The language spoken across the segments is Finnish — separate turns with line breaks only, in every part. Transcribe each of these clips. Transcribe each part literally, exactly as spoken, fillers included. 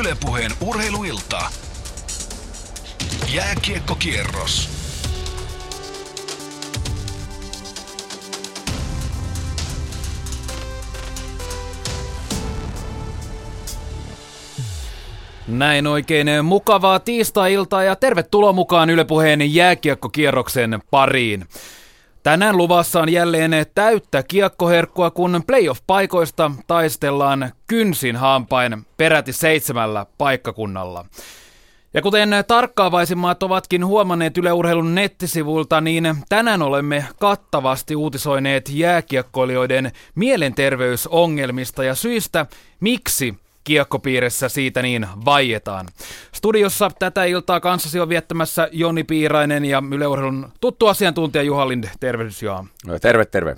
Yle Puheen urheiluilta. Jääkiekkokierros.
Näin oikein mukavaa tiistai-iltaa ja tervetuloa mukaan Yle Puheen jääkiekkokierroksen pariin. Tänään luvassa on jälleen täyttä kiekkoherkkua, kun playoff-paikoista taistellaan kynsin hampain peräti seitsemällä paikkakunnalla. Ja kuten tarkkaavaisimmat ovatkin huomanneet Yle Urheilun nettisivuilta, niin tänään olemme kattavasti uutisoineet jääkiekkoilijoiden mielenterveysongelmista ja syistä, miksi kiekkopiirissä siitä niin vaietaan. Studiossa tätä iltaa kanssasi on viettämässä Joni Piirainen ja Yle Urheilun tuttu asiantuntija Juha Lind. Tervehdys, Juha.
No, terve, terve.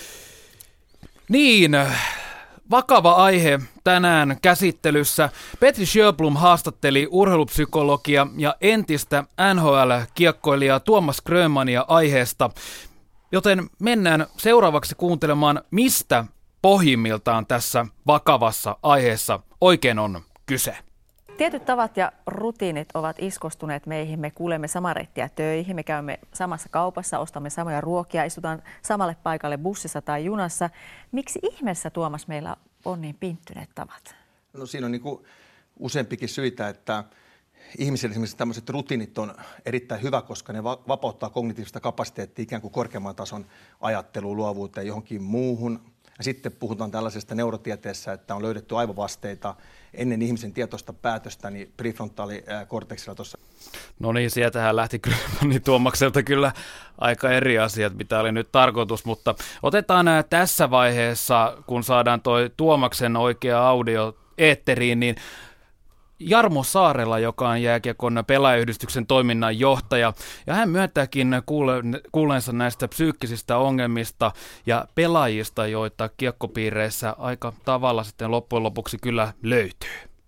Niin, vakava aihe tänään käsittelyssä. Petri Sjöblom haastatteli urheilupsykologia ja entistä N H L-kiekkoilijaa Tuomas Grönmania aiheesta, joten mennään seuraavaksi kuuntelemaan, mistä pohjimmiltaan tässä vakavassa aiheessa oikein on kyse.
Tietyt tavat ja rutiinit ovat iskostuneet meihin. Me kuulemme samaa reittiä töihin, me käymme samassa kaupassa, ostamme samoja ruokia, istutaan samalle paikalle bussissa tai junassa. Miksi ihmeessä, Tuomas, meillä on niin pinttyneet tavat?
No siinä on niin kuin useampikin syitä, että ihmisille esimerkiksi tämmöiset rutiinit on erittäin hyvä, koska ne vapauttaa kognitiivista kapasiteettia ikään kuin korkeamman tason ajatteluun, luovuuteen, johonkin muuhun. Ja sitten puhutaan tällaisesta neurotieteessä, että on löydetty aivovasteita ennen ihmisen tietoista päätöstä, niin prefrontaalikorteksilla tuossa.
No niin, sieltähän lähti niin Tuomakselta kyllä aika eri asiat, mitä oli nyt tarkoitus, mutta otetaan tässä vaiheessa, kun saadaan toi Tuomaksen oikea audio eetteriin, niin Jarmo Saarela, joka on jääkiekon pelaajayhdistyksen toiminnan johtaja, ja hän myöntääkin kuuleensa näistä psyykkisistä ongelmista ja pelaajista, joita kiekkopiireissä aika tavalla sitten loppujen lopuksi kyllä löytyy.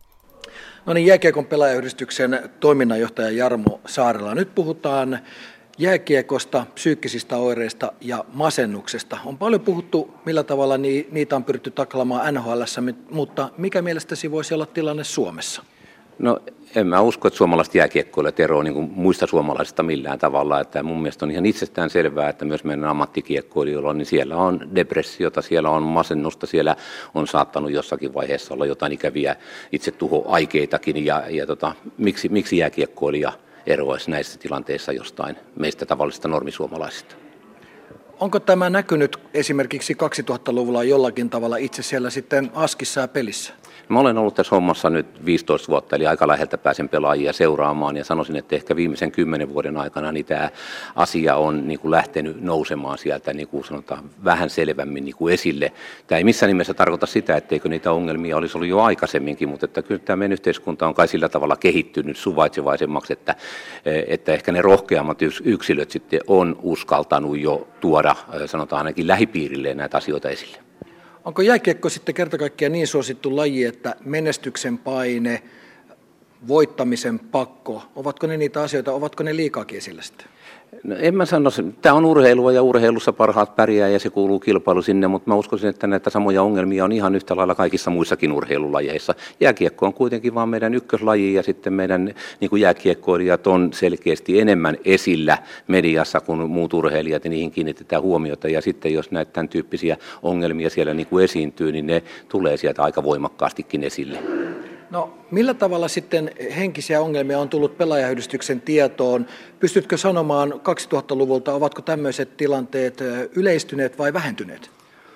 No niin, jääkiekon pelaajayhdistyksen toiminnanjohtaja Jarmo Saarela. Nyt puhutaan jääkiekosta, psyykkisistä oireista ja masennuksesta. On paljon puhuttu, millä tavalla niitä on pyritty taklaamaan N H L:ssä, mutta mikä mielestäsi voisi olla tilanne Suomessa?
No en mä usko, että suomalaiset jääkiekkoilijat eroavat niin kuin muista suomalaisista millään tavalla. Että mun mielestä on ihan itsestään selvää, että myös meidän ammattikiekkoilijoilla, niin siellä on depressiota, siellä on masennusta, siellä on saattanut jossakin vaiheessa olla jotain ikäviä itsetuhoaikeitakin. Ja, ja tota, miksi, miksi jääkiekkoilija eroaisi näissä tilanteissa jostain meistä tavallisista normisuomalaisista?
Onko tämä näkynyt esimerkiksi kaksituhattaluvulla jollakin tavalla itse siellä sitten askissa ja pelissä?
Mä olen ollut tässä hommassa nyt viisitoista vuotta, eli aika läheltä pääsen pelaajia seuraamaan, ja sanoisin, että ehkä viimeisen kymmenen vuoden aikana niin tämä asia on niin kuin lähtenyt nousemaan sieltä niin kuin sanotaan, vähän selvemmin niin kuin esille. Tämä ei missään nimessä tarkoita sitä, etteikö niitä ongelmia olisi ollut jo aikaisemminkin, mutta että kyllä tämä meidän yhteiskunta on kai sillä tavalla kehittynyt suvaitsevaisemmaksi, että, että ehkä ne rohkeammat yksilöt sitten on uskaltanut jo tuoda, sanotaan ainakin lähipiirilleen näitä asioita esille.
Onko jääkiekko sitten kerta kaikkiaan niin suosittu laji, että menestyksen paine, voittamisen pakko, ovatko ne niitä asioita, ovatko ne liikaakin esillä sitten?
No en mä sano, tämä on urheilua ja urheilussa parhaat pärjää ja se kuuluu kilpailu sinne, mutta mä uskoisin, että näitä samoja ongelmia on ihan yhtä lailla kaikissa muissakin urheilulajeissa. Jääkiekko on kuitenkin vaan meidän ykköslaji ja sitten meidän niin kuin jääkiekkoilijat on selkeästi enemmän esillä mediassa kuin muut urheilijat ja niihin kiinnitetään huomiota ja sitten jos näitä tämän tyyppisiä ongelmia siellä niin kuin esiintyy, niin ne tulee sieltä aika voimakkaastikin esille.
No millä tavalla sitten henkisiä ongelmia on tullut pelaajayhdistyksen tietoon? Pystytkö sanomaan kaksituhattaluvulta, ovatko tämmöiset tilanteet yleistyneet vai vähentyneet?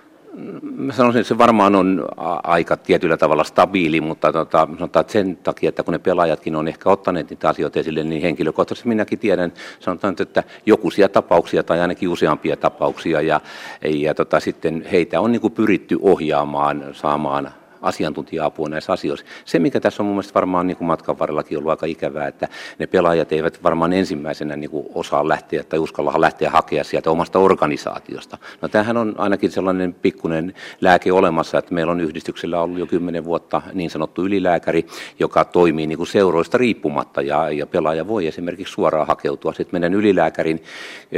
Mä sanoisin, että se varmaan on aika tietyllä tavalla stabiili, mutta tota, sanotaan, että sen takia, että kun ne pelaajatkin on ehkä ottaneet niitä asioita esille, niin henkilökohtaisesti minäkin tiedän, sanotaan, että jokuisia tapauksia tai ainakin useampia tapauksia ja, ja tota, sitten heitä on niin kuin pyritty ohjaamaan, saamaan asiantuntija-apua näissä asioissa. Se, mikä tässä on mun mielestä varmaan niin kuin matkan varrellakin ollut aika ikävää, että ne pelaajat eivät varmaan ensimmäisenä niin kuin osaa lähteä tai uskalla lähteä hakea sieltä omasta organisaatiosta. No tämähän on ainakin sellainen pikkuinen lääke olemassa, että meillä on yhdistyksellä ollut jo kymmenen vuotta niin sanottu ylilääkäri, joka toimii niin kuin seuroista riippumatta ja, ja pelaaja voi esimerkiksi suoraan hakeutua sitten meidän ylilääkärin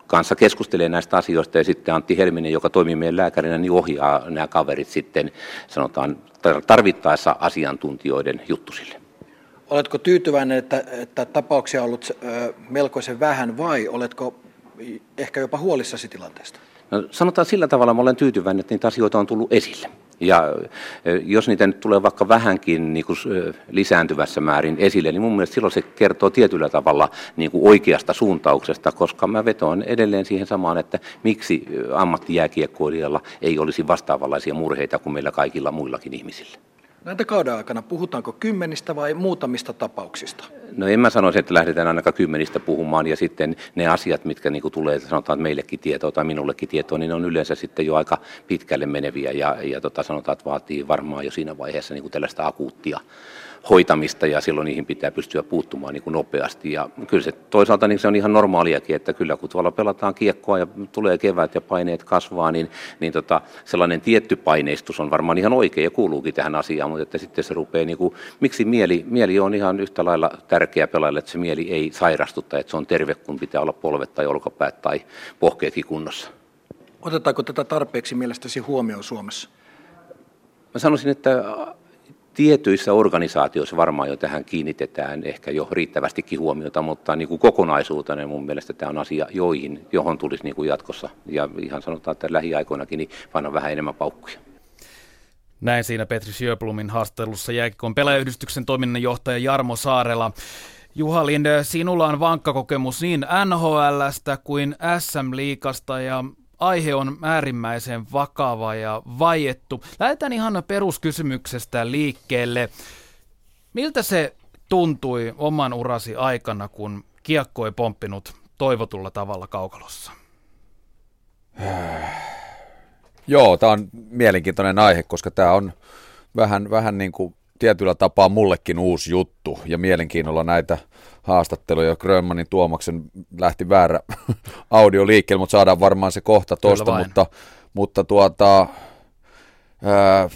kanssa keskustelee näistä asioista ja sitten Antti Helminen, joka toimii meidän lääkärinä, niin ohjaa nämä kaverit sitten sanotaan tarvittaessa asiantuntijoiden juttusille.
Oletko tyytyväinen, että, että tapauksia on ollut ö, melkoisen vähän vai oletko ehkä jopa huolissasi tilanteesta?
No, sanotaan sillä tavalla, että olen tyytyväinen, että niitä asioita on tullut esille. Ja jos niitä nyt tulee vaikka vähänkin niin kuin lisääntyvässä määrin esille, niin mun mielestä silloin se kertoo tietyllä tavalla niin kuin oikeasta suuntauksesta, koska mä vetoan edelleen siihen samaan, että miksi ammattijääkiekkoilijalla ei olisi vastaavanlaisia murheita kuin meillä kaikilla muillakin ihmisillä.
Näitä kauden aikana puhutaanko kymmenistä vai muutamista tapauksista?
No en mä sanoisi, että lähdetään ainakaan kymmenistä puhumaan ja sitten ne asiat, mitkä niin kuin tulee sanotaan meillekin tietoa tai minullekin tietoa, niin ne on yleensä sitten jo aika pitkälle meneviä ja, ja tota, sanotaan, että vaatii varmaan jo siinä vaiheessa niin kuin tällaista akuuttia hoitamista ja silloin niihin pitää pystyä puuttumaan niin kuin nopeasti. Ja kyllä se toisaalta niin se on ihan normaaliakin, että kyllä kun tuolla pelataan kiekkoa ja tulee kevät ja paineet kasvaa, niin, niin tota, sellainen tietty paineistus on varmaan ihan oikein ja kuuluukin tähän asiaan, mutta että sitten se rupeaa, niin kuin, miksi mieli, mieli on ihan yhtä lailla tärkeä pelaajalle, että se mieli ei sairastu tai että se on terve, kun pitää olla polvet tai olkapäät tai pohkeetkin kunnossa.
Otetaanko tätä tarpeeksi mielestäsi huomioon Suomessa?
Mä sanoisin, että tietyissä organisaatioissa varmaan jo tähän kiinnitetään ehkä jo riittävästikin huomiota, mutta niin kuin kokonaisuutena mun mielestä tämä on asia, joihin, johon tulisi niin kuin jatkossa. Ja ihan sanotaan, että lähiaikoinakin niin panna vähän enemmän paukkuja.
Näin siinä Petri Sjöblomin haastattelussa jääkiekon pelaajayhdistyksen toiminnanjohtaja Jarmo Saarela. Juha Linde, sinulla on vankka kokemus niin N H L:stä kuin S M-liigasta ja aihe on äärimmäisen vakava ja vaiettu. Lähdetään ihan peruskysymyksestä liikkeelle. Miltä se tuntui oman urasi aikana, kun kiekko ei pomppinut toivotulla tavalla kaukalossa?
Joo, tämä on mielenkiintoinen aihe, koska tämä on vähän, vähän niin kuin tietyllä tapaa mullekin uusi juttu ja mielenkiinnolla näitä haastatteluja. Grönmanin Tuomaksen lähti väärä audio liikkeelle, mutta saadaan varmaan se kohta tuosta, mutta, mutta tuota, ää,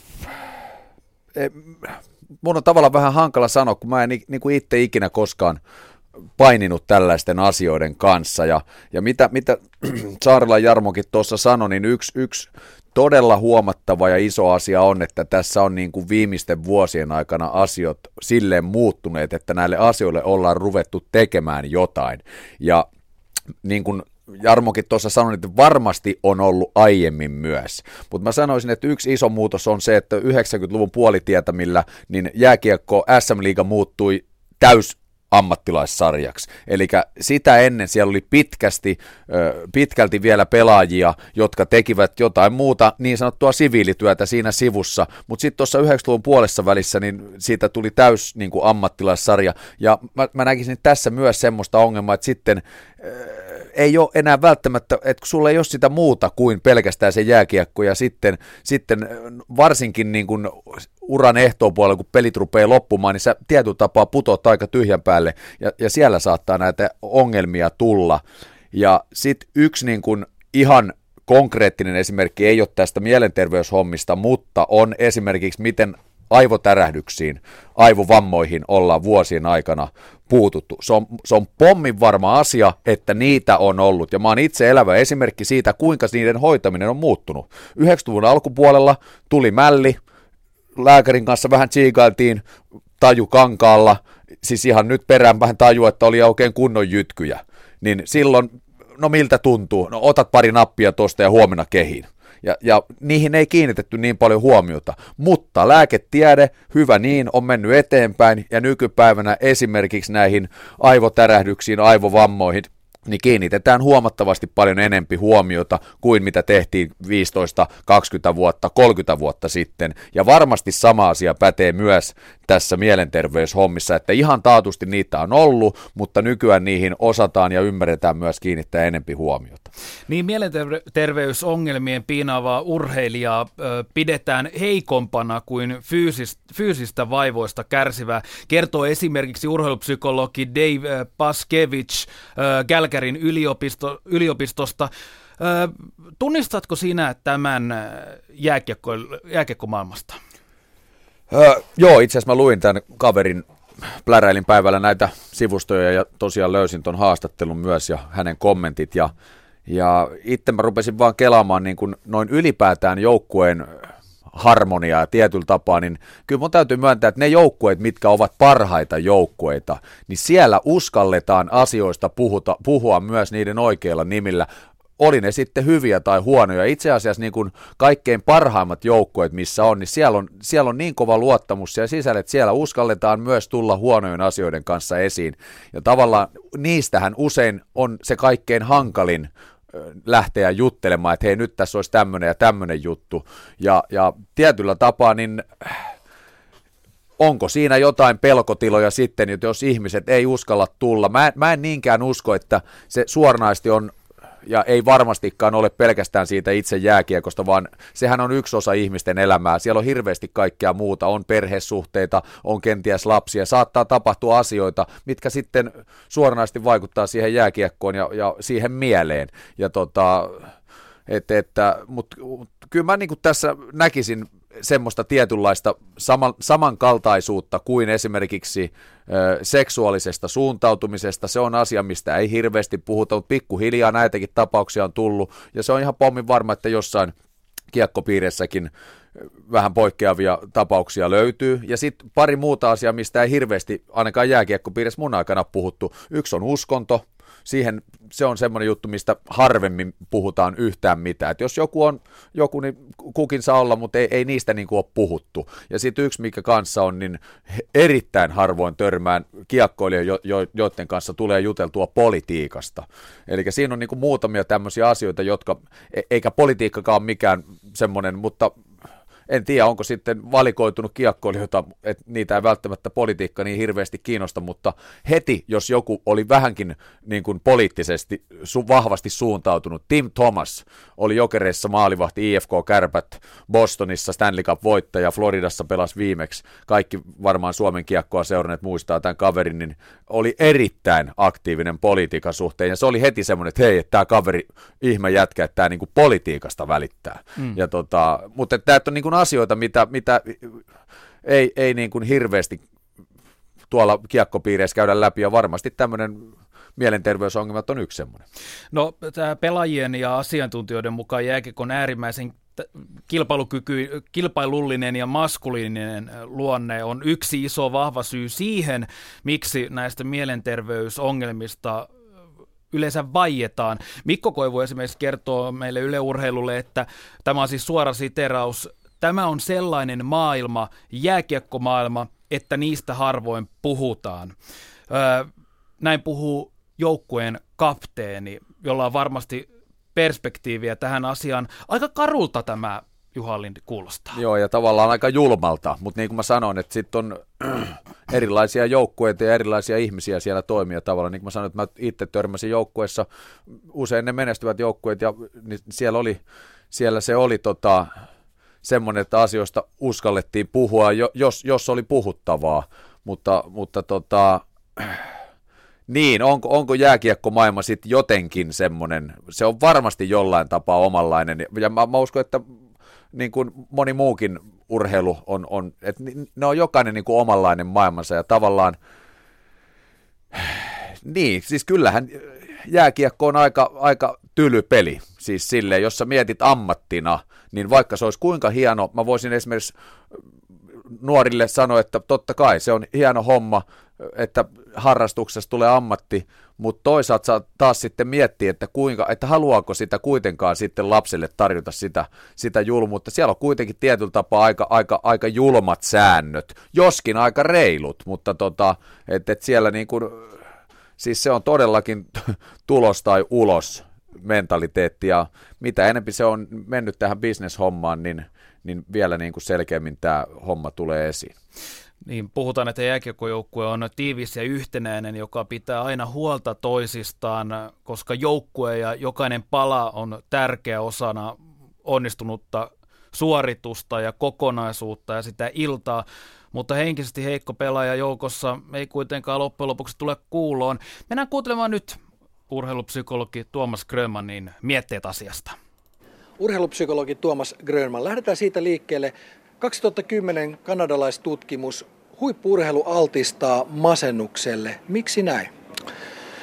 mun on tavallaan vähän hankala sanoa, kun mä en niin kuin itse ikinä koskaan paininut tällaisten asioiden kanssa ja, ja mitä, mitä Saarela Jarmokin tuossa sanoi, niin yksi, yksi todella huomattava ja iso asia on, että tässä on niin kuin viimeisten vuosien aikana asiat silleen muuttuneet, että näille asioille ollaan ruvettu tekemään jotain. Ja niin kuin Jarmokin tuossa sanoi, että varmasti on ollut aiemmin myös. Mutta mä sanoisin, että yksi iso muutos on se, että yhdeksänkymmentäluvun puolitietämillä niin jääkiekko S M-liiga muuttui täys ammattilaissarjaksi. Eli sitä ennen siellä oli pitkästi, pitkälti vielä pelaajia, jotka tekivät jotain muuta niin sanottua siviilityötä siinä sivussa, mutta sitten tuossa yhdeksänkymmentäluvun puolessa välissä niin siitä tuli täys niin kuin ammattilaissarja, ja mä, mä näkisin tässä myös semmoista ongelmaa, että sitten ei ole enää välttämättä, että kun sulla ei ole sitä muuta kuin pelkästään se jääkiekko, ja sitten, sitten varsinkin niin kuin uran ehtoopuolella, kun pelit rupeaa loppumaan, niin sä tietyllä tapaa putoat aika tyhjän päälle, ja, ja siellä saattaa näitä ongelmia tulla. Ja sitten yksi niin kuin ihan konkreettinen esimerkki ei ole tästä mielenterveyshommista, mutta on esimerkiksi miten aivotärähdyksiin, aivovammoihin ollaan vuosien aikana puututtu. Se on, se on pommin varma asia, että niitä on ollut, ja mä oon itse elävä esimerkki siitä, kuinka niiden hoitaminen on muuttunut. yhdeksänkymmentäluvun alkupuolella tuli mälli, lääkärin kanssa vähän tsiikailtiin taju kankaalla, siis ihan nyt perään vähän taju, että oli oikein kunnon jytkyjä, niin silloin, no miltä tuntuu, no otat pari nappia tosta ja huomenna kehiin. Ja, ja niihin ei kiinnitetty niin paljon huomiota, mutta lääketiede, hyvä niin, on mennyt eteenpäin, ja nykypäivänä esimerkiksi näihin aivotärähdyksiin, aivovammoihin, niin kiinnitetään huomattavasti paljon enempi huomiota kuin mitä tehtiin viisitoista, kaksikymmentä vuotta, kolmekymmentä vuotta sitten. Ja varmasti sama asia pätee myös tässä mielenterveyshommissa, että ihan taatusti niitä on ollut, mutta nykyään niihin osataan ja ymmärretään myös kiinnittää enempi huomiota.
Niin, mielenterveysongelmien piinaavaa urheilijaa ö, pidetään heikompana kuin fyysistä, fyysistä vaivoista kärsivää, kertoo esimerkiksi urheilupsykologi Dave Paskevich ö, Kälkärin yliopisto, yliopistosta. Ö, tunnistatko sinä tämän jääkiekko, jääkiekkomaailmasta?
Öö, joo, itse asiassa mä luin tämän kaverin, pläräilin päivällä näitä sivustoja ja tosiaan löysin ton haastattelun myös ja hänen kommentit ja Ja itse mä rupesin vaan kelaamaan niin kuin noin ylipäätään joukkueen harmoniaa tietyllä tapaa, niin kyllä mun täytyy myöntää, että ne joukkueet, mitkä ovat parhaita joukkueita, niin siellä uskalletaan asioista puhuta, puhua myös niiden oikeilla nimillä. Oli ne sitten hyviä tai huonoja. Itse asiassa niin kuin kaikkein parhaimmat joukkueet, missä on, niin siellä on, siellä on niin kova luottamus siellä sisällä, että siellä uskalletaan myös tulla huonojen asioiden kanssa esiin. Ja tavallaan niistähän usein on se kaikkein hankalin lähteä juttelemaan, että hei, nyt tässä olisi tämmöinen ja tämmöinen juttu. Ja, ja tietyllä tapaa, niin onko siinä jotain pelkotiloja sitten, että jos ihmiset ei uskalla tulla? Mä, mä en niinkään usko, että se suoranaisesti on, ja ei varmastikaan ole pelkästään siitä itse jääkiekosta, vaan sehän on yksi osa ihmisten elämää. Siellä on hirveästi kaikkea muuta, on perhesuhteita, on kenties lapsia, saattaa tapahtua asioita, mitkä sitten suoranaisesti vaikuttaa siihen jääkiekkoon ja, ja siihen mieleen. Ja tota, et, että, mutta kyllä mä niin kuin tässä näkisin semmoista tietynlaista saman, samankaltaisuutta kuin esimerkiksi ö, seksuaalisesta suuntautumisesta. Se on asia, mistä ei hirveästi puhuta, mutta pikkuhiljaa näitäkin tapauksia on tullut, ja se on ihan pommin varma, että jossain kiekkopiirissäkin vähän poikkeavia tapauksia löytyy. Ja sitten pari muuta asiaa, mistä ei hirveästi ainakaan jääkiekkopiirissä mun aikana puhuttu. Yksi on uskonto. Siihen se on semmoinen juttu, mistä harvemmin puhutaan yhtään mitään. Et jos joku on joku, niin kukin saa olla, mutta ei, ei niistä niin kuin ole puhuttu. Ja sitten yksi, mikä kanssa on, niin erittäin harvoin törmään kiekkoilijoita, jo, jo, joiden kanssa tulee juteltua politiikasta. Eli siinä on niin kuin muutamia tämmöisiä asioita, jotka, eikä politiikkakaan mikään semmoinen, mutta en tiedä, onko sitten valikoitunut kiekkoilijoita, että niitä ei välttämättä politiikka niin hirveästi kiinnosta, mutta heti, jos joku oli vähänkin niin kuin poliittisesti su- vahvasti suuntautunut, Tim Thomas oli Jokereissa maalivahti, I F K Kärpät, Bostonissa Stanley Cup-voittaja, Floridassa pelasi viimeksi, kaikki varmaan Suomen kiekkoa seuranneet muistaa tämän kaverin, niin oli erittäin aktiivinen politiikan suhteen, ja se oli heti semmoinen, että hei, että tämä kaveri ihme jätkä, että tämä niin kuin politiikasta välittää. Mm. Ja tota, mutta tämä on niin kuin asioita, mitä, mitä ei, ei niin kuin hirveästi tuolla kiekkopiireissä käydä läpi, ja varmasti tämmöinen mielenterveysongelmat on yksi semmoinen.
No, tämä pelaajien ja asiantuntijoiden mukaan jääkiekko on äärimmäisen kilpailukyky, kilpailullinen ja maskuliininen luonne on yksi iso vahva syy siihen, miksi näistä mielenterveysongelmista yleensä vaietaan. Mikko Koivu esimerkiksi kertoo meille Yle Urheilulle, että tämä on siis suora siteraus: tämä on sellainen maailma, jääkiekkomaailma, että niistä harvoin puhutaan. Öö, näin puhuu joukkueen kapteeni, jolla on varmasti perspektiiviä tähän asiaan. Aika karulta tämä, Juha Lind, kuulostaa.
Joo, ja tavallaan aika julmalta, mutta niin kuin mä sanoin, että sitten on erilaisia joukkueita ja erilaisia ihmisiä siellä toimia tavallaan. Niin kuin mä sanoin, että mä itse törmäsin joukkueessa, usein ne menestyvät joukkueet, ja niin siellä, oli, siellä se oli tota, semmoinen, että asioista uskallettiin puhua, jos, jos oli puhuttavaa, mutta, mutta tota, niin, onko, onko jääkiekkomaailma sitten jotenkin semmoinen, se on varmasti jollain tapaa omanlainen, ja mä, mä uskon, että niin kuin moni muukin urheilu on, on että ne on jokainen niin kuin omanlainen maailmansa, ja tavallaan, niin, siis kyllähän jääkiekko on aika, aika tyly peli, siis silleen, jos sä mietit ammattina, niin vaikka se olisi kuinka hieno, mä voisin esimerkiksi nuorille sanoa, että totta kai se on hieno homma, että harrastuksesta tulee ammatti, mutta toisaalta saa taas sitten miettiä, että, kuinka, että haluaako sitä kuitenkaan sitten lapselle tarjota sitä, sitä julmuutta. Siellä on kuitenkin tietyllä tapaa aika, aika, aika julmat säännöt, joskin aika reilut, mutta tota, että et siellä niin kuin, siis se on todellakin tulos tai ulos mentaliteetti, ja mitä enemmän se on mennyt tähän business-hommaan, niin, niin vielä niin kuin selkeämmin tämä homma tulee esiin.
Niin, puhutaan, että jääkiekkojoukkue on tiivis ja yhtenäinen, joka pitää aina huolta toisistaan, koska joukkue ja jokainen pala on tärkeä osana onnistunutta suoritusta ja kokonaisuutta ja sitä iltaa, mutta henkisesti heikko pelaaja joukossa ei kuitenkaan loppujen lopuksi tule kuuloon. Mennään kuuntelemaan nyt urheilupsykologi Tuomas Grönmanin mietteet asiasta.
Urheilupsykologi Tuomas Grönman. Lähdetään siitä liikkeelle. kaksituhattakymmenen kanadalaistutkimus: huippu-urheilu altistaa masennukselle. Miksi näin?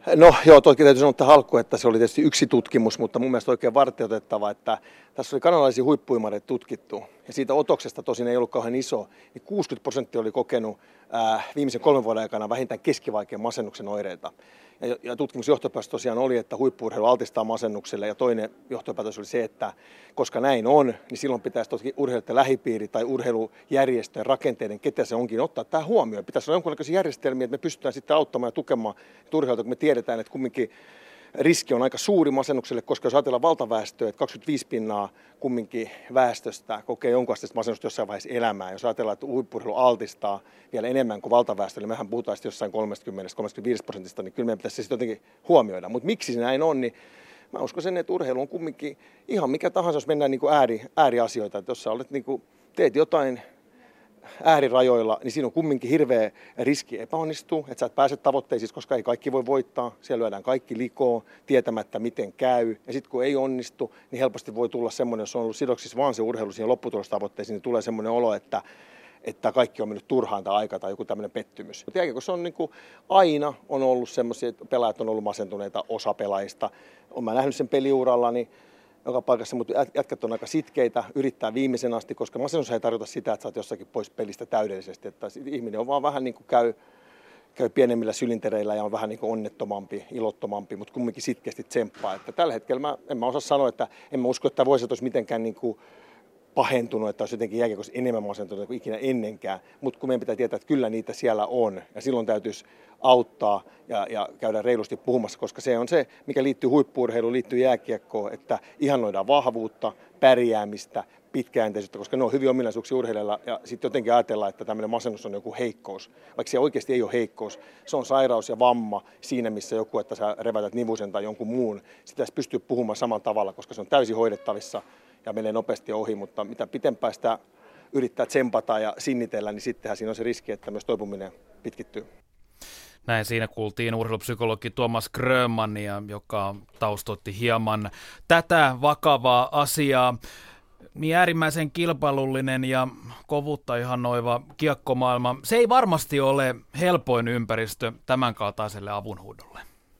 No joo, toki täytyy sanoa tähän alkuun, että se oli tietysti yksi tutkimus, mutta mun mielestä oikein varteutettava, että tässä oli kanadalaisia huippuimareita tutkittu. Ja siitä otoksesta tosin ei ollut kauhean iso, niin kuusikymmentä prosenttia oli kokenut ää, viimeisen kolmen vuoden aikana vähintään keskivaikean masennuksen oireita. Ja, ja tutkimusjohtopäätös tosiaan oli, että huippu-urheilu altistaa masennukselle, ja toinen johtopäätös oli se, että koska näin on, niin silloin pitäisi toki urheilijoiden lähipiiri tai urheilujärjestöjen rakenteiden, ketä se onkin, ottaa tämä huomioon. Pitäisi olla jonkinlaisia järjestelmiä, että me pystytään sitten auttamaan ja tukemaan urheilijoita, kun me tiedetään, että kumminkin riski on aika suuri masennukselle, koska jos ajatellaan valtaväestöä, että kaksikymmentäviisi pinnaa kumminkin väestöstä kokee jonkun asteista masennusta jossain vaiheessa elämää. Jos ajatellaan, että huippu-urheilu altistaa vielä enemmän kuin valtaväestö, niin mehän puhutaan jossain kolmekymmentä kolmekymmentäviisi prosentista, niin kyllä meidän pitäisi se sitten jotenkin huomioida. Mutta miksi se näin on, niin mä uskon sen, että urheilu on kumminkin ihan mikä tahansa, jos mennään niin kuin ääri, ääriasioita. Että jos sä olet, niin kuin, teet jotain äärirajoilla, niin siinä on kumminkin hirveä riski epäonnistua, että sä et pääse tavoitteisiin, koska ei kaikki voi voittaa. Siellä lyödään kaikki likoon, tietämättä miten käy. Ja sitten kun ei onnistu, niin helposti voi tulla semmoinen, jos on ollut sidoksissa vaan se urheilu siihen lopputulostavoitteisiin, niin tulee semmoinen olo, että, että kaikki on mennyt turhaan tai aika tai joku tämmöinen pettymys. Mutta jälkeen, kun se on niin kuin aina on ollut semmoisia, että pelaajat on ollut masentuneita, osa pelaajista. Olen mä nähnyt sen peliurallani joka paikassa, mutta jätkät on aika sitkeitä, yrittää viimeisen asti, koska masennus ei tarkoita sitä, että sä oot jossakin pois pelistä täydellisesti. Että ihminen on vaan vähän niin kuin käy, käy pienemmillä sylintereillä ja on vähän niin kuin onnettomampi, ilottomampi, mutta kumminkin sitkeästi tsemppaa. Että tällä hetkellä mä, en mä osaa sanoa, että en mä usko, että tämä voisi olisi mitenkään niin kuin pahentunut, että olisi jotenkin jääkiekossa enemmän masentunut kuin ikinä ennenkään, mutta kun meidän pitää tietää, että kyllä niitä siellä on, ja silloin täytyisi auttaa ja, ja käydä reilusti puhumassa, koska se on se, mikä liittyy huippu-urheiluun, liittyy jääkiekkoon, että ihannoidaan vahvuutta, pärjäämistä, pitkäjänteisyyttä, koska ne on hyvin ominaisuuksia urheilijalla, ja sitten jotenkin ajatellaan, että tämmöinen masennus on joku heikkous, vaikka se oikeasti ei ole heikkous, se on sairaus ja vamma siinä, missä joku, että sä revätät nivusen tai jonkun muun, sitä pitäisi pystyä puhumaan samalla tavalla, koska se on täysin hoidettavissa ja menee nopeasti ohi, mutta mitä pitempään sitä yrittää tsempata ja sinnitellä, niin sittenhän siinä on se riski, että myös toipuminen pitkittyy.
Näin siinä kuultiin urheilupsykologi Tuomas Grönmania, joka taustoitti hieman tätä vakavaa asiaa. Niin äärimmäisen kilpailullinen ja kovuutta ihannoiva kiekkomaailma, se ei varmasti ole helpoin ympäristö tämän kaltaiselle avunhuudolle.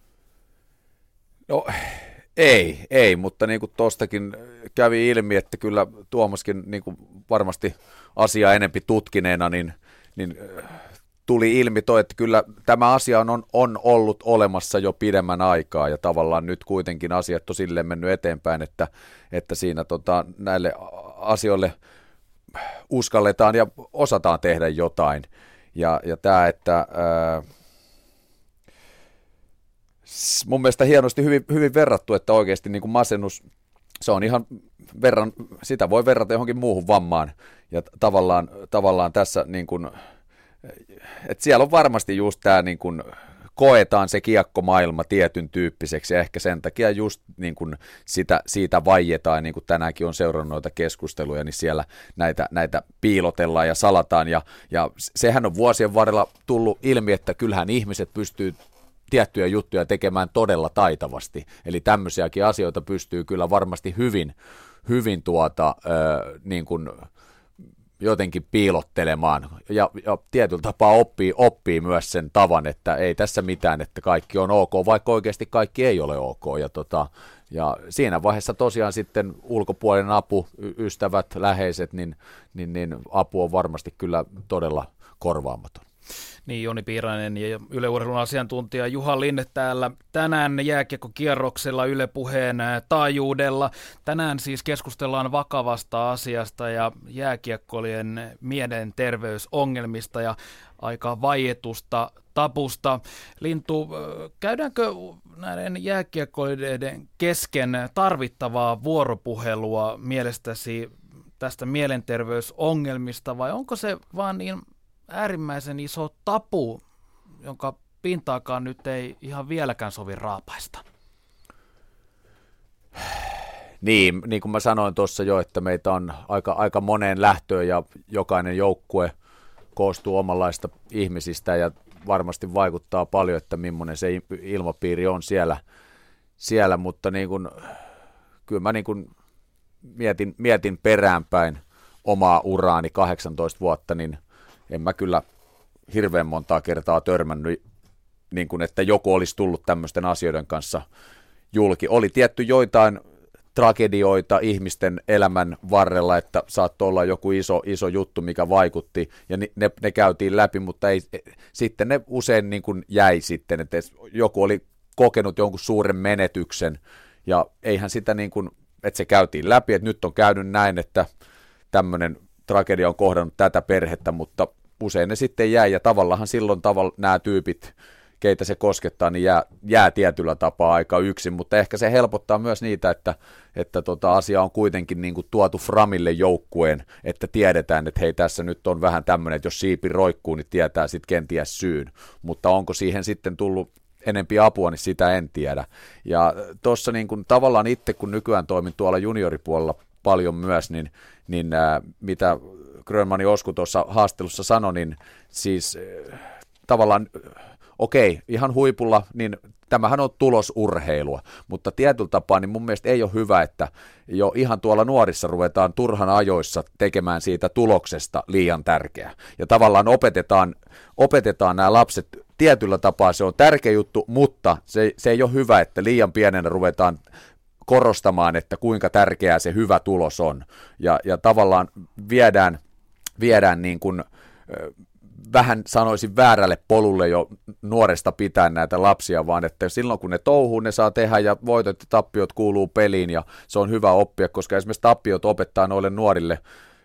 No ei, ei, mutta niin kuin tuostakin kävi ilmi, että kyllä Tuomaskin niin kuin varmasti asiaa enempi tutkineena, niin, niin tuli ilmi toi, että kyllä tämä asia on, on ollut olemassa jo pidemmän aikaa ja tavallaan nyt kuitenkin asiat on silleen mennyt eteenpäin, että, että siinä tota, näille asioille uskalletaan ja osataan tehdä jotain. Ja, ja tämä, että ää, mun mielestä hienosti hyvin, hyvin verrattu, että oikeasti niin kuin masennus, se on ihan verran, sitä voi verrata johonkin muuhun vammaan ja tavallaan, tavallaan tässä niin kuin, että siellä on varmasti just tämä niin kuin koetaan se kiekkomaailma tietyn tyyppiseksi ja ehkä sen takia just niin kuin sitä, siitä vaietaan, niin kuin tänäänkin on seurannut noita keskusteluja, niin siellä näitä, näitä piilotellaan ja salataan ja, ja sehän on vuosien varrella tullut ilmi, että kyllähän ihmiset pystyy tiettyjä juttuja tekemään todella taitavasti, eli tämmöisiäkin asioita pystyy kyllä varmasti hyvin, hyvin tuota, ö, niin kuin jotenkin piilottelemaan ja, ja tietyllä tapaa oppii, oppii myös sen tavan, että ei tässä mitään, että kaikki on ok, vaikka oikeasti kaikki ei ole ok. Ja, tota, ja siinä vaiheessa tosiaan sitten ulkopuolinen apu, ystävät, läheiset, niin, niin, niin apu on varmasti kyllä todella korvaamaton.
Niin, Joni Piirainen ja Yle Urheilun asiantuntija Juha Linne täällä tänään jääkiekkokierroksella Yle Puheen taajuudella. Tänään siis keskustellaan vakavasta asiasta ja jääkiekkoilien mielenterveysongelmista ja aika vaietusta tabusta. Lintu, käydäänkö näiden jääkiekkoilijoiden kesken tarvittavaa vuoropuhelua mielestäsi tästä mielenterveysongelmista vai onko se vaan niin äärimmäisen iso tabu, jonka pintaakaan nyt ei ihan vieläkään sovi raapaista?
Niin, niin kuin mä sanoin tuossa jo, että meitä on aika, aika moneen lähtöön ja jokainen joukkue koostuu omanlaista ihmisistä ja varmasti vaikuttaa paljon, että millainen se ilmapiiri on siellä, siellä mutta niin kuin, kyllä mä niin kuin mietin, mietin peräänpäin omaa uraani kahdeksantoista vuotta, niin en mä kyllä hirveän montaa kertaa törmännyt niin kuin, että joku olisi tullut tämmöisten asioiden kanssa julki. Oli tietty joitain tragedioita ihmisten elämän varrella, että saattoi olla joku iso, iso juttu, mikä vaikutti, ja ne, ne, ne käytiin läpi, mutta ei, sitten ne usein niin kuin jäi sitten, että joku oli kokenut jonkun suuren menetyksen, ja eihän sitä niin kuin, että se käytiin läpi, että nyt on käynyt näin, että tämmöinen tragedia on kohdannut tätä perhettä, mutta usein ne sitten jäi, ja tavallaan silloin tavalla nämä tyypit, keitä se koskettaa, niin jää, jää tietyllä tapaa aika yksin, mutta ehkä se helpottaa myös niitä, että, että tota asia on kuitenkin niin kuin tuotu framille joukkueen, että tiedetään, että hei, tässä nyt on vähän tämmöinen, että jos siipi roikkuu, niin tietää sitten kenties syyn, mutta onko siihen sitten tullut enempi apua, niin sitä en tiedä. Ja tuossa niin kuin tavallaan itse, kun nykyään toimin tuolla junioripuolella paljon myös, niin, niin ää, mitä Grönmanin Osku tuossa haastelussa sanoi, niin siis äh, tavallaan okei, ihan huipulla, niin tämähän on tulosurheilua, mutta tietyllä tapaa niin mun mielestä ei ole hyvä, että jo ihan tuolla nuorissa ruvetaan turhan ajoissa tekemään siitä tuloksesta liian tärkeää. Ja tavallaan opetetaan, opetetaan nämä lapset, tietyllä tapaa se on tärkeä juttu, mutta se, se ei ole hyvä, että liian pienenä ruvetaan korostamaan, että kuinka tärkeää se hyvä tulos on. Ja, ja tavallaan viedään, viedään niin kuin vähän sanoisin väärälle polulle jo nuoresta pitää näitä lapsia, vaan että silloin kun ne touhuu, ne saa tehdä ja voitot ja tappiot kuuluu peliin ja se on hyvä oppia, koska esimerkiksi tappiot opettaa noille nuorille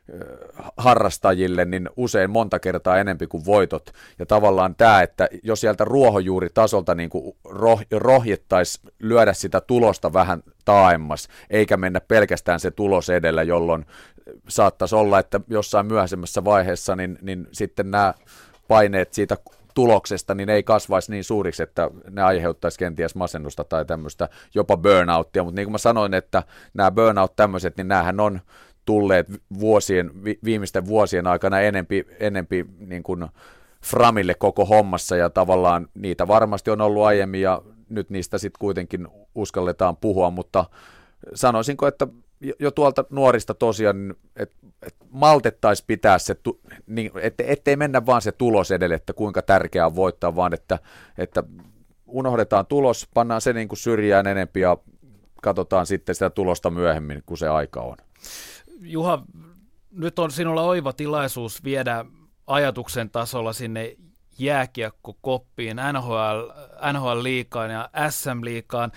harrastajille niin usein monta kertaa enempi kuin voitot. Ja tavallaan tämä, että jos sieltä ruohonjuuritasolta niin kuin roh, rohjettaisiin lyödä sitä tulosta vähän taaemmas, eikä mennä pelkästään se tulos edellä, jolloin saattaisi olla, että jossain myöhäisemmässä vaiheessa niin, niin sitten nämä paineet siitä tuloksesta niin ei kasvaisi niin suuriksi, että ne aiheuttaisi kenties masennusta tai tämmöistä jopa burnouttia, mutta niin kuin mä sanoin, että nämä burnout tämmöiset, niin näähän on tulleet vuosien, vi, viimeisten vuosien aikana enempi, enempi niin kuin framille koko hommassa ja tavallaan niitä varmasti on ollut aiemmin ja nyt niistä sitten kuitenkin uskalletaan puhua, mutta sanoisinko, että jo tuolta nuorista tosiaan, että et maltettaisiin pitää se, niin, et, ettei mennä vaan se tulos edelle, että kuinka tärkeää on voittaa, vaan että, että unohdetaan tulos, pannaan se niin kuin syrjään enempi ja katsotaan sitten sitä tulosta myöhemmin, kun se aika on.
Juha, nyt on sinulla oiva tilaisuus viedä ajatuksen tasolla sinne jääkiekkokoppiin, N H L, N H L-liigaan ja S M-liigaan.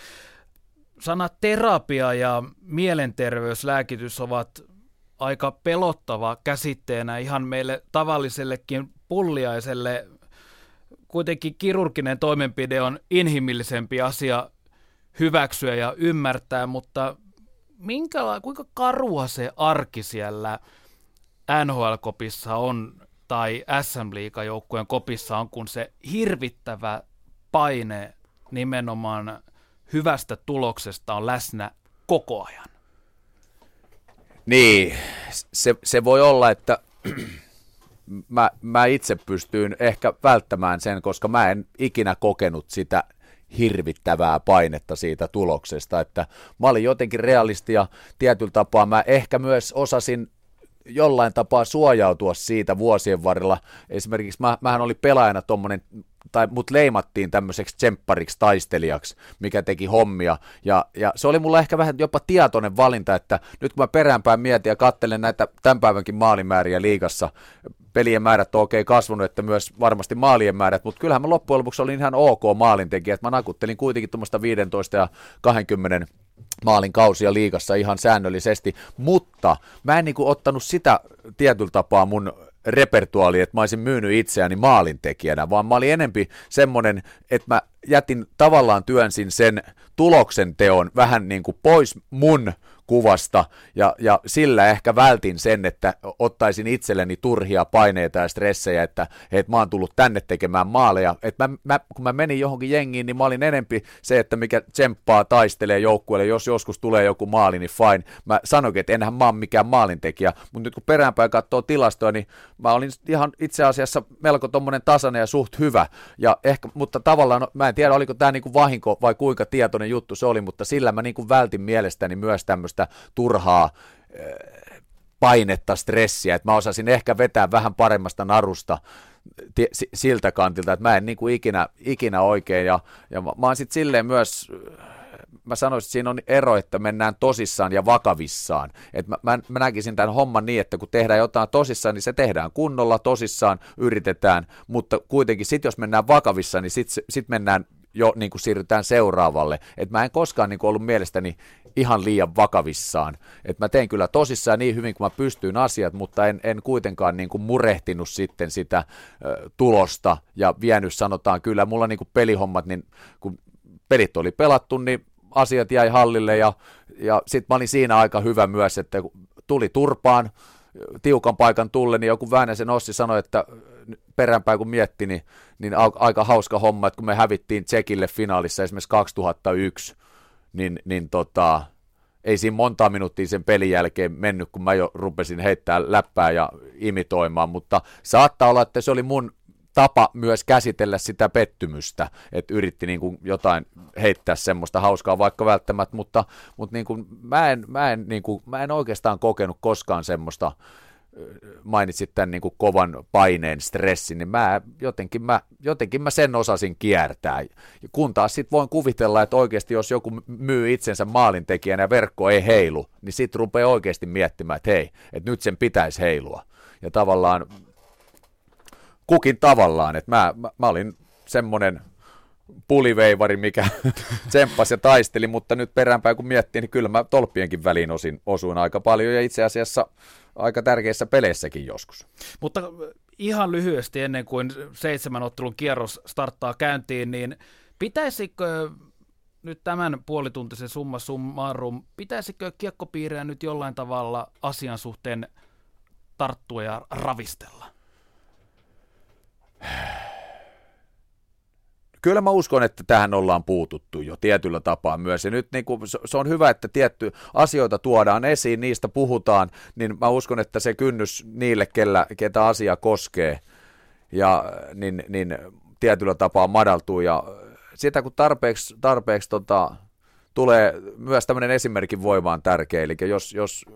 Sanat terapia ja mielenterveyslääkitys ovat aika pelottava käsitteenä ihan meille tavallisellekin pulliaiselle. Kuitenkin kirurginen toimenpide on inhimillisempi asia hyväksyä ja ymmärtää, mutta minkäla- kuinka karua se arki siellä N H L-kopissa on tai S M-liigajoukkueen kopissa on, kun se hirvittävä paine nimenomaan hyvästä tuloksesta on läsnä koko ajan?
Niin, se, se voi olla, että mä, mä itse pystyin ehkä välttämään sen, koska mä en ikinä kokenut sitä hirvittävää painetta siitä tuloksesta, että mä olin jotenkin realisti ja tietyllä tapaa mä ehkä myös osasin jollain tapaa suojautua siitä vuosien varrella. Esimerkiksi mä, mähän olin pelaajana tommonen, tai mut leimattiin tämmöiseksi tsemppariksi taistelijaksi, mikä teki hommia, ja, ja se oli mulla ehkä vähän jopa tietoinen valinta, että nyt kun mä peräänpäin mietin ja katselen näitä tämän päivänkin maalimääriä liigassa, pelien määrät on okei kasvanut, että myös varmasti maalien määrät, mutta kyllähän mä loppujen lopuksi olin ihan ok maalintekijä, että mä nakuttelin kuitenkin tuommoista viisitoista ja kaksikymmentä maalin kausia liigassa ihan säännöllisesti, mutta mä en niinku ottanut sitä tietyllä tapaa mun repertuaali, että mä olisin myynyt itseäni maalintekijänä, vaan mä olin enempi semmoinen, että mä jätin tavallaan työnsin sen tuloksen teon vähän niin kuin pois mun kuvasta, ja, ja sillä ehkä vältin sen, että ottaisin itselleni turhia paineita ja stressejä, että, että mä oon tullut tänne tekemään maaleja, että mä, mä, kun mä menin johonkin jengiin, niin mä olin enempi se, että mikä tsemppaa, taistelee joukkueelle, jos joskus tulee joku maali, niin fine, mä sanoinkin, että enhän mä oon mikään maalintekijä, mutta nyt kun peräänpäin katsoo tilastoja, niin mä olin ihan itse asiassa melko tommonen tasainen ja suht hyvä, ja ehkä, mutta tavallaan, no, mä en tiedä, oliko tää niinku vahinko vai kuinka tietoinen juttu se oli, mutta sillä mä niinku vältin mielestäni myös tämmöistä turhaa painetta, stressiä, että mä osasin ehkä vetää vähän paremmasta narusta siltä kantilta, että mä en niin kuin ikinä, ikinä oikein, ja, ja mä, mä oon sitten silleen myös, mä sanoisin, että siinä on ero, että mennään tosissaan ja vakavissaan. Et mä, mä, mä näkisin tämän homman niin, että kun tehdään jotain tosissaan, niin se tehdään kunnolla, tosissaan, yritetään, mutta kuitenkin sitten jos mennään vakavissaan, niin sitten sit mennään jo niin kuin siirrytään seuraavalle. Et mä en koskaan niin kuin ollut mielestäni ihan liian vakavissaan. Et mä tein kyllä tosissaan niin hyvin kuin mä pystyin asiat, mutta en, en kuitenkaan niin kuin murehtinut sitten sitä ö, tulosta ja vienyt, sanotaan kyllä, mulla niin kuin pelihommat, niin kun pelit oli pelattu, niin asiat jäi hallille ja, ja sitten mä olin siinä aika hyvä myös, että kun tuli turpaan tiukan paikan tulle, niin joku Väänäsen Ossi sanoi, että peränpäin kun mietti, niin, niin aika hauska homma, että kun me hävittiin Tsekille finaalissa esimerkiksi kaksituhattayksi, niin, niin tota, ei siinä montaa minuuttia sen pelin jälkeen mennyt, kun mä jo rupesin heittämään läppää ja imitoimaan, mutta saattaa olla, että se oli mun tapa myös käsitellä sitä pettymystä, että yritti niin kuin jotain heittää semmoista hauskaa vaikka välttämättä, mutta, mutta niin kuin mä, en, mä, en, niin kuin, mä en oikeastaan kokenut koskaan semmoista, mainitsit tämän niin kuin kovan paineen, stressin, niin mä, jotenkin, mä, jotenkin mä sen osasin kiertää. Kun taas sit voin kuvitella, että oikeasti jos joku myy itsensä maalintekijänä ja verkko ei heilu, niin sit rupeaa oikeasti miettimään, että hei, että nyt sen pitäisi heilua. Ja tavallaan kukin tavallaan, että mä, mä, mä olin semmoinen puliveivari, mikä tsemppasi ja taisteli, mutta nyt peräänpäin kun miettii, niin kyllä mä tolppienkin väliin osin, osuin aika paljon ja itse asiassa aika tärkeissä peleissäkin joskus.
Mutta ihan lyhyesti ennen kuin seitsemän ottelun kierros starttaa käyntiin, niin pitäisikö nyt tämän puolituntisen summa summarum, pitäisikö kiekkopiirejä nyt jollain tavalla asian suhteen tarttua ja ravistella?
Kyllä mä uskon, että tähän ollaan puututtu jo tietyllä tapaa myös, ja nyt niin kuin, se on hyvä, että tietty asioita tuodaan esiin, niistä puhutaan, niin mä uskon, että se kynnys niille, kellä, ketä asia koskee, ja niin, niin tietyllä tapaa madaltuu, ja sitä kun tarpeeksi, tarpeeksi tota, tulee myös tämmöinen esimerkin voimaan tärkeä, eli jos, jos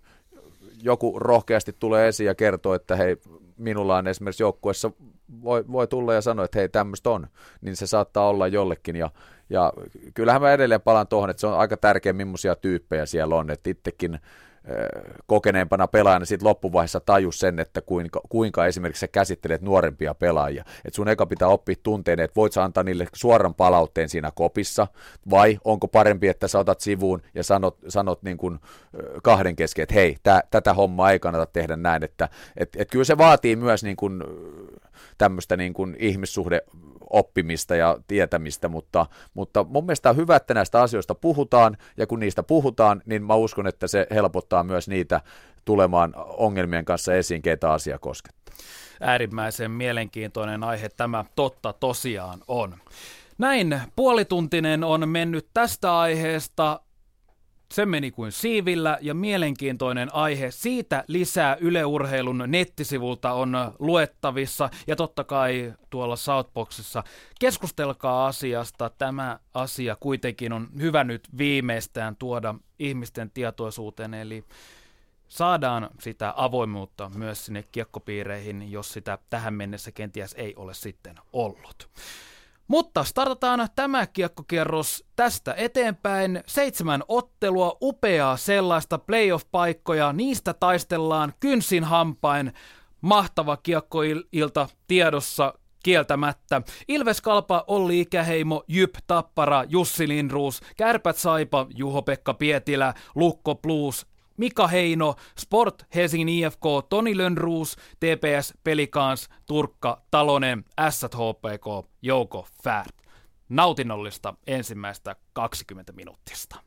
joku rohkeasti tulee esiin ja kertoo, että hei, minulla on esimerkiksi joukkueessa, voi, voi tulla ja sanoa, että hei, tämmöistä on, niin se saattaa olla jollekin. Ja, ja kyllähän mä edelleen palaan tuohon, että se on aika tärkeä, millaisia tyyppejä siellä on, että itsekin kokeneempana pelaajana sit loppuvaiheessa tajus sen, että kuinka, kuinka esimerkiksi sä käsittelet nuorempia pelaajia. Että sun eka pitää oppia tunteen, että voit sä antaa niille suoran palautteen siinä kopissa, vai onko parempi, että sä otat sivuun ja sanot, sanot niin kuin kahden kesken, että hei, tää, tätä hommaa ei kannata tehdä näin. Että et, et kyllä se vaatii myös niin kuin tämmöistä niin kuin ihmissuhde oppimista ja tietämistä, mutta, mutta mun mielestä on hyvä, että näistä asioista puhutaan, ja kun niistä puhutaan, niin mä uskon, että se helpottaa myös niitä tulemaan ongelmien kanssa esiin, keitä asia koskettaa.
Äärimmäisen mielenkiintoinen aihe tämä totta tosiaan on. Näin puolituntinen on mennyt tästä aiheesta. Se meni kuin siivillä, ja mielenkiintoinen aihe. Siitä lisää Yle Urheilun nettisivulta on luettavissa, ja totta kai tuolla Southboxissa. Keskustelkaa asiasta. Tämä asia kuitenkin on hyvä nyt viimeistään tuoda ihmisten tietoisuuteen, eli saadaan sitä avoimuutta myös sinne kiekkopiireihin, jos sitä tähän mennessä kenties ei ole sitten ollut. Mutta startataan tämä kiekkokierros tästä eteenpäin. Seitsemän ottelua, upeaa sellaista, playoff-paikkoja, niistä taistellaan kynsin hampain. Mahtava kiekkoilta tiedossa kieltämättä. Ilves, Kalpa, Olli Ikäheimo, Jyp, Tappara, Jussi Lindroos, Kärpät, Saipa, Juho-Pekka Pietilä, Lukko Blues, Mika Heino, Sport, Helsingin I F K, Toni Lönnroos, T P S, Pelikans, Turkka, Talonen, Ässät, H P K, Jouko, Färp. Nautinnollista ensimmäistä kaksikymmentä minuuttista.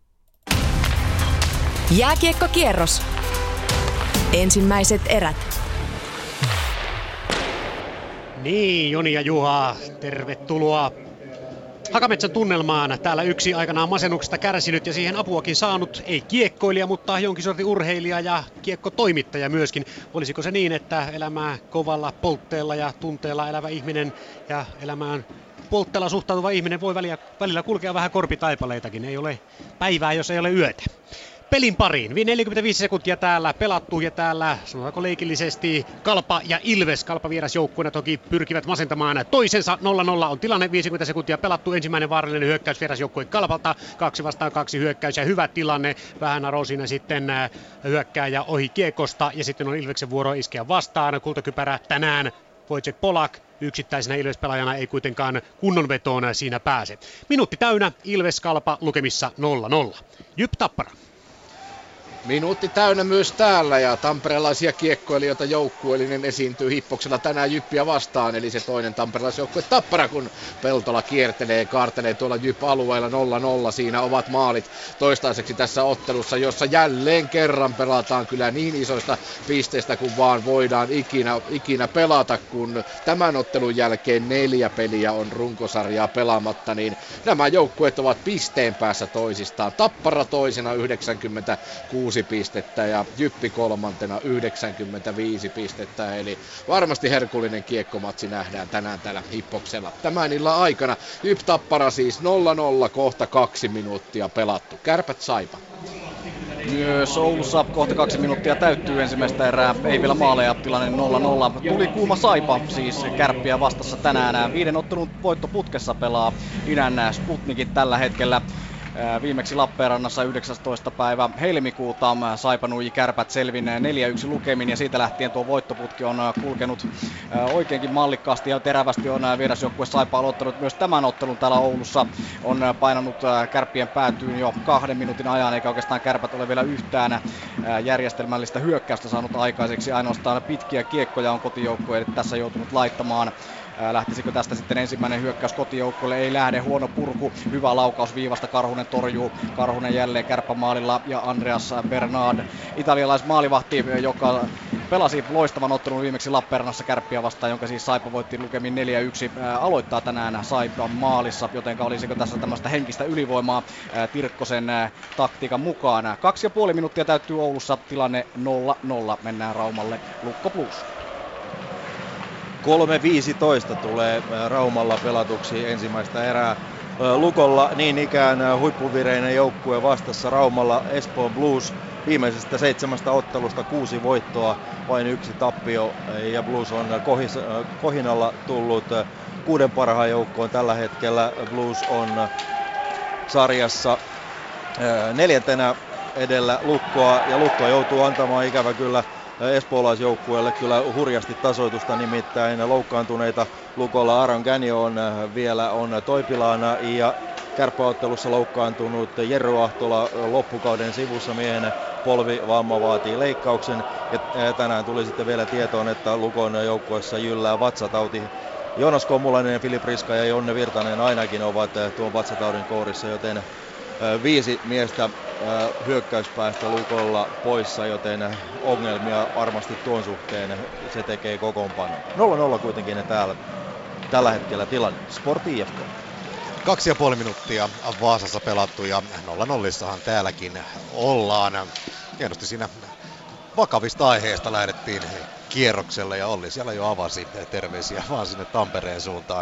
Jääkiekkokierros. Ensimmäiset erät.
Niin, Joni ja Juha, tervetuloa Hakametsän tunnelmaan. Täällä yksi aikanaan masennuksesta kärsinyt ja siihen apuakin saanut, ei kiekkoilija, mutta jonkin sortin urheilija ja kiekkotoimittaja myöskin. Olisiko se niin, että elämää kovalla poltteella ja tunteella elävä ihminen ja elämään poltteella suhtautuva ihminen voi välillä, välillä kulkea vähän korpitaipaleitakin. Ei ole päivää, jos ei ole yötä. pelin pariin. neljäkymmentäviisi sekuntia täällä pelattu ja täällä, sanotaanko leikillisesti, Kalpa ja Ilves, Kalpa vierasjoukkueena toki pyrkivät masentamaan toisensa. nolla nolla on tilanne, viisikymmentä sekuntia pelattu. Ensimmäinen vaarallinen hyökkäys vierasjoukkueen Kalpalta. Kaksi vastaan kaksi hyökkäys ja hyvä tilanne. Vähän aro siinä sitten hyökkääjä ohi kiekosta ja sitten on Ilveksen vuoro iskeä vastaan. Kultakypärä tänään. Wojciech Polak yksittäisenä Ilves-pelaajana ei kuitenkaan kunnon vetoon siinä pääse. Minuutti täynnä, Ilves Kalpa lukemissa nolla nolla. Jyp Tappara.
Minuutti täynnä myös täällä ja tamperelaisia kiekkoilijoita joukkueellinen esiintyy Hippoksella tänään Jyppiä vastaan. Eli se toinen tamperelaisjoukkue Tappara, kun Peltola kiertelee, kaartelee tuolla Jyp-alueella nolla nolla. Siinä ovat maalit toistaiseksi tässä ottelussa, jossa jälleen kerran pelataan kyllä niin isoista pisteistä kuin vaan voidaan ikinä, ikinä pelata. Kun tämän ottelun jälkeen neljä peliä on runkosarjaa pelaamatta, niin nämä joukkueet ovat pisteen päässä toisistaan. Tappara toisena yhdeksänkymmentäkuusi pistettä ja Jyppi kolmantena yhdeksänkymmentäviisi pistettä, eli varmasti herkullinen kiekkomatsi nähdään tänään täällä Hippoksella. Tämän illan aikana Jyp Tappara siis nolla nolla, kohta kaksi minuuttia pelattu. Kärpät Saipa.
Myös Oulussa kohta kaksi minuuttia täyttyy ensimmäistä erää, ei vielä maaleja, tilanne nolla nolla. Tuli kuuma Saipa, siis Kärppiä vastassa tänään. Viiden ottelun voittoputkessa pelaa idän Sputnikit tällä hetkellä. Viimeksi Lappeenrannassa yhdeksästoista päivä helmikuuta Saipa nuiji Kärpät selvin neljä yksi lukemin ja siitä lähtien tuo voittoputki on kulkenut oikeinkin mallikkaasti ja terävästi on vierasjoukkue Saipa aloittanut myös tämän ottelun täällä Oulussa. On painanut Kärppien päätyyn jo kahden minuutin ajan eikä oikeastaan Kärpät ole vielä yhtään järjestelmällistä hyökkäystä saanut aikaiseksi. Ainoastaan pitkiä kiekkoja on kotijoukkue tässä joutunut laittamaan. Lähtisikö tästä sitten ensimmäinen hyökkäys kotijoukkoille? Ei lähde, huono purku, hyvä laukaus viivasta, Karhunen torjuu, Karhunen jälleen kärppämaalilla ja Andreas Bernard, italialaismaalivahti, joka pelasi loistavan ottelun viimeksi Lappeenrannassa Kärppiä vastaan, jonka siis Saipa voitti lukemin neljä yksi, aloittaa tänään Saipan maalissa, jotenka olisiko tässä tämmöistä henkistä ylivoimaa Tirkkosen taktiikan mukaan. Kaksi ja puoli minuuttia täyttyy Oulussa, tilanne nolla nolla, mennään Raumalle, Lukko Plus.
kolme viisitoista tulee Raumalla pelatuksi ensimmäistä erää. Lukolla niin ikään huippuvireinen joukkue vastassa Raumalla Espoon Blues. Viimeisestä seitsemästä ottelusta kuusi voittoa, vain yksi tappio ja Blues on kohis, kohinalla tullut kuuden parhaan joukkoon tällä hetkellä. Blues on sarjassa neljäntenä edellä Lukkoa ja Lukko joutuu antamaan ikävä kyllä espoolaisjoukkueelle kyllä hurjasti tasoitusta, nimittäin loukkaantuneita Lukolla Aaron Gagnon vielä on toipilaana ja kärppäottelussa loukkaantunut Jerry Ahtola loppukauden sivussa, miehen polvivamma vaatii leikkauksen ja tänään tuli sitten vielä tietoon, että Lukon joukkueessa jyllää vatsatauti. Joonas Kommulainen ja Filip Riska ja Jonne Virtanen ainakin ovat tuon vatsataudin kourissa, joten viisi miestä hyökkäyspäästä Lukolla poissa, joten ongelmia varmasti tuon suhteen se tekee kokoonpano. nolla nolla kuitenkin täällä tällä hetkellä tilanne. Sport I F K.
Kaksi ja puoli minuuttia Vaasassa pelattu ja nolla nollissahan täälläkin ollaan. Hienosti siinä vakavista aiheista lähdettiin kierrokselle ja Olli siellä jo avasi terveisiä vaan sinne Tampereen suuntaan.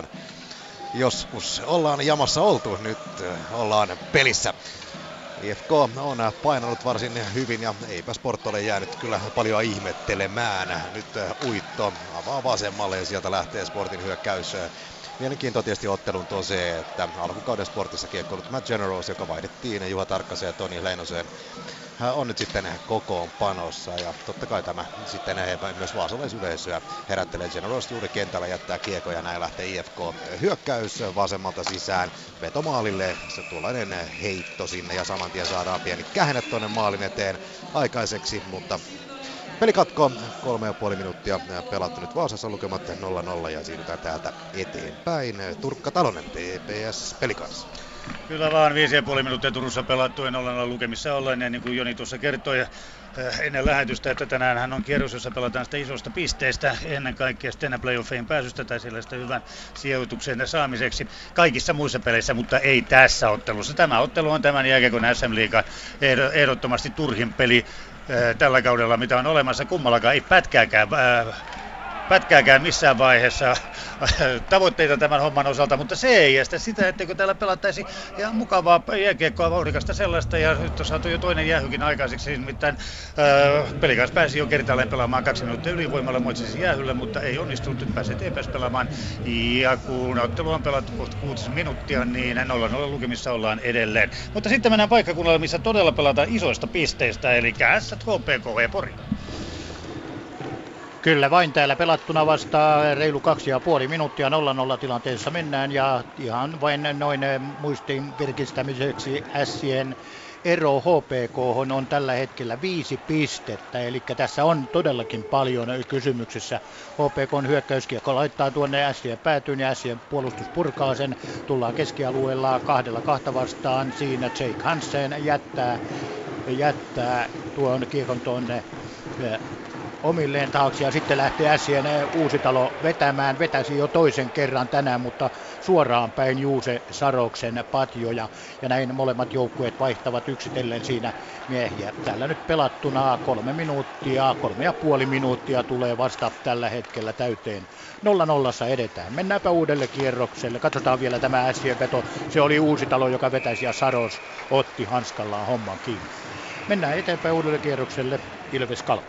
Joskus ollaan jamassa oltu, nyt ollaan pelissä. I F K on painanut varsin hyvin ja eipä Sport ole jäänyt kyllä paljon ihmettelemään. Nyt Uitto avaa vasemmalle ja sieltä lähtee Sportin hyökkäys. Mielenkiintoa tietysti ottelun on se, että alkukauden Sportissa kiekkoilut Matt Generous, joka vaihdettiin Juha Tarkkaseen ja Toni Leinoseen, on nyt sitten kokoonpanossa ja totta kai tämä sitten myös vaasalaisyleisöä herättelee. Generous juuri kentällä jättää kiekko ja näin lähtee I F K hyökkäys vasemmalta sisään vetomaalille. Se tuollainen heitto sinne ja saman tien saadaan pieni kähenne tuonne maalin eteen aikaiseksi, mutta pelikatko, kolme ja puoli minuuttia pelattu nyt Vaasassa, lukemat nolla nolla ja siirrytään täältä eteenpäin. Turkka Talonen, T P S Pelikans.
Kyllä vaan viisi ja puoli minuuttia Turussa pelattu ja nolla nolla lukemissa ollaan ja niin kuin Joni tuossa kertoi ennen lähetystä, että tänään hän on kierros, jossa pelataan sitä isosta pisteestä, ennen kaikkea sitten playoffeihin pääsystä tai sellaista hyvän sijoituksen saamiseksi kaikissa muissa peleissä, mutta ei tässä ottelussa. Tämä ottelu on tämän jälkeen S M-liigan ehdottomasti turhin peli tällä kaudella, mitä on olemassa. Kummallakaan ei pätkääkään pätkääkään missään vaiheessa tavoitteita tämän homman osalta, mutta se ei estä sitä, etteikö täällä pelattaisi ihan mukavaa jääkiekkoa, vauhdikasta sellaista, ja nyt on saatu jo toinen jäähykin aikaiseksi, nimittäin äh, Pelikans pääsi jo kertaalleen pelaamaan kaksi minuuttia ylivoimalla Moises jäähyllä, mutta ei onnistunut, nyt pääsee T P S pelaamaan, ja kun ottelu on pelattu kohta kuusi minuuttia, niin nolla nolla lukemissa ollaan edelleen. Mutta sitten mennään paikkakunnalle, missä todella pelataan isoista pisteistä, eli S H P K ja Pori.
Kyllä vain täällä pelattuna vasta reilu kaksi ja puoli minuuttia nolla nolla tilanteessa mennään ja ihan vain noin muistin virkistämiseksi Ässien ero H P K on tällä hetkellä viisi pistettä, eli tässä on todellakin paljon kysymyksessä. H P K:n hyökkäyskiekko laittaa tuonne Ässien päätyyn ja Ässien puolustus purkaa sen. Tullaan keskialueella kahdella kahta vastaan. Siinä Jake Hansen jättää, jättää tuon kiekon tuonne omilleen taakse ja sitten lähtee Ässien Uusitalo vetämään. Vetäisi jo toisen kerran tänään, mutta suoraan päin Juuse Saroksen patjoja. Ja näin molemmat joukkueet vaihtavat yksitellen siinä miehiä. Täällä nyt pelattuna kolme minuuttia, kolme ja puoli minuuttia tulee vasta tällä hetkellä täyteen. Nolla nollassa edetään. Mennäänpä uudelle kierrokselle. Katsotaan vielä tämä Ässien veto. Se oli Uusitalo, joka vetäisi ja Saros otti hanskallaan homman kiinni. Mennään eteenpäin uudelle kierrokselle. Ilves Kalpa.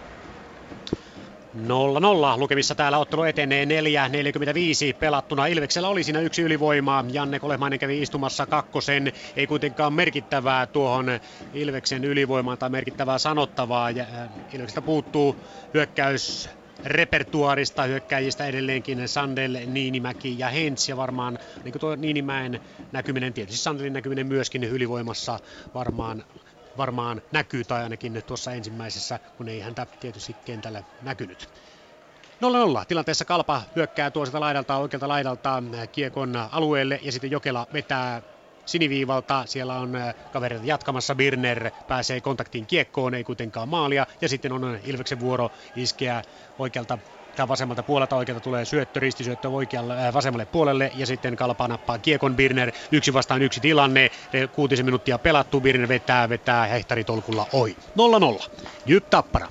nolla nolla lukemissa täällä ottelu etenee neljä neljäkymmentäviisi pelattuna. Ilveksellä oli siinä yksi ylivoima. Janne Kolehmainen kävi istumassa kakkosen. Ei kuitenkaan merkittävää tuohon Ilveksen ylivoimaan tai merkittävää sanottavaa. Ilveksestä puuttuu hyökkäys repertuaarista hyökkäjistä edelleenkin Sandel, Niinimäki ja Hentz, ja varmaan niin kuin tuo Niinimäen näkyminen, tietysti Sandelin näkyminen myöskin ylivoimassa varmaan varmaan näkyy, tai ainakin tuossa ensimmäisessä, kun ei häntä tietysti kentällä näkynyt. nolla nolla tilanteessa Kalpa hyökkää tuoselta laidalta, oikealta laidalta kiekon alueelle, ja sitten Jokela vetää siniviivalta. Siellä on kavereita jatkamassa. Birner pääsee kontaktiin kiekkoon, ei kuitenkaan maalia. Ja sitten on Ilveksen vuoro iskeä oikealta tai vasemmalta puolelta. Oikealta tulee syöttö, ristisyöttö oikealle, äh, vasemmalle puolelle. Ja sitten Kalpa nappaa kiekon. Birner yksi vastaan yksi tilanne. Kuutisen minuuttia pelattu. Birner vetää, vetää hehtaritolkulla ohi. nolla nolla. Jyp Tappara.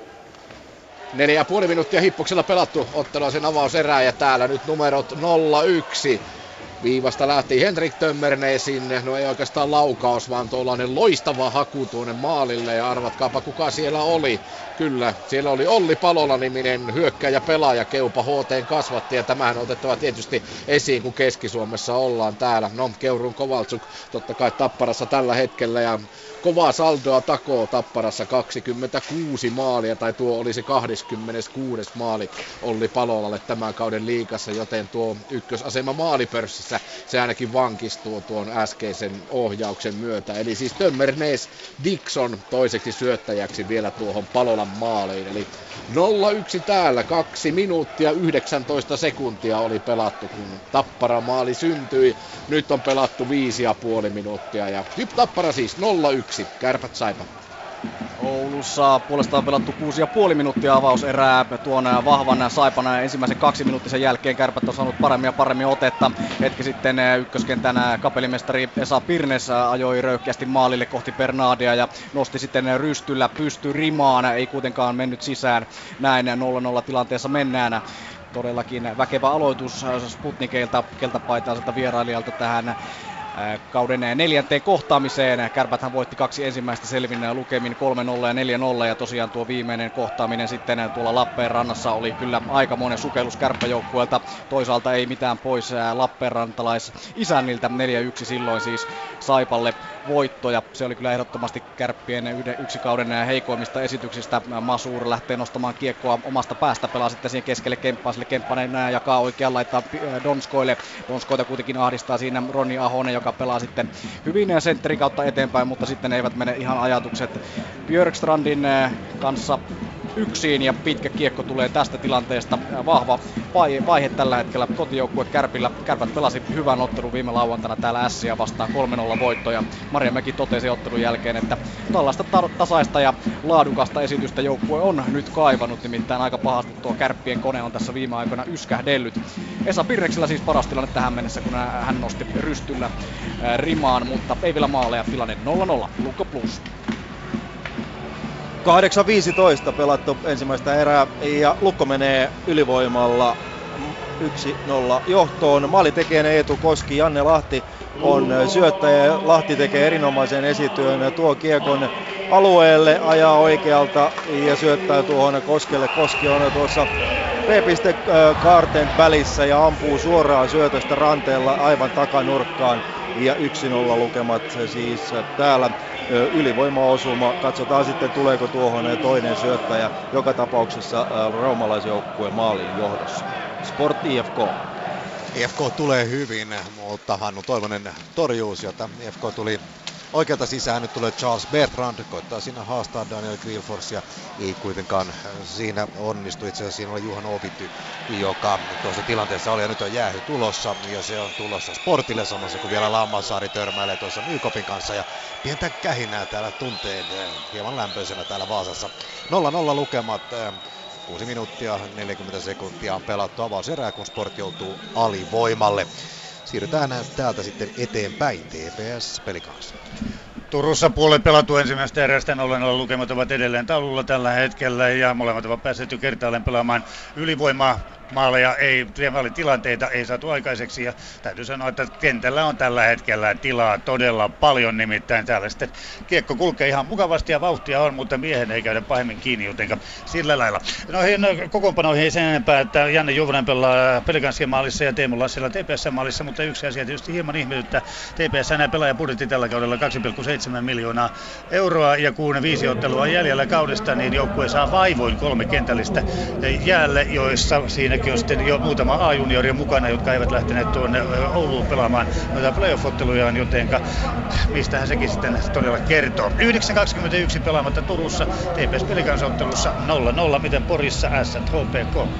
Neljä ja puoli minuuttia hippuksella pelattu ottelua sen avauserää, ja täällä nyt numerot nolla yksi. Viivasta lähti Henrik Tömmernesin, no ei oikeastaan laukaus, vaan tuollainen loistava haku tuonne maalille, ja arvatkaapa kuka siellä oli. Kyllä, siellä oli Olli Palola-niminen hyökkäjä pelaaja, Keupa H T:n kasvatti, ja tämähän on otettava tietysti esiin, kun Keski-Suomessa ollaan täällä. No, Keurun Kovaltsuk totta kai Tapparassa tällä hetkellä, ja kovaa saldoa takoo Tapparassa, kaksikymmentäkuusi maalia, tai tuo oli se kaksikymmentäkuusi maali Olli Palolalle tämän kauden liigassa, joten tuo ykkösasema maalipörssissä se ainakin vankistuu tuon äskeisen ohjauksen myötä. Eli siis Tömmernes Dixon toiseksi syöttäjäksi vielä tuohon Palolan maaliin. Eli nolla yksi täällä, kaksi minuuttia yhdeksäntoista sekuntia oli pelattu, kun Tappara maali syntyi. Nyt on pelattu viisi ja puoli minuuttia, ja Jyp Tappara siis nolla yksi, Kärpät Saipa.
Oulussa puolestaan pelattu kuusi ja puoli minuuttia avauserää. Tuon vahvan Saipan ensimmäisen kaksi minuuttisen jälkeen Kärpät on saanut paremmin ja paremmin otetta. Hetki sitten ykköskentän kapelimestari Esa Pirnes ajoi röyhkeästi maalille kohti Bernadia ja nosti sitten rystyllä pysty rimaan. Ei kuitenkaan mennyt sisään. Näin nolla nolla tilanteessa mennään. Todellakin väkevä aloitus Sputnikeilta, keltapaitaiselta vierailijalta tähän kauden neljänteen kohtaamiseen. Kärpäthän voitti kaksi ensimmäistä selvinneen lukemin kolme nolla ja neljä nolla, ja tosiaan tuo viimeinen kohtaaminen sitten tuolla Lappeenrannassa oli kyllä aikamoinen sukellus kärppäjoukkueelta. Toisaalta ei mitään pois Lappeenrantalais isänniltä, neljä yksi silloin siis Saipalle voitto, ja se oli kyllä ehdottomasti Kärppien yhden, yksi kauden heikoimmista esityksistä. Masur lähtee nostamaan kiekkoa omasta päästä, pelaa sitten siihen keskelle Kemppaiselle. Kemppainen nää jakaa oikean, laittaa Donskoille. Donskoita kuitenkin ahdistaa siinä Ronni Ahonen, joka pelaa sitten hyvin sentteri kautta eteenpäin, mutta sitten eivät mene ihan ajatukset Björkstrandin kanssa yksin, ja pitkä kiekko tulee tästä tilanteesta. Vahva vaihe tällä hetkellä kotijoukkue Kärpillä. Kärpät pelasi hyvän ottelun viime lauantaina täällä Ässiä vastaan kolme nolla voittoja. Marjamäki totesi ottelun jälkeen, että tällaista tasaista ja laadukasta esitystä joukkue on nyt kaivannut, nimittäin aika pahasti tuo Kärppien kone on tässä viime aikoina yskähdellyt. Esa Pirreksellä siis paras tilanne tähän mennessä, kun hän nosti rystyllä rimaan, mutta ei vielä maaleja, tilanne nolla nolla, Lukko plus.
kahdeksan viisitoista pelattu ensimmäistä erää ja Lukko menee ylivoimalla yksi nolla johtoon. Maalitekijänä Eetu Koski, Janne Lahti on syöttäjä. Lahti tekee erinomaisen esityön, tuo kiekon alueelle, ajaa oikealta ja syöttää tuohon Koskelle. Koski on tuossa B-piste kaarten välissä ja ampuu suoraan syötöstä ranteella aivan takanurkkaan. Ja yksi nolla lukemat siis täällä, ylivoimaosuma. Katsotaan sitten tuleeko tuohon toinen syöttäjä. Joka tapauksessa raumalaisjoukkueen maalin johdossa. Sport I F K.
I F K tulee hyvin, mutta Hannu Toivonen torjuu sieltä. I F K tuli oikealta sisään, nyt tulee Charles Bertrand, koittaa siinä haastaa Daniel Grillforsia, ei kuitenkaan siinä onnistu. Itse asiassa siinä oli Juhan Opity, joka tuossa tilanteessa oli, ja nyt on jäähy tulossa, ja se on tulossa Sportille samassa, kun vielä Lammasaari törmäilee tuossa Nykopin kanssa, ja pientä kähinää täällä tunteen, hieman lämpöisenä täällä Vaasassa. nolla nolla lukemat. kuusi minuuttia neljäkymmentä sekuntia on pelattu avauserää, kun Sport joutuu alivoimalle. Siirrytään täältä sitten eteenpäin T P S-pelikansaan.
Turussa puolet pelattu ensimmäistä erästä, nolla nolla lukemat ovat edelleen taululla tällä hetkellä ja molemmat ovat päässeet jo kertaalleen pelaamaan ylivoimaa. Maaleja ei, tilanteita ei saatu aikaiseksi ja täytyy sanoa, että kentällä on tällä hetkellä tilaa todella paljon, nimittäin täällä sitten kiekko kulkee ihan mukavasti ja vauhtia on, mutta miehen ei käydä pahemmin kiinni, jotenka sillä lailla. Noihin kokoonpanoihin ei sen enempää, että Janne Juvonen pelaa Pelikanskien maalissa ja Teemu Lassila T P S-maalissa, mutta yksi asia tietysti hieman ihmetyttää. T P S enää pelaajabudjetti tällä kaudella kaksi pilkku seitsemän miljoonaa euroa ja kun viisi ottelua on jäljellä kaudesta, niin joukkue saa vaivoin kolme kentällistä jäälle, joissa siinä on sitten jo muutama A-junioria mukana, jotka eivät lähteneet tuonne Ouluun pelaamaan noita playoff-ottelujaan, jotenka mistähän sekin sitten todella kertoo. yhdeksän kaksikymmentäyksi pelaamatta Turussa, T P S Pelikansa-ottelussa nolla nolla, miten Porissa S H P K.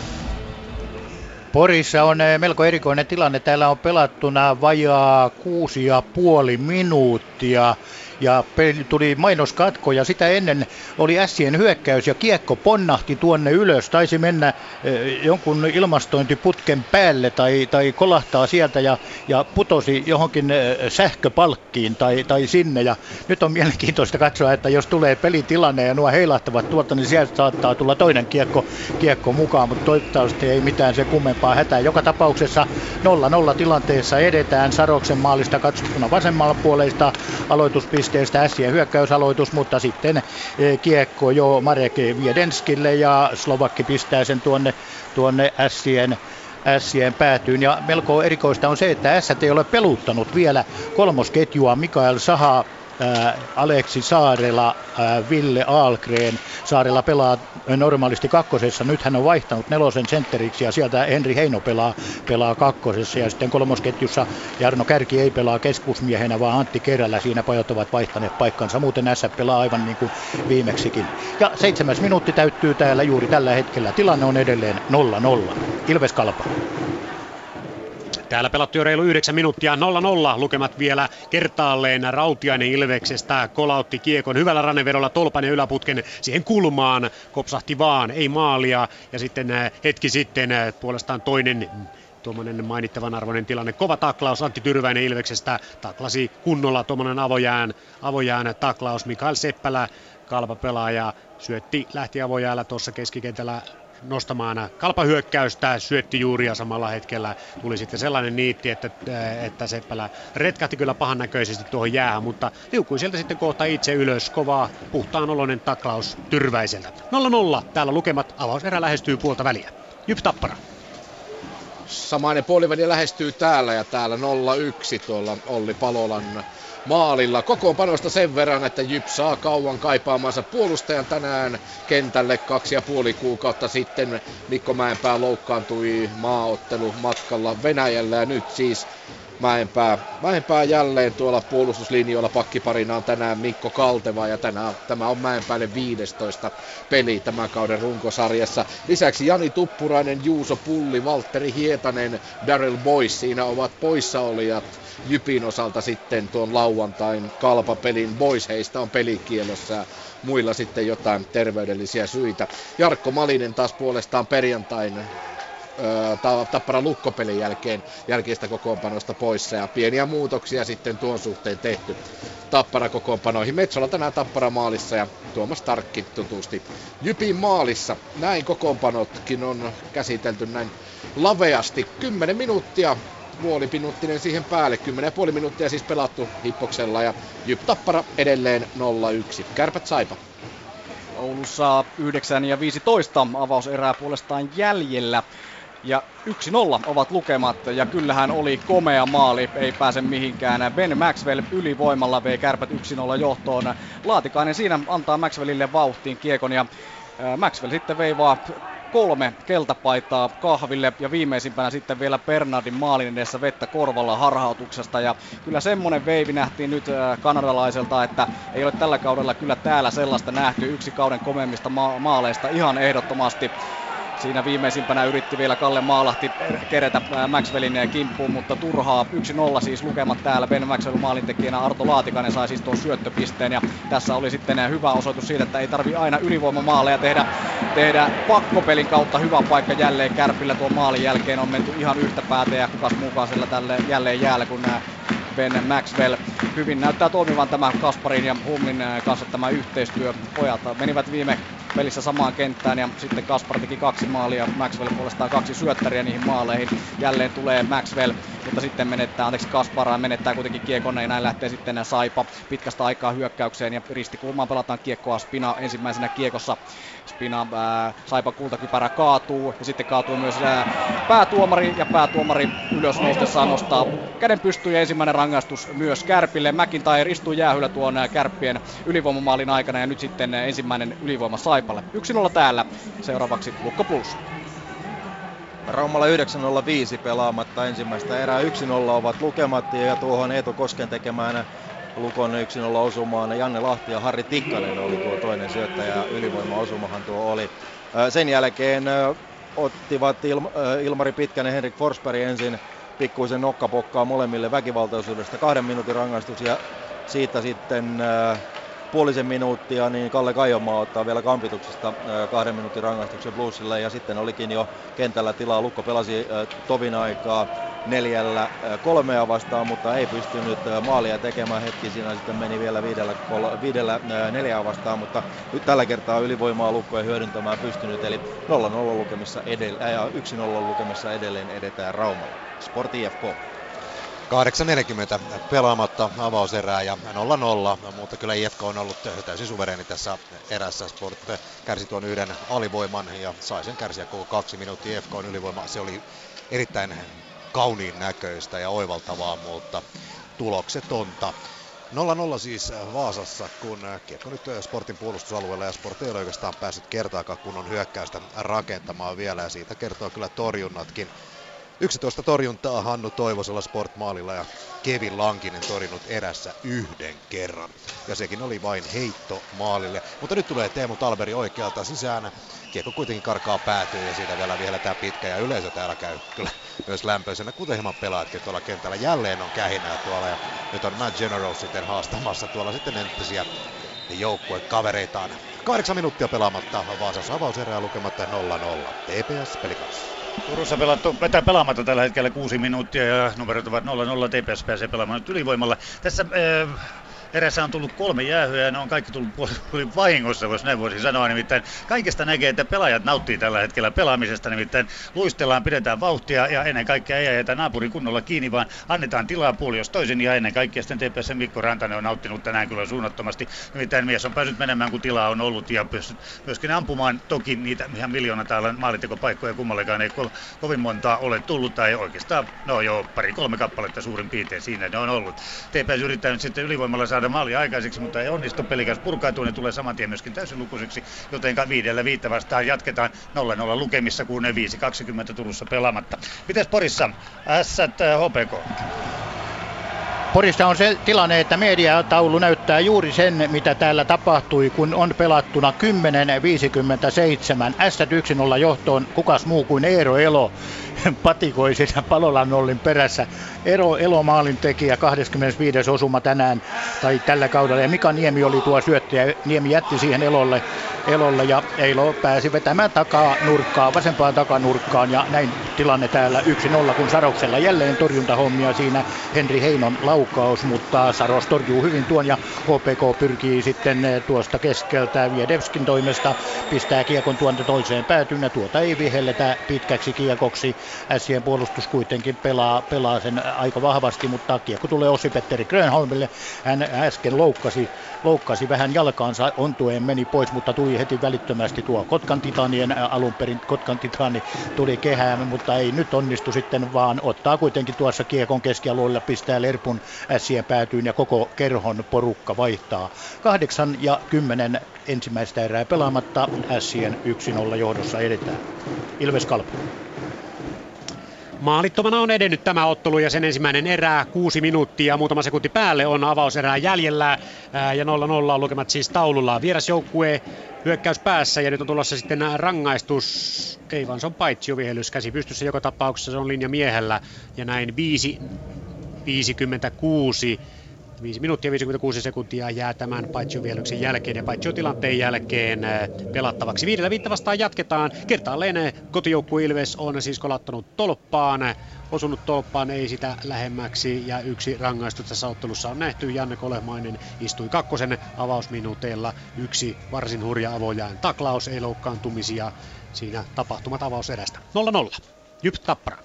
Porissa on melko erikoinen tilanne. Täällä on pelattuna vajaa kuusi ja puoli minuuttia. Ja tuli mainoskatko ja sitä ennen oli Ässien hyökkäys ja kiekko ponnahti tuonne ylös. Taisi mennä jonkun ilmastointiputken päälle tai, tai kolahtaa sieltä ja, ja putosi johonkin sähköpalkkiin tai, tai sinne. Ja nyt on mielenkiintoista katsoa, että jos tulee pelitilanne ja nuo heilahtavat tuolta, niin sieltä saattaa tulla toinen kiekko, kiekko mukaan, mutta toivottavasti ei mitään se kummempaa hätää. Joka tapauksessa nolla nolla tilanteessa edetään Saroksen maalista katsottuna vasemmalla puoleista aloituspisteestä. Ässien hyökkäysaloitus, mutta sitten kiekko jo Marek Viedenskille ja Slovakki pistää sen tuonne, tuonne Ässien, Ässien päätyyn. Ja melko erikoista on se, että Ässät ei ole peluttanut vielä kolmosketjua Mikael Saha, Ää, Aleksi Saarela, ää, Ville Ahlgren. Saarela pelaa normaalisti kakkosessa, nyt hän on vaihtanut nelosen sentteriksi ja sieltä Henri Heino pelaa, pelaa kakkosessa ja sitten kolmosketjussa Jarno Kärki ei pelaa keskusmiehenä, vaan Antti Kerälä, siinä pajat ovat vaihtaneet paikkansa, muuten S pelaa aivan niin kuin viimeksikin. Ja seitsemäs minuutti täyttyy täällä juuri tällä hetkellä, tilanne on edelleen nolla nolla. Ilves Kalpa.
Täällä pelattu jo reilu yhdeksän minuuttia, nolla nolla lukemat vielä kertaalleen. Rautiainen Ilveksestä kolautti kiekon hyvällä rannevedolla Tolpanen yläputken siihen kulmaan, kopsahti vaan, ei maalia. Ja sitten hetki sitten puolestaan toinen tuommoinen mainittavan arvoinen tilanne. Kova taklaus, Antti Tyrväinen Ilveksestä taklasi kunnolla tuommoinen avojään, avojään taklaus. Mikael Seppälä, Kalpa-pelaaja, syötti, lähti avojäällä tuossa keskikentällä nostamaan Kalpa-hyökkäystä, syötti juuri ja samalla hetkellä tuli sitten sellainen niitti, että, että Seppälä retkahti kyllä pahan näköisesti tuohon jäähän, mutta liukui sieltä sitten kohta itse ylös. Kova, puhtaan oloinen taklaus Tyrväiseltä. nolla nolla, täällä lukemat, avauserä lähestyy puolta väliä. Jyp Tappara.
Samainen puoliväli lähestyy täällä ja täällä nolla yksi tuolla Olli Palolan maalilla. Kokoonpanosta sen verran, että Jyp saa kauan kaipaamansa puolustajan tänään kentälle. Kaksi ja puoli kuukautta sitten Mikko Mäenpää loukkaantui maaottelu matkalla Venäjällä ja nyt siis Mäenpää, Mäenpää jälleen tuolla puolustuslinjoilla. Pakkiparina on tänään Mikko Kalteva ja tänään, tämä on Mäenpäälle viidestoista peli tämän kauden runkosarjassa. Lisäksi Jani Tuppurainen, Juuso Pulli, Valtteri Hietanen, Daryl Boyce, siinä ovat poissaolijat Jypin osalta sitten tuon lauantain Kalpa-pelin. Boyce heistä on pelikielossa, muilla sitten jotain terveydellisiä syitä. Jarkko Malinen taas puolestaan perjantain Tapparan Lukko-pelin jälkeen jälkeistä kokoonpanosta poissa ja pieniä muutoksia sitten tuon suhteen tehty Tappara kokoonpanoihin. Metsola tänään Tappara maalissa ja Tuomas Tarkki tutusti Jypin maalissa. Näin kokoonpanotkin on käsitelty näin laveasti. kymmenen minuuttia, puoliminuuttinen siihen päälle. kymmenen pilkku viisi minuuttia siis pelattu Hippoksella ja Jyp Tappara edelleen nolla yksi. Kärpät Saipa.
Oulussa yhdeksän ja viisitoista avauserää puolestaan jäljellä. Ja yksi nolla ovat lukemat ja kyllähän oli komea maali, ei pääse mihinkään. Ben Maxwell ylivoimalla vei Kärpät yksi nolla johtoon. Laatikainen siinä antaa Maxwellille vauhtiin kiekon ja Maxwell sitten veivaa kolme keltapaitaa kahville ja viimeisimpänä sitten vielä Bernardin maalin edessä vettä korvalla harhautuksesta. Ja kyllä semmonen veivi nähtiin nyt kanadalaiselta, että ei ole tällä kaudella kyllä täällä sellaista nähty. Yksi kauden komeimmista ma- maaleista ihan ehdottomasti. Siinä viimeisimpänä yritti vielä Kalle Maalahti kerätä Maxwellin kimppuun, mutta turhaa. yksi nolla siis lukemat täällä. Ben Maxwell maalintekijänä, Arto Laatikainen sai siis tuon syöttöpisteen. Ja tässä oli sitten hyvä osoitus siitä, että ei tarvi aina ylivoimamaaleja tehdä, tehdä pakkopelin kautta. Hyvä paikka jälleen Kärpillä tuon maalin jälkeen. On menty ihan yhtä päätä ja kukas mukaan sillä tälle jälleen jäällä, kun nämä Ben Maxwell. Hyvin näyttää toimivan tämä Kasparin ja Hummin kanssa tämä yhteistyö. Pojat menivät viime pelissä samaan kenttään ja sitten Kaspar teki kaksi maalia, Maxwell puolestaan kaksi syöttäriä niihin maaleihin. Jälleen tulee Maxwell, mutta sitten menettää, anteeksi Kaspar menettää kuitenkin kiekon ja näin lähtee sitten Saipa pitkästä aikaa hyökkäykseen ja ristikulmaan pelataan kiekkoa. Spina ensimmäisenä kiekossa. Spina ää, Saipa kultakypärä kaatuu ja sitten kaatuu myös ää, päätuomari ja päätuomari ylös noustessaan nostaa käden pystyyn ja ensimmäinen rangaistus myös Kärpille. McIntyre istuu jäähyllä tuon ää, Kärppien ylivoimamaalin aikana ja nyt sitten ää, ensimmäinen ylivoima Saipalle. yksi nolla täällä. Seuraavaksi Lukko Plus.
Raumalla yhdeksän nolla viisi pelaamatta ensimmäistä erää. yksi nolla ovat lukemat ja tuohon Eetu Kosken tekemään Lukon yksi nolla osumaan Janne Lahti ja Harri Tikkanen oli tuo toinen syöttäjä. Ylivoima-osumahan tuo oli. Sen jälkeen ottivat Il- Ilmari Pitkänen ja Henrik Forsberg ensin pikkuisen nokkapokkaa molemmille väkivaltaisuudesta kahden minuutin rangaistuksia. Siitä sitten puolisen minuuttia, niin Kalle Kaijomaa ottaa vielä kampituksesta kahden minuutin rangaistuksen Bluesille ja sitten olikin jo kentällä tilaa. Lukko pelasi tovin aikaa neljällä kolmea vastaan, mutta ei pystynyt maalia tekemään. Hetki siinä sitten meni vielä viidellä, kol- viidellä neljää vastaan, mutta nyt tällä kertaa ylivoimaa Lukko ei hyödyntämään pystynyt, eli nolla nolla lukemissa edelleen, ja yksi nolla lukemissa edelleen edetään Raumalla. Sport I F K.
kahdeksan neljäkymmentä pelaamatta avauserää ja nolla nolla, mutta kyllä I F K on ollut täysin suvereeni tässä erässä. Sport kärsi tuon yhden alivoiman ja sai sen kärsiä koko kaksi minuuttia. I F K:n ylivoima, se oli erittäin kauniin näköistä ja oivaltavaa, mutta tuloksetonta. nolla nolla siis Vaasassa, kun kiekko nyt Sportin puolustusalueella ja Sport ei ole oikeastaan päässyt kertaakaan kunnon hyökkäystä rakentamaan vielä ja siitä kertoo kyllä torjunnatkin. yksitoista torjuntaa Hannu Toivosella Sport-maalilla ja Kevin Lankinen torjunut erässä yhden kerran. Ja sekin oli vain heitto maalille. Mutta nyt tulee Teemu Talberi oikealta sisään. Kiekko kuitenkin karkaa päätyy ja siitä vielä vihelletään pitkä ja yleisö täällä käy kyllä myös lämpöisenä, kuten hieman pelaatkin tuolla kentällä. Jälleen on kähinää tuolla ja nyt on Matt General sitten haastamassa tuolla sitten entisiä joukkuekavereitaan. Kahdeksan minuuttia pelaamatta Vaasassa avauserää lukematta nolla nolla. T P S Pelikans.
Turussa pelattu, vetää pelaamatta tällä hetkellä kuusi minuuttia ja numerot ovat nolla nolla. T P S pääsee pelaamaan nyt ylivoimalla. Tässä äh, erässä on tullut kolme jäähyä ja ne on kaikki tullut puolin vahingossa, jos näin voisin sanoa. Nimittäin kaikesta näkee, että pelaajat nauttii tällä hetkellä pelaamisesta. Nimittäin luistellaan, pidetään vauhtia ja ennen kaikkea ei jätä naapurin kunnolla kiinni, vaan annetaan tilaa puoli jos toisin. Ja ennen kaikkea sitten T P S:n Mikko Rantanen on nauttinut tänään kyllä suunnattomasti. Nimittäin mies on päässyt menemään, kun tilaa on ollut ja myöskin ampumaan. Toki niitä ihan miljoona täällä maalintekopaikkoja kummallekaan ei ko- kovin montaa ole tullut. Tai oikeastaan, no joo, pari kolme kappaletta suurin piirtein siinä ne on ollut. T P S yrittää nyt sitten ylivoimalla saada maalia aikaiseksi, mutta ei onnistu. Pelikäs purkautuu, ne tulee saman tien myöskin täysin lukuisiksi, joten viidellä viittä vastaan jatketaan nolla nolla lukemissa, kun ne viisi kaksikymmentä Turussa pelaamatta. Mites Porissa? Ässät H P K.
Porissa on se tilanne, että mediataulu näyttää juuri sen, mitä täällä tapahtui, kun on pelattuna kymmenen viisikymmentäseitsemän. Ässät yksi nolla johtoon, kukas muu kuin Eero Elo patikoi siinä Palolannollin perässä. Eero Elo maalintekijä, kaksikymmentäviisi osuma tänään tai tällä kaudella. Ja Mika Niemi oli tuo syöttäjä. Niemi jätti siihen Elolle Elolle ja Elo pääsi vetämään takaa nurkkaan, vasempaan takanurkkaan ja näin tilanne täällä yksi nolla, kun Saroksella jälleen torjuntahommia siinä Henri Heinon laukaus, mutta Saros torjuu hyvin tuon ja H P K pyrkii sitten tuosta keskeltä Viedevskin toimesta pistää kiekon tuonta toiseen päätyyn ja tuota ei vihelletä pitkäksi kiekoksi. Ässien puolustus kuitenkin pelaa, pelaa sen aika vahvasti, mutta kiekko tulee Ossi-Petteri Grönholmille. Hän äsken loukkasi, loukkasi vähän jalkaansa, ontuen meni pois, mutta tuli heti välittömästi tuo Kotkan Titanien alun perin. Kotkan Titani tuli kehään, mutta ei nyt onnistu sitten, vaan ottaa kuitenkin tuossa kiekon keskialueella, pistää Lerpun Ässien päätyyn ja koko kerhon porukka vaihtaa. Kahdeksan ja kymmenen ensimmäistä erää pelaamatta, Ässien yksi nolla johdossa edetään. Ilves Kalpa.
Maalittomana on edennyt tämä ottelu ja sen ensimmäinen erä, kuusi minuuttia, muutama sekunti päälle on avauserää jäljellä ää, ja nolla nolla on lukemat siis taululla. Vierasjoukkue hyökkäys päässä ja nyt on tulossa sitten rangaistus. Ei vaan se on paitsiovihelys, käsi pystyssä joka tapauksessa, se on linja miehellä ja näin viisi viisikymmentäkuusi. viisi minuuttia viisikymmentäkuusi sekuntia jää tämän paitsiovihelyksen jälkeen ja paitsiotilanteen jälkeen pelattavaksi. Viidellä viittä vastaan jatketaan. Kertaalleen kotijoukkue Ilves on siis kolattanut tolppaan. Osunut tolppaan, ei sitä lähemmäksi ja yksi rangaistus tässä ottelussa on nähty. Janne Kolehmainen istui kakkosen avausminuuteilla. Yksi varsin hurja avojään taklaus, ei loukkaantumisia. Siinä tapahtumat avauserästä. nolla nolla. Jyp Tappara.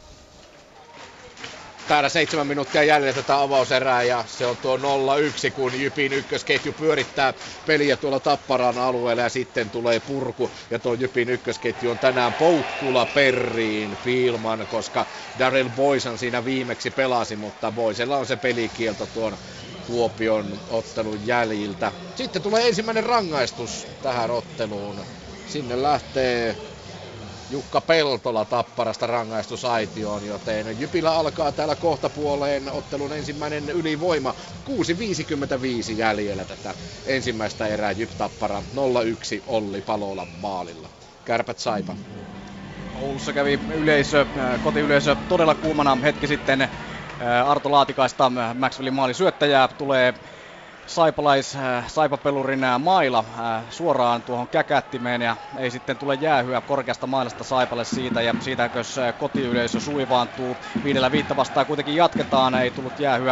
Täällä seitsemän minuuttia jäljellä tätä avauserää ja se on tuo nolla yksi, kun Jypin ykkösketju pyörittää peliä tuolla Tapparan alueella ja sitten tulee purku. Ja tuo Jypin ykkösketju on tänään Poukkula, Perriin, Fielman, koska Darrell Boysan siinä viimeksi pelasi, mutta Boysella on se pelikielto tuon Kuopion ottelun jäljiltä. Sitten tulee ensimmäinen rangaistus tähän otteluun. Sinne lähtee Jukka Peltola Tapparasta rangaistusaitioon, joten Jypillä alkaa täällä kohtapuoleen ottelun ensimmäinen ylivoima. kuusi viisikymmentäviisi jäljellä tätä ensimmäistä erää. Jyp Tappara nolla yksi Olli Palolan maalilla. Kärpät Saipa.
Oulussa kävi yleisö, kotiyleisö todella kuumana hetki sitten. Arto Laatikaista Maxwellin maalisyöttäjää tulee saipalais, saipapelurin maila suoraan tuohon käkättimeen ja ei sitten tule jäähyä korkeasta mailasta Saipalle siitä ja siitäkös kotiyleisö suivaantuu. Viidellä viittä vastaan kuitenkin jatketaan, ei tullut jäähyä.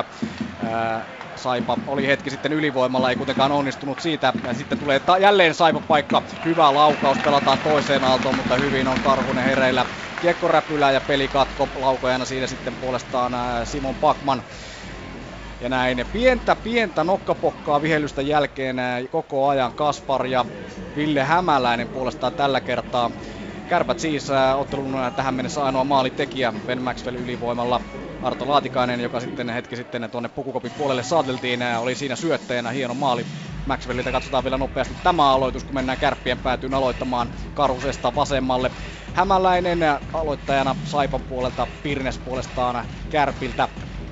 Saipa oli hetki sitten ylivoimalla, ei kuitenkaan onnistunut siitä. Ja sitten tulee ta- jälleen Saipa-paikka, hyvä laukaus, pelataan toiseen aaltoon, mutta hyvin on Karhunen hereillä. Kiekkoräpylä ja pelikatko, laukojana siinä sitten puolestaan Simon Backman. Ja näin pientä, pientä nokkapokkaa vihellystä jälkeen koko ajan Kaspar ja Ville Hämäläinen puolestaan tällä kertaa. Kärpät siis ottelun tähän mennessä ainoa maalitekijä Ben Maxwell ylivoimalla. Arto Laatikainen, joka sitten hetki sitten tuonne pukukopin puolelle saateltiin, oli siinä syöttäjänä. Hieno maali Maxwellilta. Katsotaan vielä nopeasti tämä aloitus, kun mennään Kärppien päätyyn aloittamaan Karhusesta vasemmalle. Hämäläinen aloittajana Saipan puolelta, Pirnes puolestaan Kärpiltä.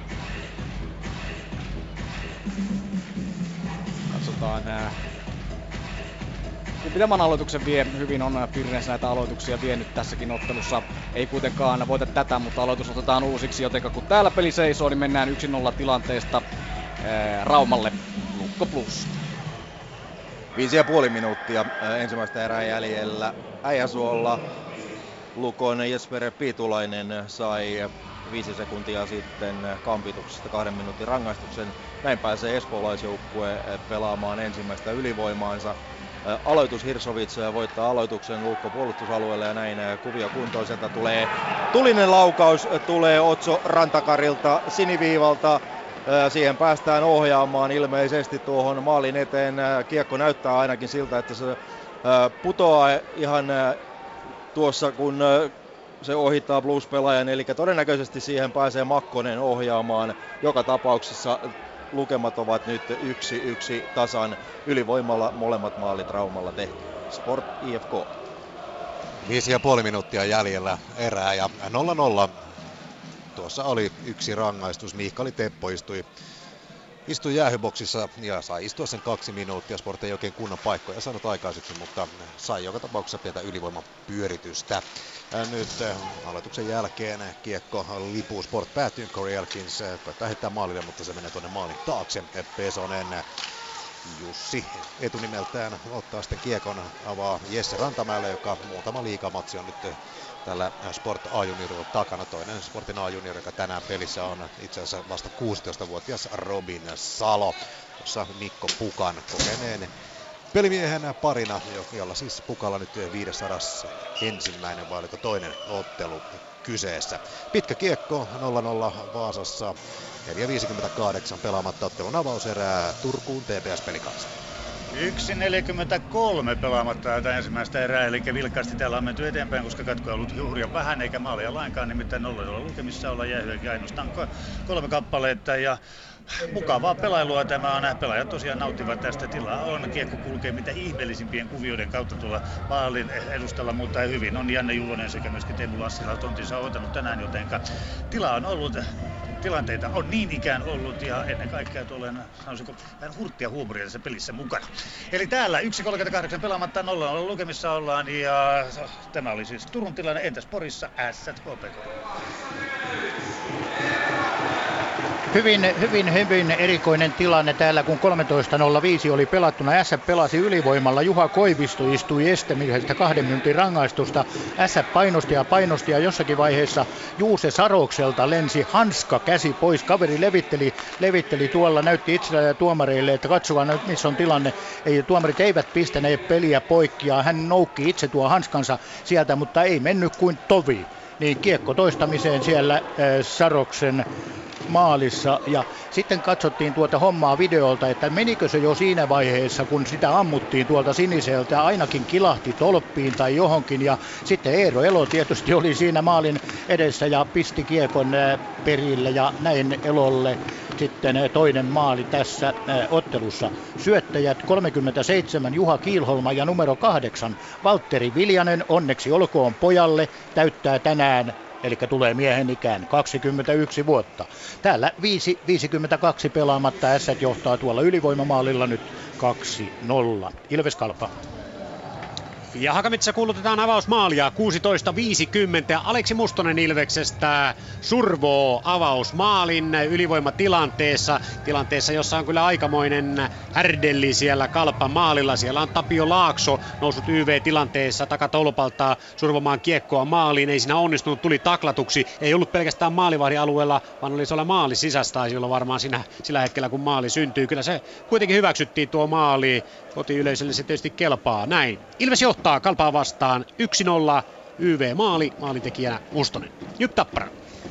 Katsotaan. Kun pidemmän aloituksen vie, hyvin on Pirnes näitä aloituksia vienyt tässäkin ottelussa. Ei kuitenkaan voita tätä, mutta aloitus otetaan uusiksi, joten kun täällä peli seisoo, niin mennään yksi nolla tilanteesta ää, Raumalle. Lukko plus.
Viisi ja puoli minuuttia ensimmäistä erää jäljellä Äijäsuolla. Lukon Jesper Piitulainen sai viisi sekuntia sitten kampituksesta kahden minuutin rangaistuksen. Näin pääsee espoolaisjoukkue pelaamaan ensimmäistä ylivoimaansa. Aloitus Hirsovits voittaa aloituksen Lukko puolustusalueelle ja näin kuvio kuntoiselta tulee tulinen laukaus, tulee Otso Rantakarilta siniviivalta. Siihen päästään ohjaamaan ilmeisesti tuohon maalin eteen. Kiekko näyttää ainakin siltä, että se putoaa ihan tuossa kun se ohittaa Blues-pelaajan, eli todennäköisesti siihen pääsee Makkonen ohjaamaan. Joka tapauksessa lukemat ovat nyt yksi yksi tasan, ylivoimalla molemmat maalit Raumalla tehty. Sport I F K.
Viisi ja puoli minuuttia jäljellä erää ja nolla nolla. Tuossa oli yksi rangaistus. Mihkali Teppo istui, istui jäähyboksissa ja sai istua sen kaksi minuuttia. Sport ei oikein kunnon paikkoja saanut aikaiseksi, mutta sai joka tapauksessa pientä ylivoimapyöritystä. Nyt aloituksen jälkeen kiekko lipuu, Sport päätyy. Corey Elkins koettaa heittää maalille, mutta se menee tuonne maalin taakse. Pesonen Jussi etunimeltään ottaa sitten kiekon, avaa Jesse Rantamäelle, joka muutama liigamatsi on nyt tällä Sport A-juniorilla takana. Toinen Sportin A-junior, joka tänään pelissä on itse asiassa vasta kuusitoistavuotias Robin Salo, jossa Mikko Pukan kokeneen pelimiehen parina, jolla siis Pukalla nyt viisisataa ensimmäinen vai oliko toinen ottelu kyseessä. Pitkä kiekko nolla nolla Vaasassa, neljä viisikymmentäkahdeksan pelaamatta ottelun avauserää Turkuun T P S-pelikanssa.
yksi neljäkymmentäkolme pelaamatta tätä ensimmäistä erää, eli vilkkaasti täällä on menty eteenpäin, koska katkoja on ollut hurjan vähän eikä maalia lainkaan, nimittäin nolla nolla lukemissa ollaan jäähyäkin ainoastaan kolme kappaletta ja mukavaa pelailua tämä on. Pelaajat tosiaan nauttivat tästä. Tilaa on. Kiekko kulkee mitä ihmeellisimpien kuvioiden kautta tuolla maalin edustalla, mutta hyvin on Janne Juvonen sekä myöskin Teemu Lassila tontinsa hoitanut tänään, jotenka tila on ollut. Tilanteita on niin ikään ollut ja ennen kaikkea tuollainen, sanoisinko, vähän hurttia huumoria tässä pelissä mukana. Eli täällä yksi kolmekymmentäkahdeksan pelaamatta nolla nolla lukemissa ollaan ja tämä oli siis Turun tilanne. Entäs Porissa Ässät K P K?
Hyvin, hyvin, hyvin erikoinen tilanne täällä, kun kolmetoista nolla viisi oli pelattuna. Ässät pelasi ylivoimalla. Juha Koivisto istui estämisestä kahden minuutin rangaistusta. Ässät painosti ja painosti ja jossakin vaiheessa Juuse Sarokselta lensi hanska käsi pois. Kaveri levitteli, levitteli tuolla, näytti itsellä ja tuomareille, että katsokaa nyt missä on tilanne. Ei, tuomarit eivät pistäneet peliä poikki ja hän noukki itse tuo hanskansa sieltä, mutta ei mennyt kuin tovi. Niin kiekko toistamiseen siellä äh, Saroksen maalissa ja sitten katsottiin tuota hommaa videolta, että menikö se jo siinä vaiheessa, kun sitä ammuttiin tuolta siniseltä, ainakin kilahti tolppiin tai johonkin ja sitten Eero Elo tietysti oli siinä maalin edessä ja pisti kiekon perille ja näin Elolle sitten toinen maali tässä ottelussa. Syöttäjät kolmekymmentäseitsemän Juha Kiilholma ja numero kahdeksan Valtteri Viljanen, onneksi olkoon pojalle, täyttää tänään eli tulee miehen ikään kaksikymmentäyksi vuotta. Täällä viisi viisikymmentäkaksi pelaamatta, Ässät johtaa tuolla ylivoimamaalilla nyt kaksi nolla. Ilves Kalpa.
Ja Hakametsä kuulutetaan avausmaalia kuusitoista viisikymmentä. Aleksi Mustonen Ilveksestä survoo avausmaalin ylivoimatilanteessa. Tilanteessa, jossa on kyllä aikamoinen härdelli siellä Kalpan maalilla. Siellä on Tapio Laakso noussut Y V-tilanteessa takatolpalta survomaan kiekkoa maaliin. Ei siinä onnistunut, tuli taklatuksi. Ei ollut pelkästään maalivahdin alueella, vaan oli siellä maali sisästä taisi olla varmaan siinä, sillä hetkellä, kun maali syntyy. Kyllä se kuitenkin hyväksyttiin tuo maali. Kotiyleisölle se tietysti kelpaa. Näin. Ilves johtaa Kalpaa vastaan yksi nolla. Y V-maali, maalintekijänä Mustonen. Jyp Tappara.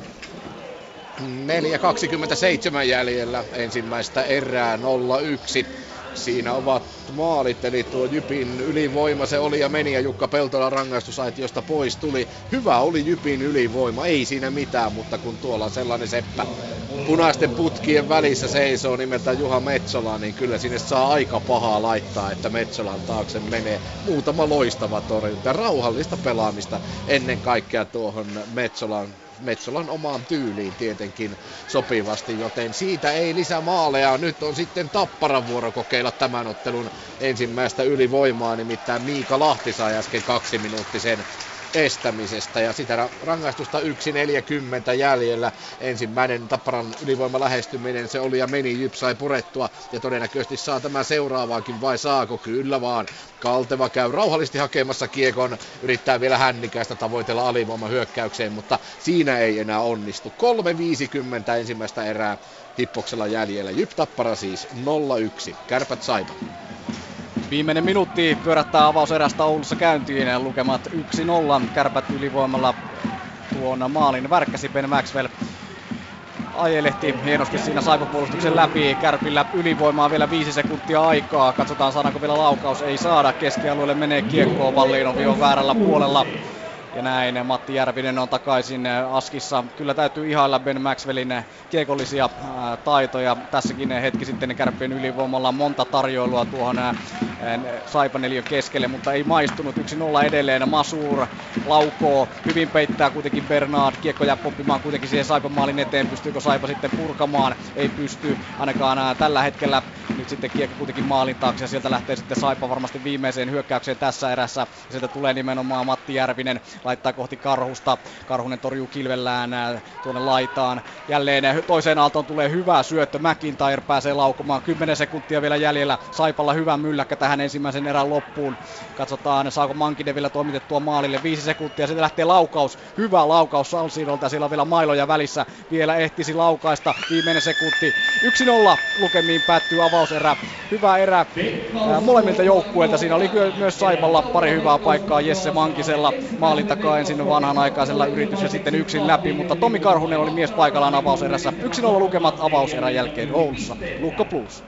neljä kaksikymmentäseitsemän jäljellä ensimmäistä erää nolla yksi. Siinä ovat maalit, eli tuo Jypin ylivoima, se oli ja meni ja Jukka Peltola rangaistusaitiosta pois tuli. Hyvä oli Jypin ylivoima, ei siinä mitään, mutta kun tuolla on sellainen seppä punaisten putkien välissä seisoo nimeltään Juha Metsola, niin kyllä sinne saa aika pahaa laittaa, että Metsolan taakse menee muutama loistava torjunta. Rauhallista pelaamista ennen kaikkea tuohon Metsolan Metsolan omaan tyyliin tietenkin sopivasti, joten siitä ei lisämaaleja. Nyt on sitten Tapparan vuoro kokeilla tämän ottelun ensimmäistä ylivoimaa, nimittäin Miika Lahti sai äsken kaksi minuuttisen estämisestä ja sitä rangaistusta yksi neljäkymmentä jäljellä. Ensimmäinen Tapparan ylivoima lähestyminen, se oli ja meni, Jyp sai purettua ja todennäköisesti saa tämän seuraavaakin, vai saako? Kyllä vaan. Kalteva käy rauhallisesti hakemassa kiekon, yrittää vielä hännikäistä tavoitella alivoima hyökkäykseen, mutta siinä ei enää onnistu. kolme viisikymmentä ensimmäistä erää Hippoksella jäljellä. Jyp Tappara siis nolla yksi. Kärpät Saipa.
Viimeinen minuutti pyörättää avauserästä Oulussa käyntiin. Lukemat yksi nolla. Kärpät ylivoimalla tuon maalin värkkäsi Ben Maxwell. Ajelehti hienosti siinä Saipa-puolustuksen läpi. Kärpillä ylivoimaa vielä viisi sekuntia aikaa. Katsotaan saadaanko vielä laukaus. Ei saada. Keskialueelle menee kiekkoon. Vallinovi on väärällä puolella. Ja näin Matti Järvinen on takaisin askissa. Kyllä täytyy ihailla Ben Maxwellin kiekollisia ää, taitoja. Tässäkin hetki sitten Kärppien ylivoimalla monta tarjoilua tuohon ää, Saipa-neliön keskelle, mutta ei maistunut. yksi nolla edelleen. Masur laukoo. Hyvin peittää kuitenkin Bernard. Kiekko jää poppimaan kuitenkin siihen Saipan maalin eteen. Pystyykö Saipa sitten purkamaan? Ei pysty ainakaan ää, tällä hetkellä. Nyt sitten kiekko kuitenkin maalin taakse ja sieltä lähtee sitten Saipa varmasti viimeiseen hyökkäykseen tässä erässä. Ja sieltä tulee nimenomaan Matti Järvinen. laittaa kohti Karhusta. Karhunen torjuu kilvellään ää, tuonne laitaan. Jälleen toiseen aaltoon tulee hyvä syöttö. McIntyre pääsee laukomaan. kymmenen sekuntia vielä jäljellä. Saipalla hyvä mylläkkä tähän ensimmäisen erän loppuun. Katsotaan, saako Mankinen vielä toimitettua maalille. Viisi sekuntia. Sitten lähtee laukaus. Hyvä laukaus Salsidolta. Siellä on vielä mailoja välissä. Vielä ehtisi laukaista. Viimeinen sekunti. yksi nolla lukemiin päättyy avauserä. Hyvä erä ää, molemmilta joukkueilta. Siinä oli myös Saipalla pari hyvää paikkaa Jesse Mankisella. Maalin takaa ensin vanhanaikaisella yritys ja sitten yksin läpi. Mutta Tomi Karhunen oli mies paikallaan avauserässä. yksi nolla lukemat avauserän jälkeen Oulussa. Lukko Plus.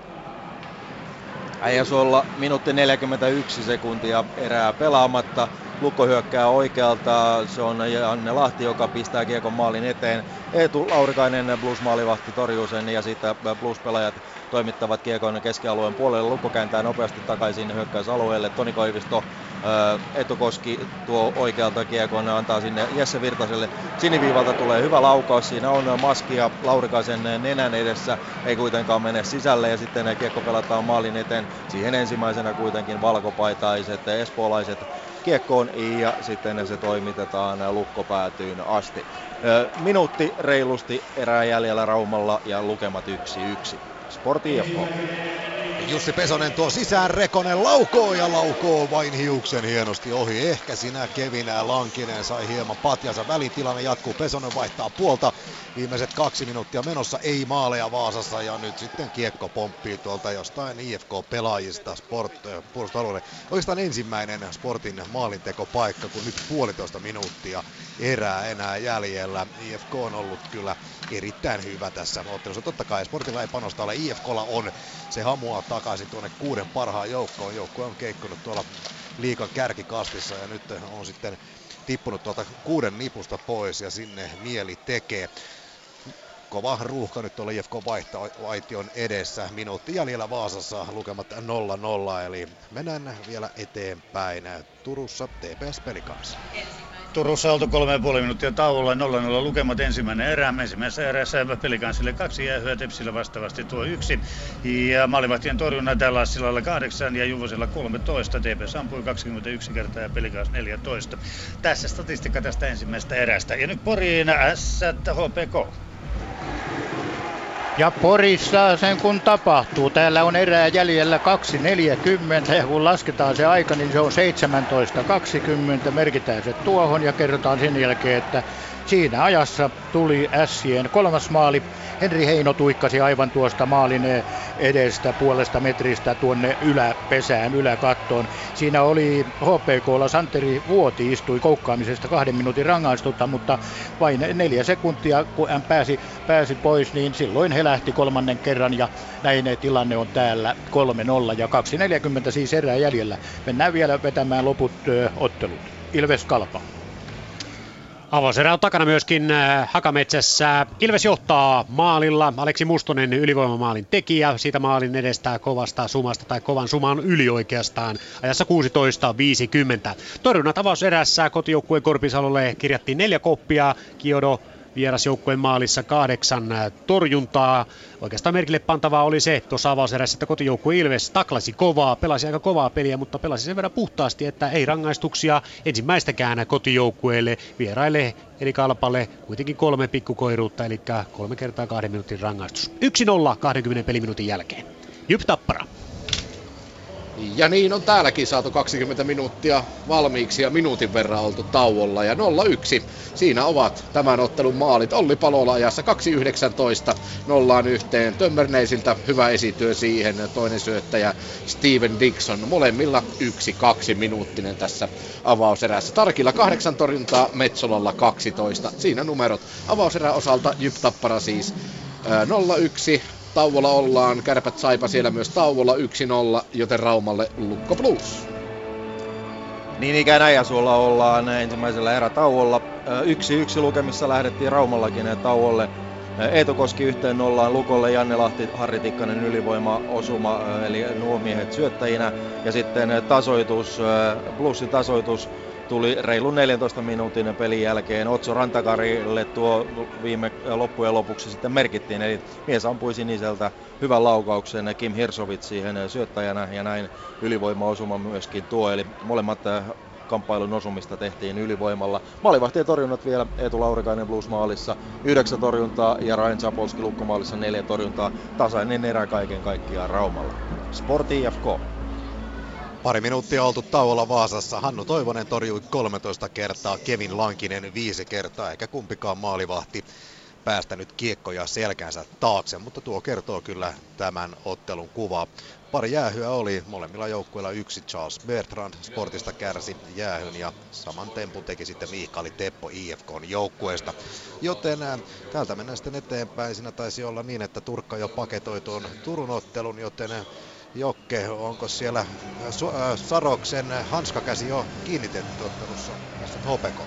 Äijäsuolla minuutti neljäkymmentäyksi sekuntia erää pelaamatta. Lukko hyökkää oikealta, se on Janne Lahti, joka pistää kiekon maalin eteen. Eetu Laurikainen, Blues-maalivahti, torjuu sen ja sitten Blues-pelaajat toimittavat kiekon keskialueen puolelle. Lukko kääntää nopeasti takaisin hyökkäysalueelle. Toni Koivisto, Eetu Koski tuo oikealta kiekon, antaa sinne Jesse Virtaselle. Siniviivalta tulee hyvä laukaus, siinä on maskia Laurikaisen nenän edessä, ei kuitenkaan mene sisälle ja sitten kiekko pelataan maalin eteen. Siihen ensimmäisenä kuitenkin valkopaitaiset espoolaiset kiekkoon ja sitten se toimitetaan lukkopäätyyn asti. Minuutti reilusti erää jäljellä Raumalla ja lukemat yksi yksi. Sportti F K.
Jussi Pesonen tuo sisään, Rekonen laukoo ja laukoo vain hiuksen hienosti ohi. Ehkä sinä Kevinä Lankinen sai hieman patjansa. Välitilanne jatkuu, Pesonen vaihtaa puolta. Viimeiset kaksi minuuttia menossa, ei maaleja Vaasassa ja nyt sitten kiekko pomppii tuolta jostain I F K-pelaajista Sport, puolustusalueelle. Oikeastaan ensimmäinen Sportin maalintekopaikka, kun nyt puolitoista minuuttia erää enää jäljellä. I F K on ollut kyllä erittäin hyvä tässä ottelussa. Totta kai Sportilla ei panosta ole, I F K:lla on. Se hamuaa takaisin tuonne kuuden parhaan joukkoon. Joukkue on keikkunut tuolla liigan kärkikastissa ja nyt on sitten tippunut tuolta kuuden nipusta pois ja sinne mieli tekee. Kova ruuhka nyt tuolla I F K-vaition edessä. Minuutti jäljellä Vaasassa, lukemat nolla nolla, eli mennään vielä eteenpäin. Turussa T P S Pelicans.
Turussa oltu kolme ja puoli minuuttia tauolla, nolla nolla lukemat ensimmäinen erä. Ensimmäisessä erässä Pelicansille kaksi jäähyä, Tepsillä vastaavasti tuo yksi. Ja maalivahtien torjunnan täällä Assilalla kahdeksan ja Juvosella kolmetoista. T P S ampui kaksikymmentäyksi kertaa ja Pelicans neljätoista. Tässä statistiikka tästä ensimmäisestä erästä. Ja nyt Poriin S H P K.
Ja Porissa sen kun tapahtuu. Täällä on erää jäljellä kaksi neljäkymmentä ja kun lasketaan se aika, niin se on seitsemäntoista kaksikymmentä. Merkitään se tuohon ja kerrotaan sen jälkeen, että siinä ajassa tuli Ässien kolmas maali. Henri Heino tuikkasi aivan tuosta maalin edestä puolesta metristä tuonne yläpesään, yläkattoon. Siinä oli H P K:lla Santeri Vuoti istui koukkaamisesta kahden minuutin rangaistusta, mutta vain neljä sekuntia kun hän pääsi, pääsi pois, niin silloin he lähti kolmannen kerran ja näin tilanne on täällä kolme nolla ja kaksi neljäkymmentä siis erää jäljellä. Mennään vielä vetämään loput ö, ottelut. Ilves Kalpa.
Avauserä on takana myöskin Hakametsässä. Ilves johtaa maalilla. Aleksi Mustonen ylivoimamaalin tekijä. Siitä maalin edestä kovasta sumasta tai kovan suman yli oikeastaan. Ajassa kuusitoista viisikymmentä. Torjunnat avauserässä kotijoukkueen Korpisalolle kirjattiin neljä koppia. Kiodo vierasjoukkueen maalissa kahdeksan torjuntaa. Oikeastaan merkille pantavaa oli se tuossa avauserässä, että kotijoukkue Ilves taklasi kovaa, pelasi aika kovaa peliä, mutta pelasi sen verran puhtaasti, että ei rangaistuksia ensimmäistäkään kotijoukkueelle. Vieraille eli Kalpalle kuitenkin kolme pikkukoiruutta, eli kolme kertaa kahden minuutin rangaistus. yksi nolla kaksikymmentä peliminuutin jälkeen. Jyp Tappara.
Ja niin on täälläkin saatu kaksikymmentä minuuttia valmiiksi ja minuutin verran oltu tauolla. Ja nolla yksi. Siinä ovat tämän ottelun maalit. Olli Palola ajassa kaksi yhdeksäntoista nollaan yhteen. Tömmerneisiltä hyvä esityö siihen. Toinen syöttäjä Steven Dixon. Molemmilla yksi kaksi minuuttinen tässä avauserässä. Tarkilla kahdeksan torjuntaa, Metsolalla kaksitoista. Siinä numerot avauserän osalta. Jyp Tappara siis nolla yksi. Tauolla ollaan, Kärpät Saipa siellä myös tauolla yksi nolla, joten Raumalle Lukko Plus.
Niin ikään Äijäsuolla ollaan ensimmäisellä erätauolla. yksi yksi lukemissa lähdettiin Raumallakin tauolle. Eetu Koski yhteen nollaan Lukolle, Janne Lahti, Harri Tikkanen ylivoima osuma, eli nuo miehet syöttäjinä. Ja sitten tasoitus, Plusin tasoitus tuli reilun neljäntoista minuutin pelin jälkeen. Otso Rantakarille tuo viime loppujen lopuksi sitten merkittiin, eli mies ampui siniseltä hyvän laukauksen, Kim Hirsovit siihen syöttäjänä ja näin ylivoimaosuma myöskin tuo, eli molemmat kamppailun osumista tehtiin ylivoimalla. Maalivahtien torjunnat vielä, Eetu Laurikainen Blues maalissa yhdeksän torjuntaa ja Ryan Zapolski Lukko-maalissa neljä torjuntaa. Tasainen erä kaiken kaikkiaan Raumalla. Sport I F K.
Pari minuuttia oltu tauolla Vaasassa. Hannu Toivonen torjui kolmetoista kertaa, Kevin Lankinen viisi kertaa, eikä kumpikaan maalivahti päästänyt kiekkoja selkänsä taakse, mutta tuo kertoo kyllä tämän ottelun kuvaa. Pari jäähyä oli, molemmilla joukkueilla yksi. Charles Bertrand Sportista kärsi jäähyn ja saman tempun teki sitten Miikali Teppo I F K:n joukkueesta. Joten ää, täältä mennään sitten eteenpäin. Siinä taisi olla niin, että Turkka jo paketoi tuon Turun ottelun, joten ää, Jokke, onko siellä ää, ää, Saroksen hanskakäsi jo kiinnitetty ottelussa? Tässä H P K.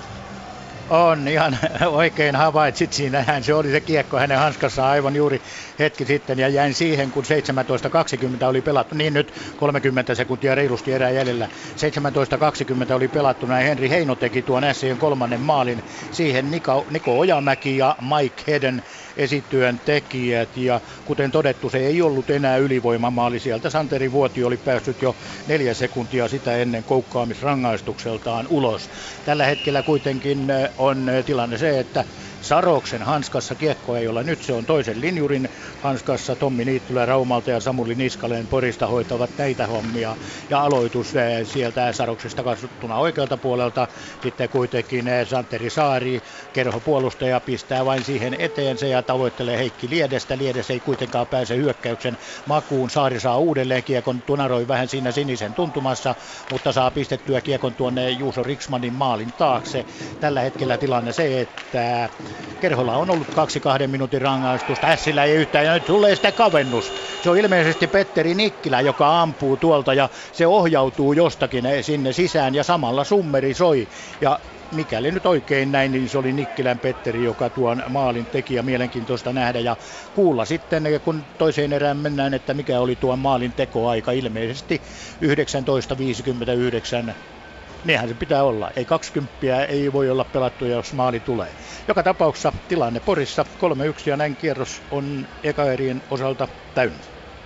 On ihan oikein havaitsit, siinähän se oli se kiekko hänen hanskassaan aivan juuri hetki sitten ja jäin siihen, kun seitsemäntoista kaksikymmentä oli pelattu, niin nyt kolmekymmentä sekuntia reilusti erää jäljellä, seitsemäntoista kaksikymmentä oli pelattu, näin Henri Heino teki tuon Sien kolmannen maalin, siihen Niko, Niko Ojamäki ja Mike Heden esityön tekijät ja kuten todettu se ei ollut enää ylivoimamaali, sieltä Santeri Vuoti oli päässyt jo neljä sekuntia sitä ennen koukkaamisrangaistukseltaan ulos. Tällä hetkellä kuitenkin on tilanne se, että Saroksen hanskassa kiekko ei ole nyt, se on toisen linjurin hanskassa. Tommi Niittylä Raumalta ja Samuli Niskaleen Porista hoitavat näitä hommia. Ja aloitus sieltä Saroksesta katsottuna oikealta puolelta. Sitten kuitenkin Santeri Saari, kerhopuolustaja, pistää vain siihen eteensä ja tavoittelee Heikki Liedestä. Liedes ei kuitenkaan pääse hyökkäyksen makuun. Saari saa uudelleen kiekon, tunaroi vähän siinä sinisen tuntumassa, mutta saa pistettyä kiekon tuonne Juuso Riksmanin maalin taakse. Tällä hetkellä tilanne se, että Kerholla on ollut kaksi kahden minuutin rangaistusta, Ässillä ei yhtään ja nyt tulee sitä kavennus. Se on ilmeisesti Petteri Nikkilä, joka ampuu tuolta ja se ohjautuu jostakin sinne sisään ja samalla summeri soi. Ja mikäli nyt oikein näin, niin se oli Nikkilän Petteri, joka tuon maalin teki ja mielenkiintoista nähdä ja kuulla sitten, kun toiseen erään mennään, että mikä oli tuon maalin tekoaika ilmeisesti yhdeksäntoista viisikymmentäyhdeksän. Niinhän se pitää olla. Ei kaksikymmentä ei voi olla pelattu, jos maali tulee. Joka tapauksessa tilanne Porissa kolme yksi ja näin kierros on ekaerien osalta täynnä.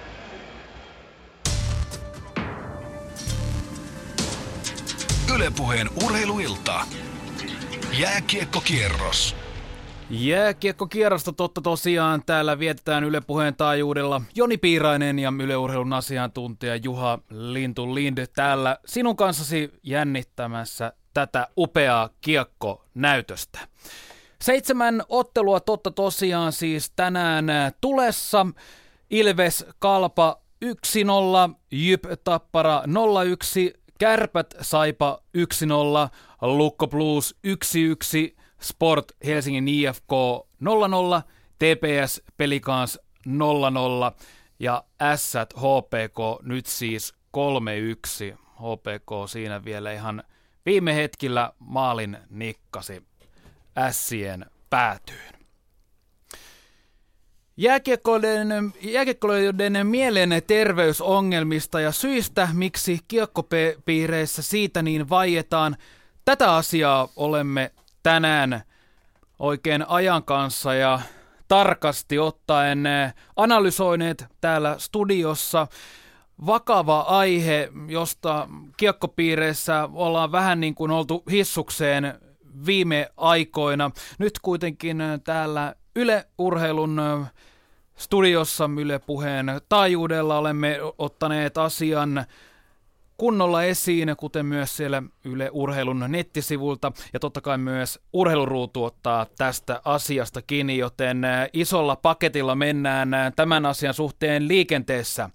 Yle Puheen urheiluilta. Jääkiekkokierros.
Jääkiekkokierrosta totta tosiaan täällä vietetään Yle Puheen taajuudella. Joni Piirainen ja Yle Urheilun asiantuntija Juha Lintu-Lind täällä sinun kanssasi jännittämässä tätä upeaa kiekkonäytöstä. Seitsemän ottelua totta tosiaan siis tänään tulessa. Ilves Kalpa yksi nolla, Jyp Tappara nolla yksi, Kärpät Saipa yksi nolla, Lukko Blues yksi yksi, Sport Helsingin I F K nolla nolla, T P S Pelicans nolla nolla ja Ässät H P K nyt siis kolme yksi. H P K siinä vielä ihan viime hetkillä maalin nikkasi Ässien päätyyn. Jääkiekkoilijoiden mielen terveysongelmista ja syistä, miksi kiekkopiireissä siitä niin vaietaan. Tätä asiaa olemme tänään oikein ajan kanssa ja tarkasti ottaen analysoineet täällä studiossa. Vakava aihe, josta kiekkopiireissä ollaan vähän niin kuin oltu hissukseen viime aikoina. Nyt kuitenkin täällä Yle Urheilun studiossa Yle Puheen taajuudella olemme ottaneet asian kunnolla esiin, kuten myös siellä Yle Urheilun nettisivulta. Ja totta kai myös Urheiluruutu ottaa tästä asiasta kiinni, joten isolla paketilla mennään tämän asian suhteen liikenteessä.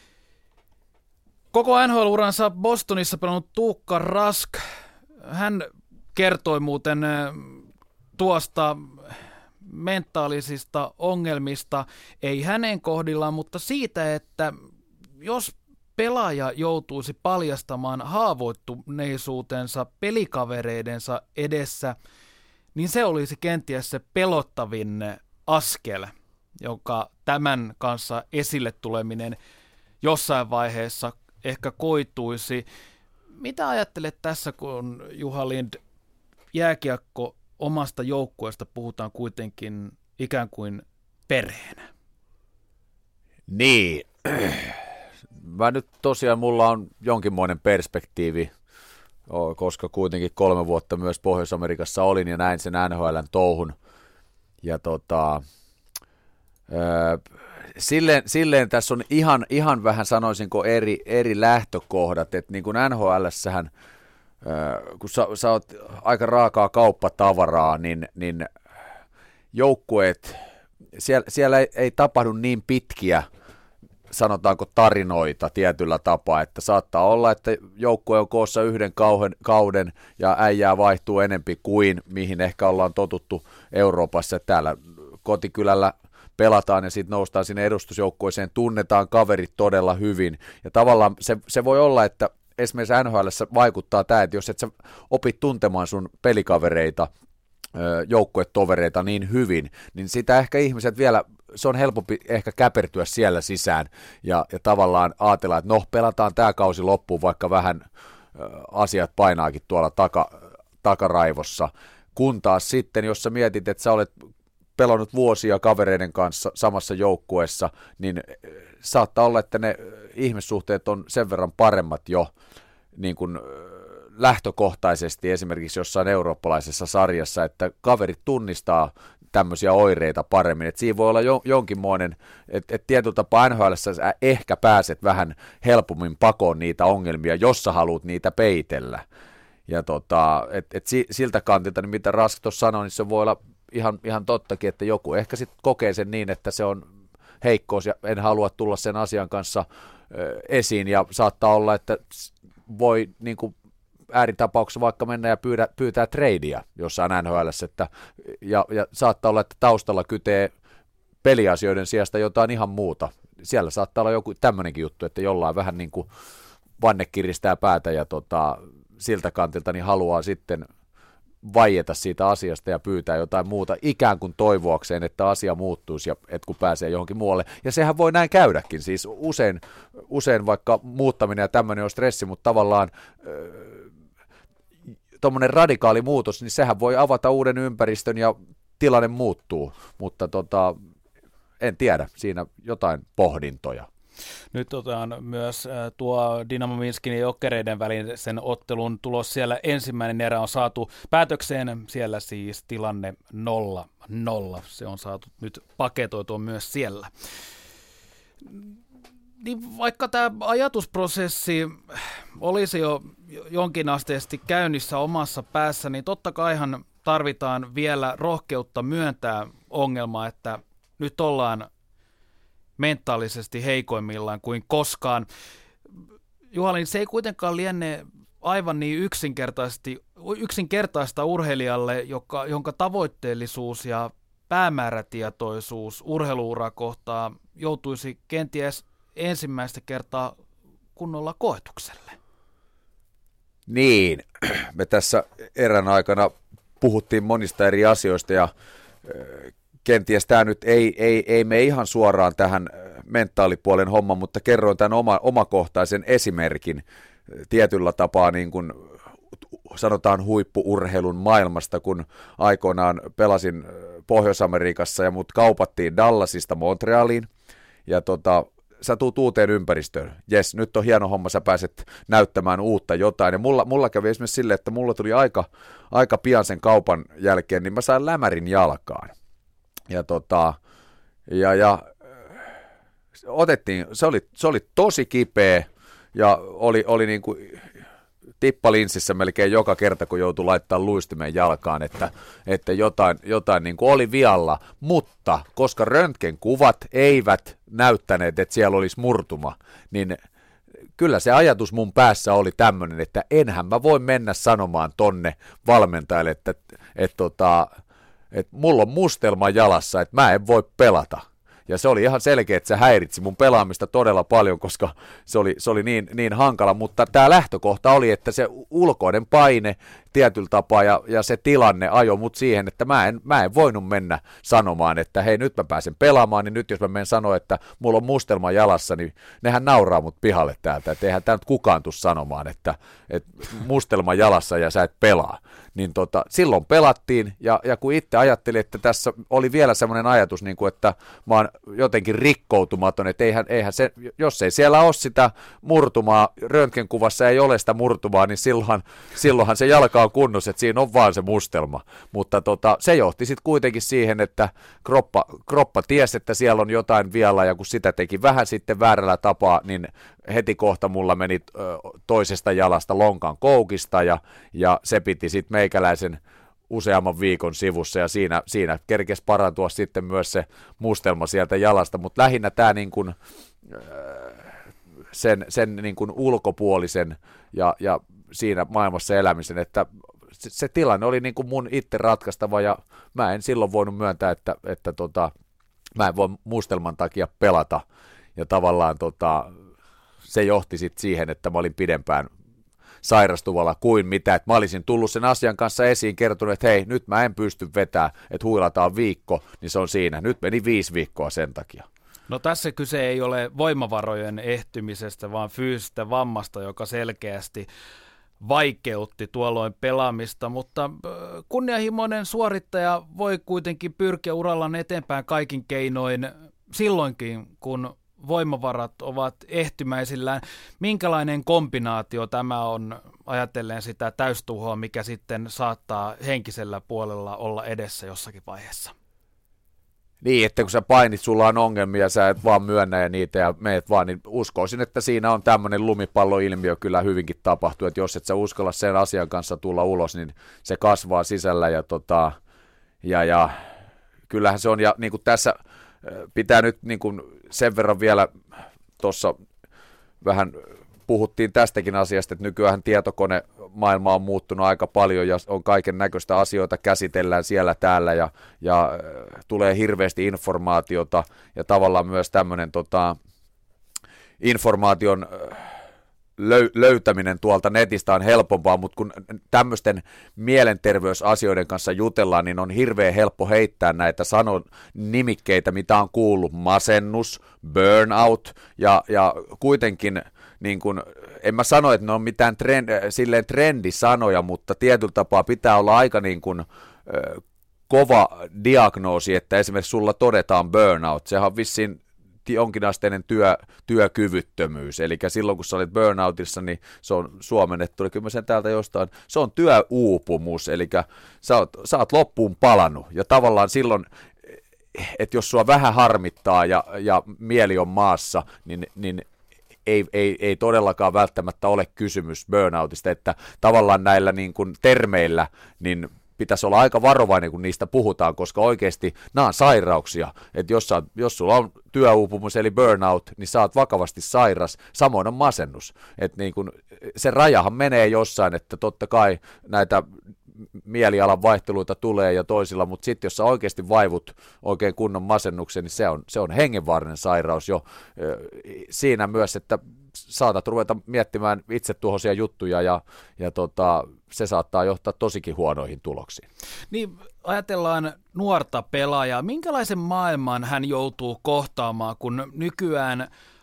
Koko N H L-uransa Bostonissa pelannut Tuukka Rask, hän kertoi muuten tuosta mentaalisista ongelmista, ei hänen kohdillaan, mutta siitä, että jos pelaaja joutuisi paljastamaan haavoittuneisuutensa pelikavereidensa edessä, niin se olisi kenties se pelottavin askel, joka tämän kanssa esille tuleminen jossain vaiheessa ehkä koituisi. Mitä ajattelet tässä, kun Juha Lind, jääkiekko omasta joukkueesta puhutaan kuitenkin ikään kuin perheenä?
Niin. Mä nyt tosiaan, mulla on jonkinmoinen perspektiivi koska kuitenkin kolme vuotta myös Pohjois-Amerikassa olin ja näin sen N H L:n touhun. Ja tota, öö, silleen, silleen tässä on ihan, ihan vähän sanoisinko eri, eri lähtökohdat, että niin kuin N H L:ssähän, öö, kun sä, sä oot aika raakaa kauppatavaraa, niin, niin joukkueet, siellä, siellä ei, ei tapahdu niin pitkiä, sanotaanko tarinoita tietyllä tapaa, että saattaa olla, että joukkue on koossa yhden kauhen, kauden ja äijää vaihtuu enempi kuin mihin ehkä ollaan totuttu Euroopassa. Täällä kotikylällä pelataan ja sitten noustaan sinne edustusjoukkueeseen, tunnetaan kaverit todella hyvin ja tavallaan se, se voi olla, että esimerkiksi N H L:ssä vaikuttaa tämä, että jos et sä opit tuntemaan sun pelikavereita, joukkuetovereita niin hyvin, niin sitä ehkä ihmiset vielä, se on helpompi ehkä käpertyä siellä sisään ja, ja tavallaan ajatella, että no pelataan tämä kausi loppuun, vaikka vähän ö, asiat painaakin tuolla taka, takaraivossa, kun taas sitten, jos sä mietit, että sä olet pelannut vuosia kavereiden kanssa samassa joukkueessa, niin saattaa olla, että ne ihmissuhteet on sen verran paremmat jo niin kuin lähtökohtaisesti esimerkiksi jossain eurooppalaisessa sarjassa, että kaverit tunnistaa tämmöisiä oireita paremmin, että siinä voi olla jo, jonkinmoinen, että et tietyllä tapaa N H L:ssä sä ehkä pääset vähän helpommin pakoon niitä ongelmia, jos sä haluat niitä peitellä. Ja tota, että et siltä kantilta, niin mitä Rask tuossa sanoi, niin se voi olla ihan, ihan tottakin, että joku ehkä sitten kokee sen niin, että se on heikkous ja en halua tulla sen asian kanssa ö, esiin ja saattaa olla, että voi niin kuin ääritapauksessa vaikka mennä ja pyydä, pyytää tradea jossain N H L:ssä, että, ja, ja saattaa olla, että taustalla kytee peliasioiden sijasta jotain ihan muuta. Siellä saattaa olla joku tämmöinenkin juttu, että jollain vähän niin kuin vanne kiristää päätä ja tota, siltä kantilta niin haluaa sitten vaieta siitä asiasta ja pyytää jotain muuta ikään kuin toivoakseen, että asia muuttuisi ja että kun pääsee johonkin muualle. Ja sehän voi näin käydäkin, siis usein, usein vaikka muuttaminen ja tämmöinen on stressi, mutta tavallaan tuommoinen radikaali muutos, niin sehän voi avata uuden ympäristön ja tilanne muuttuu, mutta tota, en tiedä, siinä jotain pohdintoja.
Nyt otetaan myös tuo Dynamo Minskin ja Jokereiden välisen ottelun tulos. Siellä ensimmäinen erä on saatu päätökseen, siellä siis tilanne nolla nolla. Se on saatu nyt paketoitua myös siellä. Niin vaikka tämä ajatusprosessi olisi jo jonkinasteisesti käynnissä omassa päässä, niin totta kaihan tarvitaan vielä rohkeutta myöntää ongelmaa, että nyt ollaan mentaalisesti heikoimmillaan kuin koskaan. Juhalin, se ei kuitenkaan liene aivan niin yksinkertaisesti, yksinkertaista urheilijalle, joka, jonka tavoitteellisuus ja päämäärätietoisuus urheiluuraa kohtaa joutuisi kenties ensimmäistä kertaa kunnolla koetukselle.
Niin, me tässä erän aikana puhuttiin monista eri asioista ja kenties tämä nyt ei, ei, ei mene ihan suoraan tähän mentaalipuolen hommaan, mutta kerroin tämän oma, omakohtaisen esimerkin tietyllä tapaa niin kuin sanotaan huippu-urheilun maailmasta, kun aikoinaan pelasin Pohjois-Amerikassa ja mut kaupattiin Dallasista Montrealiin ja tota, sä tuut uuteen ympäristöön. Jes, nyt on hieno homma, sä pääset näyttämään uutta jotain. Ja mulla, mulla kävi esimerkiksi silleen, että mulla tuli aika, aika pian sen kaupan jälkeen, niin mä sain lämärin jalkaan. Ja tota, ja, ja otettiin, se oli, se oli tosi kipeä ja oli, oli niin kuin tippalinssissä melkein joka kerta, kun joutui laittamaan luistimen jalkaan, että, että jotain, jotain niin kuin oli vialla, mutta koska röntgenkuvat eivät näyttäneet, että siellä olisi murtuma, niin kyllä se ajatus mun päässä oli tämmöinen, että enhän mä voi mennä sanomaan tonne valmentajalle, että, että, että, että, että mulla on mustelma jalassa, että mä en voi pelata. Ja se oli ihan selkeä, että se häiritsi mun pelaamista todella paljon, koska se oli, se oli niin, niin hankala, mutta tämä lähtökohta oli, että se ulkoinen paine, tietyllä tapaa, ja, ja se tilanne ajoi mut siihen, että mä en, mä en voinut mennä sanomaan, että hei, nyt mä pääsen pelaamaan, niin nyt jos mä menen sanoa, että mulla on mustelma jalassa, niin nehän nauraa mut pihalle täältä, että eihän tää nyt kukaan tuu sanomaan, että, että mustelma jalassa ja sä et pelaa. Niin tota, silloin pelattiin, ja, ja kun itse ajattelin, että tässä oli vielä semmoinen ajatus, niin kuin, että mä oon jotenkin rikkoutumaton, että eihän, eihän se, jos ei siellä ole sitä murtumaa, röntgenkuvassa ei ole sitä murtumaa, niin silloinhan, silloinhan se jalka on kunnossa, että siinä on vaan se mustelma. Mutta tota, se johti sitten kuitenkin siihen, että kroppa, kroppa tiesi, että siellä on jotain vielä, ja kun sitä teki vähän sitten väärällä tapaa, niin heti kohta mulla meni ö, toisesta jalasta lonkan koukista, ja, ja se piti sitten meikäläisen useamman viikon sivussa, ja siinä, siinä kerkesi parantua sitten myös se mustelma sieltä jalasta, mutta lähinnä tämä niin kuin, sen, sen niin kuin ulkopuolisen ja, ja siinä maailmassa elämisen, että se, se tilanne oli niin kuin mun itse ratkaistava, ja mä en silloin voinut myöntää, että, että tota, mä en voi mustelman takia pelata, ja tavallaan tota, se johti sitten siihen, että mä olin pidempään sairastuvalla kuin mitä, että mä olisin tullut sen asian kanssa esiin, kertonut, että hei, nyt mä en pysty vetämään, että huilataan viikko, niin se on siinä. Nyt meni viisi viikkoa sen takia.
No tässä kyse ei ole voimavarojen ehtymisestä, vaan fyysisestä vammasta, joka selkeästi vaikeutti tuolloin pelaamista, mutta kunnianhimoinen suorittaja voi kuitenkin pyrkiä urallaan eteenpäin kaikin keinoin silloinkin, kun voimavarat ovat ehtymäisillään. Minkälainen kombinaatio tämä on, ajatellen sitä täystuhoa, mikä sitten saattaa henkisellä puolella olla edessä jossakin vaiheessa?
Niin, että kun sä painit, sulla on ongelmia, sä et vaan myönnä ja niitä ja meet vaan, niin uskoisin, että siinä on tämmöinen lumipalloilmiö kyllä hyvinkin tapahtuu, että jos et sä uskalla sen asian kanssa tulla ulos, niin se kasvaa sisällä ja, tota, ja, ja kyllähän se on, ja niin kuin tässä pitää nyt niin kuin sen verran vielä, tuossa vähän puhuttiin tästäkin asiasta, että nykyään tietokonemaailma on muuttunut aika paljon ja on kaiken näköistä asioita, käsitellään siellä täällä ja, ja tulee hirveästi informaatiota ja tavallaan myös tämmöinen tota, informaation löy- löytäminen tuolta netistä on helpompaa, mutta kun tämmöisten mielenterveysasioiden kanssa jutellaan, niin on hirveän helppo heittää näitä sanon nimikkeitä, mitä on kuullut, masennus, burnout ja, ja kuitenkin niin kun, en mä sano, että ne on mitään trend, silleen trendisanoja, mutta tietyllä tapaa pitää olla aika niin kun, ö, kova diagnoosi, että esimerkiksi sulla todetaan burnout. Sehän on vissiin jonkinasteinen työ, työkyvyttömyys, eli silloin kun sä olit burnoutissa, niin se on suomennettu, kyllä mä sen täältä jostain, se on työuupumus, eli sä oot, sä oot loppuun palannut, ja tavallaan silloin, että jos sua vähän harmittaa ja, ja mieli on maassa, niin, niin Ei, ei, ei todellakaan välttämättä ole kysymys burnoutista, että tavallaan näillä niin kuin termeillä niin pitäisi olla aika varovainen, kun niistä puhutaan, koska oikeasti nämä on sairauksia, että jos, sä, jos sulla on työuupumus eli burnout, niin sä oot vakavasti sairas, samoin on masennus, että niin kuin se rajahan menee jossain, että totta kai näitä mielialan vaihteluita tulee ja toisilla, mutta sitten jos sä oikeasti vaivut oikein kunnon masennuksen, niin se on, se on hengenvaarallinen sairaus jo siinä myös, että saatat ruveta miettimään itsetuhoisia juttuja ja, ja tota, se saattaa johtaa tosikin huonoihin tuloksiin.
Niin, ajatellaan nuorta pelaajaa. Minkälaisen maailman hän joutuu kohtaamaan, kun nykyään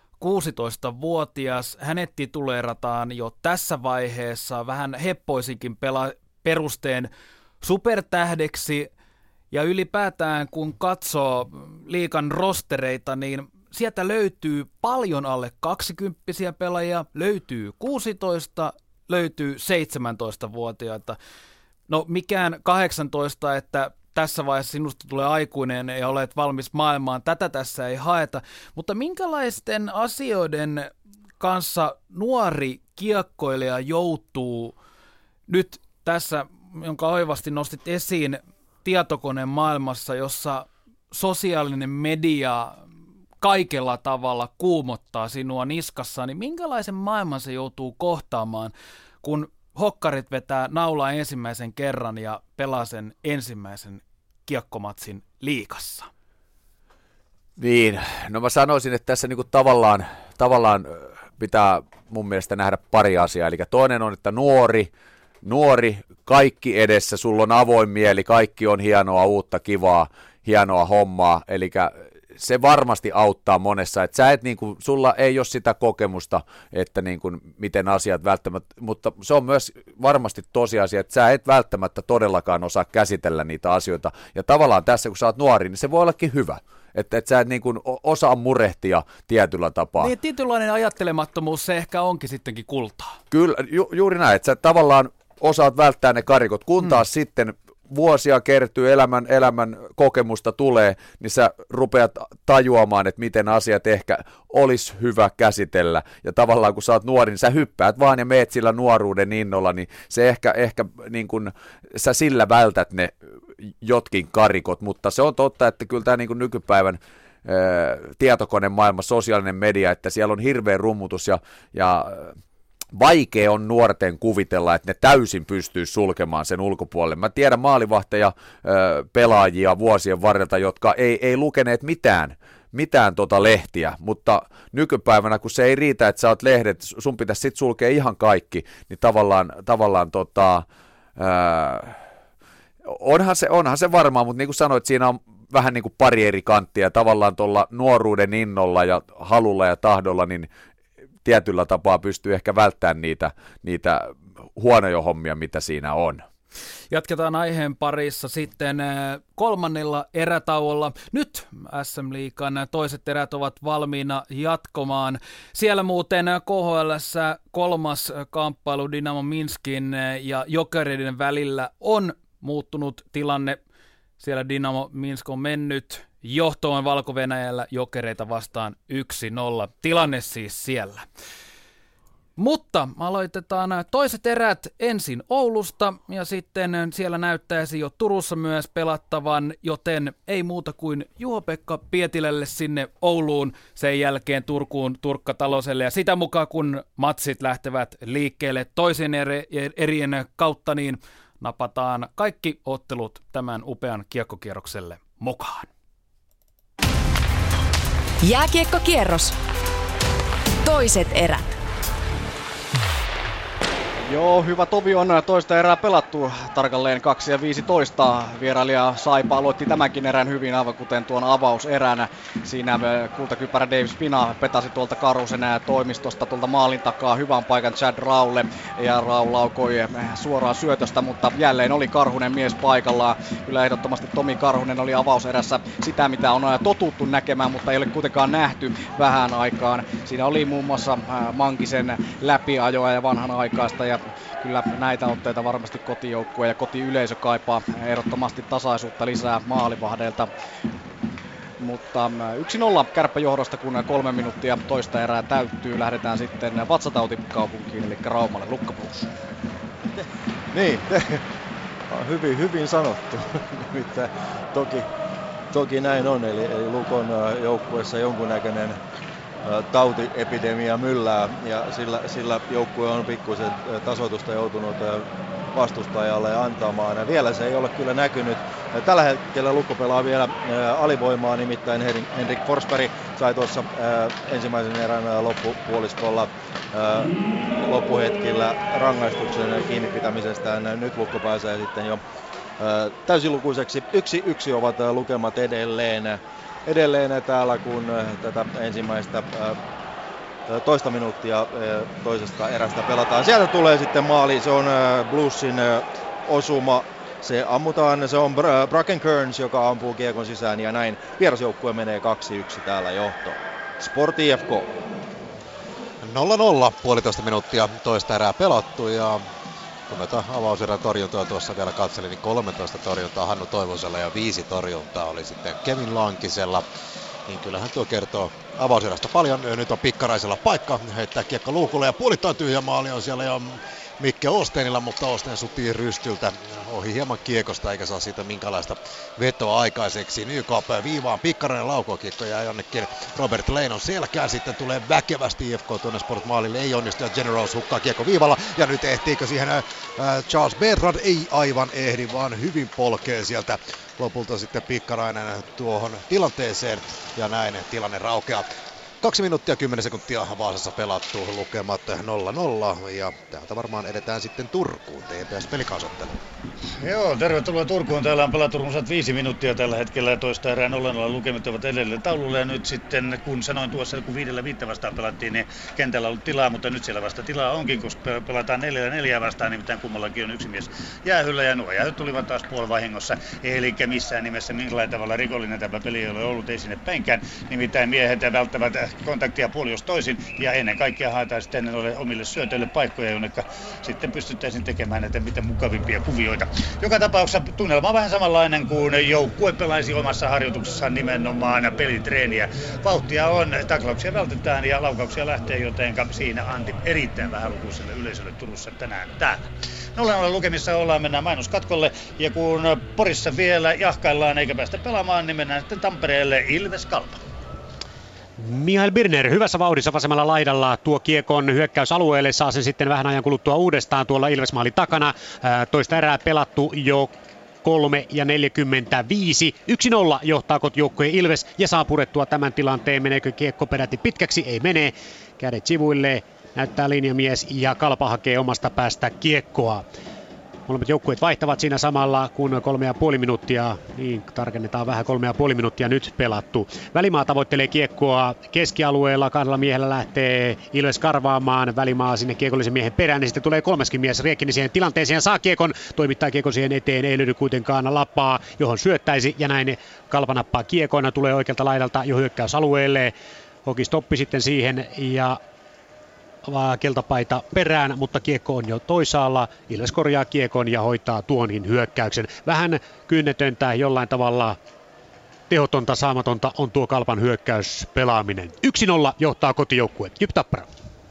kuusitoistavuotias, hänet tituleerataan jo tässä vaiheessa vähän heppoisinkin pela- perusteen supertähdeksi, ja ylipäätään kun katsoo liigan rostereita, niin sieltä löytyy paljon alle kaksikymppisiä pelaajia, löytyy kuusitoista, löytyy seitsemäntoistavuotiaita. No mikään kahdeksantoista, että tässä vaiheessa sinusta tulee aikuinen ja olet valmis maailmaan, tätä tässä ei haeta, mutta minkälaisten asioiden kanssa nuori kiekkoilija joutuu nyt tässä, jonka oivasti nostit esiin tietokoneen maailmassa, jossa sosiaalinen media kaikella tavalla kuumottaa sinua niskassaan, niin minkälaisen maailman se joutuu kohtaamaan, kun hokkarit vetää naulaa ensimmäisen kerran ja pelaa sen ensimmäisen kiekkomatsin liigassa?
Niin, no mä sanoisin, että tässä niinku tavallaan, tavallaan pitää mun mielestä nähdä pari asiaa, eli toinen on, että nuori, nuori, kaikki edessä, sulla on avoin mieli, kaikki on hienoa, uutta, kivaa, hienoa hommaa, eli se varmasti auttaa monessa, että sä et niinku, sulla ei ole sitä kokemusta, että niinku, miten asiat välttämättä, mutta se on myös varmasti tosiasia, että sä et välttämättä todellakaan osaa käsitellä niitä asioita, ja tavallaan tässä, kun sä oot nuori, niin se voi ollakin hyvä. Että et sä et niin kuin osaa murehtia tietyllä tapaa.
Niin, tietynlainen ajattelemattomuus, se ehkä onkin sittenkin kultaa.
Kyllä, ju, juuri näin, että sä tavallaan osaat välttää ne karikot, kun taas mm. sitten vuosia kertyy, elämän, elämän kokemusta tulee, niin sä rupeat tajuamaan, että miten asiat ehkä olisi hyvä käsitellä. Ja tavallaan kun sä oot nuori, niin sä hyppäät vaan ja meet sillä nuoruuden innolla, niin se ehkä, ehkä niin kun, sä sillä vältät ne jotkin karikot, mutta se on totta, että kyllä tämä niin kuin nykypäivän ää, tietokonemaailma, sosiaalinen media, että siellä on hirveä rummutus ja, ja vaikea on nuorten kuvitella, että ne täysin pystyy sulkemaan sen ulkopuolelle. Mä tiedän maalivahteja, ää, pelaajia vuosien varrelta, jotka ei, ei lukeneet mitään, mitään tota lehtiä, mutta nykypäivänä, kun se ei riitä, että sä oot lehdet, sun pitäisi sit sulkea ihan kaikki, niin tavallaan, tavallaan tota, ää, Onhan se, onhan se varmaa, mutta niin kuin sanoit, siinä on vähän niin kuin pari eri kanttia. Tavallaan tuolla nuoruuden innolla ja halulla ja tahdolla, niin tietyllä tapaa pystyy ehkä välttämään niitä, niitä huonoja hommia, mitä siinä on.
Jatketaan aiheen parissa sitten kolmannella erätauolla. Nyt S M-liigan toiset erät ovat valmiina jatkomaan. Siellä muuten K H L:ssä kolmas kamppailu Dynamo Minskin ja Jokereiden välillä on muuttunut tilanne. Siellä Dynamo Minsk on mennyt johtoon Valko-Venäjällä Jokereita vastaan yksi nolla. Tilanne siis siellä. Mutta aloitetaan toiset erät ensin Oulusta ja sitten siellä näyttäisi jo Turussa myös pelattavan, joten ei muuta kuin Juho-Pekka Pietilälle sinne Ouluun, sen jälkeen Turkuun Turkka Taloselle ja sitä mukaan kun matsit lähtevät liikkeelle toisen erien kautta, niin napataan kaikki ottelut tämän upean kiekkokierrokselle mukaan.
Jääkiekkokierros. Toiset erät.
Joo, hyvä tovi on toista erää pelattu tarkalleen kaksi ja viisitoista. Vierailija Saipa aloitti tämänkin erän hyvin, aivan kuten tuon avauseränä. Siinä kultakypärä Dave Spina petasi tuolta Karusen toimistosta tuolta maalin takaa hyvän paikan Chad Raulle. Ja Rau laukoi suoraan syötöstä, mutta jälleen oli Karhunen mies paikallaan. Kyllä ehdottomasti Tomi Karhunen oli avauserässä sitä, mitä on totuttu näkemään, mutta ei ole kuitenkaan nähty vähän aikaan. Siinä oli muun muassa Mankisen läpiajoa ja vanhan aikaista ja kyllä näitä otteita varmasti kotijoukkue ja kotiyleisö kaipaa ehdottomasti tasaisuutta lisää maalivahdeilta. Mutta yksi nolla Kärppäjohdosta, kun kolme minuuttia toista erää täyttyy. Lähdetään sitten vatsatautikaupunkiin, eli Raumalle. Lukka Blues.
Niin, hyvin, hyvin sanottu. toki, toki näin on, eli, eli Lukon joukkueessa jonkunnäköinen tautiepidemia myllää ja sillä, sillä joukkue on pikkuisen tasoitusta joutunut vastustajalle antamaan. Ja vielä se ei ole kyllä näkynyt. Tällä hetkellä Lukko pelaa vielä alivoimaa, nimittäin Henrik Forsberg sai tuossa ensimmäisen erän loppupuoliskolla loppuhetkillä rangaistuksen kiinni pitämisestään. Nyt Lukko pääsee sitten jo täysilukuiseksi. Yksi yksi ovat lukemat edelleen. Edelleen täällä, kun tätä ensimmäistä toista minuuttia toisesta erästä pelataan. Sieltä tulee sitten maali, se on Bluesin osuma. Se ammutaan, se on Bracken Kearns, joka ampuu kiekon sisään ja näin vierasjoukkue menee kaksi yksi täällä johtoon. Sport I F K.
nolla nolla, puolitoista minuuttia toista erää pelattu ja kun näitä avauserän torjuntoa tuossa vielä katselin, niin kolmetoista torjuntaa Hannu Toivosella ja viisi torjuntaa oli sitten Kevin Lankisella. Niin kyllähän tuo kertoo avauserästä paljon. Nyt on Pikkaraisella paikka, heittää kiekko luukulle ja puolittain tyhjä maali on siellä jo Mikke Osteenilla, mutta Osteen sutii rystyltä ohi hieman kiekosta eikä saa siitä minkälaista vetoa aikaiseksi. N Y K viivaan, Pikkarainen laukoo, kiekko jää jonnekin Robert Leinon selkään, sitten tulee väkevästi I F K tuonne Sportmaalille, ei onnistu ja Generals hukkaa kiekko viivalla ja nyt ehtiikö siihen äh, Charles Bertrand, ei aivan ehdi, vaan hyvin polkee sieltä lopulta sitten Pikkarainen tuohon tilanteeseen ja näin tilanne raukeaa. Kaksi minuuttia kymmenen sekuntia Vaasassa pelattu, lukemat nolla nolla ja täältä varmaan edetään sitten Turkuun T P S-pelikausottelu.
Joo, tervetuloa Turkuun. Täällä on pelattu runsaat viisi minuuttia tällä hetkellä ja toista erää nolla nolla lukemat ovat edelleen taululla. Ja nyt sitten, kun sanoin tuossa, kun viidellä viittä vastaan pelattiin, niin kentällä on ollut tilaa, mutta nyt siellä vasta tilaa onkin, koska pelataan neljällä neljää vastaan, nimittäin kummallakin on yksi mies jäähyllä ja nuo jäähyt tulivat taas puolivahingossa. Eli missään nimessä millään tavalla rikollinen tämä peli ei ole ollut, ei sinne päinkään. Nimittäin miehet välttävät kontaktia puoli jos toisin ja ennen kaikkea haetaan sitten omille syötöille paikkoja, jonne sitten pystyttäisiin tekemään näitä mitä mukavimpia kuvioita. Joka tapauksessa tunnelma on vähän samanlainen kuin joukkue pelaisi omassa harjoituksessaan nimenomaan pelitreeniä. Vauhtia on, taklauksia vältetään ja laukauksia lähtee, jotenka siinä Antti erittäin vähälukuiselle yleisölle Turussa tänään täällä. nolla nolla lukemissa ollaan, mennään mainoskatkolle ja kun Porissa vielä jahkaillaan eikä päästä pelaamaan, niin mennään sitten Tampereelle Ilves Kalpa.
Mihail Birner hyvässä vauhdissa vasemmalla laidalla tuo kiekon hyökkäysalueelle, saa sen sitten vähän ajan kuluttua uudestaan tuolla Ilves-maalin takana. Toista erää pelattu jo kolme ja neljäkymmentäviisi. yksi nolla johtaa kotijoukkueen Ilves ja saa purettua tämän tilanteen. Meneekö kiekko peräti pitkäksi? Ei mene. Kädet sivuille. Näyttää linjamies ja Kalpa hakee omasta päästä kiekkoa. Molemmat joukkueet vaihtavat siinä samalla, kun kolme ja puoli minuuttia, niin tarkennetaan vähän, kolme ja puoli minuuttia nyt pelattu. Välimaa tavoittelee kiekkoa keskialueella, kahdella miehellä lähtee Ilves karvaamaan Välimaa sinne kiekollisen miehen perään, niin sitten tulee kolmaskin mies Riekkinen siihen tilanteeseen, saa kiekon, toimittaa kiekon siihen eteen, ei löydy kuitenkaan lappaa, johon syöttäisi, ja näin Kalpa nappaa kiekon, tulee oikealta laidalta jo hyökkäysalueelle, Hoki stoppi sitten siihen, ja keltapaita perään, mutta kiekko on jo toisaalla. Ilves korjaa kiekon ja hoitaa tuonin hyökkäyksen. Vähän kynnetöntä, jollain tavalla tehotonta, saamatonta on tuo Kalpan hyökkäyspelaaminen. yksi nolla johtaa kotijoukkue. J Y P Tappara.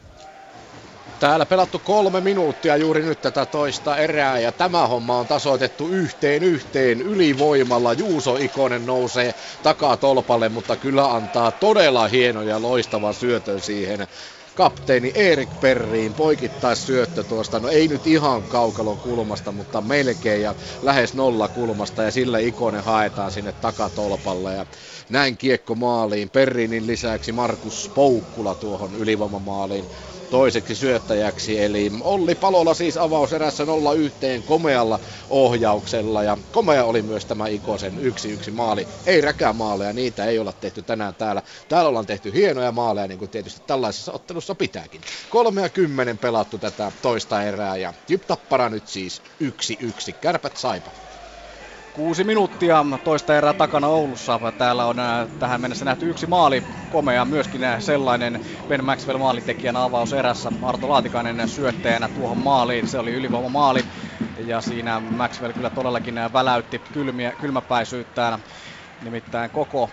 Täällä pelattu kolme minuuttia juuri nyt tätä toista erää ja tämä homma on tasoitettu yhteen yhteen ylivoimalla. Juuso Ikonen nousee takatolpalle, mutta kyllä antaa todella hienon ja loistavan syötön siihen kapteeni Erik Perriin. Poikittais syöttö tuosta, no ei nyt ihan kaukalon kulmasta, mutta melkein ja lähes nolla kulmasta ja sillä Ikonen haetaan sinne takatolpalle ja näin kiekko maaliin. Perriinin lisäksi Markus Poukkula tuohon ylivoimamaaliin toiseksi syöttäjäksi, eli Olli Palola siis avauserässä nolla yhteen komealla ohjauksella ja komea oli myös tämä Ikosen yksi yksi maali. Ei räkämaaleja, niitä ei olla tehty tänään täällä. Täällä ollaan tehty hienoja maaleja, niin kuin tietysti tällaisessa ottelussa pitääkin. Kolme ja kymmenen pelattu tätä toista erää ja J Y P Tappara nyt siis yksi yksi. Kärpät Saipa.
Kuusi minuuttia toista erää takana Oulussa. Täällä on tähän mennessä nähty yksi maali. Komea myöskin sellainen Ben Maxwell maalintekijän avauserässä. Arto Laatikainen syöttäjänä tuohon maaliin. Se oli ylivoimamaali. Ja siinä Maxwell kyllä todellakin väläytti kylmiä, kylmäpäisyyttään. Nimittäin koko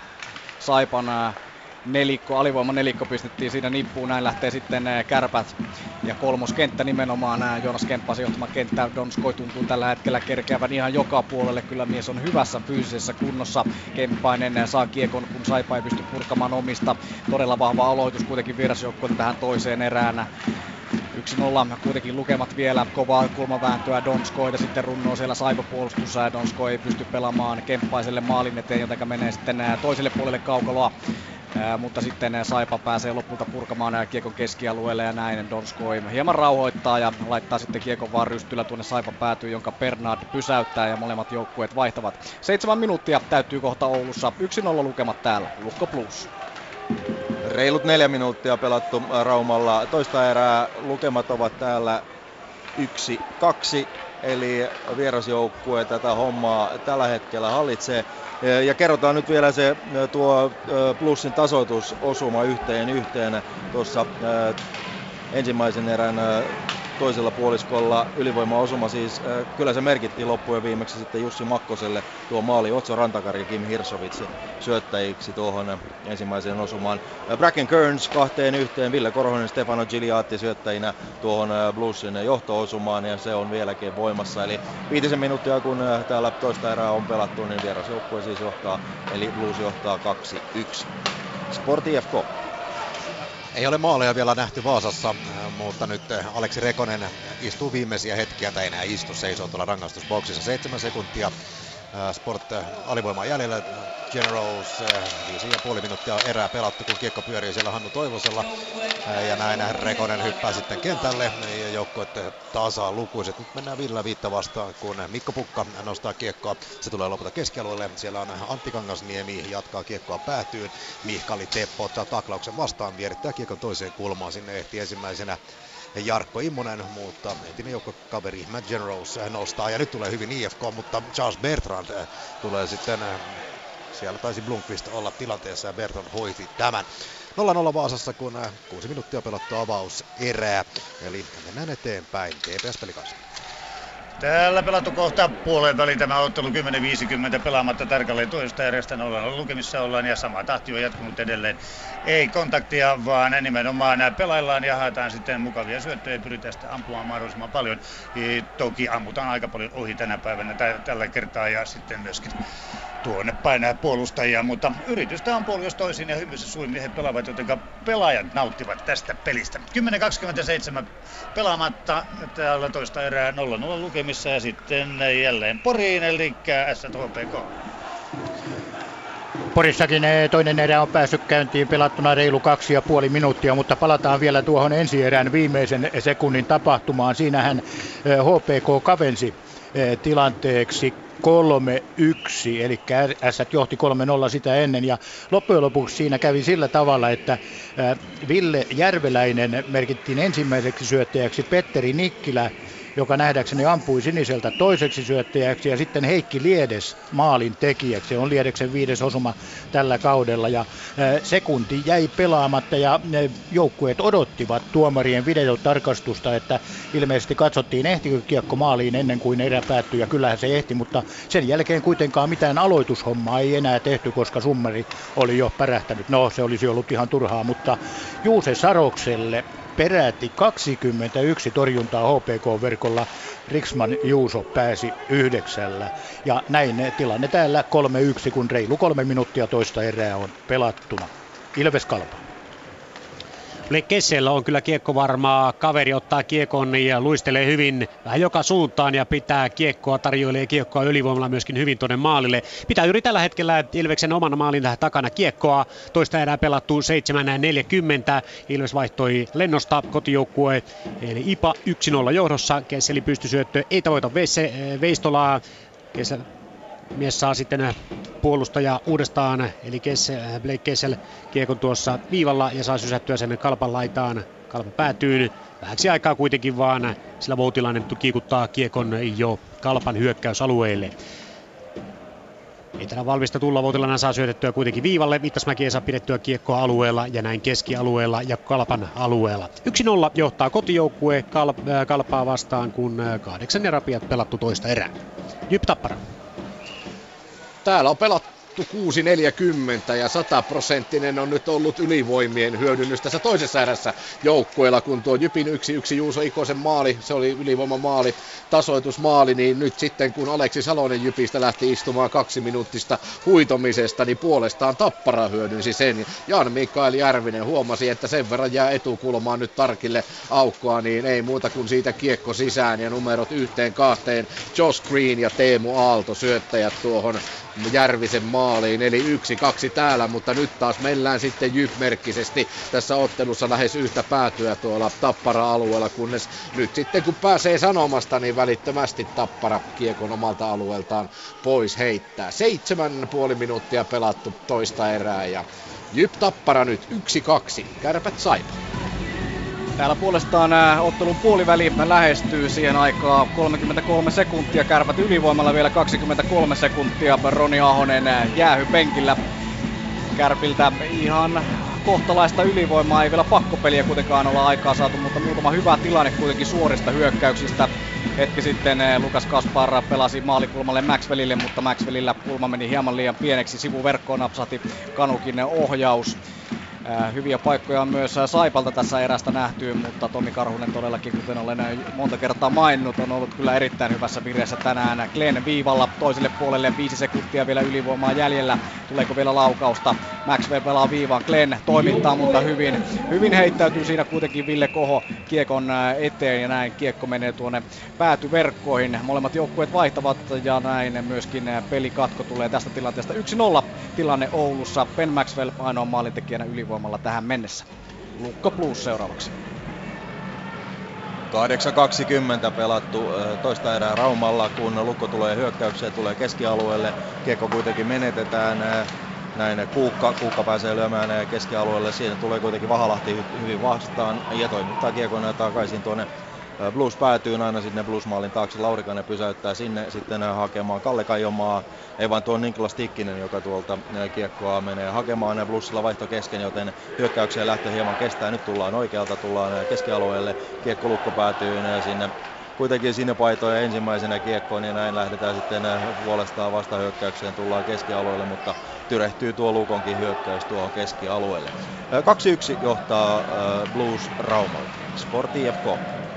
Saipan nelikko, alivoiman nelikko pistettiin siinä nippuun, näin lähtee sitten Kärpät ja kolmoskenttä nimenomaan, Joonas Kemppaisen johtama kenttä. Donskoi tuntuu tällä hetkellä kerkeävän ihan joka puolelle, kyllä mies on hyvässä fyysisessä kunnossa. Kemppainen saa kiekon, kun Saipa ei pysty purkamaan omista. Todella vahva aloitus kuitenkin vierasjoukkueelta tähän toiseen erään. yksi nolla kuitenkin lukemat vielä, kovaa kulmavääntöä Donskoita sitten runnoo siellä Saipa-puolustussa ja Donskoi ei pysty pelaamaan Kemppaiselle maalin eteen, jotenka menee sitten toiselle puolelle kaukaloa. Ää, mutta sitten Saipa pääsee lopulta purkamaan kiekon keskialueelle ja näin Donskoi hieman rauhoittaa ja laittaa sitten kiekon vaan rystyllä tuonne Saipa päätyy, jonka Bernard pysäyttää ja molemmat joukkueet vaihtavat. Seitsemän minuuttia täytyy kohta Oulussa, yksi nolla lukemat täällä, Lukko Plus.
Reilut neljä minuuttia pelattu Raumalla. Toista erää lukemat ovat täällä yksi kaksi, eli vierasjoukkue tätä hommaa tällä hetkellä hallitsee. Ja kerrotaan nyt vielä se tuo Plussin tasoitusosuma yhteen yhteen tuossa ensimmäisen erän toisella puoliskolla ylivoimaosuma siis, kyllä se merkittiin loppujen viimeksi sitten Jussi Makkoselle tuo maali Otso Rantakari ja Kim Hirsovits syöttäjiksi tuohon ensimmäiseen osumaan. Bracken Kearns kahteen yhteen, Ville Korhonen, Stefano Giliatti syöttäjinä tuohon Bluesin johto-osumaan ja se on vieläkin voimassa. Eli viitisen minuuttia kun täällä toista erää on pelattu, niin vierasjoukkue siis johtaa, eli Blues johtaa kaksi yksi. Sport I F K.
Ei ole maaleja vielä nähty Vaasassa, mutta nyt Aleksi Rekonen istuu viimeisiä hetkiä, tai enää istu, seisoo tuolla rangaistusboksissa seitsemän sekuntia. Sport alivoimaa jäljellä. Generals, viisi ja puoli minuuttia erää pelattu, kun kiekko pyörii siellä Hannu Toivosella. Ja näin Rekonen hyppää sitten kentälle ja joukkueet tasaa lukuiset. Nyt mennään viidellä viittä vastaan, kun Mikko Pukka nostaa kiekkoa. Se tulee lopulta keskialueelle. Siellä on Antti Kangasniemi, jatkaa kiekkoa päätyyn. Mihkali Teppo ottaa taklauksen vastaan, vierittää kiekon toiseen kulmaan. Sinne ehti ensimmäisenä Jarkko Immonen, mutta entinen joukkokaveri Matt Generals nostaa. Ja nyt tulee hyvin I F K, mutta Charles Bertrand tulee sitten. Siellä taisi Blomqvist olla tilanteessa ja Bertrand hoiti tämän. nolla nolla Vaasassa, kun kuusi minuuttia pelattu avaus erää. Eli mennään eteenpäin. T P S-peli kanssa.
Täällä pelattu kohta puolen väliin tämä ottelu kymmenen viisikymmentä pelaamatta tarkalleen toista erästä nolla nolla lukemissa ollaan ja sama tahti on jatkunut edelleen. Ei kontaktia, vaan nimenomaan pelaillaan ja haetaan sitten mukavia syöttöjä ja pyritään sitten ampumaan mahdollisimman paljon. Ja toki ammutaan aika paljon ohi tänä päivänä tä- tällä kertaa ja sitten myöskin tuonne painaa puolustajia, mutta yritystä on puoli jos toisin ja hymyssä suin he pelaavat, joten pelaajat nauttivat tästä pelistä. kymmenen kaksikymmentäseitsemän pelaamatta täällä toista erää nolla nolla lukemissa ja sitten jälleen Poriin, eli S H P K.
Porissakin toinen erä on päässyt käyntiin pelattuna reilu kaksi ja puoli minuuttia, mutta palataan vielä tuohon ensi erän viimeisen sekunnin tapahtumaan. Siinähän H P K kavensi tilanteeksi kolme yksi, eli Ässät johti kolme nolla sitä ennen, ja loppujen lopuksi siinä kävi sillä tavalla, että Ville Järveläinen merkittiin ensimmäiseksi syöttäjäksi, Petteri Nikkilä, joka nähdäkseni ampui siniseltä toiseksi syöttäjäksi, ja sitten Heikki Liedes maalin tekijäksi. Se on Liedeksen viides osuma tällä kaudella, ja sekunti jäi pelaamatta, ja joukkueet odottivat tuomarien videotarkastusta, että ilmeisesti katsottiin, ehtikö kiekko maaliin ennen kuin erä päättyi, ja kyllähän se ehti, mutta sen jälkeen kuitenkaan mitään aloitushommaa ei enää tehty, koska summeri oli jo pärähtänyt. No, se olisi ollut ihan turhaa, mutta Juuse Sarokselle peräti kaksikymmentäyksi torjuntaa H P K-verkolla. Riksman Juuso pääsi yhdeksällä. Ja näin tilanne täällä kolme yksi, kun reilu kolme minuuttia toista erää on pelattuna. Ilves Kalpa.
Kessellä on kyllä kiekko varmaa. Kaveri ottaa kiekon ja luistelee hyvin vähän joka suuntaan ja pitää kiekkoa, tarjoilee kiekkoa ylivoimalla myöskin hyvin tuonne maalille. Pitää juuri tällä hetkellä Ilveksen oman maalin takana kiekkoa. Toista erää pelattu seitsemän neljäkymmentä. Ilves vaihtoi lennosta kotijoukkue eli I P A yksi nolla johdossa. Kesseli pystysyöttö ei tavoita Veistolaa. Kessel mies saa sitten puolustaja uudestaan, eli Kessel, Blake Kessel kiekon tuossa viivalla ja saa sysättyä sen Kalpan laitaan. Kalpa päätyy vähäksi aikaa kuitenkin vaan, sillä Voutilainen kiikuttaa kiekon jo Kalpan hyökkäysalueelle. Ei tänä valmista tulla, Voutilainen saa syötettyä kuitenkin viivalle, Vittasmäki ei saa pidettyä kiekkoa alueella ja näin keskialueella ja Kalpan alueella. yksi nolla johtaa kotijoukkue Kalp- Kalpaa vastaan, kun kahdeksan erapiat pelattu toista erää. Jyp Tappara.
Täällä on pelattu kuusi neljäkymmentä ja sataprosenttinen on nyt ollut ylivoimien hyödynnys tässä toisessa erässä joukkueella, kun tuo Jypin yksi yksi Juuso Ikosen maali, se oli ylivoimamaali, tasoitusmaali, niin nyt sitten kun Aleksi Salonen Jypistä lähti istumaan kaksi minuuttista huitomisesta, niin puolestaan Tappara hyödynsi sen. Jan Mikael Järvinen huomasi, että sen verran jää etukulmaan nyt Tarkille aukkoa, niin ei muuta kuin siitä kiekko sisään ja numerot yhteen kahteen. Josh Green ja Teemu Aalto syöttäjät tuohon Järvisen maaliin, eli yksi kaksi täällä, mutta nyt taas mennään sitten Jyp-merkkisesti tässä ottelussa lähes yhtä päätyä tuolla Tappara-alueella, kunnes nyt sitten kun pääsee sanomasta, niin välittömästi Tappara kiekon omalta alueeltaan pois heittää. Seitsemän puoli minuuttia pelattu toista erää ja Jyp Tappara nyt yksi kaksi, Kärpät Saipa.
Täällä puolestaan ää, ottelun puoliväli lähestyy siihen aikaa kolmekymmentäkolme sekuntia. Kärpät ylivoimalla vielä kaksikymmentäkolme sekuntia. Roni Ahonen jäähy penkillä. Kärpiltä ihan kohtalaista ylivoimaa, ei vielä pakkopeliä kuitenkaan olla aikaa saatu, mutta muutama hyvä tilanne kuitenkin suorista hyökkäyksistä. Hetki sitten Lukas Kaspar pelasi maalikulmalle Maxwellille, mutta Maxwellillä kulma meni hieman liian pieneksi. Sivuverkkoon napsahti Kanukin ohjaus. Hyviä paikkoja on myös Saipalta tässä erästä nähty, mutta Tomi Karhunen todellakin, kuten olen monta kertaa maininnut, on ollut kyllä erittäin hyvässä vireessä tänään. Glenn viivalla toiselle puolelle, viisi sekuntia vielä ylivoimaa jäljellä. Tuleeko vielä laukausta? Maxwell pelaa viivaan, Glenn toimittaa, mutta hyvin, hyvin heittäytyy siinä kuitenkin Ville Koho kiekon eteen ja näin kiekko menee tuonne päätyverkkoihin. Molemmat joukkueet vaihtavat ja näin myöskin pelikatko tulee tästä tilanteesta. yksi nolla tilanne Oulussa. Ben Maxwell ainoa maalintekijänä ylivoimalla tähän mennessä. Lukko Blues seuraavaksi.
kahdeksan kaksikymmentä pelattu toista erää Raumalla, kun Lukko tulee hyökkäykseen, tulee keskialueelle. Kiekko kuitenkin menetetään. Näin Kuukka, Kuukka pääsee lyömään keskialueelle. Siinä tulee kuitenkin Vahalahti hyvin vastaan ja toimittaa kiekon takaisin tuonne. Blues päätyy aina sinne Blues-maalin taakse. Laurikainen pysäyttää sinne sitten hakemaan Kalle Kajomaa. Ei vaan tuo Niklas Tikkinen, joka tuolta kiekkoa menee hakemaan. Bluesilla vaihto kesken, joten hyökkäykseen lähtö hieman kestää. Nyt tullaan oikealta, tullaan keskialueelle. Kiekko Lukko päätyy sinne. Kuitenkin sinne paitoja ensimmäisenä kiekkoon ja näin lähdetään sitten puolestaan vastahyökkäykseen. Tullaan keskialueelle, mutta tyrehtyy tuo Lukonkin hyökkäys tuohon keskialueelle. kaksi yksi johtaa Blues Raumalla. Sport I F K.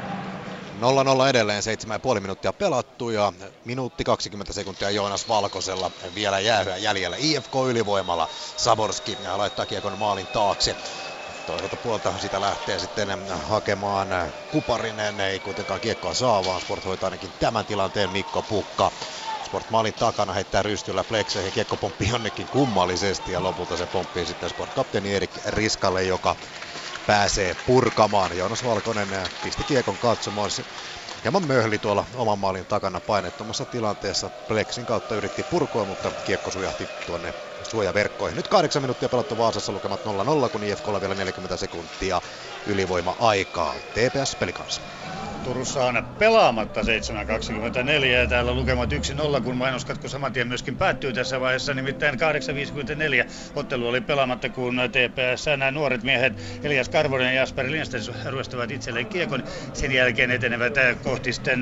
nolla nolla edelleen, seitsemän pilkku viisi minuuttia pelattu ja minuutti kaksikymmentä sekuntia Joonas Valkosella vielä jäähyä jäljellä. I F K ylivoimalla, Saborski laittaa kiekon maalin taakse. Toiselta puolta sitä lähtee sitten hakemaan Kuparinen, ei kuitenkaan kiekkoa saa, vaan Sport hoitaa ainakin tämän tilanteen Mikko Pukka. Sport maalin takana heittää rystyllä flekseihin, kiekko pomppii jonnekin kummallisesti ja lopulta se pomppii sitten Sport-kapteeni Erik Riskalle, joka pääsee purkamaan. Joonas Valkonen pisti kiekon katsomaan. Hieman möhli tuolla oman maalin takana painettomassa tilanteessa. Plexin kautta yritti purkua, mutta kiekko sujahti tuonne suojaverkkoihin. Nyt kahdeksan minuuttia pelattu Vaasassa, lukemat nolla nolla, kun I F K:lla vielä neljäkymmentä sekuntia ylivoima-aikaa. T P S Pelicans.
Turussa on pelaamatta seitsemän kaksikymmentäneljä ja täällä lukemat yksi nolla, kun mainoskatko saman tien myöskin päättyy tässä vaiheessa. Nimittäin kahdeksan viisikymmentäneljä ottelu oli pelaamatta, kun T P S nämä nuoret miehet Elias Karvonen ja Jasper Lindsten ryöstävät itselleen kiekon. Sen jälkeen etenevät kohti sitten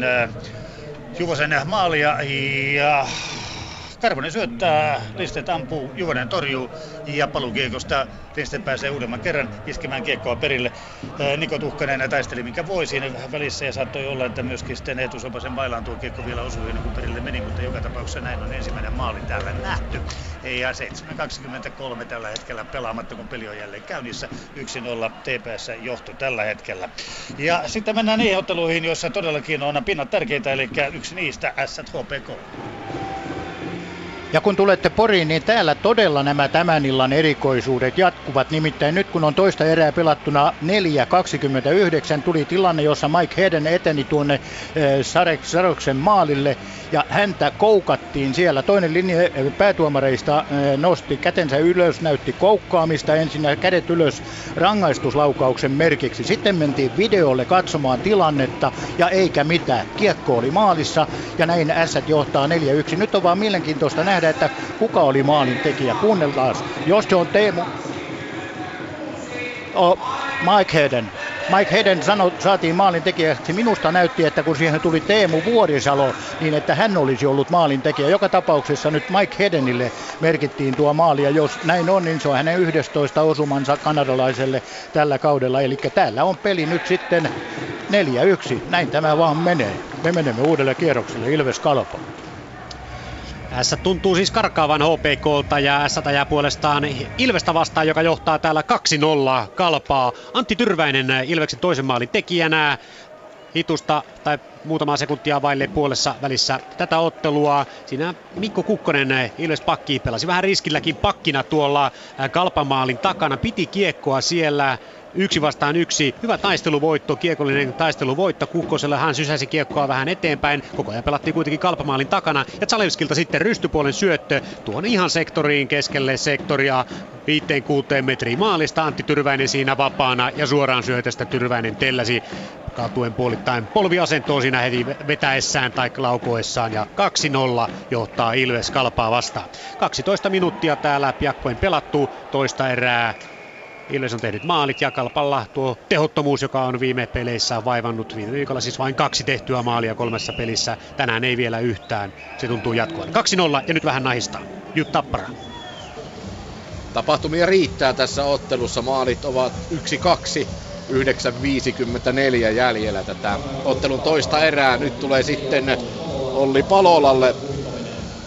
Juvosen maalia ja Karvonen syöttää, Lindsten ampuu, Juvonen torjuu ja palukiekosta Lindsten pääsee uudemman kerran iskemään kiekkoa perille. Niko Tuhkanen taisteli minkä voi siinä välissä ja saattoi olla, että myöskin sitten Eetu Sopasen mailaan tuo kiekko vielä osui ennen kuin perille meni, mutta joka tapauksessa näin on ensimmäinen maali täällä nähty. Ja seitsemän kaksikymmentäkolme tällä hetkellä pelaamatta, kun peli on jälleen käynnissä. yksi nolla T P S johto tällä hetkellä. Ja sitten mennään niihin otteluihin, joissa todellakin on pinnat tärkeitä, eli yksi niistä S H P K.
Ja kun tulette Poriin, niin täällä todella nämä tämän illan erikoisuudet jatkuvat. Nimittäin nyt kun on toista erää pelattuna neljä kaksikymmentäyhdeksän, tuli tilanne, jossa Mike Heden eteni tuonne Sarek Saroksen maalille ja häntä koukattiin siellä. Toinen linja päätuomareista nosti kätensä ylös, näytti koukkaamista, ensin kädet ylös rangaistuslaukauksen merkiksi. Sitten mentiin videolle katsomaan tilannetta ja eikä mitään. Kiekko oli maalissa ja näin Ässät johtaa neljä yksi. Nyt on vaan mielenkiintoista nähdä, että kuka oli maalin tekijä. Kuunnellaan, jos se on Teemu oh, Mike Heden. Mike Heden sano, saatiin maalin tekijäksi. Minusta näytti, että kun siihen tuli Teemu Vuorisalo, niin että hän olisi ollut maalin tekijä. Joka tapauksessa nyt Mike Hedenille merkittiin tuo maali, ja jos näin on, niin se on hänen yhdestoista osumansa kanadalaiselle tällä kaudella. Eli täällä on peli nyt sitten neljä yksi. Näin tämä vaan menee. Me menemme uudelle kierrokselle. Ilves Kalpa.
S tuntuu siis karkaavan H P K:lta ja S jää puolestaan Ilvestä vastaan, joka johtaa täällä kaksi nolla Kalpaa. Antti Tyrväinen Ilveksen toisen maalin tekijänä. Hitusta tai muutamaa sekuntia vaille puolessa välissä tätä ottelua. Siinä Mikko Kukkonen, Ilves pakki, pelasi vähän riskilläkin pakkina tuolla Kalpamaalin takana. Piti kiekkoa siellä. Yksi vastaan yksi. Hyvä taisteluvoitto, kiekollinen taisteluvoitto Kukkoselle. Hän sysäsi kiekkoa vähän eteenpäin. Koko ajan pelattiin kuitenkin Kalpamaalin takana. Ja Zalewskilta sitten rystypuolen syöttö tuon ihan sektoriin keskelle sektoria. Viiteen kuuteen metriin maalista. Antti Tyrväinen siinä vapaana ja suoraan syötöstä Tyrväinen telläsi kaatuen puolittain polviasentoon siinä heti vetäessään tai laukoessaan. Ja kaksi nolla johtaa Ilves Kalpaa vastaan. kaksitoista minuuttia täällä piakkoin pelattu toista erää. Ilves on tehnyt maalit ja Kalpalla tuo tehottomuus, joka on viime peleissä vaivannut. Viime viikolla siis vain kaksi tehtyä maalia kolmessa pelissä. Tänään ei vielä yhtään. Se tuntuu jatkuvan. kaksi nolla ja nyt vähän nahistaa. Jyp Tappara.
Tapahtumia riittää tässä ottelussa. Maalit ovat yksi kaksi. yhdeksän viisikymmentäneljä jäljellä tätä ottelun toista erää. Nyt tulee sitten Olli Palolalle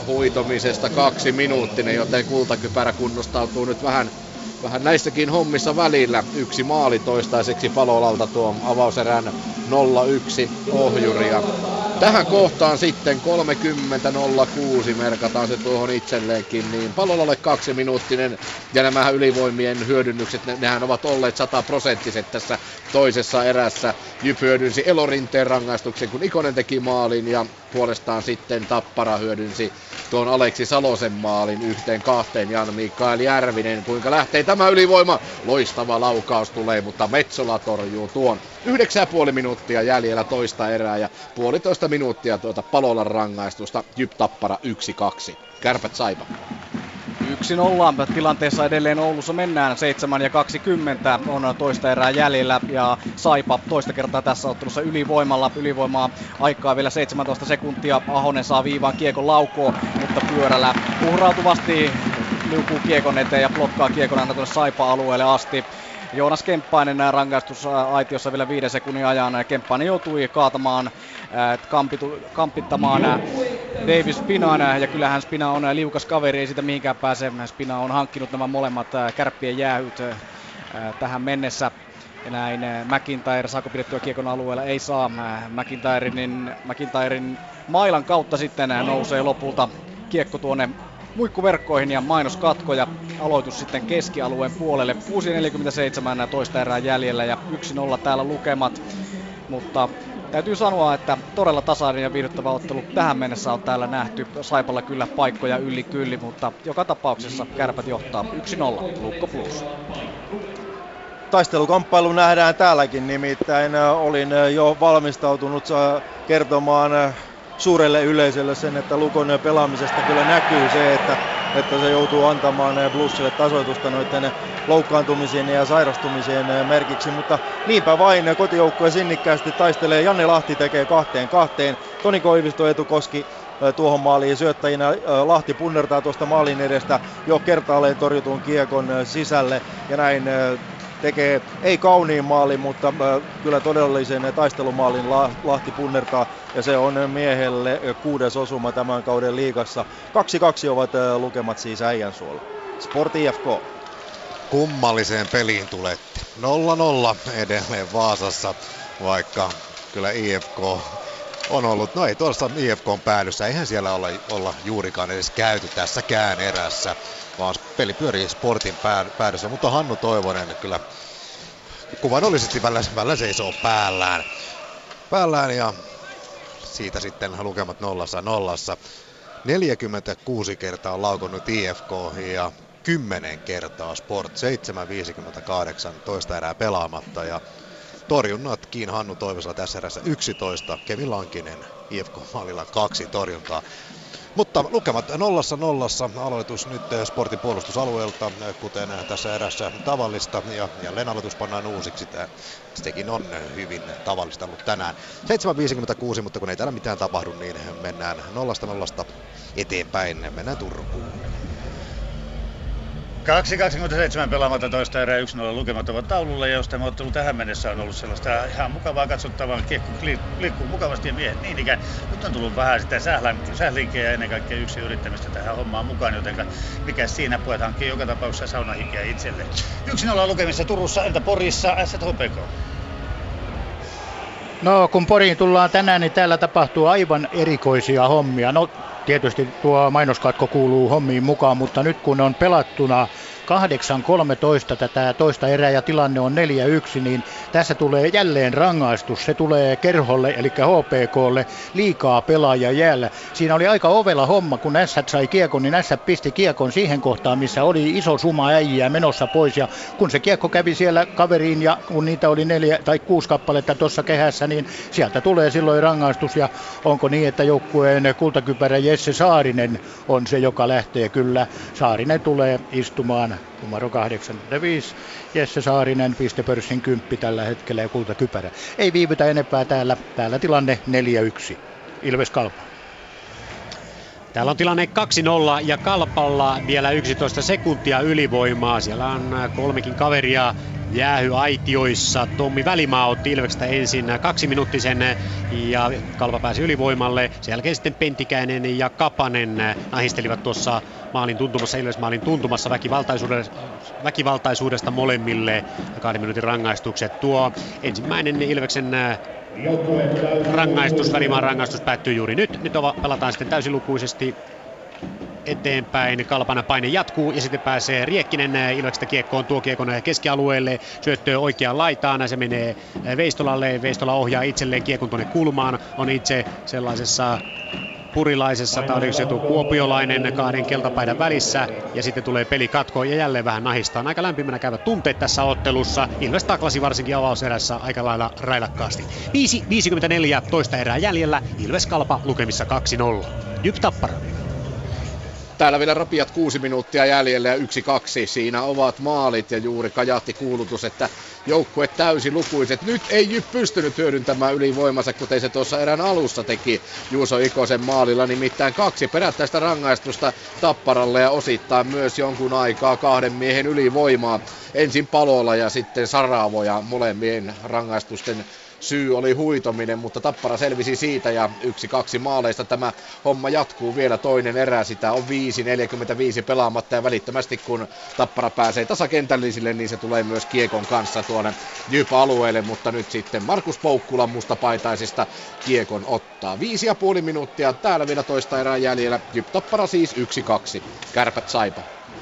huitomisesta kaksi minuuttinen, joten Kultakypärä kunnostautuu nyt vähän, vähän näissäkin hommissa välillä. Yksi maali toistaiseksi Palolalta tuo avauserän nolla yksi ohjuria. Tähän kohtaan sitten kolmekymmentä nolla kuusi merkataan se tuohon itselleenkin, niin Palolalle kaksi minuuttinen ja nämä ylivoimien hyödynnykset, ne, nehän ovat olleet sataprosenttiset tässä toisessa erässä. Jyp hyödynsi Elorinteen rangaistuksen, kun Ikonen teki maalin ja puolestaan sitten Tappara hyödynsi tuon Aleksi Salosen maalin yhteen kahteen. Jan Mikael Järvinen, kuinka lähtee tämä ylivoima? Loistava laukaus tulee, mutta Metsola torjuu tuon. Yhdeksän ja puoli minuuttia jäljellä toista erää ja puolitoista minuuttia tuota Palolan rangaistusta. Jyp Tappara yksi kaksi. Kärpät Saipa.
yksi nolla tilanteessa edelleen Oulussa mennään, seitsemän ja kaksikymmentä on toista erää jäljellä ja Saipa toista kertaa tässä ottelussa ylivoimalla. Ylivoimaa aikaa vielä seitsemäntoista sekuntia, Ahonen saa viivaan kiekon laukoo, mutta pyörällä uhrautuvasti liukuu kiekon eteen ja blokkaa kiekon aina tuonne Saipa-alueelle asti. Joonas Kemppainen rangaistusaitiossa vielä viiden sekunnin ajan. Kemppainen joutui kaatamaan, kampitu, kampittamaan Davis Spinan, ja kyllähän Spina on liukas kaveri, ei siitä mihinkään pääse. Spina on hankkinut nämä molemmat Kärppien jäähyt tähän mennessä. Ja näin McIntyre, saako pidettyä kiekon alueella? Ei saa. McIntyren, McIntyren mailan kautta sitten nousee lopulta kiekko tuonne muikkuverkkoihin ja mainoskatko ja aloitus sitten keskialueen puolelle. kuusi neljäkymmentäseitsemän toista erää jäljellä ja yksi nolla täällä lukemat. Mutta täytyy sanoa, että todella tasainen ja viihdyttävä ottelu tähän mennessä on täällä nähty. Saipalla kyllä paikkoja yli kylli, mutta joka tapauksessa Kärpät johtaa yksi nolla. Lukko plus.
Taistelukamppailu nähdään täälläkin, nimittäin olin jo valmistautunut kertomaan suurelle yleisölle sen, että Lukon pelaamisesta kyllä näkyy se, että, että se joutuu antamaan Bluesille tasoitusta noiden loukkaantumisien ja sairastumisien merkiksi, mutta niinpä vain kotijoukkue sinnikkäästi taistelee. Janne Lahti tekee kahteen kahteen, Toni Koivisto, Eetu Koski tuohon maaliin syöttäjinä. Lahti punnertaa tuosta maalin edestä jo kertaalleen torjutun kiekon sisälle ja näin tekee ei kauniin maalin, mutta äh, kyllä todellisen taistelumaalin Lahti punnertaa ja se on miehelle kuudes osuma tämän kauden liigassa. kaksi kaksi ovat äh, lukemat siis Äijänsuolla. Sport I F K.
Kummalliseen peliin tulette. nolla nolla edelleen Vaasassa, vaikka kyllä I F K on ollut, no ei tuossa I F K:n päädyssä, eihän siellä olla, olla juurikaan edes käyty tässäkään erässä, vaan peli pyörii Sportin päädyssä, mutta Hannu Toivonen kyllä kuvannollisesti välillä, välillä seisoo päällään. Päällään ja siitä sitten lukemat nollassa nollassa. neljäkymmentäkuusi kertaa on laukonnut I F K ja kymmenen kertaa Sport, seitsemän viisikymmentäkahdeksan toista erää pelaamatta ja torjunnatkin Hannu Toivosella tässä erässä yksitoista, Kevin Lankinen I F K-maalilla kaksi torjuntaa. Mutta lukemat nollassa nollassa, aloitus nyt Sportin puolustusalueelta, kuten tässä erässä tavallista, ja jälleen aloitus pannaan uusiksi. Sekin on hyvin tavallista ollut tänään. seitsemän viisikymmentäkuusi, mutta kun ei täällä mitään tapahdu, niin mennään nollasta nollasta eteenpäin, mennään Turkuun.
kaksi kaksikymmentäseitsemän pelaamatta toista erää, yksi nolla lukemat ovat taululla, ja jos tämä ottelu tähän mennessä on ollut sellaista ihan mukavaa katsottavaa, kiekko liikkuu mukavasti ja miehet niin ikään. Nyt on tullut vähän sitä sählinkeä ja ennen kaikkea yksin yrittämistä tähän hommaan mukaan, joten mikä siinä pojat hankkii joka tapauksessa saunahikeä itselle. yksi nolla lukemissa Turussa, entä Porissa, S H P K?
No kun Poriin tullaan tänään, niin täällä tapahtuu aivan erikoisia hommia. No tietysti tuo mainoskatko kuuluu hommiin mukaan, mutta nyt kun on pelattuna kahdeksan kolmetoista tätä toista erää ja tilanne on neljä yksi, niin tässä tulee jälleen rangaistus. Se tulee Kerholle eli H P K:lle, liikaa pelaajia jäällä. Siinä oli aika ovela homma, kun S sai kiekon, niin S pisti kiekon siihen kohtaan, missä oli iso suma äijää menossa pois. Ja kun se kiekko kävi siellä kaveriin ja kun niitä oli neljä tai kuusi kappaletta tuossa kehässä, niin sieltä tulee silloin rangaistus. Ja onko niin, että joukkueen kultakypärä Jesse Saarinen on se, joka lähtee? Kyllä, Saarinen tulee istumaan numero kahdeksankymmentäviisi, Jesse Saarinen, pistepörssin kymppi tällä hetkellä ja kultakypärä. Ei viivytä enempää täällä, täällä tilanne neljä yksi. Ilves Kalpa.
Täällä on tilanne kaksi nolla ja Kalpalla vielä yksitoista sekuntia ylivoimaa. Siellä on kolmekin kaveria jäähyaitioissa. Tommi Välimaa otti Ilveksestä ensin kaksiminuuttisen ja Kalpa pääsi ylivoimalle. Sen jälkeen sitten Pentikäinen ja Kapanen nahistelivat tuossa maalin tuntumassa, Ilves maalin tuntumassa väkivaltaisuudesta, väkivaltaisuudesta molemmille. Kahden minuutin rangaistukset. Tuo ensimmäinen Ilveksen rangaistus, Välimaan rangaistus päättyy juuri nyt. Nyt pelataan sitten täysilukuisesti eteenpäin. Kalpan paine jatkuu ja sitten pääsee Riekkinen Ilveksestä kiekkoon, tuo kiekon keskialueelle, syöttö oikeaan laitaan, se menee Veistolalle, Veistola ohjaa itselleen kiekon tuonne kulmaan, on itse sellaisessa purilaisessa, tai oliko se tuo kuopiolainen kahden keltapaidan välissä, ja sitten tulee pelikatko ja jälleen vähän nahistaan. Aika lämpimänä käyvät tunteet tässä ottelussa. Ilves taklasi varsinkin avauserässä aika lailla railakkaasti. viisi viisikymmentäneljä toista erää jäljellä, Ilves Kalpa lukemissa kaksi nolla. Jyp Tappara.
Täällä vielä rapiat kuusi minuuttia jäljellä ja yksi kaksi. Siinä ovat maalit ja juuri kajahti kuulutus, että joukkue täysi lukuiset. Nyt ei Jyp pystynyt hyödyntämään ylivoimansa, kuten se tuossa erän alussa teki Juuso Ikosen maalilla. Nimittäin kaksi perättäistä rangaistusta Tapparalle ja osittain myös jonkun aikaa kahden miehen ylivoimaa. Ensin Palola ja sitten Saravoja, molemmien rangaistusten syy oli huitominen, mutta Tappara selvisi siitä ja yksi kaksi maaleista tämä homma jatkuu vielä toinen erä. Sitä on viisi neljäkymmentäviisi pelaamatta ja välittömästi kun Tappara pääsee tasakentällisille, niin se tulee myös kiekon kanssa tuonne Jyp-alueelle, mutta nyt sitten Markus Poukkula mustapaitaisista kiekon ottaa. Viisi ja puoli minuuttia täällä vielä toista erää jäljellä. Jyp Tappara siis yksi kaksi. Kärpät Saipa.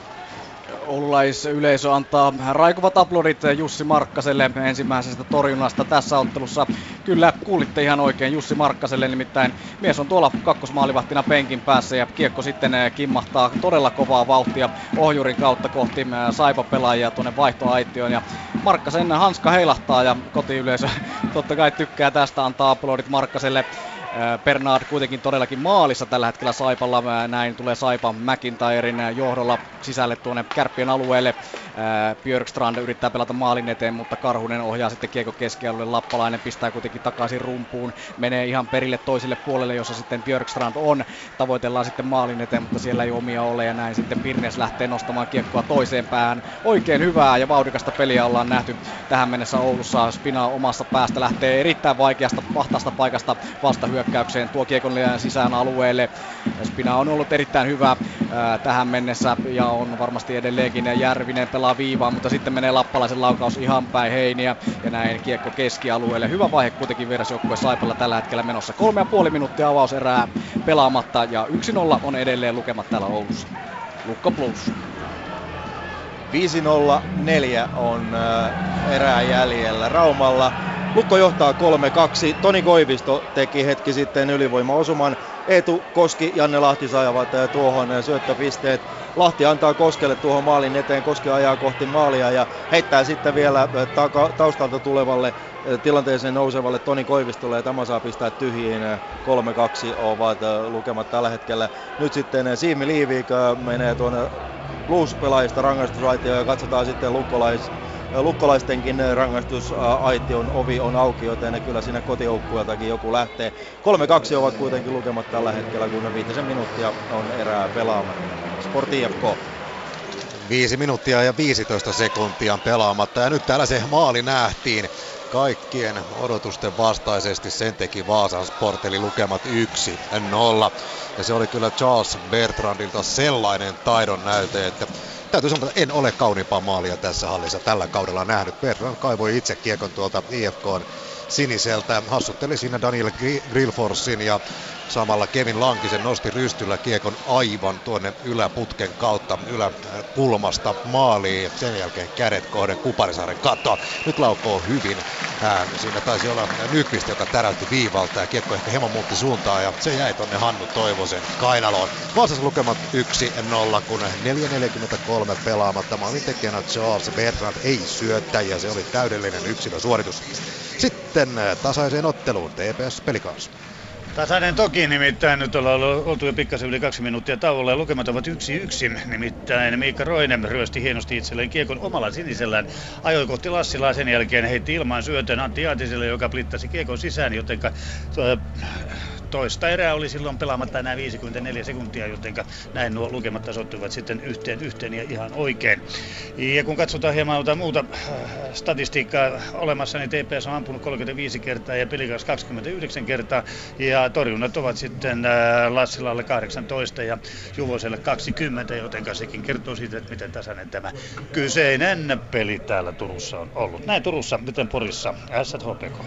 Oululaisyleisö antaa raikuvat aplodit Jussi Markkaselle ensimmäisestä torjunnasta tässä ottelussa. Kyllä kuulitte ihan oikein Jussi Markkaselle, nimittäin mies on tuolla kakkosmaalivahtina penkin päässä ja kiekko sitten kimmahtaa todella kovaa vauhtia ohjurin kautta kohti Saipa-pelaajia tuonne vaihtoaitioon. Ja Markkasen hanska heilahtaa ja kotiyleisö totta kai tykkää tästä, antaa aplodit Markkaselle. Bernard kuitenkin todellakin maalissa tällä hetkellä Saipalla. Näin tulee Saipa McIntyren johdolla sisälle tuonne Kärppien alueelle. Björkstrand yrittää pelata maalin eteen, mutta Karhunen ohjaa sitten kiekko keskialueelle. Lappalainen pistää kuitenkin takaisin rumpuun. Menee ihan perille toiselle puolelle, jossa sitten Björkstrand on. Tavoitellaan sitten maalin eteen, mutta siellä ei omia ole. Ja näin sitten Pirnes lähtee nostamaan kiekkoa toiseen päähän. Oikein hyvää ja vauhdikasta peliä ollaan nähty tähän mennessä Oulussa. Spina omassa päästä lähtee erittäin vaikeasta vahtaasta paikasta vastahyökkäykseen. Tuo kiekon sisään alueelle. Spina on ollut erittäin hyvä ää, tähän mennessä ja on varmasti edelleenkin. Järvinen pelaa viivaan, mutta sitten menee Lappalaisen laukaus ihan päin heiniä ja näin kiekko keskialueelle. Hyvä vaihe kuitenkin vierasjoukkue Saipalla tällä hetkellä menossa. Kolme ja puoli minuuttia avauserää pelaamatta ja yksi nolla on edelleen lukemat täällä Oulussa. Lukko Plus.
viisi nolla neljä on erää jäljellä Raumalla. Lukko johtaa kolme kaksi. Toni Koivisto teki hetki sitten ylivoimaosuman. Eetu Koski, Janne Lahti saavat tuohon syöttöpisteet. Lahti antaa Koskelle tuohon maalin eteen. Koski ajaa kohti maalia ja heittää sitten vielä taka, taustalta tulevalle tilanteeseen nousevalle Toni Koivistolle. Ja tämä saa pistää tyhjiin. kolme kaksi ovat lukemat tällä hetkellä. Nyt sitten Siimi Liivik menee tuonne Blues-pelaajista rangaistusaitioon ja katsotaan sitten lukkolais, lukkolaistenkin rangaistusaition ovi on auki, joten kyllä siinä kotijoukkueeltakin joku lähtee. kolme kaksi ovat kuitenkin lukemat tällä hetkellä, kun viitisen minuuttia on erää pelaamatta. Sportti I F K.
Viisi minuuttia ja viisitoista sekuntia pelaamatta ja nyt täällä se maali nähtiin. Kaikkien odotusten vastaisesti sen teki Vaasan Sport, eli lukemat yksi nolla. Ja se oli kyllä Charles Bertrandilta sellainen taidon näyte, että täytyy sanoa, että en ole kauniimpaa maalia tässä hallissa tällä kaudella nähnyt. Bertrand kaivoi itse kiekon tuolta I F K:n siniseltä, hassutteli siinä Daniel Grilforsin ja samalla Kevin Lankisen nosti rystyllä kiekon aivan tuonne yläputken kautta yläkulmasta maaliin. Sen jälkeen kädet kohden Kuparisaaren kattoa. Nyt laukoo hyvin. Ää, siinä taisi olla Nyqvist, joka täräytti viivalta ja kiekko ehkä hieman muutti suuntaan ja se jäi tonne Hannu Toivosen kainaloon. Vaasassa lukemat yksi nolla, kun neljä neljäkymmentäkolme pelaamatta. Maalin tekijänä Charles Bertrand ei syöttäjä. Se oli täydellinen yksilösuoritus. Sitten tasaiseen otteluun T P S Pelicans.
Tasainen toki, nimittäin nyt ollaan oltu jo pikkasen yli kaksi minuuttia tauolla ja lukemat ovat yksi yksi. Nimittäin Miikka Roine ryösti hienosti itselleen kiekon omalla sinisellään. Ajoi kohti Lassilaa, sen jälkeen heitti ilmaan syötön Antti Jaatiselle, joka plittasi kiekon sisään, jotenka toista erää oli silloin pelaamatta enää viisikymmentäneljä sekuntia, joten näin nuo lukemat tasoittuivat sitten yhteen yhteen ja ihan oikein. Ja kun katsotaan hieman jotain muuta statistiikkaa olemassa, niin T P S on ampunut kolmekymmentäviisi kertaa ja Pelikas kaksikymmentäyhdeksän kertaa. Ja torjunnat ovat sitten Lassilalle kahdeksantoista ja Juvoselle kaksikymmentä, joten sekin kertoo siitä, että miten tasainen tämä kyseinen peli täällä Turussa on ollut. Näin Turussa, miten Porissa, Ässät H P K.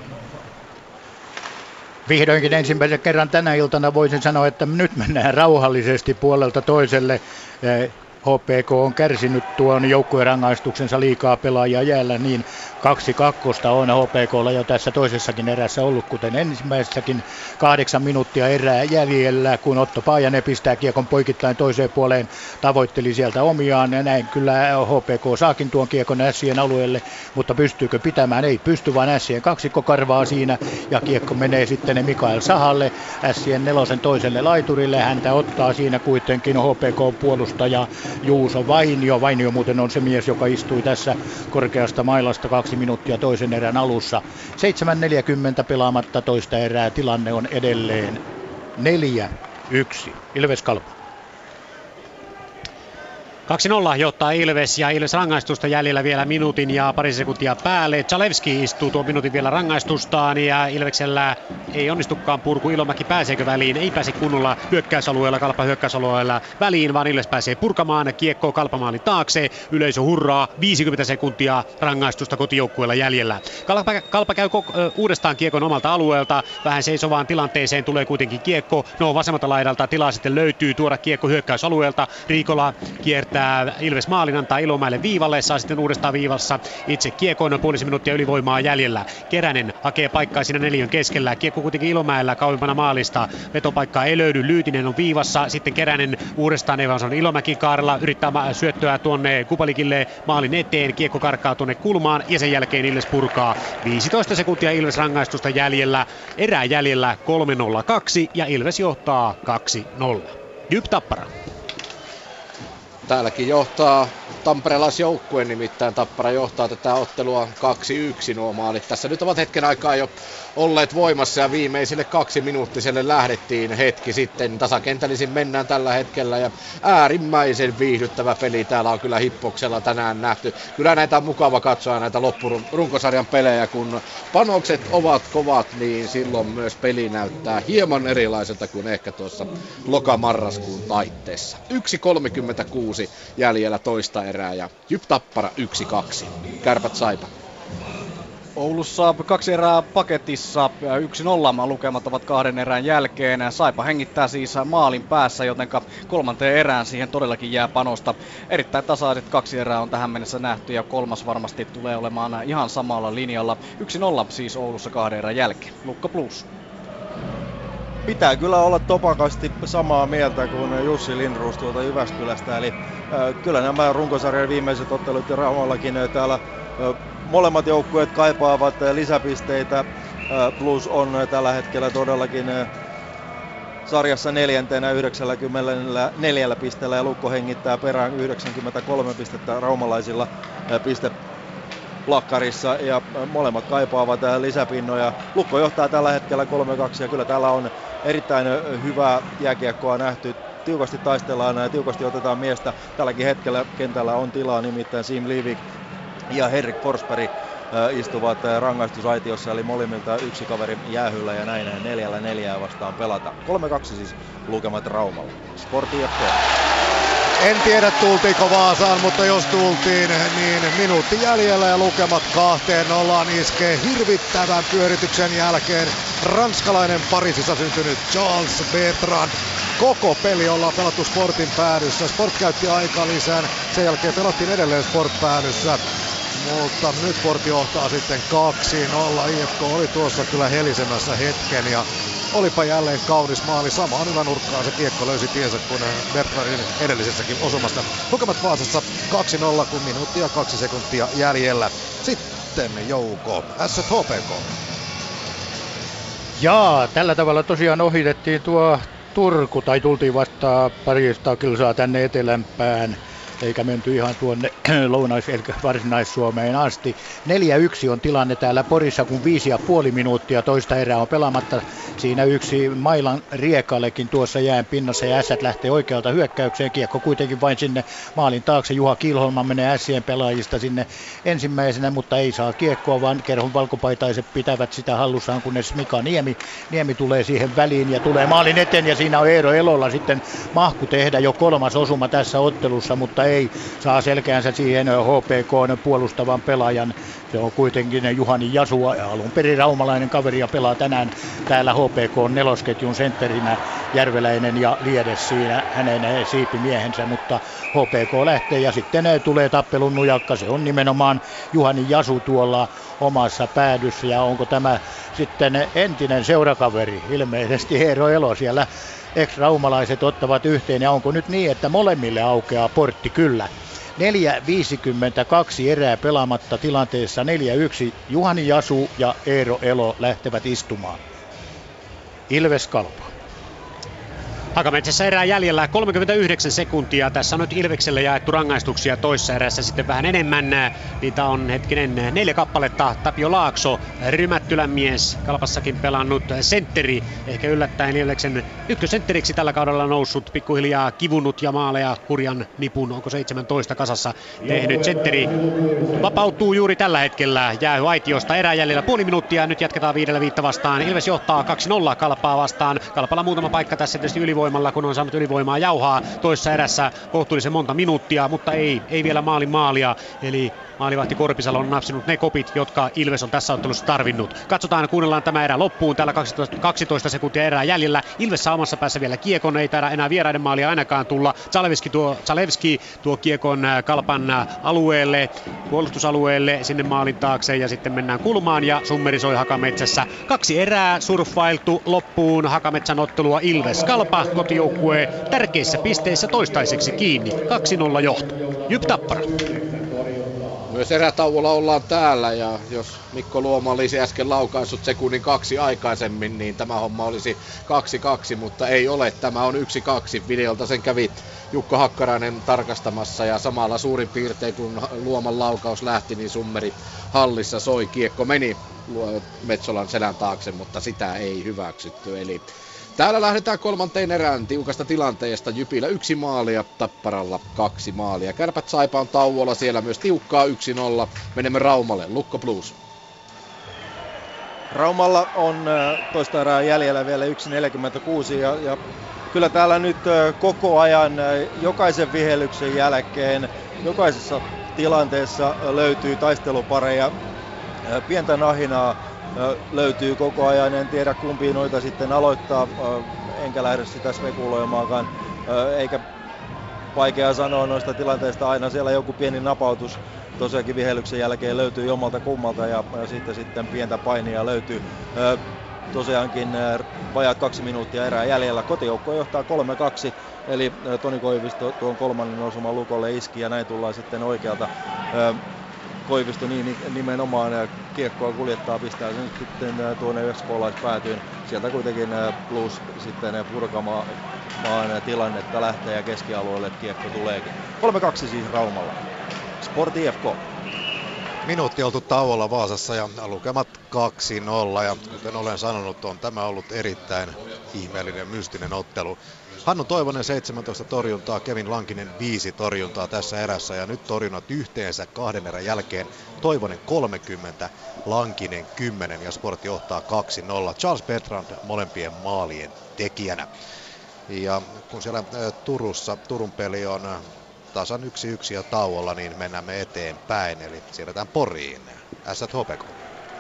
Vihdoinkin ensimmäisen kerran tänä iltana voisin sanoa, että nyt mennään rauhallisesti puolelta toiselle. H P K on kärsinyt tuon joukkuerangaistuksensa liikaa pelaajia jäällä, niin kaksi kakkosta on H P K:lla jo tässä toisessakin erässä ollut, kuten ensimmäisessäkin. Kahdeksan minuuttia erää jäljellä, kun Otto Paajanen pistää kiekon poikittain toiseen puoleen, tavoitteli sieltä omiaan, ja näin kyllä H P K saakin tuon kiekon Ässien alueelle, mutta pystyykö pitämään? Ei pysty, vaan Ässien kaksikko karvaa siinä, ja kiekko menee sitten Mikael Sahalle, Ässien nelosen toiselle laiturille, häntä ottaa siinä kuitenkin H P K-puolustaja Juuso Vainio. Vainio muuten on se mies, joka istui tässä korkeasta mailasta kaksi minuuttia toisen erän alussa. seitsemän neljäkymmentä pelaamatta toista erää, tilanne on edelleen neljä yksi. Ilves Kalpa.
kaksi nolla johtaa Ilves ja Ilves rangaistusta jäljellä vielä minuutin ja pari sekuntia päälle. Zalewski istuu tuon minuutin vielä rangaistustaan ja Ilveksellä ei onnistukaan purku. Ilomäki pääseekö väliin? Ei pääse kunnolla hyökkäysalueella, Kalpa hyökkäysalueella väliin, vaan Ilves pääsee purkamaan kiekkoa Kalpamaalin taakse. Yleisö hurraa, viisikymmentä sekuntia rangaistusta kotijoukkueella jäljellä. Kalpa, Kalpa käy kok- uudestaan kiekon omalta alueelta. Vähän seisovaan tilanteeseen tulee kuitenkin kiekko. No vasemmalta laidalta tilaa sitten löytyy tuoda kiekko hyökkäysalueelta. Riikola kiertää Ilves maalin, antaa Ilomäelle viivalle, saa sitten uudestaan viivassa itse kiekon, puolisen minuuttia ylivoimaa jäljellä. Keränen hakee paikkaa siinä neljön keskellä, kiekko kuitenkin Ilomäellä kauempana maalista, vetopaikkaa ei löydy, Lyytinen on viivassa, sitten Keränen uudestaan Evanson Ilomäki kaarella, yrittää syöttöä tuonne Kupalikille maalin eteen, kiekko karkaa tuonne kulmaan ja sen jälkeen Ilves purkaa. viisitoista sekuntia Ilves rangaistusta jäljellä, erää jäljellä kolme nolla kaksi ja Ilves johtaa kaksi nolla. Jyp Tappara.
Täälläkin johtaa tamperelaisjoukkue, nimittäin Tappara johtaa tätä ottelua kaksi yksi. Nuo maalit tässä nyt ovat hetken aikaa jo olleet voimassa ja viimeiselle kaksi minuuttiselle lähdettiin hetki sitten. Tasakentällisin mennään tällä hetkellä ja äärimmäisen viihdyttävä peli täällä on kyllä Hippoksella tänään nähty. Kyllä näitä on mukava katsoa näitä loppurunkosarjan pelejä, kun panokset ovat kovat, niin silloin myös peli näyttää hieman erilaiselta kuin ehkä tuossa loka-marraskuun taitteessa. yksi kolmekymmentäkuusi jäljellä toista erää ja Jyp Tappara yksi kaksi. Kärpät Saipa.
Oulussa kaksi erää paketissa, yksi nolla lukemat ovat kahden erän jälkeen. Saipa hengittää siis maalin päässä, jotenka kolmanteen erään siihen todellakin jää panosta. Erittäin tasaiset kaksi erää on tähän mennessä nähty ja kolmas varmasti tulee olemaan ihan samalla linjalla. yksi nolla siis Oulussa kahden erän jälkeen. Lukko Plus.
Pitää kyllä olla topakasti samaa mieltä kuin Jussi Lindroos tuolta Jyväskylästä. Eli äh, kyllä nämä runkosarjan viimeiset ottelut ja Raumallakin äh, täällä äh, molemmat joukkueet kaipaavat äh, lisäpisteitä. Äh, Plus on äh, tällä hetkellä todellakin äh, sarjassa neljäntenä yhdeksänkymmentäneljä pisteellä ja Lukko hengittää perään yhdeksänkymmentäkolme pistettä raumalaisilla äh, piste. Plakkarissa ja molemmat kaipaavat lisäpinnoja. Lukko johtaa tällä hetkellä kolme kaksi ja kyllä täällä on erittäin hyvää jääkiekkoa nähty. Tiukasti taistellaan ja tiukasti otetaan miestä. Tälläkin hetkellä kentällä on tilaa, nimittäin Sim Livik ja Henrik Forsberg istuvat rangaistusaitiossa, eli molemmilta yksi kaveri jäähyllä ja näin neljällä neljää vastaan pelata. kolme kaksi siis lukemat Raumalla. Sportti F K.
En tiedä tultiinko Vaasaan, mutta jos tultiin, niin minuutti jäljellä ja lukemat kahteen nollaan iskee hirvittävän pyörityksen jälkeen ranskalainen Pariisissa syntynyt Charles Bertrand. Koko peli ollaan pelattu Sportin päädyssä. Sport käytti aikaa lisään, sen jälkeen pelattiin edelleen Sport päädyssä. Mutta nyt Sport johtaa sitten kaksi nolla. I F K oli tuossa kyllä helisemässä hetken ja olipa jälleen kaunis maali. Samaan ylänurkkaan se kiekko löysi tiensä kuin Bertrandin edellisessäkin osumasta. Lukemat Vaasassa kaksi nolla, kun minuuttia kaksi sekuntia jäljellä. Sitten Jouko, Ässät H P K.
Jaa, tällä tavalla tosiaan ohitettiin tuo Turku, tai tultiin vasta parista kilsaa tänne etelämpään, eikä menty ihan tuonne lounais- eli varsinais-Suomeen asti. neljä yksi on tilanne täällä Porissa, kun viisi ja puoli minuuttia toista erää on pelaamatta. Siinä yksi mailan riekallekin tuossa jään pinnassa ja Ässät lähtee oikealta hyökkäykseen. Kiekko kuitenkin vain sinne maalin taakse. Juha Kilholman menee Ässien pelaajista sinne ensimmäisenä, mutta ei saa kiekkoa, vaan kerhon valkopaitaiset pitävät sitä hallussaan, kunnes Mika Niemi, Niemi tulee siihen väliin ja tulee maalin eteen ja siinä on Eero Elolla sitten mahku tehdä jo kolmas osuma tässä ottelussa, mutta ei saa selkeänsä siihen H P K:n puolustavan pelaajan. Se on kuitenkin Juhani Jasu, alun perin raumalainen kaveri ja pelaa tänään täällä H P K:n nelosketjun sentterinä. Järveläinen ja Liedes siinä hänen siipimiehensä, mutta H P K lähtee ja sitten tulee tappelun nujakka. Se on nimenomaan Juhani Jasu tuolla omassa päädyssä ja onko tämä sitten entinen seurakaveri, ilmeisesti Eero Elo siellä. Ex-raumalaiset ottavat yhteen ja onko nyt niin, että molemmille aukeaa portti? Kyllä. neljä viisikymmentäkaksi erää pelaamatta tilanteessa neljä yksi. Juhani Jasu ja Eero Elo lähtevät istumaan. Ilves Kalpa.
Hakametsässä erää jäljellä kolmekymmentäyhdeksän sekuntia. Tässä on nyt Ilvekselle jaettu rangaistuksia toisessa erässä sitten vähän enemmän. Niitä on hetkinen neljä kappaletta. Tapio Laakso, Rymättylän mies, Kalpassakin pelannut sentteri. Ehkä yllättäen Ilveksen ykkösentteriksi tällä kaudella noussut, pikkuhiljaa kivunut ja maaleja hurjan nipun, onko seitsemäntoista kasassa tehnyt. Sentteri vapautuu juuri tällä hetkellä jäähyaitiosta. Erää jäljellä puoli minuuttia. Nyt jatketaan viidellä viittä vastaan. Ilves johtaa kaksi nolla Kalpaa vastaan. Kalpalla muutama paikka tässä tietysti ylivoimalla, kun on saanut ylivoimaa jauhaa toisessa erässä kohtuullisen monta minuuttia, mutta ei, ei vielä maalin maalia. Eli maalivahti Korpisalo on napsinut ne kopit, jotka Ilves on tässä ottelussa tarvinnut. Katsotaan, kuunnellaan tämä erä loppuun. Täällä kaksitoista, kaksitoista sekuntia erää jäljellä. Ilves saa omassa päässä vielä kiekon. Ei taida enää vieraiden maalia ainakaan tulla. Zalewski tuo, Zalewski tuo kiekon Kalpan alueelle, puolustusalueelle, sinne maalin taakse ja sitten mennään kulmaan ja summeri soi Hakametsässä. Kaksi erää surffailtu loppuun Hakametsän ottelua. Ilves Kalpa, kotijoukkue tärkeissä pisteissä toistaiseksi kiinni. kaksi nolla johto. Jyp Tappara.
Myös erätauolla ollaan täällä ja jos Mikko Luoma olisi äsken laukaissut sekunnin kaksi aikaisemmin, niin tämä homma olisi kaksi kaksi, mutta ei ole. Tämä on yksi kaksi. Videolta sen kävi Jukka Hakkarainen tarkastamassa ja samalla suurin piirtein kun Luoman laukaus lähti, niin summeri hallissa soi. Kiekko meni Metsolan selän taakse, mutta sitä ei hyväksytty. Eli täällä lähdetään kolmanteen erään tiukasta tilanteesta. Jypillä yksi maali ja Tapparalla kaksi maalia. Kärpät Saipa on tauolla, siellä myös tiukkaa yksi nolla. Menemme Raumalle. Lukko Blues.
Raumalla on toista erää jäljellä vielä yksi neljäkymmentäkuusi ja, ja kyllä täällä nyt koko ajan jokaisen vihellyksen jälkeen jokaisessa tilanteessa löytyy taistelupareja. Pientä nahinaa löytyy koko ajan, en tiedä kumpiin noita sitten aloittaa, enkä lähde sitä spekuloimaakaan, eikä vaikea sanoa noista tilanteista, aina siellä joku pieni napautus tosiaankin vihellyksen jälkeen löytyy jommalta kummalta ja, ja sitten, sitten pientä painia löytyy. Tosiaankin vajaat kaksi minuuttia erää jäljellä, kotijoukko johtaa kolme kaksi, eli Toni Koivisto tuon kolmannen osuman lukolle iski ja näin tullaan sitten oikealta. Koivisto niin nimenomaan kiekkoa kuljettaa, pistää sen sitten tuonne espoolaispäätyyn. Sieltä kuitenkin Blues sitten purkamaan tilannetta lähtee ja keskialueelle kiekko tuleekin. kolme kaksi siis Raumalla. Sportti F K.
Minuutti oltu tauolla Vaasassa ja lukemat kaksi nolla ja kuten olen sanonut, on tämä ollut erittäin ihmeellinen mystinen ottelu. Hannu Toivonen seitsemäntoista torjuntaa, Kevin Lankinen viisi torjuntaa tässä erässä ja nyt torjunnat yhteensä kahden erän jälkeen. Toivonen kolmekymmentä, Lankinen kymmenen ja Sport johtaa kaksi nolla. Charles Bertrand molempien maalien tekijänä. Ja kun siellä Turussa, Turun peli on tasan yksi yksi ja tauolla, niin mennään me eteenpäin, eli siirretään Poriin. Ässät H P K.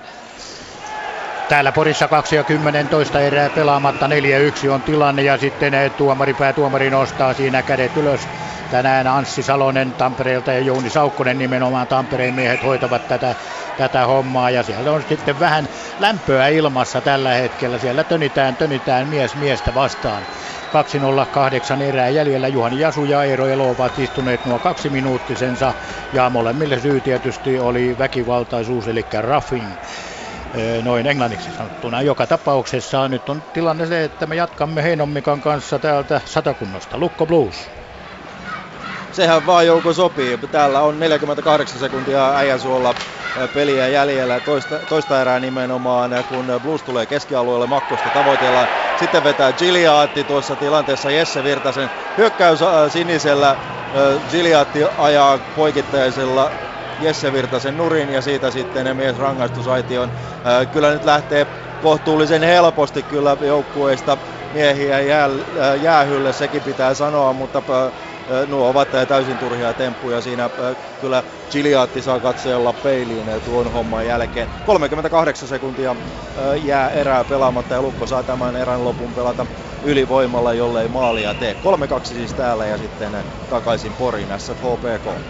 Täällä Porissa kaksi ja kymmenen toista erää pelaamatta, neljä yksi on tilanne ja sitten tuomari, päätuomari nostaa siinä kädet ylös. Tänään Anssi Salonen Tampereelta ja Jouni Saukkonen nimenomaan Tampereen miehet hoitavat tätä, tätä hommaa ja siellä on sitten vähän lämpöä ilmassa tällä hetkellä. Siellä tönitään, tönitään mies miestä vastaan. kaksi nolla kahdeksan erää jäljellä. Juhani Jasu ja Eero Elo ovat istuneet nuo kaksi minuuttisensa ja molemmille syy tietysti oli väkivaltaisuus eli roughing. Noin englanniksi sanottuna. Joka tapauksessa nyt on tilanne se, että me jatkamme Heinon Mikan kanssa täältä Satakunnasta. Lukko Blues.
Sehän vaan Jouko sopii. Täällä on neljäkymmentäkahdeksan sekuntia Äijänsuolla peliä jäljellä. Toista, toista erää nimenomaan, kun Blues tulee keskialueelle, Makkosta tavoitellaan. Sitten vetää Giliatti tuossa tilanteessa Jesse Virtasen hyökkäys sinisellä. Giliatti ajaa poikittaisella Jesse Virtasen nurin ja siitä sitten mies rangaistusaitioon. Kyllä nyt lähtee kohtuullisen helposti kyllä joukkueista miehiä jää, jäähylle, sekin pitää sanoa, mutta nuo ovat täysin turhia temppuja. Siinä kyllä Giliatti saa katsella peiliin tuon homman jälkeen. kolmekymmentäkahdeksan sekuntia jää erää pelaamatta ja Lukko saa tämän erän lopun pelata ylivoimalla, jollei maalia tee. kolme kaksi siis täällä ja sitten takaisin Poriin S F H P K.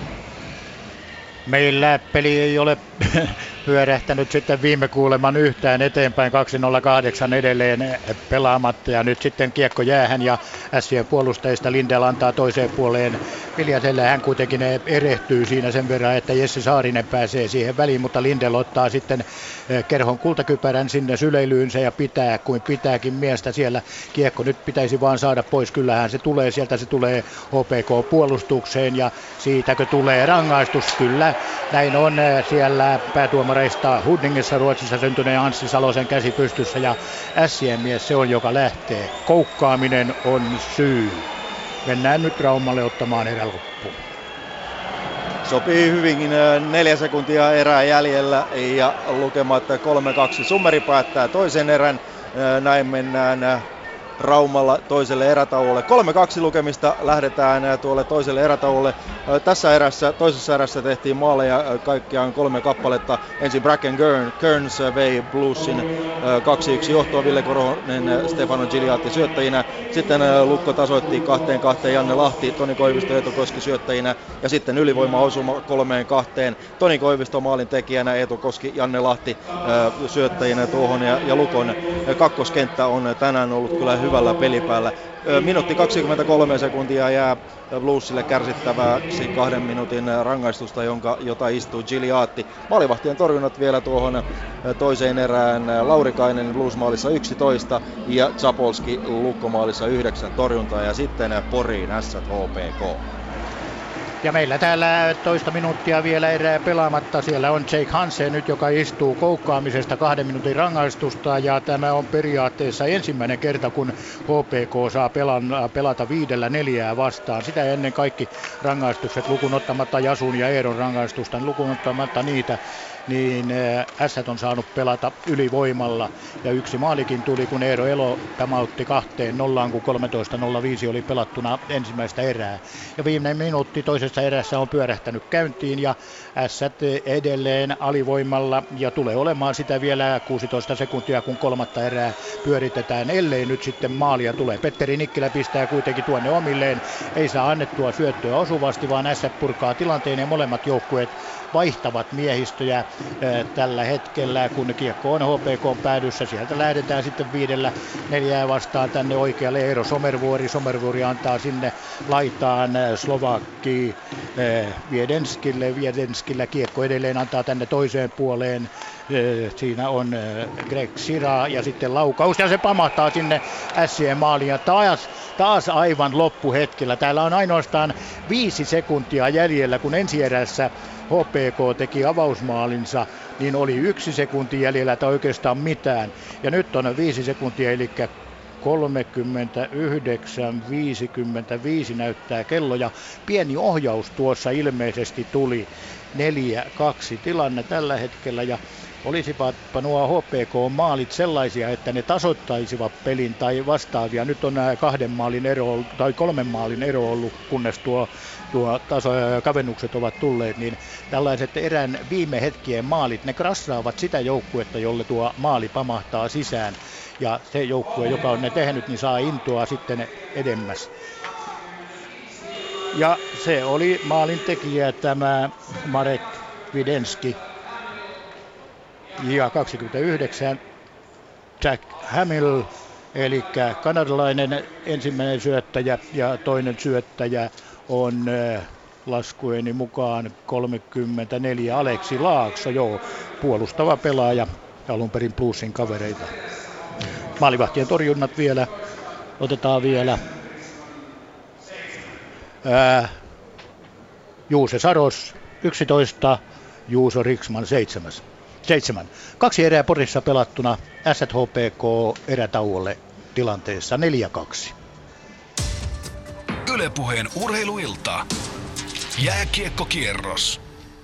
Meillä peli ei ole pyörähtänyt sitten viime kuuleman yhtään eteenpäin, kaksi nolla kahdeksan edelleen pelaamatta ja nyt sitten kiekko jäähän ja Sien puolustajista Lindell antaa toiseen puoleen Viljaselle. Hän kuitenkin erehtyy siinä sen verran, että Jesse Saarinen pääsee siihen väliin, mutta Lindell ottaa sitten Kerhon kultakypärän sinne syleilyynsä ja pitää kuin pitääkin miestä siellä. Kiekko nyt pitäisi vaan saada pois, kyllähän se tulee sieltä, se tulee H P K-puolustukseen ja siitäkö tulee rangaistus, kyllä näin on siellä päätuomareista Hudingissa Ruotsissa syntyneen Anssi Salosen käsi pystyssä ja Ässien mies se on, joka lähtee. Koukkaaminen on syy. Mennään nyt Raumalle ottamaan erä loppuun.
Sopii hyvinkin, neljä sekuntia erää jäljellä ja lukemat kolme kaksi. Summeri päättää toisen erän, näin mennään Raumalla toiselle erätauolle. kolme kaksi lukemista lähdetään tuolle toiselle erätauolle. Tässä erässä, toisessa erässä tehtiin maaleja kaikkiaan kolme kappaletta. Ensin Bracken Kearns vei Bluesin kaksi yksi johtoa, Ville Korhonen, Stefano Giliatti syöttäjinä. Sitten Lukko tasoitti kahteen kahteen, Janne Lahti, Toni Koivisto, Eetu Koski syöttäjinä. Ja sitten ylivoimaosuma kolmeen kahteen. Toni Koivisto maalin tekijänä, Eetu Koski, Janne Lahti syöttäjinä tuohon. Ja, ja Lukon kakkoskenttä on tänään ollut kyllä hyvällä pelipäällä. Minuutti kaksikymmentäkolme sekuntia jää Bluesille kärsittäväksi kahden minuutin rangaistusta, jonka, jota istuu Giliatti. Maalivahtien torjunnat vielä tuohon toiseen erään. Laurikainen Blues-maalissa yksitoista ja Zapolski Lukko-maalissa yhdeksän torjuntaa ja sitten Poriin S H P K.
Ja meillä täällä toista minuuttia vielä erää pelaamatta. Siellä on Jake Hansen nyt, joka istuu koukkaamisesta kahden minuutin rangaistusta. Ja tämä on periaatteessa ensimmäinen kerta, kun H P K saa pelan, pelata viidellä neljää vastaan. Sitä ennen kaikki rangaistukset lukun ottamatta Jasun ja Eeron rangaistusta, lukun ottamatta niitä, niin Ässät on saanut pelata ylivoimalla. Ja yksi maalikin tuli, kun Eero Elo tamautti kahteen nollaan, kun kolmetoista nolla viisi oli pelattuna ensimmäistä erää. Ja viimeinen minuutti toisessa erässä on pyörähtänyt käyntiin ja Ässät edelleen alivoimalla ja tulee olemaan sitä vielä kuusitoista sekuntia, kun kolmatta erää pyöritetään, ellei nyt sitten maalia tulee. Petteri Nikkilä pistää kuitenkin tuonne omilleen, ei saa annettua syöttöä osuvasti, vaan Ässät purkaa tilanteen ja molemmat joukkueet vaihtavat miehistöjä äh, tällä hetkellä, kun kiekko on H P K päädyssä. Sieltä lähdetään sitten viidellä neljää vastaan tänne oikealle. Eero Somervuori. Somervuori antaa sinne laitaan äh, Slovakki äh, Viedenskille. Viedenskillä kiekko edelleen antaa tänne toiseen puoleen. Äh, siinä on äh, Greg Sira ja sitten laukaus ja se pamahtaa sinne Ässien maaliin. Ja taas, taas aivan loppuhetkellä. Täällä on ainoastaan viisi sekuntia jäljellä, kun ensierässä H P K teki avausmaalinsa, niin oli yksi sekunti jäljellä tai oikeastaan mitään. Ja nyt on viisi sekuntia, eli kolmekymmentäyhdeksän viisikymmentäviisi näyttää kello. Ja pieni ohjaus tuossa ilmeisesti tuli. neljä kaksi tilanne tällä hetkellä ja olisipa nuo H P K-maalit sellaisia, että ne tasoittaisivat pelin tai vastaavia. Nyt on nämä kahden maalin ero tai kolmen maalin ero ollut, kunnes tuo, tuo taso ja kavennukset ovat tulleet, niin tällaiset erän viime hetkien maalit, ne krassaavat sitä joukkuetta, jolle tuo maali pamahtaa sisään. Ja se joukkue, joka on ne tehnyt, niin saa intoa sitten edemmäs. Ja se oli maalin tekijä tämä Marek Videnski. Ja kaksikymmentäyhdeksän Jack Hamill, eli kanadalainen ensimmäinen syöttäjä ja toinen syöttäjä on laskueni mukaan kolmekymmentäneljä Aleksi Laakso, joo, puolustava pelaaja, alun perin Bluesin kavereita. Maalivahtien torjunnat vielä, otetaan vielä. Ää, Juuse Saros yksitoista Juuso Riksman seitsemäs. Seitsemän. Kaksi erää Porissa pelattuna. S H P K erätauolle tilanteessa neljä kaksi.
Yle Puheen urheiluilta. Jääkiekkokierros.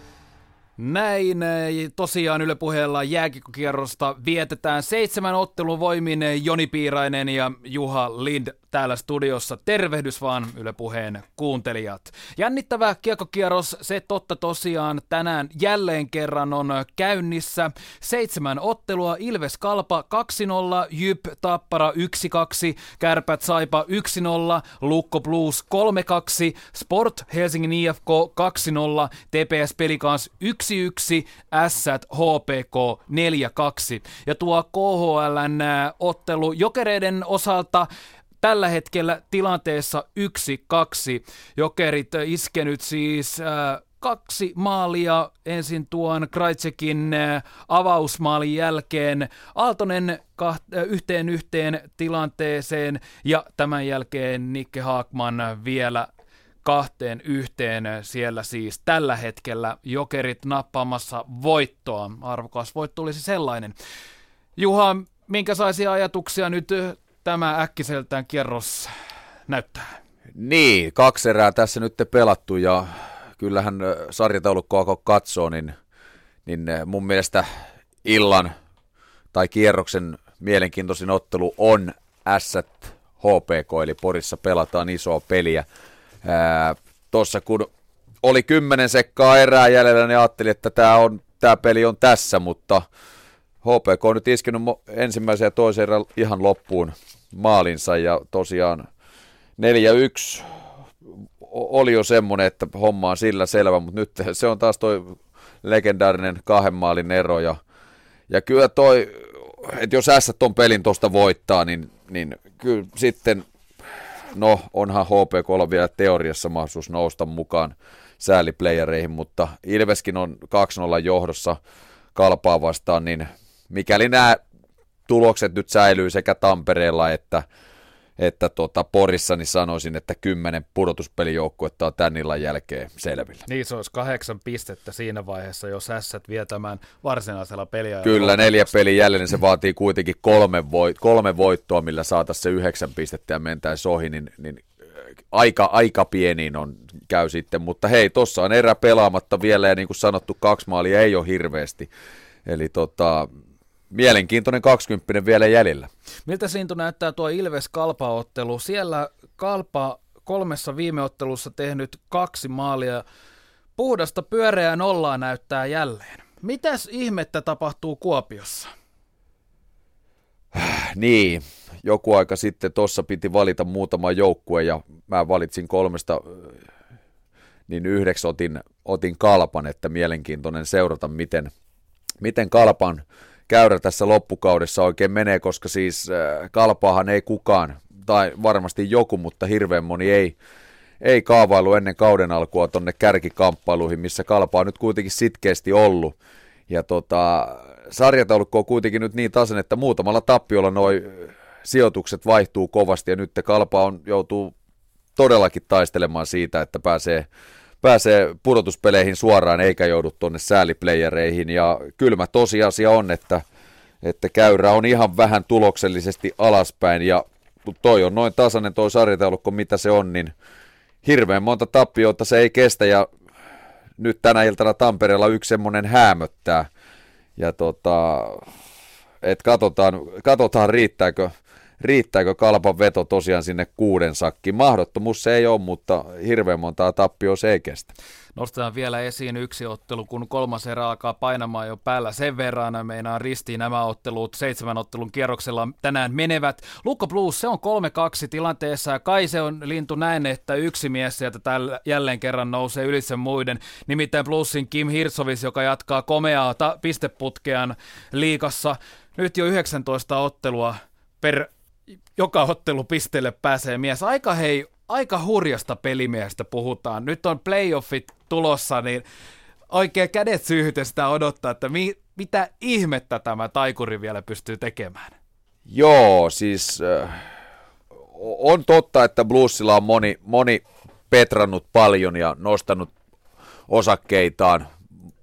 Näin tosiaan Yle Puheella jääkiekkokierrosta vietetään seitsemän ottelun voimin. Joni Piirainen ja Juha Lind täällä studiossa. Tervehdys vaan Yle Puheen kuuntelijat. Jännittävä kiekkokierros, se totta tosiaan tänään jälleen kerran on käynnissä. Seitsemän ottelua, Ilves Kalpa kaksi nolla, Jyp Tappara yksi kaksi, Kärpät Saipa yksi nolla, Lukko Blues kolme kaksi, Sport Helsingin I F K kaksi nolla, T P S Pelicans yksi yksi, Ässät H P K neljä kaksi. Ja tuo K H L:n ottelu Jokereiden osalta tällä hetkellä tilanteessa yksi kaksi. Jokerit iskenyt siis äh, kaksi maalia ensin tuon Krajcekin äh, avausmaalin jälkeen. Aaltonen kaht- äh, yhteen yhteen tilanteeseen ja tämän jälkeen Nikke Haakman vielä kahteen yhteen. Siellä siis tällä hetkellä Jokerit nappaamassa voittoa. Arvokas voitto olisi sellainen. Juha, minkälaisia ajatuksia nyt tämä äkkiseltään kierros näyttää?
Niin, kaksi erää tässä nyt pelattu ja kyllähän sarjataulukkoa kun katsoo, niin, niin mun mielestä illan tai kierroksen mielenkiintoisin ottelu on Ässät H P K, eli Porissa pelataan isoa peliä. Tuossa kun oli kymmenen sekkaa erää jäljellä, niin ajattelin, että tämä, on, tämä peli on tässä, mutta H P K on nyt iskenyt ensimmäisen ja toisen erän ihan loppuun maalinsa ja tosiaan neljä yksi oli jo semmoinen, että homma on sillä selvä, mutta nyt se on taas toi legendaarinen kahden maalin ero ja, ja kyllä toi, että jos S ton pelin tuosta voittaa, niin, niin kyllä sitten, no onhan H P K:lla vielä teoriassa mahdollisuus nousta mukaan sääliplayereihin, mutta Ilveskin on kaksi nolla johdossa Kalpaa vastaan, niin mikäli nämä tulokset nyt säilyy sekä Tampereella että, että tota Porissa, niin sanoisin, että kymmenen pudotuspelijoukkuetta on tämän illan jälkeen selvillä.
Niin, se olisi kahdeksan pistettä siinä vaiheessa, jos Ässät vie tämän varsinaisella peliä.
Kyllä, neljä peliä jälleen, niin se vaatii kuitenkin kolme, voit, kolme voittoa, millä saataisiin se yhdeksän pistettä ja mentäisi ohi, niin, niin aika, aika pieniin on, käy sitten. Mutta hei, tuossa on erä pelaamatta vielä, ja niin kuin sanottu, kaksi maalia ei ole hirveästi. Eli tota, mielenkiintoinen kaksikymppinen vielä jäljellä.
Miltä Sintu näyttää tuo Ilves-Kalpa-ottelu? Siellä Kalpa kolmessa viime ottelussa tehnyt kaksi maalia. Puhdasta pyöreää nollaa näyttää jälleen. Mitäs ihmettä tapahtuu Kuopiossa?
Niin, joku aika sitten tuossa piti valita muutama joukkue ja mä valitsin kolmesta, niin yhdeksi otin, otin Kalpan, että mielenkiintoinen seurata, miten, miten Kalpan käyrä tässä loppukaudessa oikein menee, koska siis Kalpaahan ei kukaan, tai varmasti joku, mutta hirveän moni ei, ei kaavailu ennen kauden alkua tonne kärkikamppailuihin, missä Kalpa on nyt kuitenkin sitkeästi ollut. Ja tota, sarjataulukko on kuitenkin nyt niin tasainen, että muutamalla tappiolla noi sijoitukset vaihtuu kovasti, ja nyt Kalpa on, joutuu todellakin taistelemaan siitä, että pääsee pääsee pudotuspeleihin suoraan eikä joudu tuonne sääliplayereihin, ja kylmä tosiasia on, että, että käyrä on ihan vähän tuloksellisesti alaspäin, ja kun toi on noin tasainen toi sarjataulukko, mitä se on, niin hirveän monta tappiota se ei kestä, ja nyt tänä iltana Tampereella yksi semmoinen häämöttää, ja tota, et katsotaan, katsotaan riittääkö, riittääkö Kalpan veto tosiaan sinne kuuden sakkiin. Mahdottomuus se ei ole, mutta hirveän montaa tappioa se ei kestä.
Nostetaan vielä esiin yksi ottelu, kun kolmas erä alkaa painamaan jo päällä sen verran. Meinaan ristiin nämä ottelut seitsemän ottelun kierroksella tänään menevät. Lukko Blues, se on kolme kaksi tilanteessa, ja kai se on Lintu näin, että yksi mies sieltä tällä jälleen kerran nousee ylitse muiden. Nimittäin Bluesin Kim Hirtsovis, joka jatkaa komeaa ta- pisteputkeaan liigassa. Nyt jo yhdeksäntoista ottelua per joka ottelu pisteelle pääsee mies. Aika hei, aika hurjasta pelimiehestä puhutaan. Nyt on playoffit tulossa, niin oikein kädet syyhyten sitä odottaa, että mi, mitä ihmettä tämä taikuri vielä pystyy tekemään.
Joo, siis äh, on totta, että Bluesilla on moni, moni petrannut paljon ja nostanut osakkeitaan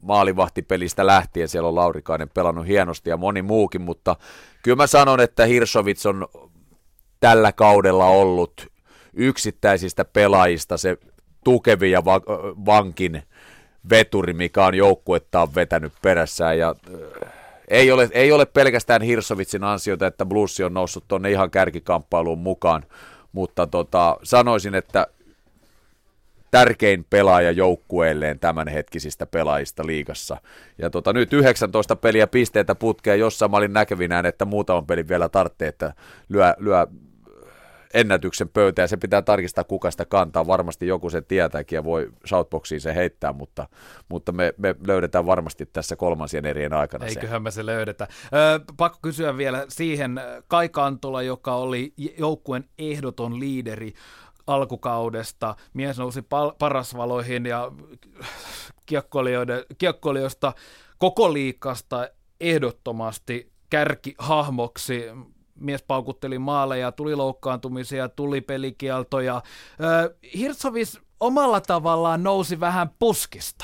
maalivahtipelistä lähtien. Siellä on Laurikainen pelannut hienosti ja moni muukin, mutta kyllä mä sanon, että Hirsovits on tällä kaudella ollut yksittäisistä pelaajista se tukevin ja va- vankin veturi, mikä on joukkuettaan vetänyt perässään. Ja, äh, ei, ole, ei ole pelkästään Hirsovitsin ansiota, että Blues on noussut tuonne ihan kärkikamppailuun mukaan, mutta tota, sanoisin, että tärkein pelaaja joukkueelleen tämänhetkisistä pelaajista liigassa. Ja tota, nyt yhdeksäntoista peliä pisteitä putkeen, jossa mä olin näkevinään, että muutaman pelin vielä tarvitsee, että lyö, lyö ennätyksen pöytä, ja se pitää tarkistaa, kuka sitä kantaa. Varmasti joku sen tietääkin ja voi shoutboxiin se heittää, mutta, mutta me, me löydetään varmasti tässä kolmansien erien aikana.
Eiköhän me se löydetä. Öö, pakko kysyä vielä siihen, Kai Kantola, joka oli joukkueen ehdoton liideri alkukaudesta, mies nousi pal- parasvaloihin ja kiekkoilijoista koko liigasta ehdottomasti kärkihahmoksi. Mies paukutteli maaleja, tuli loukkaantumisia, tuli pelikieltoja. Öö, Hirsovits omalla tavallaan nousi vähän puskista.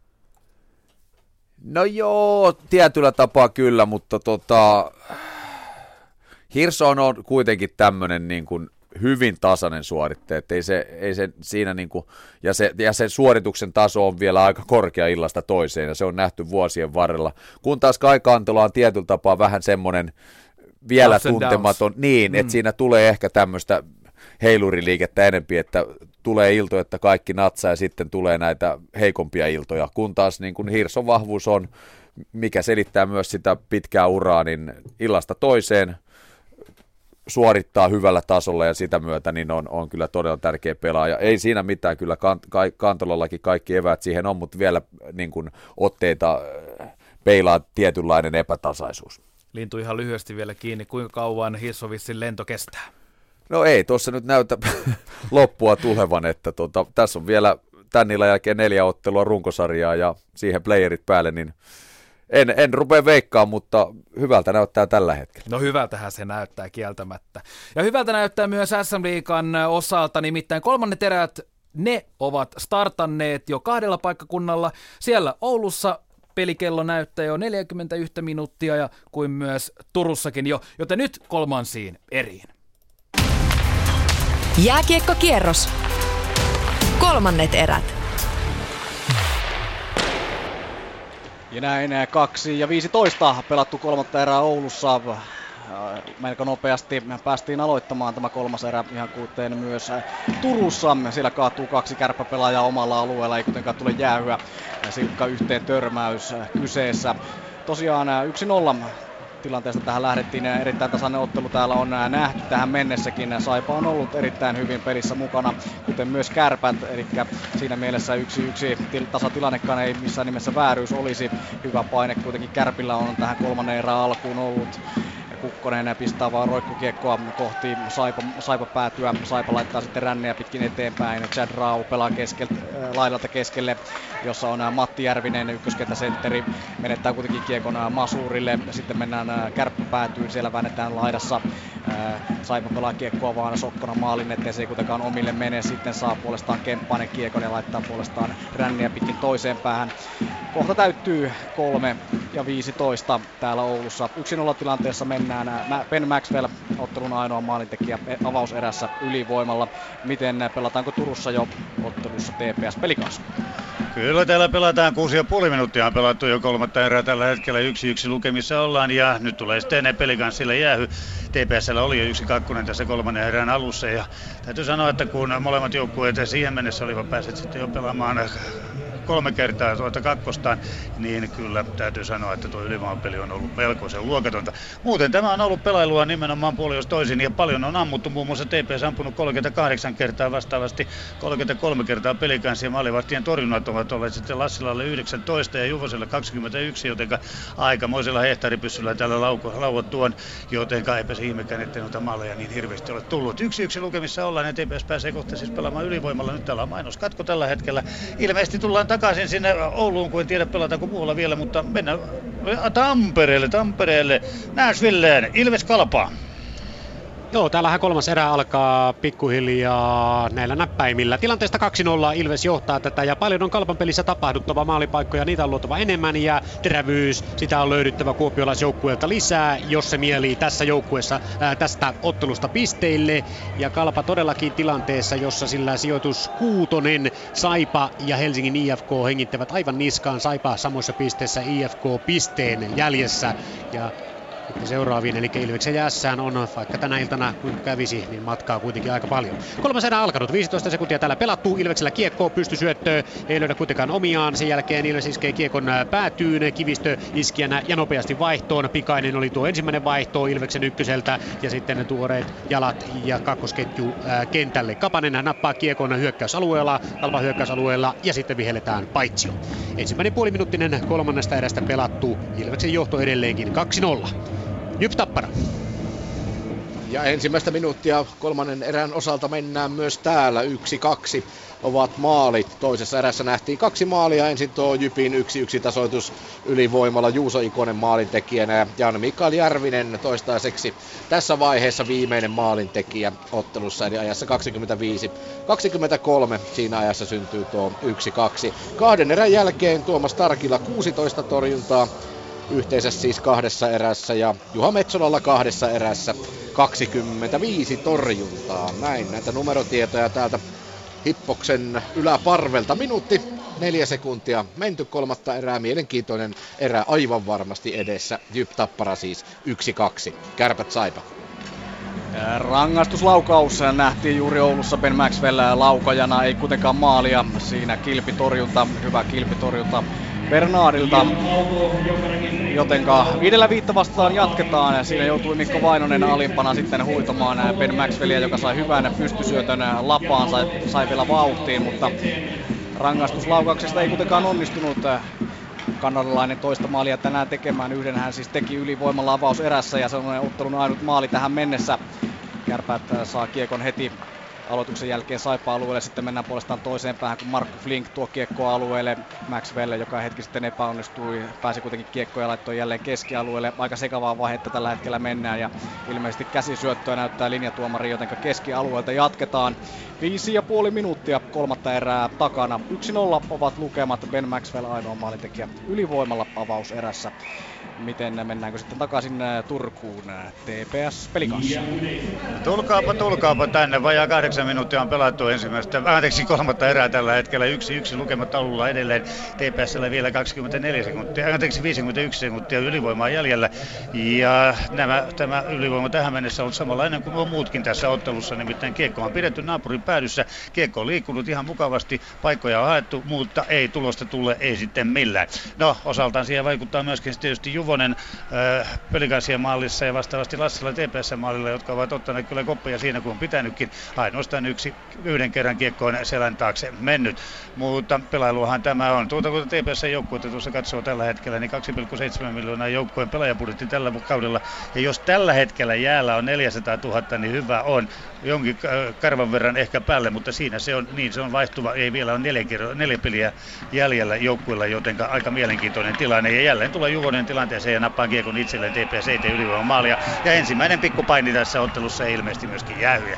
No joo, tietyllä tapaa kyllä, mutta tota, Hirso on kuitenkin tämmöinen niin kuin hyvin tasainen suorittaja, että ei se, ei se siinä niin kuin, ja, se, ja sen suorituksen taso on vielä aika korkea illasta toiseen, ja se on nähty vuosien varrella. Kun taas Kai Kantola on tietyllä tapaa vähän semmoinen vielä tuntematon, niin, mm. että siinä tulee ehkä tämmöistä heiluriliikettä enempi, että tulee iltoja, että kaikki natsaa ja sitten tulee näitä heikompia iltoja, kun taas niin kuin Hirson vahvuus on, mikä selittää myös sitä pitkää uraa, niin illasta toiseen suorittaa hyvällä tasolla ja sitä myötä niin on, on kyllä todella tärkeä pelaaja. Ei siinä mitään, kyllä Kantolallakin kaikki eväät siihen on, mutta vielä niin kuin otteita peilaa tietynlainen epätasaisuus.
Lintu ihan lyhyesti vielä kiinni, kuinka kauan Hirsovitsin lento kestää?
No ei, tuossa nyt näytä loppua tulevan, että tota, tässä on vielä tän illan jälkeen neljä ottelua runkosarjaa ja siihen playerit päälle, niin en, en rupea veikkaamaan, mutta hyvältä näyttää tällä hetkellä.
No hyvältähän se näyttää kieltämättä. Ja hyvältä näyttää myös S M-liigan osalta, nimittäin kolmannet erät, ne ovat startanneet jo kahdella paikkakunnalla. Siellä Oulussa pelikello näyttää jo neljäkymmentäyksi minuuttia ja kuin myös Turussakin jo, joten nyt kolmansiin eriin.
Jääkiekkokierros. Kolmannet erät.
Ja näin kaksi ja viisitoista pelattu kolmatta erää Oulussa. Melko nopeasti päästiin aloittamaan tämä kolmas erä, ihan kuten myös Turussa. Siellä kaatuu kaksi kärppäpelaajaa omalla alueella, ei kuitenkaan tule jäähyä. Silkka yhteen törmäys kyseessä. Tosiaan yksi nolla tilanteesta tähän lähdettiin. Erittäin tasainen ottelu täällä on nähty tähän mennessäkin. Saipa on ollut erittäin hyvin pelissä mukana, kuten myös Kärpät. Eli siinä mielessä yksi yksi tasatilannekaan ei missään nimessä vääryys olisi. Hyvä paine kuitenkin Kärpillä on tähän kolmannen erään alkuun ollut. Kukkonen pistää vaan roikkukiekkoa kohti Saipa, Saipa päätyä. Saipa laittaa sitten rännejä pitkin eteenpäin. Chad Rau pelaa keskel, äh, laidalta keskelle, jossa on äh, Matti Järvinen, ykköskenttäsentteri. Menettää kuitenkin kiekon äh, Masurille. Sitten mennään äh, Kärppä päätyyn, siellä väännetään laidassa. Äh, Saipa pelaa kiekkoa vaan Sokkona maalin eteen, se ei kuitenkaan omille mene. Sitten saa puolestaan Kemppainen kiekon ja laittaa puolestaan ränniä pitkin toiseen päähän. Kohta täyttyy kolme ja viisitoista täällä Oulussa. yksi nolla tilanteessa mennään. Ben Maxwell, ottelun ainoa maalintekijä avauserässä ylivoimalla. Miten pelataanko Turussa jo ottelussa T P S-peli kanssa?
Kyllä täällä pelataan kuusi ja puoli minuuttia on pelattu jo kolmatta erää tällä hetkellä yksi yksi lukemissa ollaan ja nyt tulee sitten pelikanssille jäähy. T P S:llä oli jo yksi kakkonen tässä kolmannen erään alussa ja täytyy sanoa, että kun molemmat joukkueet siihen mennessä olivat päässeet sitten jo pelaamaan kolme kertaa tuota kakkostaan, niin kyllä täytyy sanoa, että tuo ylivoimapeli on ollut melkoisen luokatonta. Muuten tämä on ollut pelailua nimenomaan puoli jos toisin ja paljon on ammuttu, muun muassa T P S ampunut kolmekymmentäkahdeksan kertaa, vastaavasti kolmekymmentäkolme kertaa pelikanssa ja maalivahtien torjunnat ovat olleet sitten Lassilalle yhdeksäntoista ja Juvoselle kaksikymmentäyksi, jotenka aikamoisella hehtaaripyssyllä tällä lauottu on, jotenka eipä se ihmekään, ettei noita maaleja niin hirveästi ole tullut. Yksi yksi lukemissa ollaan ja T P S pääsee kohta siis pelaamaan ylivoimalla. Nyt täällä on mainoskatko tällä hetkellä. Ilmeisesti tullaan takaisin sinne Ouluun, kun en tiedä pelataanko muualla vielä, mutta mennään Tampereelle, Tampereelle, Nashvilleen, Ilves Kalpaa.
Joo, täällähän kolmas erä alkaa pikkuhiljaa näillä näppäimillä. Tilanteesta kaksi nolla Ilves johtaa tätä ja paljon on Kalpan pelissä tapahduttava maalipaikkoja. Niitä on luotava enemmän ja terävyys, sitä on löydyttävä kuopiolaisjoukkueelta lisää, jos se mielii tässä joukkueessa ää, tästä ottelusta pisteille. Ja Kalpa todellakin tilanteessa, jossa sillä sijoitus kuutonen, Saipa ja Helsingin I F K hengittävät aivan niskaan. Saipa samoissa pisteissä, I F K pisteen jäljessä ja seuraaviin, eli Ilveksen jäässään on, vaikka tänä iltana kun kävisi, niin matkaa kuitenkin aika paljon. Kolmas erä alkanut, viisitoista sekuntia täällä pelattu, Ilveksellä kiekko, pystysyöttö, ei löydä kuitenkaan omiaan, sen jälkeen Ilves iskee kiekon päätyyn, Kivistö iskijänä ja nopeasti vaihtoon, pikainen oli tuo ensimmäinen vaihto Ilveksen ykköseltä, ja sitten tuoreet jalat ja kakkosketju ää, kentälle. Kapanen nappaa kiekon hyökkäysalueella, Kalpan hyökkäysalueella, ja sitten vihelletään paitsio. Ensimmäinen puoliminuuttinen kolmannesta erästä pelattu, Ilveksen johto edelleenkin kaksi nolla. Jyp Tappara.
Ja ensimmäistä minuuttia kolmannen erän osalta mennään myös täällä. Yksi, kaksi ovat maalit. Toisessa erässä nähtiin kaksi maalia. Ensin tuo Jypin yksi yksi tasoitus ylivoimalla. Juuso Ikonen maalintekijänä ja Jan Mikael Järvinen toistaiseksi tässä vaiheessa viimeinen maalintekijä ottelussa. Eli ajassa kaksikymmentäviisi kaksikymmentäkolme siinä ajassa syntyy tuo yksi kaksi. Kahden erän jälkeen Tuomas Tarkila kuusitoista torjuntaa. Yhteensä siis kahdessa erässä ja Juha Metsolalla kahdessa erässä kaksikymmentäviisi torjuntaa. Näin näitä numerotietoja täältä Hippoksen yläparvelta. Minuutti neljä sekuntia menty kolmatta erää. Mielenkiintoinen erä aivan varmasti edessä. Jyp Tappara siis yksi kaksi. Kärpät Saipa.
Rangaistuslaukaus nähtiin juuri Oulussa Ben Maxwell laukajana. Ei kuitenkaan maalia. Siinä kilpitorjunta, hyvä kilpitorjunta Bernardilta, jotenka viidellä viittä vastaan jatketaan. Siinä joutui Mikko Vainonen alimpana sitten huitomaan Ben Maxwellia, joka sai hyvän pystysyötön lapaan, sai, sai vielä vauhtiin, mutta rangaistuslaukauksesta ei kuitenkaan onnistunut kanadalainen toista maalia tänään tekemään. Yhden hän siis teki ylivoimalla avauserässä ja se on ottelun ainut maali tähän mennessä. Kärpät saa kiekon heti aloituksen jälkeen Saipa-alueelle, sitten mennään puolestaan toiseen päähän, kun Markku Flink tuo kiekkoa alueelle. Maxwell, joka hetki sitten epäonnistui, pääsi kuitenkin kiekkoa ja laittoi jälleen keskialueelle. Aika sekavaa vaihetta tällä hetkellä mennään ja ilmeisesti käsisyöttöä näyttää linjatuomari, jotenka keskialueelta jatketaan. Viisi ja puoli minuuttia kolmatta erää takana. yksi nolla ovat lukemat. Ben Maxwell ainoa maalintekijä ylivoimalla avauserässä. Miten mennäänkö sitten takaisin Turkuun T P S-pelin kanssa?
Tulkaapa, tulkaapa tänne. Vajaa kahdeksan minuuttia on pelattu ensimmäistä, anteeksi kolmatta erää tällä hetkellä. Yksi yksi lukemat taululla edelleen. T P S:llä vielä kaksikymmentäneljä sekuntia, anteeksi viisikymmentäyksi sekuntia ylivoimaa jäljellä. Ja nämä, tämä ylivoima tähän mennessä on ollut samanlainen kuin muutkin tässä ottelussa. Nimittäin kiekko on pidetty naapurin päädyssä. Kiekko on liikkunut ihan mukavasti. Paikkoja on haettu, mutta ei tulosta tule, ei sitten millään. No, osaltaan siihen vaikuttaa myöskin tietysti Juvonen äh, Pelikansien maalissa ja vastaavasti Lassila T P S-maalilla, jotka ovat ottaneet kyllä koppeja siinä kuin on pitänytkin. Ainoastaan yksi yhden kerran kiekkoon selän taakse mennyt, mutta pelailuahan tämä on. Tuota kun T P S-joukkuetta tuossa katsoo tällä hetkellä, niin kaksi pilkku seitsemän miljoonaa joukkueen pelaajabudjetti tällä kaudella. Ja jos tällä hetkellä jäällä on neljäsataatuhatta, niin hyvä on. Jonkin karvan verran ehkä päälle, mutta siinä se on, niin se on vaihtuva. Ei vielä ole neljä, neljä peliä jäljellä joukkueella, joten aika mielenkiintoinen tilanne. Ja jälleen tulee Juvonen tilanteeseen ja nappaa kiekon itselleen. T P S ei tee ylivoiman maalia. Ja ensimmäinen pikkupaini tässä ottelussa ei ilmeisesti myöskin jäähyjä.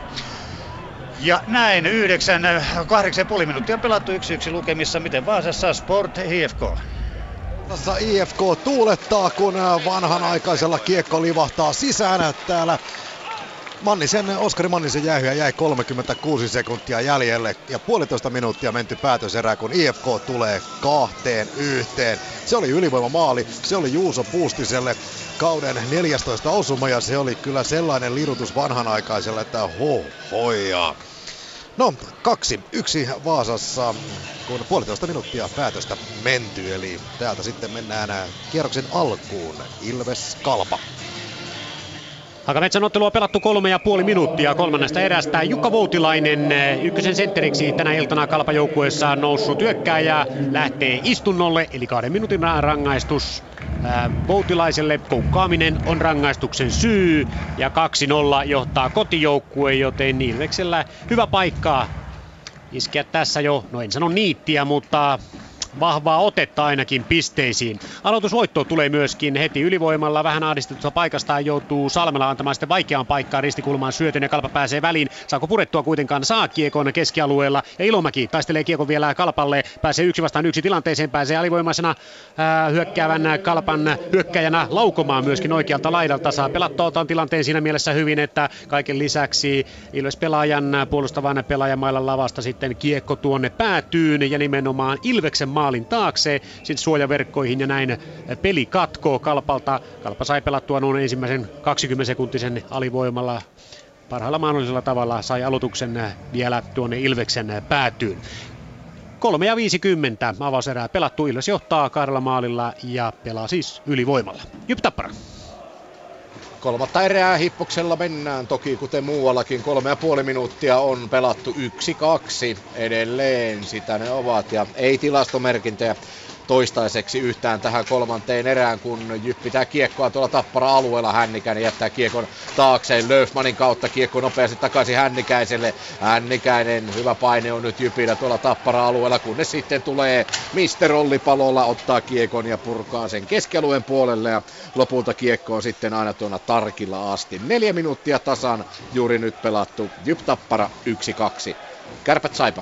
Ja näin yhdeksän, kahdeksan ja puoli minuuttia pelattu yksi yksi lukemissa. Miten Vaasassa Sport I F K?
Tässä I F K tuulettaa, kun vanhanaikaisella kiekko livahtaa sisään täällä. Mannisen, Oskari Mannisen jäähyä jäi kolmekymmentäkuusi sekuntia jäljelle ja puolitoista minuuttia menty päätöserää, kun I F K tulee kahteen yhteen. Se oli ylivoimamaali, se oli Juuso Puustiselle kauden neljästoista osuma ja se oli kyllä sellainen lirutus vanhanaikaiselle, että ho hoja. No, kaksi, yksi Vaasassa, kun puolitoista minuuttia päätöstä menty, eli täältä sitten mennään kierroksen alkuun. Ilves Kalpa.
Hakametsän ottelu on pelattu kolme ja puoli minuuttia kolmannesta erästä. Jukka Voutilainen ykkösen sentteriksi tänä iltana Kalpa-joukkueessa noussut hyökkääjä lähtee istunnolle, eli kahden minuutin rangaistus. Voutilaiselle koukkaaminen on rangaistuksen syy ja kaksi nolla johtaa kotijoukkue, joten Ilveksellä hyvä paikka iskeä tässä jo, no en sano niittiä, mutta vahvaa otetta ainakin pisteisiin. Aloitusvoitto tulee myöskin heti ylivoimalla. Vähän ahdistetusta paikastaan joutuu Salmela antamaan sitten vaikeaan paikkaan ristikulmaan syötön ja Kalpa pääsee väliin. Saako purettua kuitenkaan? Saa kiekon keskialueella ja Ilomäki taistelee kiekon vielä Kalpalle. Pääsee yksi vastaan yksi tilanteeseen, pääsee alivoimaisena ää, hyökkäävän Kalpan hyökkäjänä laukomaan myöskin oikealta laidalta. Saa pelattua otan tilanteen siinä mielessä hyvin, että kaiken lisäksi Ilves-pelaajan puolustavan pelaajan mailan lavasta sitten kiekko tuonne päätyyn ja nimenomaan Ilveksen maalin taakse, sitten suojaverkkoihin ja näin peli katkoo Kalpalta. Kalpa sai pelattua noin ensimmäisen kaksikymmentä sekuntisen alivoimalla parhaalla mahdollisella tavalla, sai aloituksen vielä tuonne Ilveksen päätyyn. kolme ja viisikymmentä avauserää pelattu, Ilves johtaa kahdella maalilla ja pelaa siis ylivoimalla. Jyp Tappara.
Kolmatta erää Hippoksella mennään toki kuten muuallakin. Kolme ja puoli minuuttia on pelattu yksi kaksi edelleen sitä ne ovat ja ei tilastomerkintöjä toistaiseksi yhtään tähän kolmanteen erään, kun Jyp pitää kiekkoa tuolla Tappara-alueella. Hännikäinen jättää kiekon taakseen Löfmanin kautta, kiekko nopeasti takaisin Hännikäiselle. Hännikäinen, hyvä paine on nyt Jypillä tuolla Tappara-alueella, kunnes sitten tulee mister Olli Palola, ottaa kiekon ja purkaa sen keskialueen puolelle ja lopulta kiekko on sitten aina tuona Tarkilla asti. Neljä minuuttia tasan juuri nyt pelattu. Jyp Tappara yksi kaksi. Kärpät Saipa.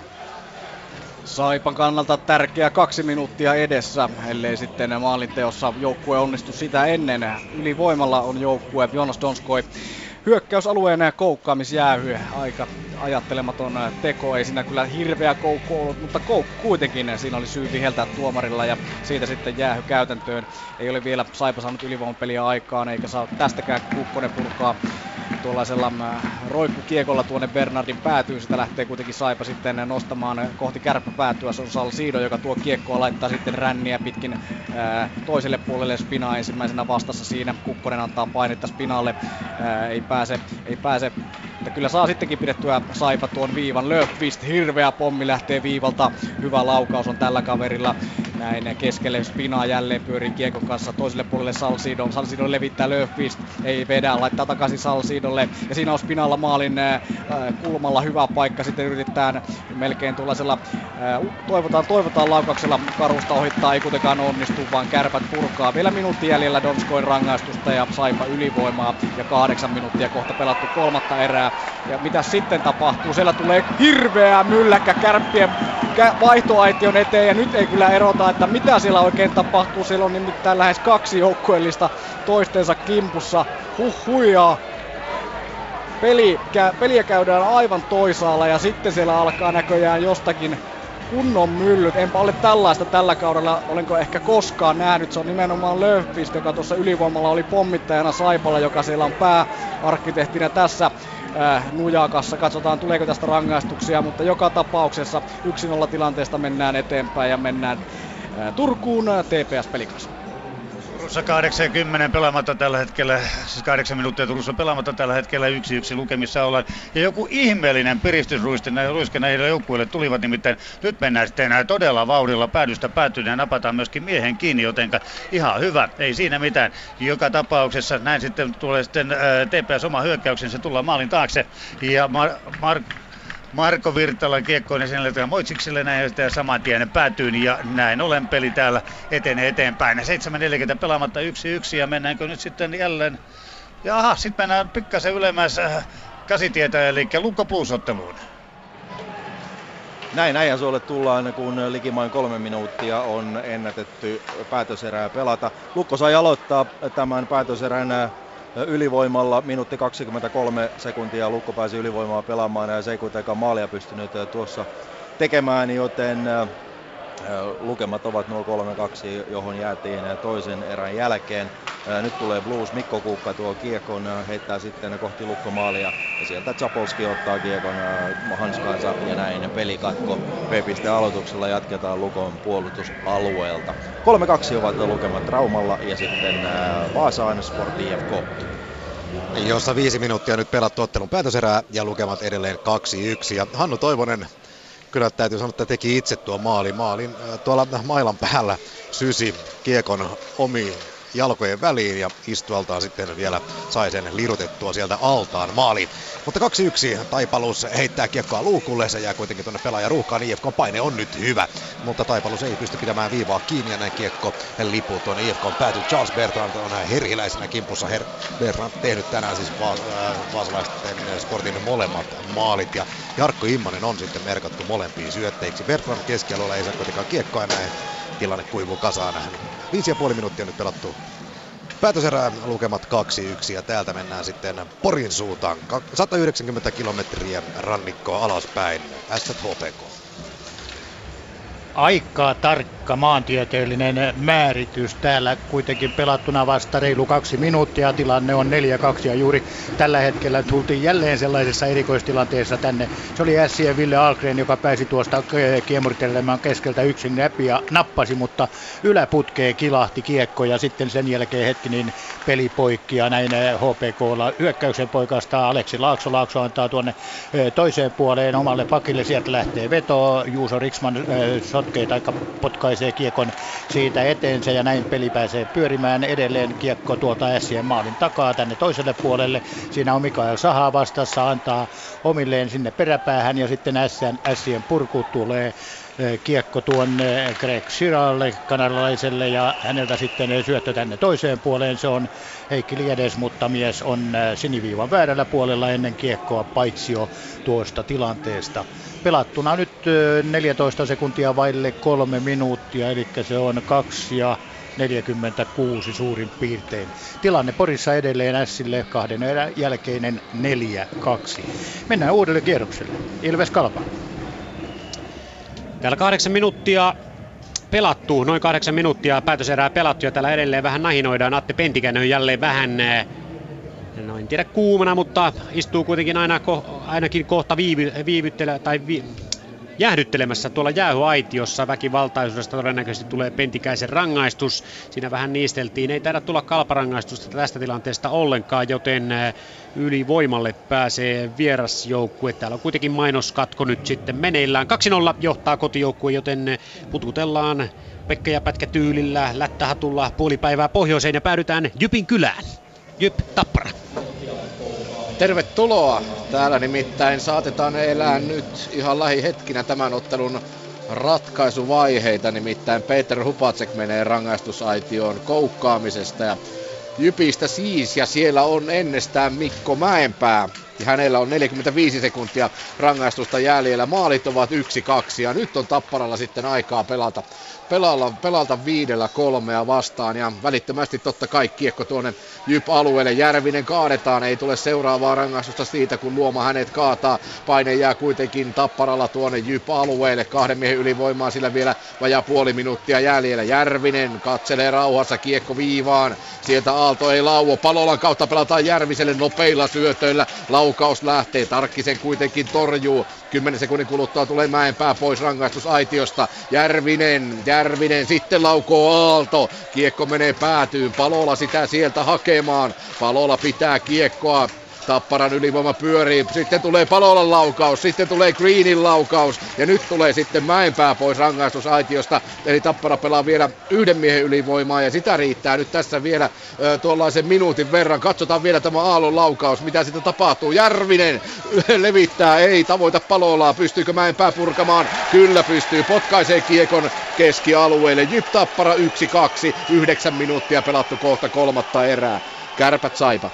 Saipan kannalta tärkeä kaksi minuuttia edessä, ellei sitten maalinteossa joukkue onnistu sitä ennen. Ylivoimalla on joukkue Jonas Donskoi. Hyökkäysalueen koukkaamisjäähy, aika ajattelematon teko, ei siinä kyllä hirveä koukku ollut, mutta koukku kuitenkin, siinä oli syy viheltää tuomarilla ja siitä sitten jäähy käytäntöön. Ei ole vielä Saipa saanut ylivoimapeliä aikaan, eikä saa tästäkään Kukkonen purkaa tuollaisella roikkukiekolla tuonne Bernardin päätyyn. Sitä lähtee kuitenkin Saipa sitten nostamaan kohti kärppäpäätyä. Se on Salcido, joka tuo kiekkoa, laittaa sitten ränniä pitkin ää, toiselle puolelle. Spina ensimmäisenä vastassa siinä. Kukkonen antaa painetta Spinalle. Ää, ei pääse, ei pääse. Mutta kyllä saa sittenkin pidettyä Saipa tuon viivan. Löfqvist, hirveä pommi lähtee viivalta. Hyvä laukaus on tällä kaverilla. Näin keskelle Spinaa jälleen pyörii kiekon kanssa toiselle puolelle Salcido. Salcido levittää Löfqvist. Ei vedä, laittaa takaisin Salcidolle. Ja siinä on Spinalla maalin äh, kulmalla hyvä paikka. Sitten yritetään melkein tuollaisella, äh, toivotaan, toivotaan laukauksella Karusta ohittaa. Ei kuitenkaan onnistu, vaan Kärpät purkaa. Vielä minuutti jäljellä Donskoin rangaistusta ja Saipa ylivoimaa. Ja kahdeksan minuuttia kohta pelattu kolmatta erää. Ja mitä sitten tapahtuu? Siellä tulee hirveä mylläkkä Kärppien vaihtoaition eteen. Ja nyt ei kyllä erota, että mitä siellä oikein tapahtuu. Siellä on nimittäin lähes kaksi joukkueellista toistensa kimpussa. Huh huijaa. Peli, peliä käydään aivan toisaalla ja sitten siellä alkaa näköjään jostakin kunnon myllyt. Enpä ole tällaista tällä kaudella, olenko ehkä koskaan nähnyt. Se on nimenomaan Löfqvist, joka tuossa ylivoimalla oli pommittajana Saipalla, joka siellä on pääarkkitehtinä tässä äh, nujakassa. Katsotaan tuleeko tästä rangaistuksia, mutta joka tapauksessa yksi nolla tilanteesta mennään eteenpäin ja mennään äh, Turkuun T P S-pelikas.
Turussa kahdeksankymmentä pelaamatta tällä hetkellä, siis kahdeksan minuuttia Turussa pelaamatta tällä hetkellä yksi yksi lukemissa ollaan. Ja joku ihmeellinen piristysruiske näille joukkueille tulivat, nimittäin nyt mennään sitten todella vauhdilla päädystä päätyyn ja napataan myöskin miehen kiinni, jotenka ihan hyvä, ei siinä mitään. Joka tapauksessa näin sitten tulee sitten T P S oma hyökkäyksen, se tullaan maalin taakse ja Mar- Mar- Marko Virtalan kiekkoon ja sen jälkeen Moitsikselle näin ja saman tien päätyyn ja näin ollen peli täällä etenee eteenpäin. seitsemän neljäkymmentä pelaamatta yksi yksi ja mennäänkö nyt sitten jälleen, jaha, sitten mennään pikkasen ylemmäs äh, kasitietä eli Lukko Plus-otteluun.
Näin Äijänsuolle tullaan, kun likimain kolme minuuttia on ennätetty päätöserää pelata. Lukko sai aloittaa tämän päätöserän ylivoimalla, minuutti kaksikymmentäkolme sekuntia Lukko pääsi ylivoimaa pelaamaan ja se ei kuitenkaan maalia pystynyt tuossa tekemään, joten lukemat ovat nolla kolme kaksi, johon jäätiin toisen erän jälkeen. Nyt tulee Blues, Mikko Kuukka tuo kiekon, heittää sitten kohti Lukko-maalia ja sieltä Zapolski ottaa kiekon hanskaansa ja näin pelikatko. P-pisteen aloituksella jatketaan Lukon puolustusalueelta. kolme kaksi ovat lukemat Raumalla ja sitten Vaasaan Sport I F K.
Jossa viisi minuuttia nyt pelattu ottelun päätöserää ja lukemat edelleen kaksi yksi. Ja Hannu Toivonen, kyllä täytyy sanoa, että teki itse tuo maali. Maalin tuolla mailan päällä sysi kiekon omiin jalkojen väliin ja istualtaan sitten vielä sai sen lirutettua sieltä altaan maaliin. Mutta kaksi yksi Taipalus heittää kiekkoa luukulle, se jää kuitenkin tuonne pelaajaruuhkaan, I F K:n paine on nyt hyvä, mutta Taipalus ei pysty pitämään viivaa kiinni ja näin kiekko lipuu tuonne I F K:n päätyy. Charles Bertrand on herhiläisenä kimpussa, Her- Bertrand tehnyt tänään siis va- äh, vaasalaisten Sportin molemmat maalit ja Jarkko Immonen on sitten merkattu molempiin syötteiksi. Bertrand keskialueella ei saa kuitenkaan kiekkoa ja näin tilanne kuivuu kasaan. Viisi ja puoli minuuttia nyt pelattu. Päätöserää lukemat kaksi yksi ja täältä mennään sitten Porin suuntaan. sata yhdeksänkymmentä kilometriä rannikkoa alaspäin. S H P K.
Aika tarkka maantieteellinen määritys täällä kuitenkin pelattuna vasta reilu kaksi minuuttia. Tilanne on neljä kaksi ja juuri tällä hetkellä tultiin jälleen sellaisessa erikoistilanteessa tänne. Se oli Ässien Ville Algren, joka pääsi tuosta kiemurtelemaan keskeltä yksin läpi ja nappasi, mutta yläputkeen kilahti kiekko ja sitten sen jälkeen hetki niin peli poikki ja näin H P K:lla hyökkäyksen poikastaa Aleksi Laakso. Laakso antaa tuonne toiseen puoleen omalle pakille, sieltä lähtee veto. Juuso Riksman sotkee tai potkaisee kiekon siitä eteensä ja näin peli pääsee pyörimään edelleen kiekko tuolta Ässien maalin takaa tänne toiselle puolelle. Siinä on Mikael Saha vastassa, antaa omilleen sinne peräpäähän ja sitten Ässien, Ässien purku tulee kiekko tuonne Greg Siralle, kanadalaiselle, ja häneltä sitten syöttö tänne toiseen puoleen. Se on Heikki Liedes, mutta mies on siniviivan väärällä puolella ennen kiekkoa paitsio tuosta tilanteesta. Pelattuna nyt neljätoista sekuntia vaille kolme minuuttia, eli se on kaksi ja neljäkymmentäkuusi suurin piirtein. Tilanne Porissa edelleen Ässille kahden erän jälkeinen neljä kaksi. Mennään uudelle kierrokselle. Ilves Kalpa.
Täällä kahdeksan minuuttia pelattu, noin kahdeksan minuuttia päätöserää pelattu ja täällä edelleen vähän nahinoidaan. Atte Pentikäinen on jälleen vähän, no en tiedä kuumana, mutta istuu kuitenkin aina, ainakin kohta viivy, viivyttele, tai vi, jäähdyttelemässä tuolla jäähyaitiossa. Väkivaltaisuudesta todennäköisesti tulee Pentikäisen rangaistus. Siinä vähän niisteltiin. Ei taida tulla kalparangaistusta tästä tilanteesta ollenkaan, joten ylivoimalle pääsee vierasjoukkue. Täällä on kuitenkin mainoskatko nyt sitten meneillään. kaksi nolla johtaa kotijoukkue, joten putkutellaan Pekka ja Pätkä tyylillä lättähatulla puolipäivää pohjoiseen ja päädytään Jypin kylään. Jyp Tappara.
Tervetuloa. Täällä nimittäin saatetaan elää nyt ihan lähihetkinä tämän ottelun ratkaisuvaiheita. Nimittäin Peter Hupacek menee rangaistusaitioon koukkaamisesta ja Jypistä siis, ja siellä on ennestään Mikko Mäenpää. Ja hänellä on neljäkymmentäviisi sekuntia rangaistusta jäljellä. Maalit ovat yksi kaksi ja nyt on Tapparalla sitten aikaa pelata. Pelata, pelata viidellä kolmea vastaan ja välittömästi totta kai kiekko tuonne Jyp-alueelle. Järvinen kaadetaan, ei tule seuraavaa rangaistusta siitä kun Luoma hänet kaataa. Paine jää kuitenkin Tapparalla tuonne Jyp-alueelle. Kahden miehen ylivoimaa, sillä vielä vajaa puoli minuuttia jäljellä. Järvinen katselee rauhassa, kiekko viivaan. Sieltä Aalto ei lauo. Palolan kautta pelataan Järviselle nopeilla syötöillä. Laukaus lähtee, Tarkkisen kuitenkin torjuu. Kymmenen sekunnin kuluttua tulee Mäenpää pois rangaistusaitiosta. Järvinen, Järvinen, sitten laukoo Aalto. Kiekko menee päätyyn, Palola sitä sieltä hakemaan. Palola pitää kiekkoa. Tapparan ylivoima pyörii, sitten tulee Palolan laukaus, sitten tulee Greenin laukaus ja nyt tulee sitten Mäenpää pois rangaistusaitiosta. Eli Tappara pelaa vielä yhden miehen ylivoimaa ja sitä riittää nyt tässä vielä ö, tuollaisen minuutin verran. Katsotaan vielä tämä Aallon laukaus, mitä sitten tapahtuu. Järvinen levittää, ei tavoita Palolaa, pystyykö Mäenpää purkamaan? Kyllä pystyy, potkaisee kiekon keskialueelle. Jyp Tappara yksi kaksi, yhdeksän minuuttia pelattu kohta kolmatta erää. Kärpät Saipa.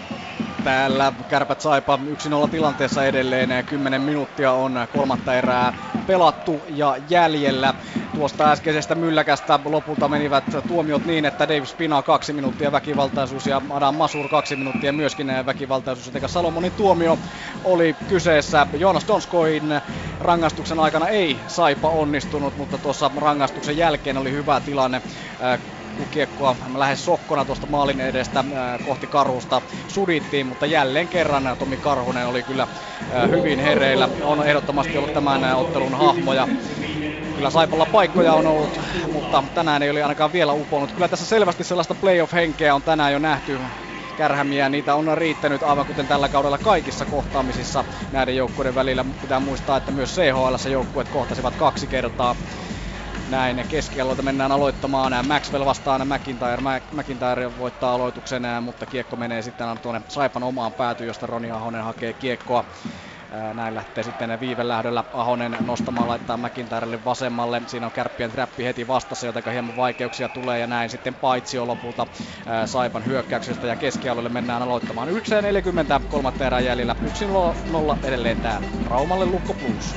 Täällä Kärpät Saipa yksi nolla tilanteessa edelleen. kymmenen minuuttia on kolmatta erää pelattu ja jäljellä. Tuosta äskeisestä mylläkästä lopulta menivät tuomiot niin, että Dave Spina kaksi minuuttia väkivaltaisuus ja Adam Masur kaksi minuuttia myöskin väkivaltaisuus. Joten Salomonin tuomio oli kyseessä. Joonas Donskoin rangaistuksen aikana ei Saipa onnistunut, mutta tuossa rangaistuksen jälkeen oli hyvä tilanne. Kiekkoa lähes sokkona tuosta maalin edestä ää, kohti Karhusta sudittiin, mutta jälleen kerran Tomi Karhunen oli kyllä ää, hyvin hereillä. On ehdottomasti ollut tämän ää, ottelun hahmoja. Kyllä Saipalla paikkoja on ollut, mutta tänään ei ole ainakaan vielä uponut. Kyllä tässä selvästi sellaista playoff-henkeä on tänään jo nähty. Kärhämiä, niitä on riittänyt aivan kuten tällä kaudella kaikissa kohtaamisissa näiden joukkueiden välillä. Pitää muistaa, että myös C H L:ssä joukkueet kohtasivat kaksi kertaa. Näin keskialueelta mennään aloittamaan. Maxwell vastaan McIntyre. McIntyre voittaa aloituksen, mutta kiekko menee sitten tuonne Saipan omaan päätyyn, josta Roni Ahonen hakee kiekkoa. Näin lähtee sitten viivelähdöllä Ahonen nostamaan, laittaa McIntyrelle vasemmalle. Siinä on Kärppien trappi heti vastassa, joten hieman vaikeuksia tulee. Ja näin sitten Paitsio lopulta Saipan hyökkäyksestä ja keskialueelle mennään aloittamaan. yksi neljäkymmentä, kolmatta erää jäljellä. yksi nolla edelleen tää Raumalle Lukko Blues.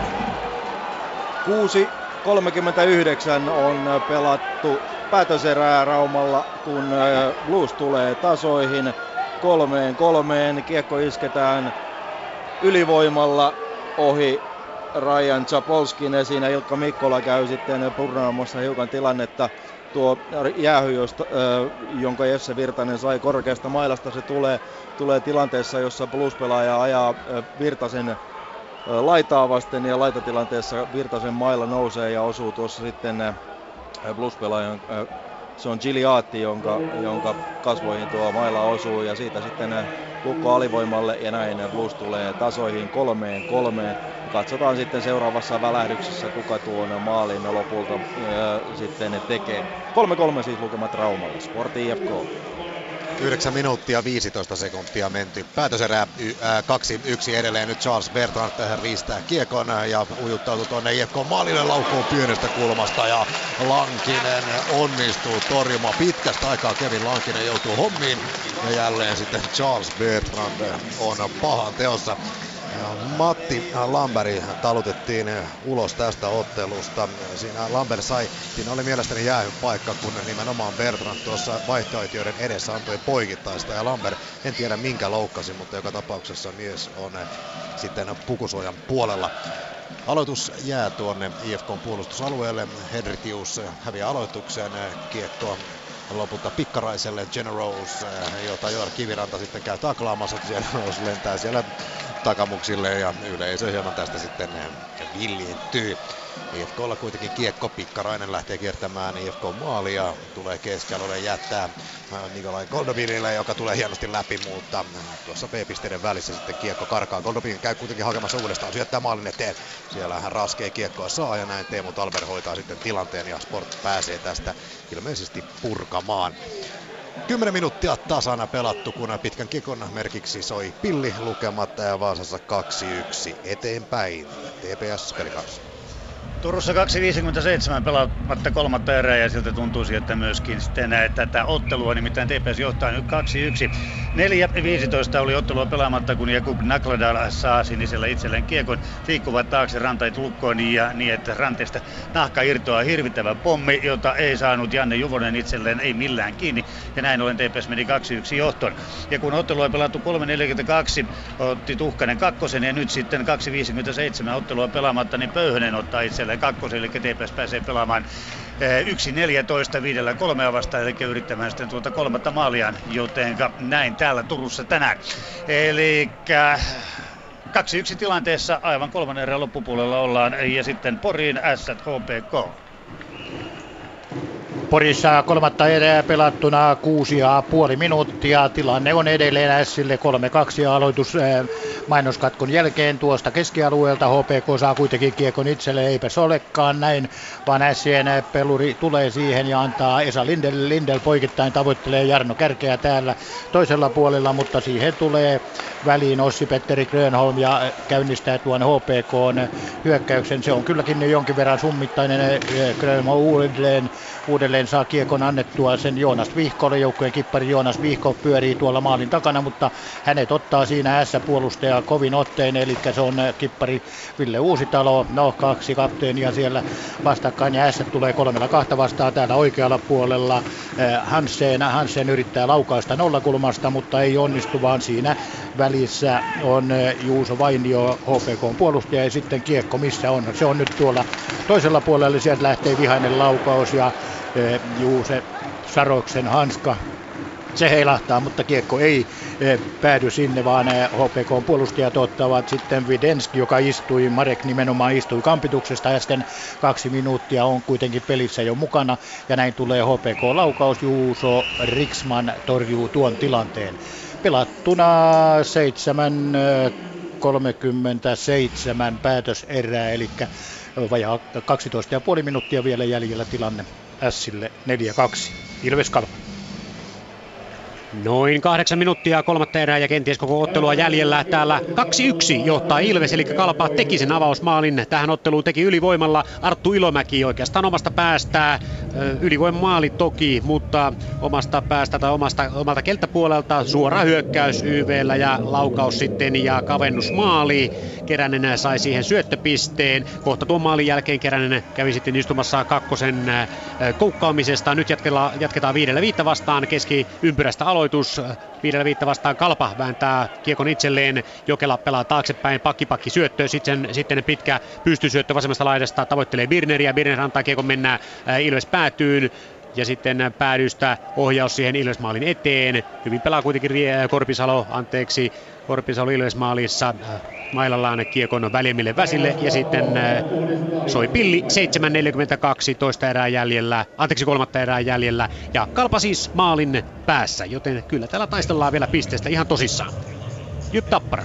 kuusi kolmekymmentäyhdeksän on pelattu päätöserää Raumalla, kun Blues tulee tasoihin kolmeen kolmeen. Kiekko isketään ylivoimalla ohi Ryan Zapolskin ja siinä Ilkka Mikkola käy sitten purnaamassa hiukan tilannetta. Tuo jäähy, josta, jonka Jesse Virtanen sai korkeasta mailasta, se tulee, tulee tilanteessa, jossa Blues-pelaaja ajaa Virtasen laitaa vasten ja laitatilanteessa Virtasen mailla nousee ja osuu tuossa sitten Blues-pelaajan, se on Giliatti, jonka, jonka kasvoihin tuo mailla osuu ja siitä sitten Lukko alivoimalle ja näin Blues tulee tasoihin kolmeen kolmeen. Katsotaan sitten seuraavassa välähdyksessä, kuka tuon maalin lopulta ää, sitten tekee. kolme kolme siis lukemat Raumalle. Sport I F K.
yhdeksän minuuttia viisitoista sekuntia menty. Päätöserää kaksi yksi edelleen. Nyt Charles Bertrand tähän riistää kiekon ja ujuttautuu tuonne I F K maalille laukkuun pienestä kulmasta ja Lankinen onnistuu torjumaan. Pitkästä aikaa Kevin Lankinen joutuu hommiin ja jälleen sitten Charles Bertrand on pahan teossa. Matti Lamberi talutettiin ulos tästä ottelusta. Siinä Lambert sai, siinä oli mielestäni jäähyn paikka, kun nimenomaan Bertrand tuossa vaihtoehtojen edessä antoi poikittaista. Ja Lambert, en tiedä minkä loukkasi, mutta joka tapauksessa mies on sitten pukusuojan puolella. Aloitus jää tuonne I F K:n puolustusalueelle. Hedritius häviää aloitukseen, kiekko lopulta Pikkaraiselle, Generous, jota Joel Kiviranta sitten käy taklaamassa. Generous lentää siellä takamuksille ja yleisö hieman tästä sitten villiintyy. I F K:lla kuitenkin kiekko, Pikkarainen lähtee kiertämään I F K-maalia, tulee keskialueelle jättää Nikolai Goldovinille, joka tulee hienosti läpi, mutta tuossa B-pisteiden välissä sitten kiekko karkaa. Goldovin käy kuitenkin hakemassa uudestaan, syöttää maalin eteen. Siellä hän raskee kiekkoa saa ja näin Teemu Talber hoitaa sitten tilanteen ja Sport pääsee tästä ilmeisesti purkamaan. Kymmenen minuuttia tasana pelattu, kun pitkän kiekon merkiksi soi pilli, lukemat Vaasassa kaksi yksi eteenpäin. T P S Pelikans.
Turussa kaksi viisikymmentäseitsemän pelaamatta kolmatta erää ja siltä tuntuisi, että myöskin sitten tätä ottelua, nimittäin T P S johtaa nyt kaksi yksi. neljä viisitoista oli ottelua pelaamatta, kun Jakub Nakladal saa sinisellä itselleen kiekon. Liikkuvat taakse rantait lukkoon ja niin, että ranteesta nahka irtoaa hirvittävä pommi, jota ei saanut Janne Juvonen itselleen ei millään kiinni. Ja näin ollen T P S meni kaksi yksi johtoon. Ja kun ottelua on pelattu kolme neljäkymmentäkaksi, otti Tuhkanen kakkosen ja nyt sitten kaksi viisikymmentäseitsemän ottelua pelaamatta, niin Pöyhönen ottaa itselleen kakkosen, eli T P S pääsee pelaamaan yksi neljätoista viidellä kolmea vastaan, eli yrittämään sitten tuota kolmatta maaliaan, jotenka näin täällä Turussa tänään. Eli kaksi yksi tilanteessa aivan kolmannen erän loppupuolella ollaan, ja sitten Poriin Ässät H P K.
Porissa kolmatta erää pelattuna kuusi ja puoli minuuttia. Tilanne on edelleen Ässille kolme kaksi ja aloitus ää, mainoskatkon jälkeen tuosta keskialueelta. H P K saa kuitenkin kiekon itselle, eipä se olekaan näin, vaan Ässien peluri tulee siihen ja antaa Esa Lindel, Lindel poikittain tavoittelee Jarno Kärkeä täällä toisella puolella, mutta siihen tulee väliin Ossi-Petteri Grönholm ja käynnistää tuon H P K:n hyökkäyksen. Se on kylläkin jonkin verran summittainen. Grönholm uudelleen, uudelleen saa kiekon annettua sen Joonas Vihkolle. Joukkueen kippari Joonas Vihko pyörii tuolla maalin takana, mutta hänet ottaa siinä S-puolustaja kovin otteen, eli se on kippari Ville Uusitalo. No, kaksi kapteenia siellä vastakkain ja S tulee kolmella kahta vastaan täällä oikealla puolella. Hansen, Hansen yrittää laukaista nollakulmasta, mutta ei onnistu, vaan siinä välissä on Juuso Vainio, H P K:n puolustaja, ja sitten kiekko missä on. Se on nyt tuolla toisella puolella, sieltä lähtee vihainen laukaus ja Juuse Saroksen hanska. Se heilahtaa, mutta kiekko ei päädy sinne, vaan H P K:n puolustajat ottavat sitten Videnski, joka istui, Marek nimenomaan istui kampituksesta äsken. Kaksi minuuttia on kuitenkin pelissä jo mukana ja näin tulee H P K-laukaus. Juuso Riksman torjuu tuon tilanteen. Pelattuna seitsemän kolmekymmentäseitsemän päätöserää, eli vajaa kaksitoista pilkku viisi minuuttia vielä jäljellä tilanne Ässille neljä kaksi. Ilves Kalpa.
Noin kahdeksan minuuttia kolmatta erää ja kenties koko ottelua jäljellä. Täällä kaksi yksi johtaa Ilves, eli Kalpa teki sen avausmaalin. Tähän otteluun teki ylivoimalla Arttu Ilomäki oikeastaan omasta päästään. Ylivoimamaali toki, mutta omasta päästä tai omasta, omalta kenttäpuolelta suora hyökkäys Y V:llä ja laukaus sitten ja kavennusmaali. Keränen sai siihen syöttöpisteen. Kohta tuon maalin jälkeen Keränen kävi sitten istumassa kakkosen koukkaamisesta. Nyt jatketaan, jatketaan viidellä viittä vastaan keskiympyrästä aloitus. Viidellä viittä vastaan Kalpa vääntää kiekon itselleen. Jokela pelaa taaksepäin, pakki pakki syöttö. Sitten, sitten pitkä pystysyöttö vasemmasta laidasta tavoittelee Birneriä. Birner antaa kiekon mennä Ilves päätyyn. Ja sitten päädystä ohjaus siihen Ilves-maalin eteen. Hyvin pelaa kuitenkin Korpisalo, anteeksi, Korpisalo Ilves-maalissa mailallaan kiekon väljemmille väsille. Ja sitten soi pilli, seitsemän neljäkymmentäkaksi, toista erää jäljellä, anteeksi kolmatta erää jäljellä. Ja Kalpa siis maalin päässä, joten kyllä täällä taistellaan vielä pisteestä ihan tosissaan. Jyp Tappara.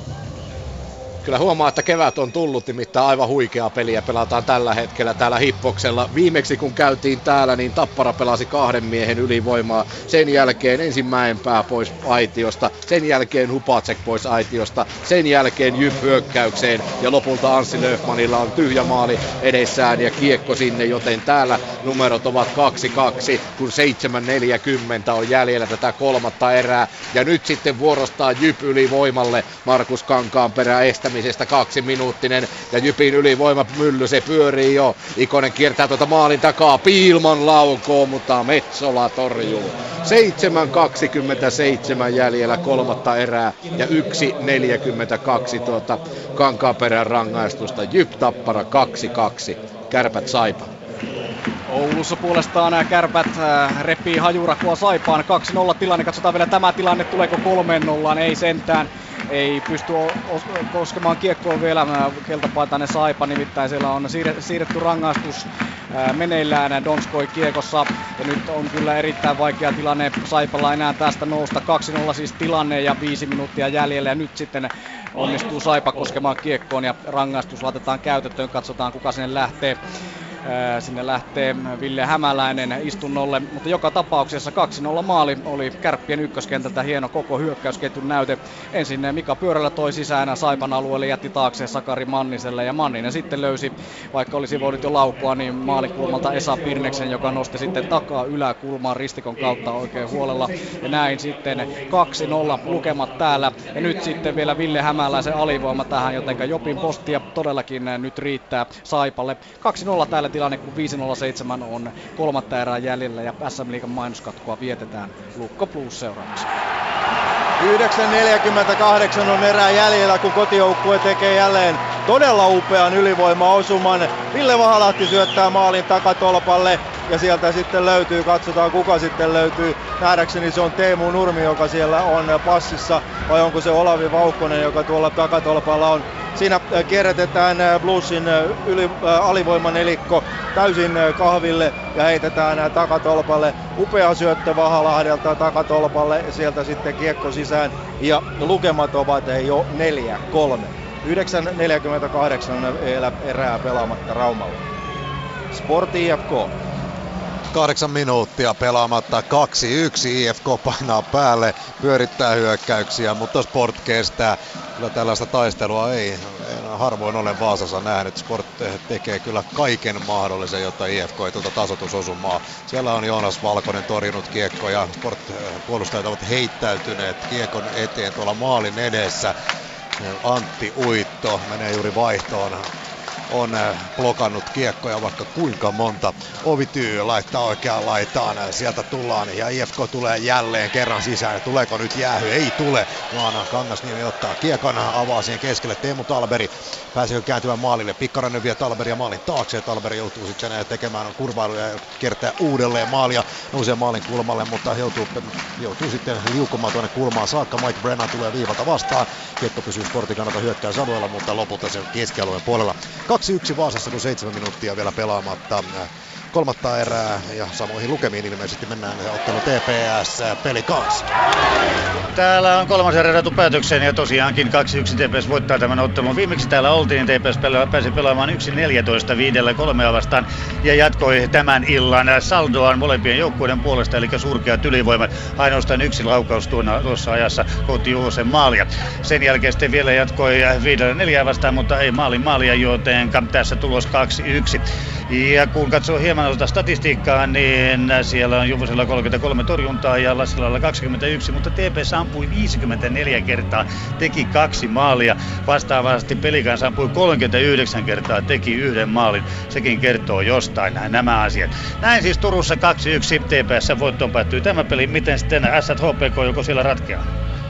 Kyllä huomaa, että kevät on tullut, nimittäin aivan huikeaa peliä pelataan tällä hetkellä täällä Hippoksella. Viimeksi kun käytiin täällä, niin Tappara pelasi kahden miehen ylivoimaa. Sen jälkeen ensin Mäenpää pois aitiosta, sen jälkeen Hupacek pois aitiosta, sen jälkeen Jyp hyökkäykseen ja lopulta Anssi Löfmanilla on tyhjä maali edessään ja kiekko sinne, joten täällä numerot ovat kaksi kaksi, kun seitsemän neljäkymmentä on jäljellä tätä kolmatta erää. Ja nyt sitten vuorostaan Jyp ylivoimalle, Markus Kankaanperä estämässä kaksi minuuttinen ja Jypin ylivoima mylly, se pyörii jo. Ikonen kiertää tuota maalin takaa, Piilman laukoo, mutta Metsola torjuu. seitsemän kaksikymmentäseitsemän jäljellä kolmatta erää ja yksi neljäkymmentäkaksi tuota Kankaanperän rangaistusta. Jyp Tappara kaksi kaksi. Kärpät Saipa.
Oulussa puolestaan Kärpät repii hajurakua Saipaan, kaksi nolla tilanne. Katsotaan vielä tämä tilanne, tuleeko kolme nolla, ei sentään. Ei pysty koskemaan kiekkoon vielä keltapaitainen Saipa, nimittäin siellä on siirretty rangaistus meneillään Donskoi kiekossa. Ja nyt on kyllä erittäin vaikea tilanne Saipalla enää tästä nousta. kaksi nolla siis tilanne ja viisi minuuttia jäljellä. Ja nyt sitten onnistuu Saipa koskemaan kiekkoon ja rangaistus laitetaan käytäntöön. Katsotaan kuka sinne lähtee. Sinne lähtee Ville Hämäläinen istunnolle, mutta joka tapauksessa kaksi nolla maali oli Kärppien ykköskentältä, hieno koko hyökkäysketjun näyte. Ensin Mika Pyörällä toi sisään Saipan alueelle, jätti taakse Sakari Manniselle ja Manninen sitten löysi, vaikka olisi voinut jo laukua, niin maalikulmalta Esa Pirneksen, joka nosti sitten takaa yläkulmaan ristikon kautta oikein huolella. Ja näin sitten kaksi nolla lukemat täällä ja nyt sitten vielä Ville Hämäläisen alivoima tähän, jotenka Jopin postia todellakin nyt riittää Saipalle. kaksi nolla täällä tilanne, kun viisi nolla seitsemän on kolmatta erää jäljellä ja S M-liigan mainoskatkoa vietetään Lukko Plus seuraavaksi.
yhdeksän neljäkymmentäkahdeksan on erää jäljellä, kun kotijoukkue tekee jälleen todella upean ylivoimaosuman. Ville Vahalahti syöttää maalin takatolpalle ja sieltä sitten löytyy, katsotaan kuka sitten löytyy. Nähdäkseni se on Teemu Nurmi, joka siellä on passissa, vai onko se Olavi Vauhkonen, joka tuolla takatolpalla on. Siinä kierrätetään Bluesin yli, äh, alivoimanelikko täysin kahville ja heitetään takatolpalle. Upea syöttö Vahalahdelta takatolpalle, sieltä sitten kiekko sisään ja lukemat ovat jo neljä kolme. yhdeksän neljäkymmentäkahdeksan erää pelaamatta Raumalla. Sport I F K.
Kahdeksan minuuttia pelaamatta, kaksi yksi, I F K painaa päälle, pyörittää hyökkäyksiä, mutta Sport kestää. Kyllä tällaista taistelua ei harvoin olen Vaasassa nähnyt. Sport tekee kyllä kaiken mahdollisen, jotta I F K ei tuota tasoitusosumaa. Siellä on Joonas Valkonen torjunut kiekkoja, Sport-puolustajat ovat heittäytyneet kiekon eteen tuolla maalin edessä. Antti Uitto menee juuri vaihtoon. On blokannut kiekkoja vaikka kuinka monta. Ovityy laittaa oikeaan laitaan. Sieltä tullaan ja I F K tulee jälleen kerran sisään. Tuleeko nyt jäähy? Ei tule. Vaan Kangasniemi ottaa kiekon, avaa siihen keskelle Teemu Talberi. Pääsee kääntymään maalille. Pikkarainen vie Talberia maalin taakse. Talberi joutuu sitten tekemään kurvailuja ja kiertää uudelleen maalia. Nousee maalin kulmalle, mutta joutuu, joutuu sitten liukumaan tuonne kulmaan saakka. Mike Brennan tulee viivalta vastaan. Kiekko pysyy Sportin kannalta hyökkäysalueella, mutta lopulta se keskialueen puolella. kaksi yksi Vaasassa, kun seitsemän minuuttia vielä pelaamatta. kolmatta erää ja samoihin lukemiin ilmeisesti mennään ottelu T P S-peli kanssa.
Täällä on kolmas erä ratu päätökseen ja tosiaankin kaksi yksi T P S voittaa tämän ottelun. Viimeksi täällä oltiin, T P S pääsi pelaamaan yksi neljätoista viidellä kolmea vastaan ja jatkoi tämän illan saldoaan molempien joukkueiden puolesta, eli surkeat ylivoimat. Ainoastaan yksi laukaus tuona, tuossa ajassa kohti Juhosen maalia. Sen jälkeen sitten vielä jatkoi viidellä neljää vastaan, mutta ei maalin maalia, joten tässä tulos kaksi yksi. Ja kun katsoo hieman tuota statistiikkaa, niin siellä on Juvosella kolmekymmentäkolme torjuntaa ja Lassilalla kaksikymmentäyksi, mutta T P S ampui viisikymmentäneljä kertaa, teki kaksi maalia. Vastaavasti Pelikans ampui kolmekymmentäyhdeksän kertaa, teki yhden maalin. Sekin kertoo jostain nämä asiat. Näin siis Turussa kaksi yksi T P S voittoon päättyy tämä peli. Miten sitten S H P K, joko siellä ratkeaa?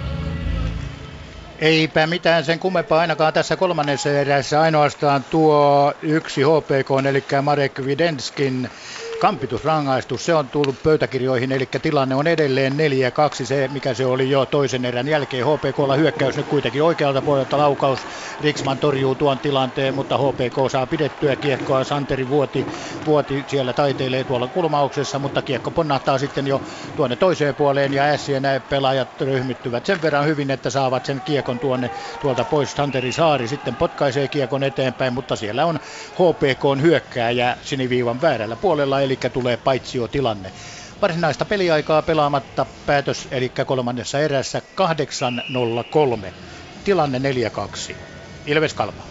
Eipä mitään sen kummempaa ainakaan tässä kolmannessa erässä, ainoastaan tuo yksi H P K, eli Marek Videnskin kampitusrangaistus, se on tullut pöytäkirjoihin, eli tilanne on edelleen neljä kaksi, se mikä se oli jo toisen erän jälkeen. H P K:lla hyökkäys nyt kuitenkin oikealta puolelta, laukaus, Riksman torjuu tuon tilanteen, mutta H P K saa pidettyä kiekkoa, Santeri Vuoti, Vuoti siellä taiteilee tuolla kulmauksessa, mutta kiekko ponnahtaa sitten jo tuonne toiseen puoleen ja Ässien pelaajat ryhmittyvät sen verran hyvin, että saavat sen kiekon tuonne tuolta pois. Santeri Saari sitten potkaisee kiekon eteenpäin, mutta siellä on H P K:n hyökkääjä siniviivan väärällä puolella, eli tulee paitsiotilanne. Varsinaista peliaikaa pelaamatta, päätös eli kolmannessa erässä kahdeksan nolla kolme. Tilanne neljä kaksi. Ilves Kalpa.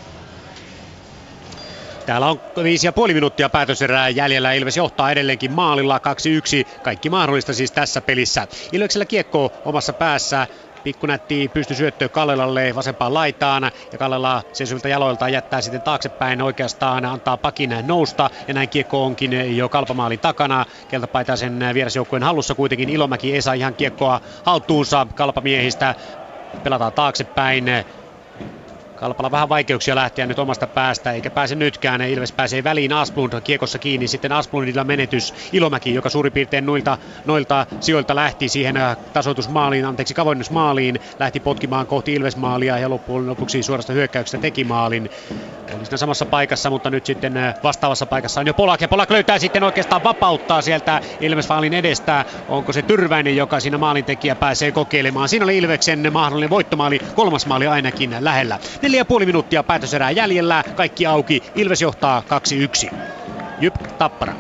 Täällä on viisi ja puoli minuuttia päätöserää jäljellä. Ilves johtaa edelleenkin maalilla kaksi yksi. Kaikki mahdollista siis tässä pelissä. Ilveksellä kiekko omassa päässä. Pikkunätti pystysyöttö Kallelalle vasempaan laitaan ja Kallela seisovilta jaloilta jättää sitten taaksepäin, oikeastaan antaa pakin nousta ja näin kiekko onkin jo Kalpamaalin takana. Keltapaitaisen vierasjoukkueen hallussa kuitenkin Ilomäki ei saa ihan kiekkoa haltuunsa Kalpamiehistä. Pelataan taaksepäin. Kalpalla vähän vaikeuksia lähteä nyt omasta päästä, eikä pääse nytkään. Ilves pääsee väliin, Asplund kiekossa kiinni, sitten Asplundilla menetys. Ilomäki, joka suurin piirtein noilta, noilta sijoilta lähti siihen tasoitusmaaliin, anteeksi kavennusmaaliin, lähti potkimaan kohti Ilves-maalia ja loppujen lopuksi suorasta hyökkäyksestä teki maalin. Oli siinä samassa paikassa, mutta nyt sitten vastaavassa paikassa on jo Polak, ja Polak löytää sitten oikeastaan vapauttaa sieltä Ilves-maalin edestä. Onko se Tyrväinen, joka siinä maalintekijä pääsee kokeilemaan? Siinä oli Ilveksen mahdollinen voittomaali, kolmas maali ainakin lähellä. Neljä ja puoli minuuttia päätöserää jäljellä, kaikki auki, Ilves johtaa kaksi yksi. Jyp Tappara.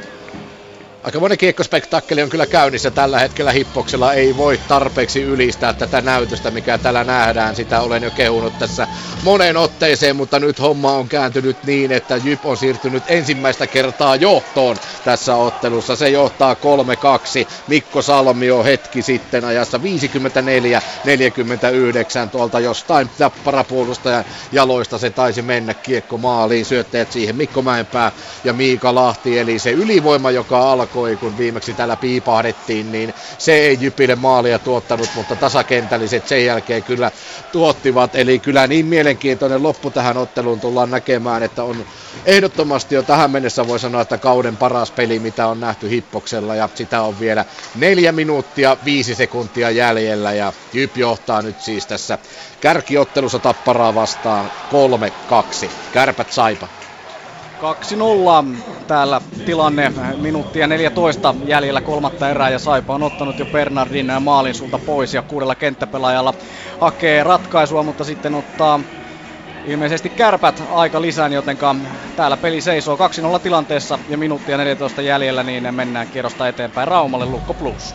Aika monen kiekkospektaakkeli on kyllä käynnissä tällä hetkellä Hippoksella. Ei voi tarpeeksi ylistää tätä näytöstä, mikä täällä nähdään. Sitä olen jo kehunut tässä moneen otteeseen, mutta nyt homma on kääntynyt niin, että Jyp on siirtynyt ensimmäistä kertaa johtoon tässä ottelussa. Se johtaa kolme kaksi. Mikko Salmio hetki sitten ajassa viisikymmentäneljä neljäkymmentäyhdeksän tuolta jostain Tappara-puolustajan jaloista se taisi mennä kiekko maaliin. Syötteet siihen Mikko Mäenpää ja Miika Lahti, eli se ylivoima, joka alkoi kun viimeksi täällä piipahdettiin, niin se ei Jypille maalia tuottanut, mutta tasakentälliset sen jälkeen kyllä tuottivat, eli kyllä niin mielenkiintoinen loppu tähän otteluun tullaan näkemään, että on ehdottomasti jo tähän mennessä voi sanoa, että kauden paras peli, mitä on nähty Hippoksella, ja sitä on vielä neljä minuuttia viisi sekuntia jäljellä, ja Jyp johtaa nyt siis tässä kärkiottelussa Tapparaa vastaan kolme kaksi. Kärpät Saipa.
kaksi nolla täällä tilanne, minuuttia neljätoista jäljellä kolmatta erää ja Saipa on ottanut jo Bernardin maalin sulta pois ja kuudella kenttäpelaajalla hakee ratkaisua, mutta sitten ottaa ilmeisesti Kärpät aika lisään, jotenka täällä peli seisoo kaksi nolla tilanteessa ja minuuttia neljätoista jäljellä, niin mennään kierrosta eteenpäin Raumalle Lukko Plus.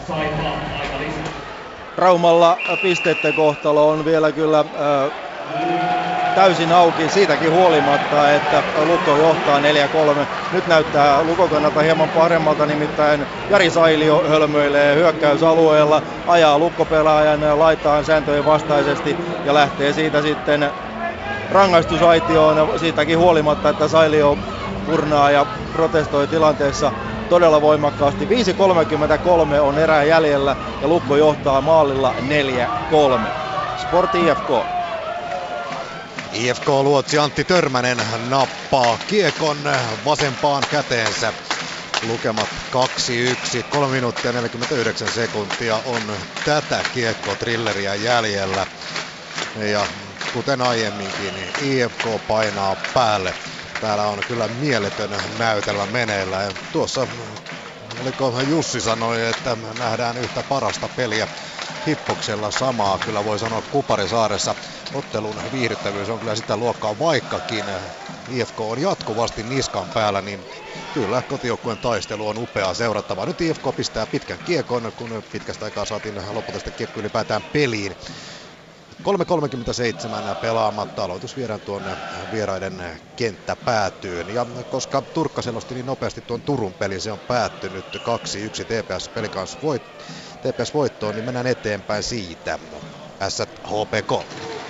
Raumalla pisteiden kohtalo on vielä kyllä äh, täysin auki siitäkin huolimatta, että Lukko johtaa neljä kolme. Nyt näyttää Lukon kannalta hieman paremmalta, nimittäin Jari Sailio hölmöilee hyökkäysalueella, ajaa Lukko-pelaajan laitaan sääntöjen vastaisesti ja lähtee siitä sitten rangaistusaitioon siitäkin huolimatta, että Sailio purnaa ja protestoi tilanteessa todella voimakkaasti. viisi kolmekymmentäkolme on erää jäljellä ja Lukko johtaa maalilla neljä kolme. Sport I F K.
I F K-luotsi Antti Törmänen nappaa kiekon vasempaan käteensä. Lukemat kaksi yksi, kolme minuuttia neljäkymmentäyhdeksän sekuntia on tätä kiekko-trilleriä jäljellä. Ja kuten aiemminkin, niin I F K painaa päälle täällä on kyllä mieletön näytelmä meneillä. Ja tuossa, oliko Jussi sanoi, että nähdään yhtä parasta peliä Hippoksella, samaa kyllä voi sanoa Kuparisaaressa. Ottelun viihdyttävyys on kyllä sitä luokkaa, vaikkakin I F K on jatkuvasti niskan päällä, niin kyllä kotijoukkueen taistelu on upeaa seurattavaa. Nyt I F K pistää pitkän kiekon, kun pitkästä aikaa saatiin lopulta kiekko ylipäätään peliin. kolme kolmekymmentäseitsemän pelaamatta, aloitus viedään tuonne vieraiden kenttäpäätyyn. Ja koska Turkka selosti niin nopeasti tuon Turun peli, se on päättynyt kaksi yksi T P S-pelin kanssa voit, T P S-voittoon, niin mennään eteenpäin siitä. S H P K.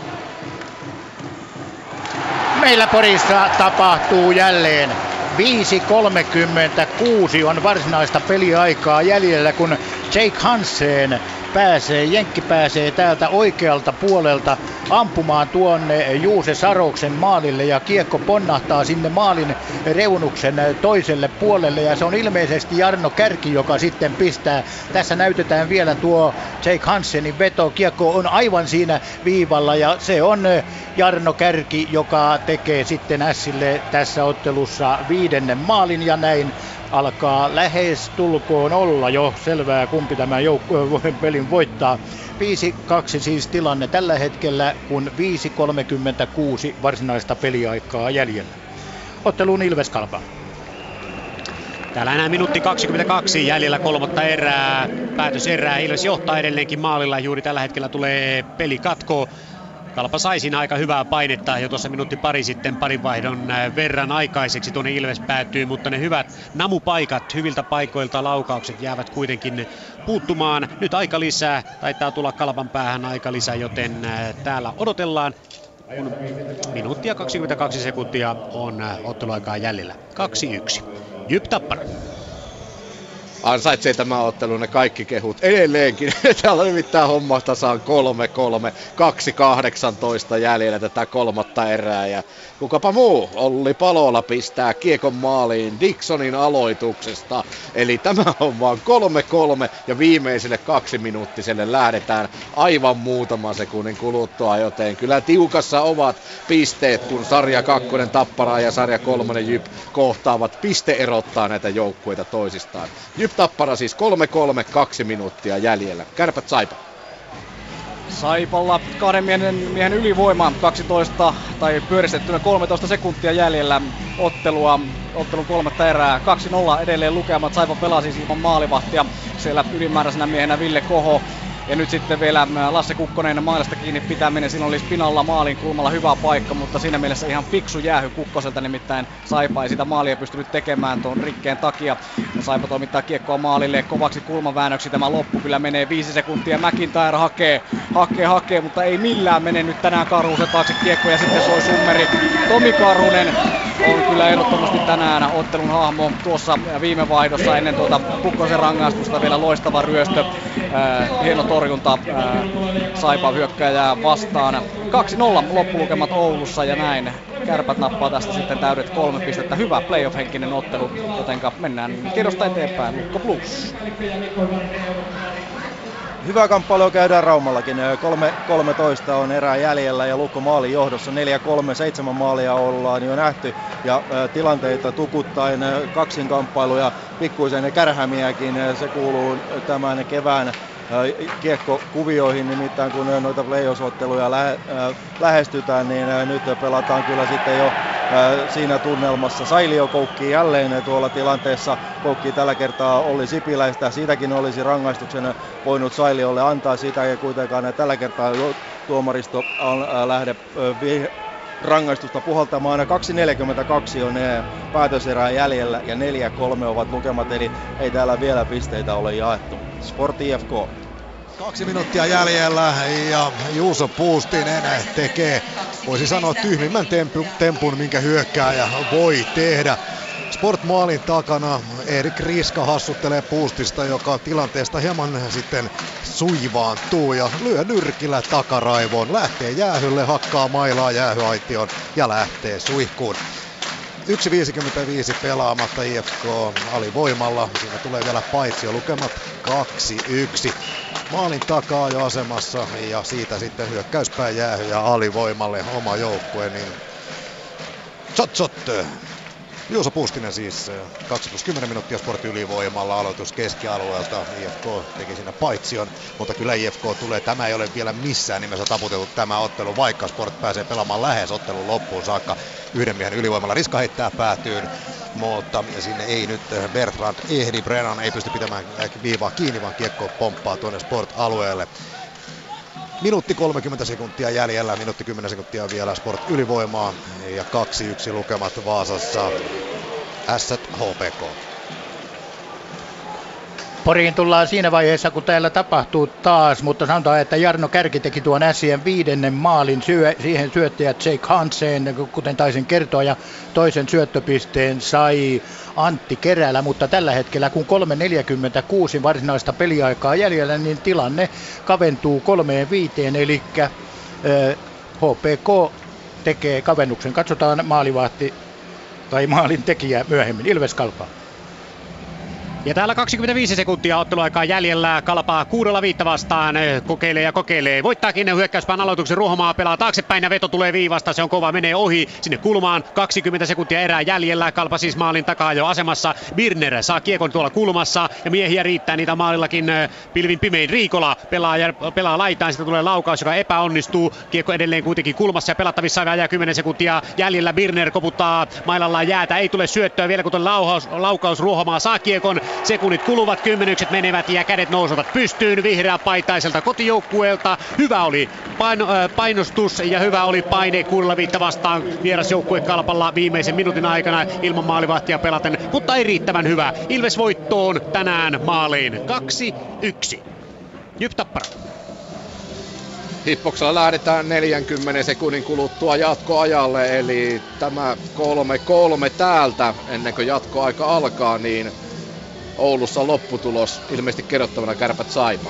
Meillä Porissa tapahtuu jälleen. viisi kolmekymmentäkuusi on varsinaista peliaikaa jäljellä, kun Jake Hansen pääsee, Jenkki pääsee täältä oikealta puolelta ampumaan tuonne Juuse Saroksen maalille ja kiekko ponnahtaa sinne maalin reunuksen toiselle puolelle ja se on ilmeisesti Jarno Kärki, joka sitten pistää. Tässä näytetään vielä tuo Jake Hansenin veto. Kiekko on aivan siinä viivalla ja se on Jarno Kärki, joka tekee sitten Ässille tässä ottelussa viidennen maalin ja näin alkaa lähes tulkoon olla jo selvää, kumpi tämä jouk- pelin voittaa. viisi kaksi siis tilanne tällä hetkellä, kun viisi kolmekymmentäkuusi varsinaista peliaikaa jäljellä. Otteluun Ilves Kalpa.
Täällä enää minuutti kaksikymmentäkaksi jäljellä kolmatta erää. Päätöserää. Ilves johtaa edelleenkin maalilla. Juuri tällä hetkellä tulee pelikatko. Kalpa sai siinä aika hyvää painetta jo tuossa minuutti pari sitten parinvaihdon verran aikaiseksi tuonne Ilves päätyy, mutta ne hyvät namupaikat, hyviltä paikoilta laukaukset jäävät kuitenkin puuttumaan. Nyt aika lisää, taitaa tulla Kalpan päähän aika lisää, joten täällä odotellaan. Kun minuuttia kaksikymmentäkaksi sekuntia on otteluaikaa jäljellä. kaksi yksi. Jyp Tappara.
Ansaitsee tämä ottelu ne kaikki kehut edelleenkin. Täällä on nimittäin homma tasaan kolme kolme, kaksi kahdeksantoista jäljellä tätä kolmatta erää. Ja kukapa muu, Olli Palola pistää kiekon maaliin Dixonin aloituksesta. Eli tämä on vaan kolme kolme ja viimeiselle kaksiminuuttiselle lähdetään aivan muutaman sekunnin kuluttua. Joten kyllä tiukassa ovat pisteet, kun sarja kakkonen Tappara ja sarja kolmonen Jyp kohtaavat. Piste erottaa näitä joukkueita toisistaan. Jyp Tappara siis kolme kolme, kaksi minuuttia jäljellä. Kärpät Saipa.
Saipalla kahden miehen, miehen ylivoima, kaksitoista tai pyöristettynä kolmetoista sekuntia jäljellä ottelua, ottelun kolmatta erää. kaksi nolla edelleen lukemat, Saipa pelaa siis ilman maalivahtia. Siellä ylimääräisenä miehenä Ville Koho. Ja nyt sitten vielä Lasse Kukkonen maalista kiinni pitäminen. Silloin oli Spinalla maalin kulmalla hyvä paikka, mutta siinä mielessä ihan fiksu jäähy Kukkoselta, nimittäin Saipa ei sitä maalia pystynyt tekemään tuon rikkeen takia. Ja Saipa toimittaa kiekkoa maalille kovaksi kulmaväännöksi. Tämä loppu kyllä menee viisi sekuntia. McIntyre hakee, hakee, hakee, mutta ei millään mene nyt tänään Karhusen taakse kiekko ja sitten soi summeri. Tomi Karhunen on kyllä ehdottomasti tänään ottelun hahmo tuossa viime vaihdossa ennen tuota Kukkosen rangaistusta vielä loistava ryöstö. Äh, hieno torjunta äh, Saipa hyökkääjää vastaan. kaksi nolla loppulukemat Oulussa ja näin Kärpät nappaa tästä sitten täydet kolme pistettä. Hyvä playoff-henkinen ottelu, jotenka mennään kierrosta eteenpäin. Lukko Blues.
Hyvä kamppailu käydään Raumallakin. kolme kolmetoista on erää jäljellä ja Lukko maalin johdossa. neljä kolme, seitsemän maalia ollaan jo nähty ja ä, tilanteita tukuttain, kaksinkamppailuja, pikkuisen kärhämiäkin. Se kuuluu tämän kevään kiekkokuvioihin, nimittäin kun noita playoff-otteluja lä- lähestytään, niin nyt pelataan kyllä sitten jo siinä tunnelmassa. Sailio koukkii jälleen tuolla tilanteessa, koukkii tällä kertaa Olli Sipiläistä, siitäkin olisi rangaistuksen voinut Sailiolle antaa, siitä ei kuitenkaan tällä kertaa tuomaristo on lähde rangaistusta puhaltamaan. kaksi neljäkymmentäkaksi on päätöserää jäljellä ja neljä kolme ovat lukemat, eli ei täällä vielä pisteitä ole jaettu. Sport I F K.
Kaksi minuuttia jäljellä ja Juuso Puustinen tekee, voisi sanoa, tyhmimmän tempu, tempun, minkä hyökkääjä voi tehdä. Sport maalin takana Erik Riska hassuttelee Puustista, joka tilanteesta hieman sitten suivaantuu ja lyö nyrkillä takaraivoon. Lähtee jäähylle, hakkaa mailaa jäähyaitioon ja lähtee suihkuun. yksi viisikymmentäviisi pelaamatta I F K alivoimalla. Siinä tulee vielä paitsi lukemat kaksi yksi. Maalin takaa jo asemassa ja siitä sitten hyökkäyspää jäähy ja alivoimalle oma joukkue. Niin Shot shot. Juuso Puustinen siis kaksi plus kymmenen minuuttia Sport ylivoimalla, aloitus keskialueelta. I F K teki siinä paitsion, mutta kyllä I F K tulee. Tämä ei ole vielä missään nimessä taputeltu tämä ottelu, vaikka Sport pääsee pelaamaan lähes ottelun loppuun saakka. Yhden miehen ylivoimalla Riska heittää päätyyn, mutta sinne ei nyt Bertrand ehdi. Brennan ei pysty pitämään viivaa kiinni, vaan kiekko pomppaa tuonne Sport-alueelle. Minuutti kolmekymmentä sekuntia jäljellä, minuutti kymmenen sekuntia vielä Sport ylivoimaa ja kaksi yksi lukemat Vaasassa. Ässät H P K.
Poriin tullaan siinä vaiheessa, kun täällä tapahtuu taas, mutta sanotaan, että Jarno Kärki teki tuon Ässien viidennen maalin, syö, siihen syöttäjä Jake Hansen, kuten taisin kertoa, ja toisen syöttöpisteen sai Antti Kerälä, mutta tällä hetkellä kun kolme neljäkymmentäkuusi varsinaista peliaikaa jäljellä, niin tilanne kaventuu kolmeen viiteen, eli äh, H P K tekee kavennuksen. Katsotaan maalivahti tai maalin tekijä myöhemmin, Ilves Kalpa.
Ja täällä kaksikymmentäviisi sekuntia otteluaikaa jäljellä. Kalpaa kuudella viittä vastaan. Kokeilee ja kokeilee. Voittaakin hyökkäyspään aloituksen. Ruohomaa pelaa taaksepäin ja veto tulee viivasta. Se on kova, menee ohi sinne kulmaan. kaksikymmentä sekuntia erää jäljellä. Kalpa siis maalin takaa jo asemassa. Birner saa kiekon tuolla kulmassa ja miehiä riittää niitä maalillakin pilvin pimein. Riikola pelaa, ja pelaa laitaan. Sitten tulee laukaus, joka epäonnistuu. Kiekko edelleen kuitenkin kulmassa ja pelattavissa ajaa kymmenen sekuntia jäljellä. Birner koputtaa mailallaan jäätä. Ei tule syöttöä vielä, kun tuon laukaus, laukaus Ruohomaa saa kiekon. Sekunnit kuluvat, kymmenykset menevät ja kädet nousevat pystyyn vihreä paitaiselta kotijoukkueelta. Hyvä oli paino, äh, painostus ja hyvä oli paine kuudella viittä vastaan vierasjoukkue Kalpalla viimeisen minuutin aikana ilman maalivahtia pelaten, mutta ei riittävän hyvä. Ilves voittoon tänään maaliin kaksi yksi. Jyp Tappara.
Hippoksella lähdetään neljänkymmenen sekunnin kuluttua jatkoajalle, eli tämä kolme kolme täältä ennen kuin jatkoaika alkaa, niin Oulussa lopputulos, ilmeisesti kerrottavana Kärpät Saipa.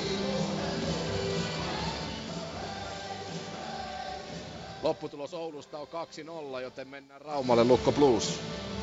Lopputulos Oulusta on kaksi nolla, joten mennään Raumalle Lukko Blues.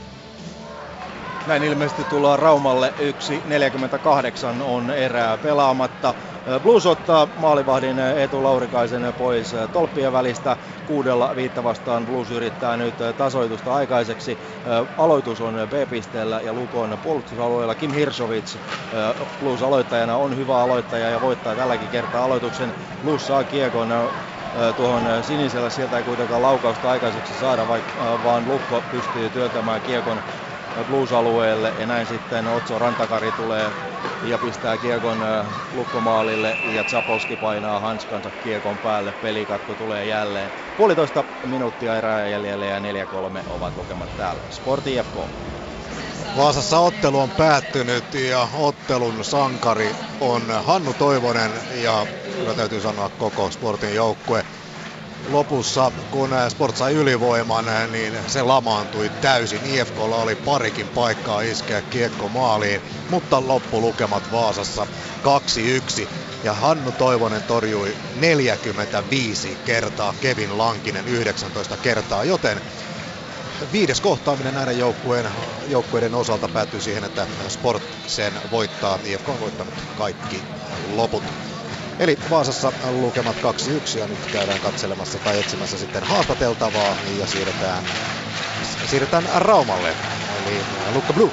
Näin ilmeisesti tullaan Raumalle. yksi neljäkymmentäkahdeksan on erää pelaamatta. Blues ottaa maalivahdin Eetu Laurikaisen pois tolppien välistä. Kuudella viittä vastaan Blues yrittää nyt tasoitusta aikaiseksi. Aloitus on B-pisteellä ja Lukon puolustusalueella. Kim Hirsovits Blues aloittajana on hyvä aloittaja ja voittaa tälläkin kertaa aloituksen. Blues saa kiekon tuohon sinisellä. Sieltä ei kuitenkaan laukausta aikaiseksi saada, vaan Lukko pystyy työntämään kiekon Blues-alueelle ja näin sitten Otso Rantakari tulee ja pistää kiekon Lukkomaalille ja Zapolski painaa hanskansa kiekon päälle. Pelikatko tulee jälleen. Puolitoista minuuttia erää jäljellä ja neljä kolme ovat lukemat täällä. Sport I F K.
Vaasassa ottelu on päättynyt ja ottelun sankari on Hannu Toivonen ja kyllä täytyy sanoa koko Sportin joukkue. Lopussa, kun Sport sai ylivoiman, niin se lamaantui täysin. I F K:lla oli parikin paikkaa iskeä kiekko maaliin, mutta loppulukemat Vaasassa kaksi yksi. Ja Hannu Toivonen torjui neljäkymmentäviisi kertaa, Kevin Lankinen yhdeksäntoista kertaa, joten viides kohtaaminen näiden joukkueen, joukkueiden osalta päättyy siihen, että Sport sen voittaa. I F K on voittanut kaikki loput. Eli Vaasassa lukemat kaksi yksi ja nyt käydään katselemassa tai etsimässä sitten haastateltavaa ja siirretään, siirretään Raumalle, eli Lukko Blues.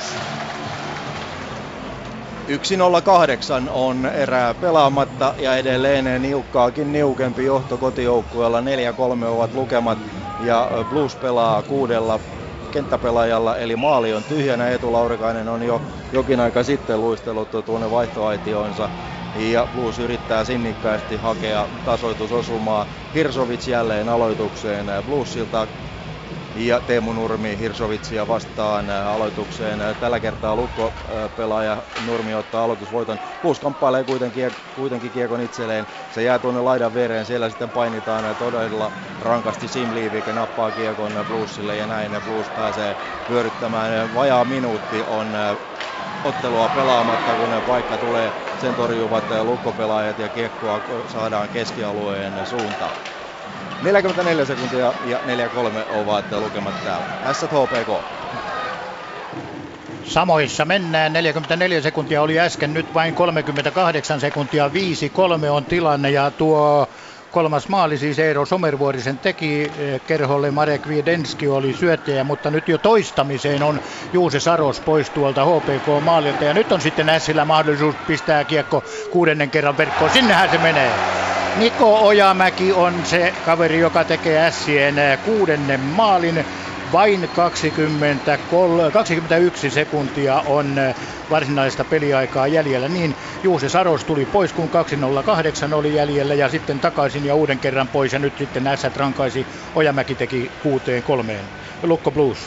yksi nolla kahdeksan on erää pelaamatta ja edelleen niukkaakin niukempi johto kotijoukkueella. neljä kolme ovat lukemat ja Blues pelaa kuudella kenttäpelaajalla, eli maali on tyhjänä. Eetu Laurikainen on jo jokin aika sitten luistellut tuonne vaihtoaitioonsa. Ja Blues yrittää sinnikkäästi hakea tasoitusosumaa. Hirsovits jälleen aloitukseen Bluesilta. Ja Teemu Nurmi Hirsovitsia vastaan aloitukseen. Tällä kertaa Lukko pelaaja Nurmi ottaa aloitusvoiton. Blues kamppailee kuitenkin, kuitenkin kiekon itselleen. Se jää tuonne laidan viereen. Siellä sitten painitaan todella rankasti. Sim Liivik nappaa kiekon Bluesille ja näin Blues pääsee vyöryttämään. Vajaa minuutti on ottelua pelaamatta, kun paikka tulee. Sen torjuvat Lukko-pelaajat ja kiekkoa saadaan keskialueen suuntaan. neljäkymmentäneljä sekuntia ja neljä kolme ovat lukemat täällä. Ässät H P K.
Samoissa mennään. neljäkymmentäneljä sekuntia oli äsken, nyt vain kolmekymmentäkahdeksan sekuntia. viisi kolme on tilanne ja tuo kolmas maali siis Eero Somervuorisen teki kerholle, Marek Wiedenski oli syöttäjä, mutta nyt jo toistamiseen on Juuse Saros pois tuolta H P K-maalilta ja nyt on sitten Ässillä mahdollisuus pistää kiekko kuudennen kerran verkkoon, sinnehän se menee. Niko Ojamäki on se kaveri, joka tekee Ässien kuudennen maalin. Vain kaksikymmentäkolme, kaksikymmentäyksi sekuntia on varsinaista peliaikaa jäljellä. Niin Juuse Saros tuli pois, kun kaksi nolla kahdeksan oli jäljellä ja sitten takaisin ja uuden kerran pois. Ja nyt sitten Ässät rankaisi, Ojamäki teki kuuteen kolmeen. Lukko Blues.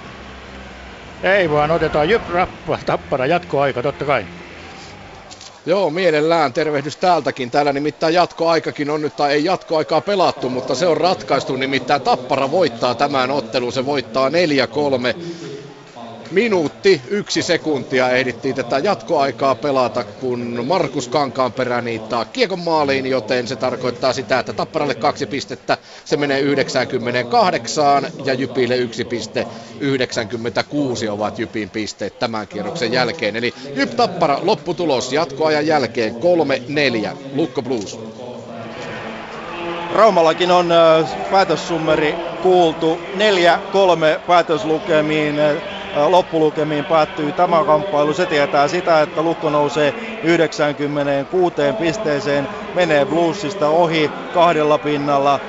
Ei vaan, otetaan Jyp Rappa, Tappara jatkoaika totta kai.
Joo, mielellään tervehdys täältäkin. Täällä nimittäin jatkoaikakin on nyt, tai ei jatkoaikaa pelattu, mutta se on ratkaistu. Nimittäin Tappara voittaa tämän ottelun, se voittaa neljä kolme. Minuutti, yksi sekuntia ehdittiin tätä jatkoaikaa pelata, kun Markus Kankaanperä niittaa kiekon maaliin, joten se tarkoittaa sitä, että Tapparalle kaksi pistettä, se menee yhdeksänkymmentäkahdeksan ja Jypille yksi piste, yhdeksänkymmentäkuusi ovat Jypin pisteet tämän kierroksen jälkeen. Eli Jyp Tappara lopputulos jatkoajan jälkeen kolme neljä, Lukko Blues.
Raumallakin on päätössummeri kuultu, neljä kolme päätöslukemiin. Loppulukemiin päättyy tämä kamppailu. Se tietää sitä, että Lukko nousee yhdeksänkymmentäkuusi pisteeseen, menee Bluesista ohi kahdella pinnalla.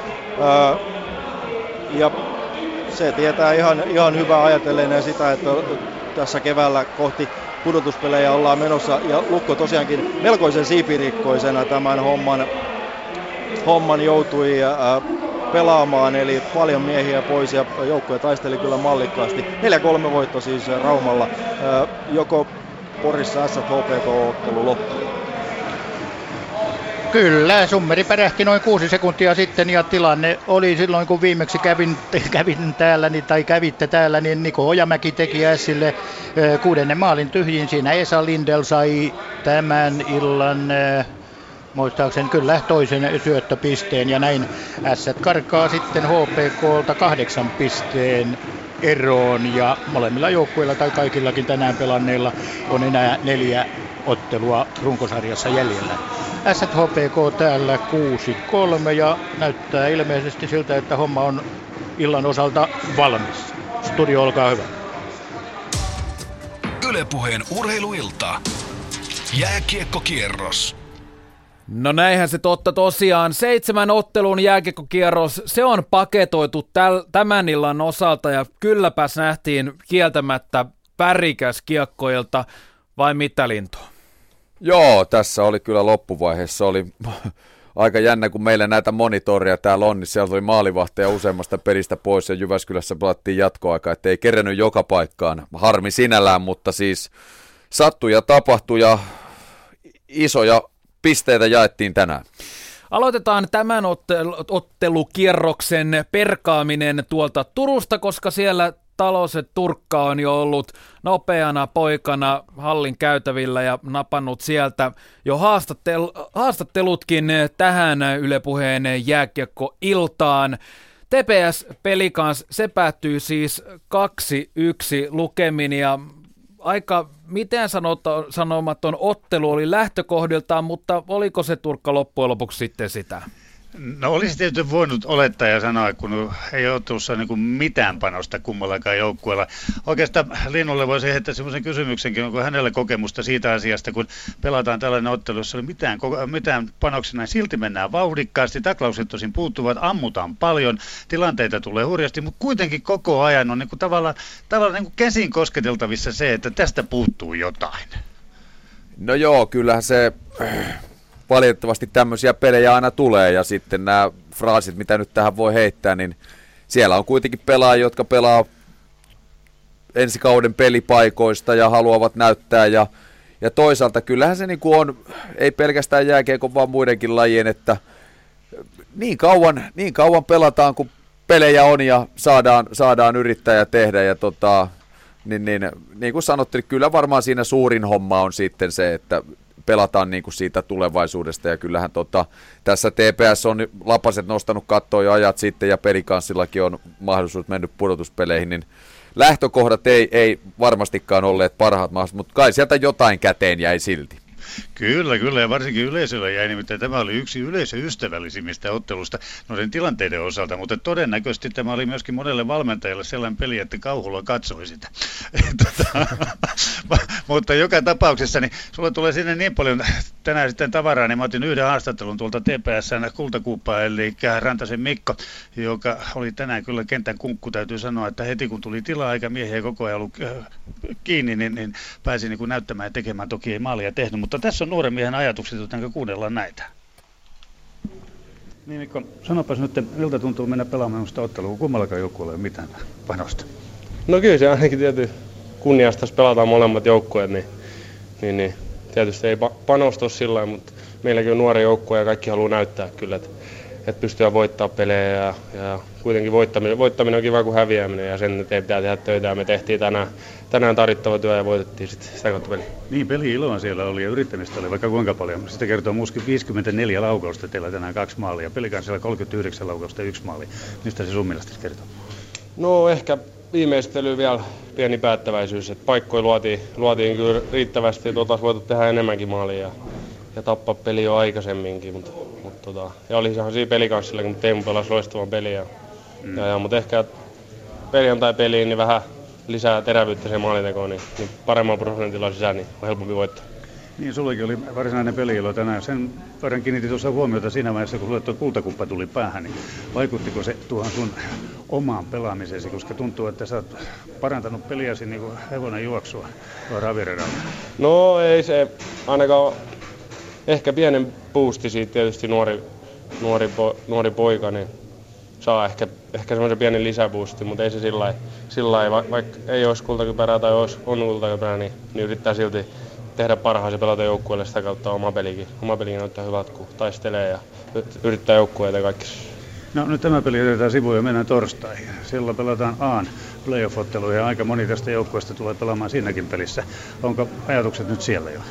Ja se tietää ihan, ihan hyvää ajatellen sitä, että tässä keväällä kohti pudotuspelejä ollaan menossa. Ja Lukko tosiaankin melkoisen siipirikkoisena tämän homman, homman joutui pelaamaan, eli paljon miehiä pois ja joukkue taisteli kyllä mallikkaasti. neljä kolme voitto siis Raumalla, joko Porissa S H P K-ottelu loppu.
Kyllä, summeri pärähti noin kuusi sekuntia sitten ja tilanne oli silloin kun viimeksi kävin, kävin täällä niin, tai kävitte täällä, niin Niko Ojamäki teki Ässille kuudennen maalin tyhjin. Siinä Esa Lindell sai tämän illan muistaakseni kyllä toisen syöttöpisteen ja näin Ässät karkaa sitten H P K:lta kahdeksan pisteen eroon ja molemmilla joukkueilla tai kaikillakin tänään pelanneilla on enää neljä ottelua runkosarjassa jäljellä. Ässät H P K täällä kuusi kolme ja näyttää ilmeisesti siltä, että homma on illan osalta valmis. Studio, olkaa hyvä.
Yle Puheen urheiluilta. Jääkiekkokierros.
No näinhän se totta tosiaan. Seitsemän ottelun jääkiekkokierros, se on paketoitu täl, tämän illan osalta ja kylläpäs nähtiin kieltämättä värikäs kiekkoilta, vai mitä Lintu?
Joo, tässä oli kyllä loppuvaiheessa, oli aika jännä, kun meillä näitä monitoria täällä on, niin sieltä oli maalivahteja useammasta pelistä pois ja Jyväskylässä pelattiin jatkoaikaa, ettei kerennyt joka paikkaan. Harmi sinällään, mutta siis sattui ja tapahtui ja isoja pisteitä jaettiin tänään.
Aloitetaan tämän ottelukierroksen perkaaminen tuolta Turusta, koska siellä Taloset Turkka on jo ollut nopeana poikana hallin käytävillä ja napannut sieltä jo haastattel- haastattelutkin tähän Yle Puheen jääkiekkoiltaan. T P S Pelicans, se päättyy siis kaksi yksi lukemin ja aika miten sanomaton ottelu oli lähtökohdiltaan, mutta oliko se Turkka loppujen lopuksi sitten sitä?
No olisi tietysti voinut olettaa ja sanoa, kun ei ole tuossa niin kuin mitään panosta kummallakaan joukkueella. Oikeastaan Linnulle voisi heittää semmoisen kysymyksenkin, onko hänelle kokemusta siitä asiasta, kun pelataan tällainen ottelu, jossa ei ole mitään, mitään panoksena, silti mennään vauhdikkaasti, taklaukset tosin puuttuvat, ammutaan paljon, tilanteita tulee hurjasti, mutta kuitenkin koko ajan on niin kuin tavallaan, tavallaan niin kuin käsin kosketeltavissa se, että tästä puuttuu jotain.
No joo, kyllähän se valitettavasti tämmöisiä pelejä aina tulee ja sitten nämä fraasit, mitä nyt tähän voi heittää, niin siellä on kuitenkin pelaajia, jotka pelaa ensi kauden pelipaikoista ja haluavat näyttää ja, ja toisaalta kyllähän se niin kuin on, ei pelkästään jääkiekon vaan muidenkin lajien, että niin kauan, niin kauan pelataan kun pelejä on ja saadaan, saadaan yrittää ja tehdä ja tota, niin, niin, niin kuin sanottiin, kyllä varmaan siinä suurin homma on sitten se, että pelataan niin kuin siitä tulevaisuudesta ja kyllähän tota, tässä T P S on lapaset nostanut kattoon jo ajat sitten ja Pelicansillakin on mahdollisuus mennyt pudotuspeleihin, niin lähtökohdat ei, ei varmastikaan olleet parhaat mahdolliset, mutta kai sieltä jotain käteen jäi silti.
Kyllä, kyllä, ja varsinkin yleisöllä jäi, nimittäin tämä oli yksi yleisöystävällisimmistä ottelusta noiden tilanteiden osalta, mutta todennäköisesti tämä oli myöskin monelle valmentajalle sellainen peli, että kauhulla katsoi sitä. tota, mutta joka tapauksessa, niin sulla tulee sinne niin paljon tänään sitten tavaraa, niin mä otin yhden haastattelun tuolta T P S:n kultakuuppaa, eli Rantasen Mikko, joka oli tänään kyllä kentän kunkku, täytyy sanoa, että heti kun tuli tilaa eikä miehiä koko ajan ollut kiinni, niin, niin pääsi niin kuin näyttämään ja tekemään. Toki ei maalia tehnyt, mutta tässä on nuoren miehen ajatukset, joten kuunnellaan näitä. Niin Mikko, sanopas nyt, miltä tuntuu mennä pelaamaan sitä ottelua, kun kummallakaan joukkueella ei ole mitään panosta?
No kyllä se ainakin tietysti kunniasta, jos pelataan molemmat joukkueet, niin, niin, niin tietysti ei panosta sillä lailla, mutta meilläkin on nuori joukkue ja kaikki haluaa näyttää kyllä, että, että pystyy voittamaan pelejä ja, ja kuitenkin voittaminen, voittaminen on kiva kuin häviäminen ja sen eteen pitää tehdä töitä ja me tehtiin tänään, tänään tarvittava työ ja voitettiin sitten sitä kautta peli.
Niin, peli-iloa siellä oli ja yrittämistä oli vaikka kuinka paljon. Sitä kertoo muskin viisikymmentäneljä laukausta, teillä tänään kaksi maalia, pelikansilla kolmekymmentäyhdeksän laukausta ja yksi maali. Mistä se sun mielestä kertoo?
No ehkä viimeistely vielä pieni päättäväisyys, että paikkoja luotiin, luotiin kyllä riittävästi, että oltaisiin voitu tehdä enemmänkin maalia ja, ja tappaa peli jo aikaisemminkin, mutta, mutta tota, ja olisahan siinä pelikanssilla, kun Teemu pelasi loistavan peliä. Mm. Ja, ja, mutta ehkä perjantai-peliin niin vähän lisää terävyyttä sen maalitekoon, niin, niin paremmalla prosentilla sisään, niin on helpompi voittaa.
Niin, sullakin oli varsinainen peli-ilo tänään. Sen verran kiinnitin tuossa huomiota siinä vaiheessa, kun sulle tuo kultakuppa tuli päähän, niin vaikuttiko se tuohon sun omaan pelaamisesi, koska tuntuu, että sä oot parantanut peliäsi niin kuin hevonen juoksua tuolla raviradalla?
No ei se ainakaan, ehkä pienen boosti siitä tietysti nuori, nuori, po, nuori poika, niin saa ehkä, ehkä semmoisen pienen lisäboosti, mutta ei se sillä lailla, vaikka ei olisi kultakypärää tai olisi, on kultakypärää, niin, niin yrittää silti tehdä parhaansa ja pelata joukkueelle sitä kautta oma pelikin. Oma pelikin näyttää hyvältä, kun taistelee ja yrittää joukkueita ja kaikki.
No nyt tämä peli jätetään sivuun ja mennään torstaihin. Silloin pelataan A:n playoff-ottelu ja aika moni tästä joukkueesta tulee pelaamaan siinäkin pelissä. Onko ajatukset nyt siellä jo?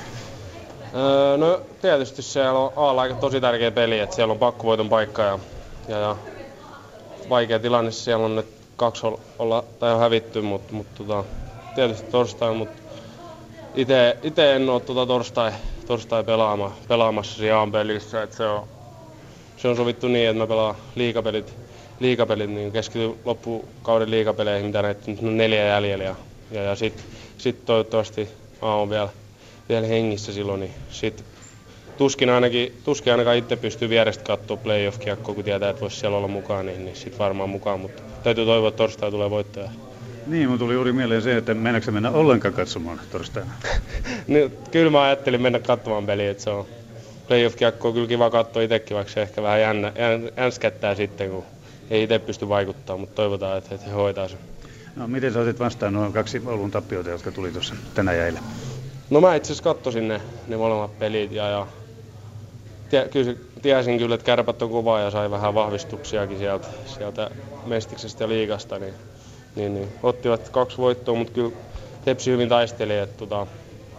Öö, no tietysti siellä on A:lla aika tosi tärkeä peli, että siellä on pakkovoiton paikka ja, ja, ja vaikea tilanne siellä on, että kaksi olla tai on hävitty, mutta, mutta tota, tietysti torstai, mutta Ite, ite en ole tuota torstai, torstai pelaama, pelaamassa siinä A:n pelissä, että se on, se on sovittu niin, että mä pelaan liigapelit, liigapelit niin keskityn loppukauden liigapeleihin, mitä näitä nyt on neljä jäljellä ja, ja, ja sitten sit toivottavasti A on vielä, vielä hengissä silloin, niin sit tuskin ainakin, tuskin ainakaan itse pystyy vierestä katsoa playoff-kiekkoa, kun tietää, että voisi siellä olla mukaan, niin, niin sit varmaan mukaan, mutta täytyy toivoa, että torstai tulee voittaja.
Niin, mun tuli juuri mieleen se, että mennäänkö mennä ollenkaan katsomaan torstaina?
No, kyllä mä ajattelin mennä katsomaan peliä, että se on playoff-kiekkoa kyllä kiva katsoa itsekin, vaikka se ehkä vähän jännä, jänskättää sitten, kun ei itse pysty vaikuttamaan, mutta toivotaan, että he hoitaa sen.
No miten sä otit vastaan nuo kaksi Oulun tappioita, jotka tuli tuossa tänään ja eilen?
No mä itse asiassa katsoin ne, ne molemmat pelit ja, ja tie, kyllä, tiesin kyllä, että Kärpät on kova ja sai vähän vahvistuksiakin sieltä, sieltä Mestiksestä ja liigasta, niin Niin, niin. Ottivat kaksi voittoa, mutta kyllä Tepsi hyvin taisteli. Että, tota...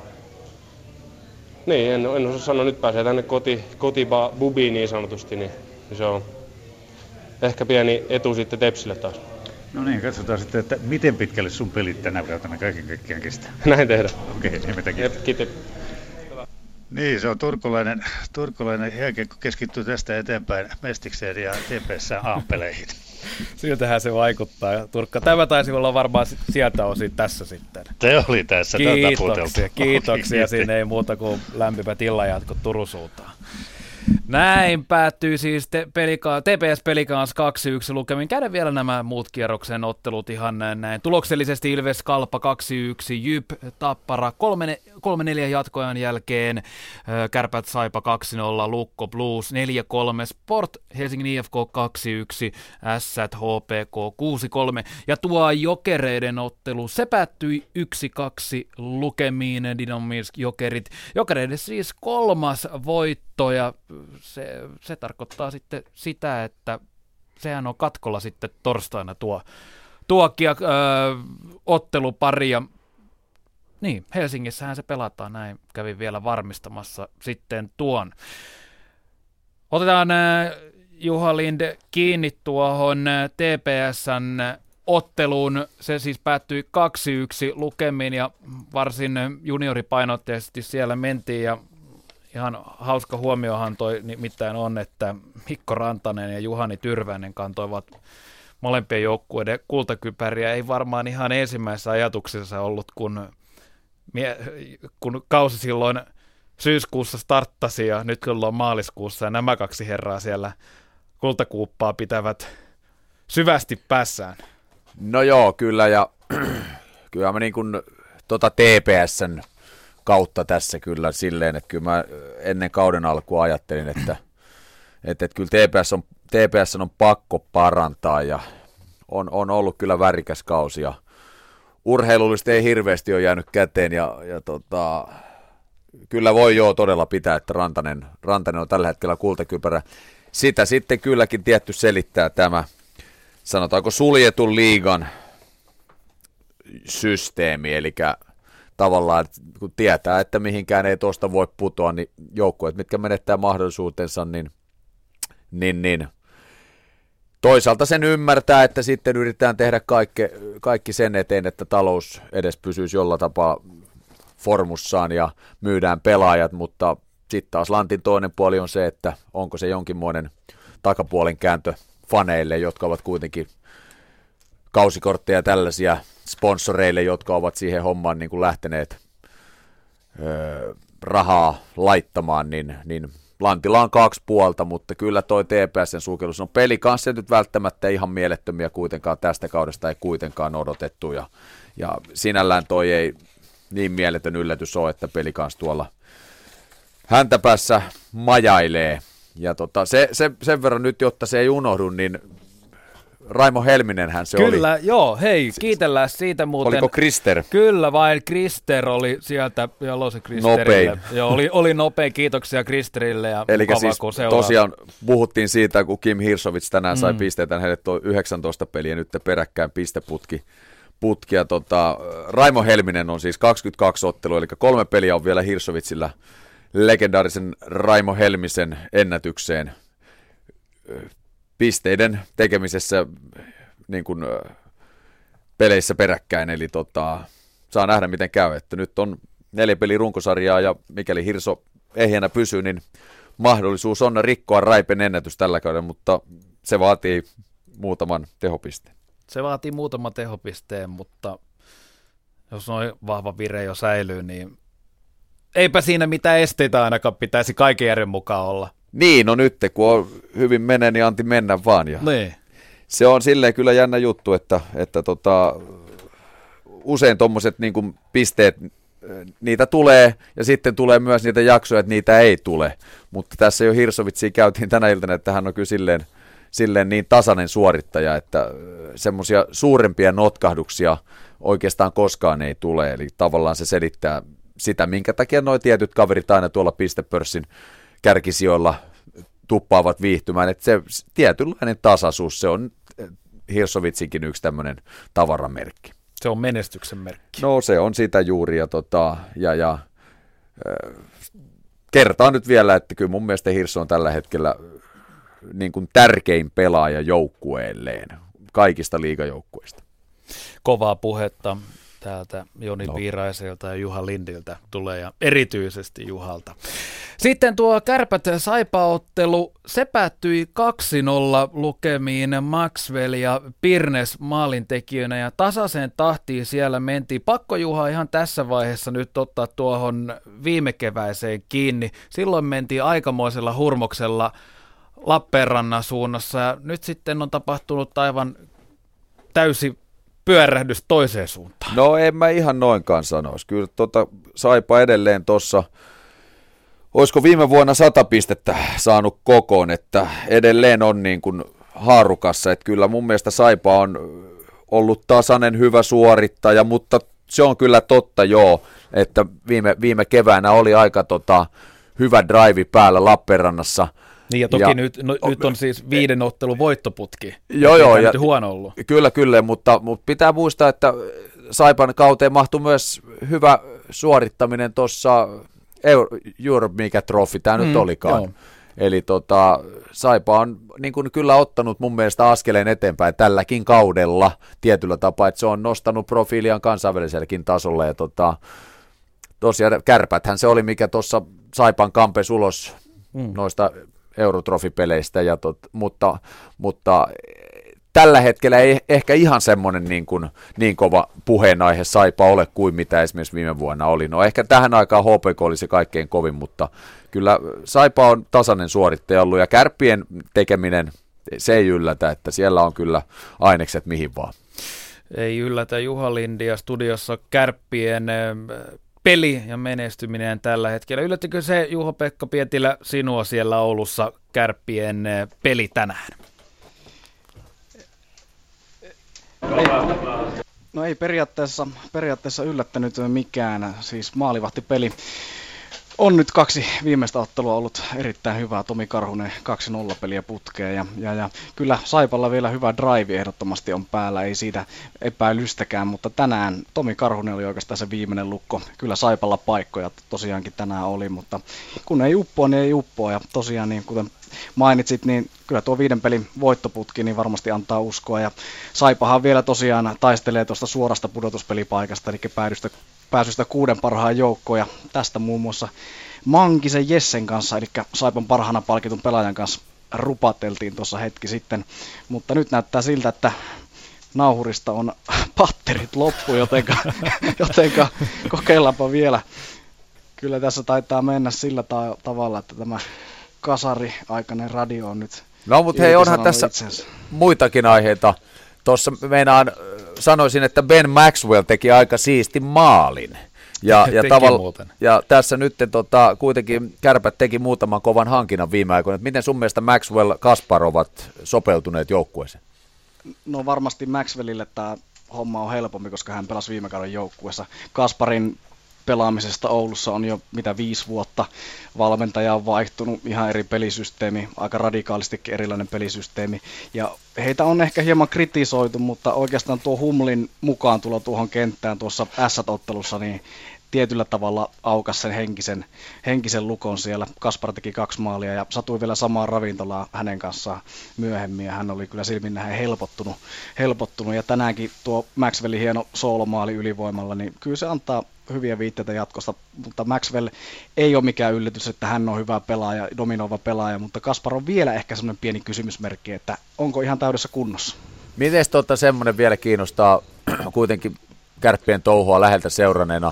Niin, en, en osaa sanoa, nyt pääsee tänne koti, kotibubiin niin sanotusti, niin, niin se on ehkä pieni etu sitten Tepsille taas.
No niin, katsotaan sitten, että miten pitkälle sun pelit tänä vuonna kaiken kaikkiaan kestää.
Näin tehdään.
Okei, okay, niin me tekin.
Jep, kiitos.
Niin, se on turkulainen, turkulainen jääkiekko keskittyy tästä eteenpäin Mestikseen ja T P S:n A-peleihin.
Siltähän se vaikuttaa. Turkka, tämä taisi olla varmaan sieltä osin tässä sitten.
Se oli tässä.
Kiitoksia, kiitoksia. Siinä ei muuta kuin lämpimät illanjatko Turun suuntaan. Näin päättyy siis te- pelika- T P S Pelikans kaksi yksi lukemin. Käydään vielä nämä muut kierroksen ottelut ihan näin. Tuloksellisesti Ilves Kalpa kaksi yksi, Jyp Tappara kolme neljä jatkoajan jälkeen, Kärpät Saipa kaksi nolla, Lukko Blues neljä kolme, Sport Helsingin I F K kaksi yksi, Ässät H P K kuusi kolme. Ja tuo Jokereiden ottelu, se päättyi yksi kaksi lukemiin, Dynamisk Jokerit. Jokereiden siis kolmas voitto ja Se, se tarkoittaa sitten sitä, että sehän on katkolla sitten torstaina tuo, tuo kia, ö, ottelupari. Ja, niin, Helsingissähän se pelataan, näin kävin vielä varmistamassa sitten tuon. Otetaan ä, Juha Lind kiinni tuohon T P S:n otteluun. Se siis päättyi kaksi yksi lukemiin ja varsin junioripainotteisesti siellä mentiin ja ihan hauska huomiohan toi nimittäin on, että Mikko Rantanen ja Juhani Tyrväinen kantoivat molempien joukkueiden kultakypäriä. Ei varmaan ihan ensimmäisessä ajatuksessa ollut, kun, kun kausi silloin syyskuussa starttasi ja nyt kun on maaliskuussa ja nämä kaksi herraa siellä kultakuuppaa pitävät syvästi päässään.
No joo, kyllä ja kyllä mä niin kuin tota T P S:n kautta tässä kyllä silleen, että kyllä mä ennen kauden alkua ajattelin, että, että, että kyllä T P S on, T P S on pakko parantaa ja on, on ollut kyllä värikäs kausi ja urheilullisesti ei hirveästi ole jäänyt käteen ja, ja tota, kyllä voi joo todella pitää, että Rantanen, Rantanen on tällä hetkellä kultakypärä. Sitä sitten kylläkin tietty selittää tämä, sanotaanko suljetun liigan systeemi, eli tavallaan kun tietää, että mihinkään ei tuosta voi putoa, niin joukkueet, mitkä menettää mahdollisuutensa, niin, niin, niin toisaalta sen ymmärtää, että sitten yritetään tehdä kaikki, kaikki sen eteen, että talous edes pysyisi jollain tapaa formussaan ja myydään pelaajat, mutta sitten taas lantin toinen puoli on se, että onko se jonkinmoinen takapuolen kääntö faneille, jotka ovat kuitenkin kausikortteja tällaisia sponsoreille, jotka ovat siihen hommaan niin kuin lähteneet öö, rahaa laittamaan, niin, niin lantilla on kaksi puolta, mutta kyllä toi T P S:n sukellus on peli kanssa nyt välttämättä ihan mielettömiä kuitenkaan tästä kaudesta ei kuitenkaan odotettu ja, ja sinällään toi ei niin mieletön yllätys ole, että peli kanssa tuolla häntäpäässä majailee ja tota, se, se, sen verran nyt, jotta se ei unohdu, niin Raimo Helminenhän se
kyllä,
oli.
Kyllä, joo, hei, kiitellään siitä muuten.
Oliko Krister?
Kyllä, vain Krister oli sieltä, jalosi Kristerille.
Nopein.
Joo, oli, oli nopein, kiitoksia Kristerille ja
eli
mukavaa,
siis
kun seuraa.
Tosiaan puhuttiin siitä, kun Kim Hirsovits tänään sai
Mm.
pisteitä, heille tuo yhdeksäntoista peliä nyt peräkkäin pisteputki. Putkia, tota, Raimo Helminen on siis kaksikymmentäkaksi ottelua, eli kolme peliä on vielä Hirsovitsillä legendaarisen Raimo Helmisen ennätykseen pisteiden tekemisessä niin kuin, peleissä peräkkäin, eli tota, saa nähdä miten käy, että nyt on neljä peli runkosarjaa ja mikäli Hirso ehjänä pysyy, niin mahdollisuus on rikkoa Raipen ennätys tällä kaudella, mutta se vaatii muutaman tehopisteen.
Se vaatii muutaman tehopisteen, mutta jos noin vahva vire jo säilyy, niin eipä siinä mitään esteitä ainakaan pitäisi kaiken järjen mukaan olla.
Niin, no nyt kun on hyvin menee, niin anti mennä vaan. Ja
niin.
Se on silleen kyllä jännä juttu, että, että tota, usein tuommoiset niin kuin pisteet, niitä tulee ja sitten tulee myös niitä jaksoja, että niitä ei tule. Mutta tässä jo Hirsovitsia käytiin tänä iltana, että hän on kyllä silleen, silleen niin tasainen suorittaja, että semmoisia suurempia notkahduksia oikeastaan koskaan ei tule. Eli tavallaan se selittää sitä, minkä takia nuo tietyt kaverit aina tuolla pistepörssin kärkisijoilla tuppaavat viihtymään, että se tietynlainen tasaisuus, se on Hirsovitsinkin yksi tämmöinen tavaramerkki.
Se on menestyksen merkki.
No se on sitä juuri ja, tota, ja, ja äh, kertaan nyt vielä, että kyllä mun mielestä Hirso on tällä hetkellä niin kuin tärkein pelaaja joukkueelleen kaikista liigajoukkueista.
Kovaa puhetta täältä Joni no. Piiraiselta ja Juha Lindiltä tulee ja erityisesti Juhalta. Sitten tuo Kärpät-Saipa-ottelu, se päättyi kaksi nolla lukemiin Maxwell ja Pirnes maalintekijöinä ja tasaiseen tahtiin siellä mentiin. Pakko Juha ihan tässä vaiheessa nyt ottaa tuohon viime keväiseen kiinni. Silloin mentiin aikamoisella hurmoksella Lappeenrannan suunnassa ja nyt sitten on tapahtunut aivan täysi pyörähdys toiseen suuntaan.
No en mä ihan noinkaan sanoisi. Kyllä tota Saipa edelleen tuossa, olisiko viime vuonna sata pistettä saanut kokoon, että edelleen on niin kuin haarukassa. Että kyllä mun mielestä Saipa on ollut tasainen hyvä suorittaja, mutta se on kyllä totta joo, että viime, viime keväänä oli aika tota, hyvä drive päällä Lappeenrannassa.
Niin ja toki ja, nyt, no, nyt on siis viiden ottelun voittoputki.
Joo joo.
Ei
ja,
huono ollut.
Kyllä kyllä, mutta, mutta pitää muistaa, että Saipan kauteen mahtui myös hyvä suorittaminen tuossa Europe mikä trofi tämä mm, nyt olikaan. Joo. Eli tota, Saipa on niin kuin kyllä ottanut mun mielestä askeleen eteenpäin tälläkin kaudella tietyllä tapaa, että se on nostanut profiiliaan kansainväliselläkin tasolla ja tota, tosiaan Kärpäthän se oli, mikä tuossa Saipan kampes ulos
mm.
noista Eurotrofipeleistä, ja tot, mutta, mutta tällä hetkellä ei ehkä ihan semmoinen niin, kuin, niin kova puheenaihe Saipa ole kuin mitä esimerkiksi viime vuonna oli. No ehkä tähän aikaan H P K oli se kaikkein kovin, mutta kyllä Saipa on tasainen suorittaja ollut, ja Kärppien tekeminen, se ei yllätä, että siellä on kyllä ainekset mihin vaan.
Ei yllätä. Juha Lindi ja studiossa Kärppien peli ja menestyminen tällä hetkellä. Yllättikö se, Juho-Pekka Pietilä, sinua siellä Oulussa Kärppien peli tänään?
No ei periaatteessa, periaatteessa yllättänyt mikään, siis maalivahtipeli on nyt kaksi viimeistä ottelua ollut erittäin hyvää. Tomi Karhunen kaksi nolla peliä putkeen ja, ja, ja kyllä Saipalla vielä hyvä drive ehdottomasti on päällä, ei siitä epäilystäkään, mutta tänään Tomi Karhunen oli oikeastaan se viimeinen lukko. Kyllä Saipalla paikkoja tosiaankin tänään oli, mutta kun ei uppoa, niin ei uppoa, ja tosiaan niin kuten mainitsit, niin kyllä tuo viiden pelin voittoputki niin varmasti antaa uskoa, ja Saipahan vielä tosiaan taistelee tuosta suorasta pudotuspelipaikasta, eli päädystä, pääsystä kuuden parhaan joukkoon, ja tästä muun muassa Mankisen Jessen kanssa, eli Saipan parhaana palkitun pelaajan kanssa rupateltiin tuossa hetki sitten, mutta nyt näyttää siltä, että nauhurista on patterit loppu, jotenka, jotenka kokeillaanpa vielä. Kyllä tässä taitaa mennä sillä ta- tavalla, että tämä kasari-aikainen radio on nyt.
No mutta hei, onhan tässä
itsensä.
muitakin aiheita. Tuossa meinaan, sanoisin, että Ben Maxwell teki aika siisti maalin. Ja, ja, tavalla, ja tässä nyt tota, kuitenkin Kärpät teki muutaman kovan hankinnan viime aikoina. Miten sun mielestä Maxwell Kaspar ovat sopeutuneet joukkueeseen?
No varmasti Maxwellille tämä homma on helpompi, koska hän pelasi viime kauden joukkueessa. Kasparin pelaamisesta Oulussa on jo mitä viisi vuotta. Valmentaja on vaihtunut, ihan eri pelisysteemi, aika radikaalistikin erilainen pelisysteemi. Ja heitä on ehkä hieman kritisoitu, mutta oikeastaan tuo Humlin mukaan tulo tuohon kenttään tuossa ässät-ottelussa, niin tietyllä tavalla aukas sen henkisen, henkisen lukon siellä. Kaspar teki kaksi maalia ja satui vielä samaan ravintolaan hänen kanssaan myöhemmin, ja hän oli kyllä silmin nähen helpottunut, helpottunut. Ja tänäänkin tuo Maxwellin hieno soolomaali ylivoimalla, niin kyllä se antaa hyviä viitteitä jatkosta, mutta Maxwell ei ole mikään yllätys, että hän on hyvä pelaaja, dominoiva pelaaja, mutta Kaspar on vielä ehkä semmoinen pieni kysymysmerkki, että onko ihan täydessä kunnossa.
Miten tuota semmoinen vielä kiinnostaa kuitenkin Kärppien touhua läheltä seuranneena?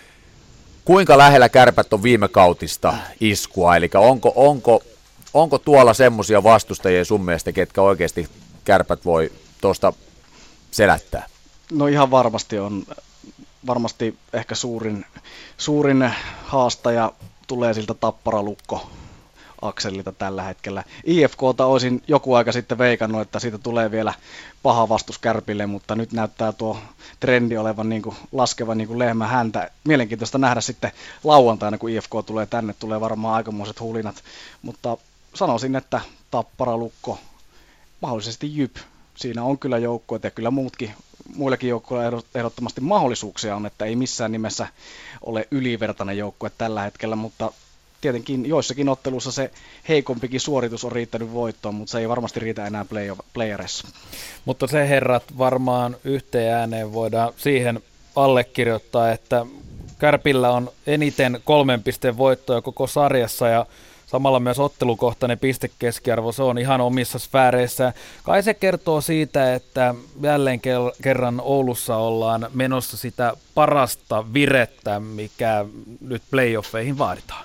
Kuinka lähellä Kärpät on viime kautista iskua, eli onko, onko, onko tuolla semmoisia vastustajia sun mielestä, ketkä oikeasti Kärpät voi tuosta selättää?
No ihan varmasti on. Varmasti ehkä suurin, suurin haastaja tulee siltä Tappara-Lukko akselilta tällä hetkellä. I F K:ta olisin joku aika sitten veikannut, että siitä tulee vielä paha vastus Kärpille, mutta nyt näyttää tuo trendi olevan niin kuin laskevan niin kuin lehmän häntä. Mielenkiintoista nähdä sitten lauantaina, kun I F K tulee tänne, tulee varmaan aikamoiset hulinat, mutta sanoisin, että Tappara-Lukko, mahdollisesti Jyp. Siinä on kyllä joukkueet ja kyllä muutkin, muillakin joukkueilla ehdottomasti mahdollisuuksia on, että ei missään nimessä ole ylivertainen joukkue tällä hetkellä, mutta tietenkin joissakin otteluissa se heikompikin suoritus on riittänyt voittoon, mutta se ei varmasti riitä enää play- playerissa.
Mutta se herrat varmaan yhteen ääneen voidaan siihen allekirjoittaa, että Kärpillä on eniten kolmen pisteen voittoja koko sarjassa ja samalla myös ottelukohtainen pistekeskiarvo, se on ihan omissa sfääreissään. Kai se kertoo siitä, että jälleen kerran Oulussa ollaan menossa sitä parasta virettä, mikä nyt playoffeihin vaaditaan.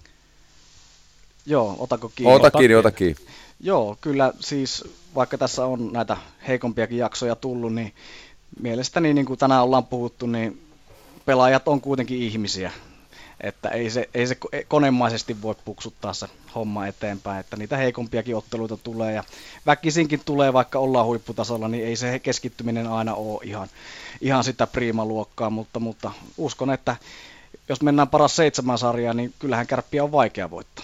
Joo, otako kiinni?
Ota kiinni, ota kiinni.
Joo, kyllä siis vaikka tässä on näitä heikompiakin jaksoja tullut, niin mielestäni niin kuin tänään ollaan puhuttu, niin pelaajat on kuitenkin ihmisiä. Että ei se, ei se konemaisesti voi puksuttaa se homma eteenpäin, että niitä heikompiakin otteluita tulee ja väkisinkin tulee, vaikka ollaan huipputasolla, niin ei se keskittyminen aina ole ihan, ihan sitä priimaluokkaa, mutta, mutta uskon, että jos mennään paras seitsemän sarjaa, niin kyllähän Kärppiä on vaikea voittaa.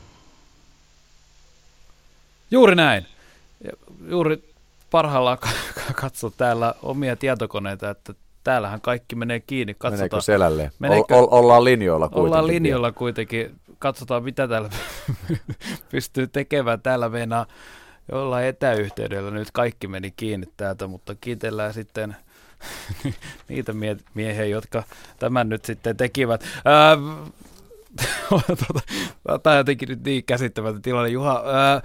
Juuri näin. Juuri parhaillaan katso täällä omia tietokoneita, että täällähän kaikki menee kiinni. Katsotaan.
Meneekö selälleen?
Meneekö,
o- ollaan linjoilla kuitenkin.
Ollaan linjoilla kuitenkin. Katsotaan, mitä täällä pystyy tekemään. Täällä meinaa jollain etäyhteydellä nyt kaikki meni kiinni täältä, mutta kiitellään sitten niitä mie- miehiä, jotka tämän nyt sitten tekivät. Ää, Tämä on jotenkin nyt niin käsittämätön tilanne. Juha, ää...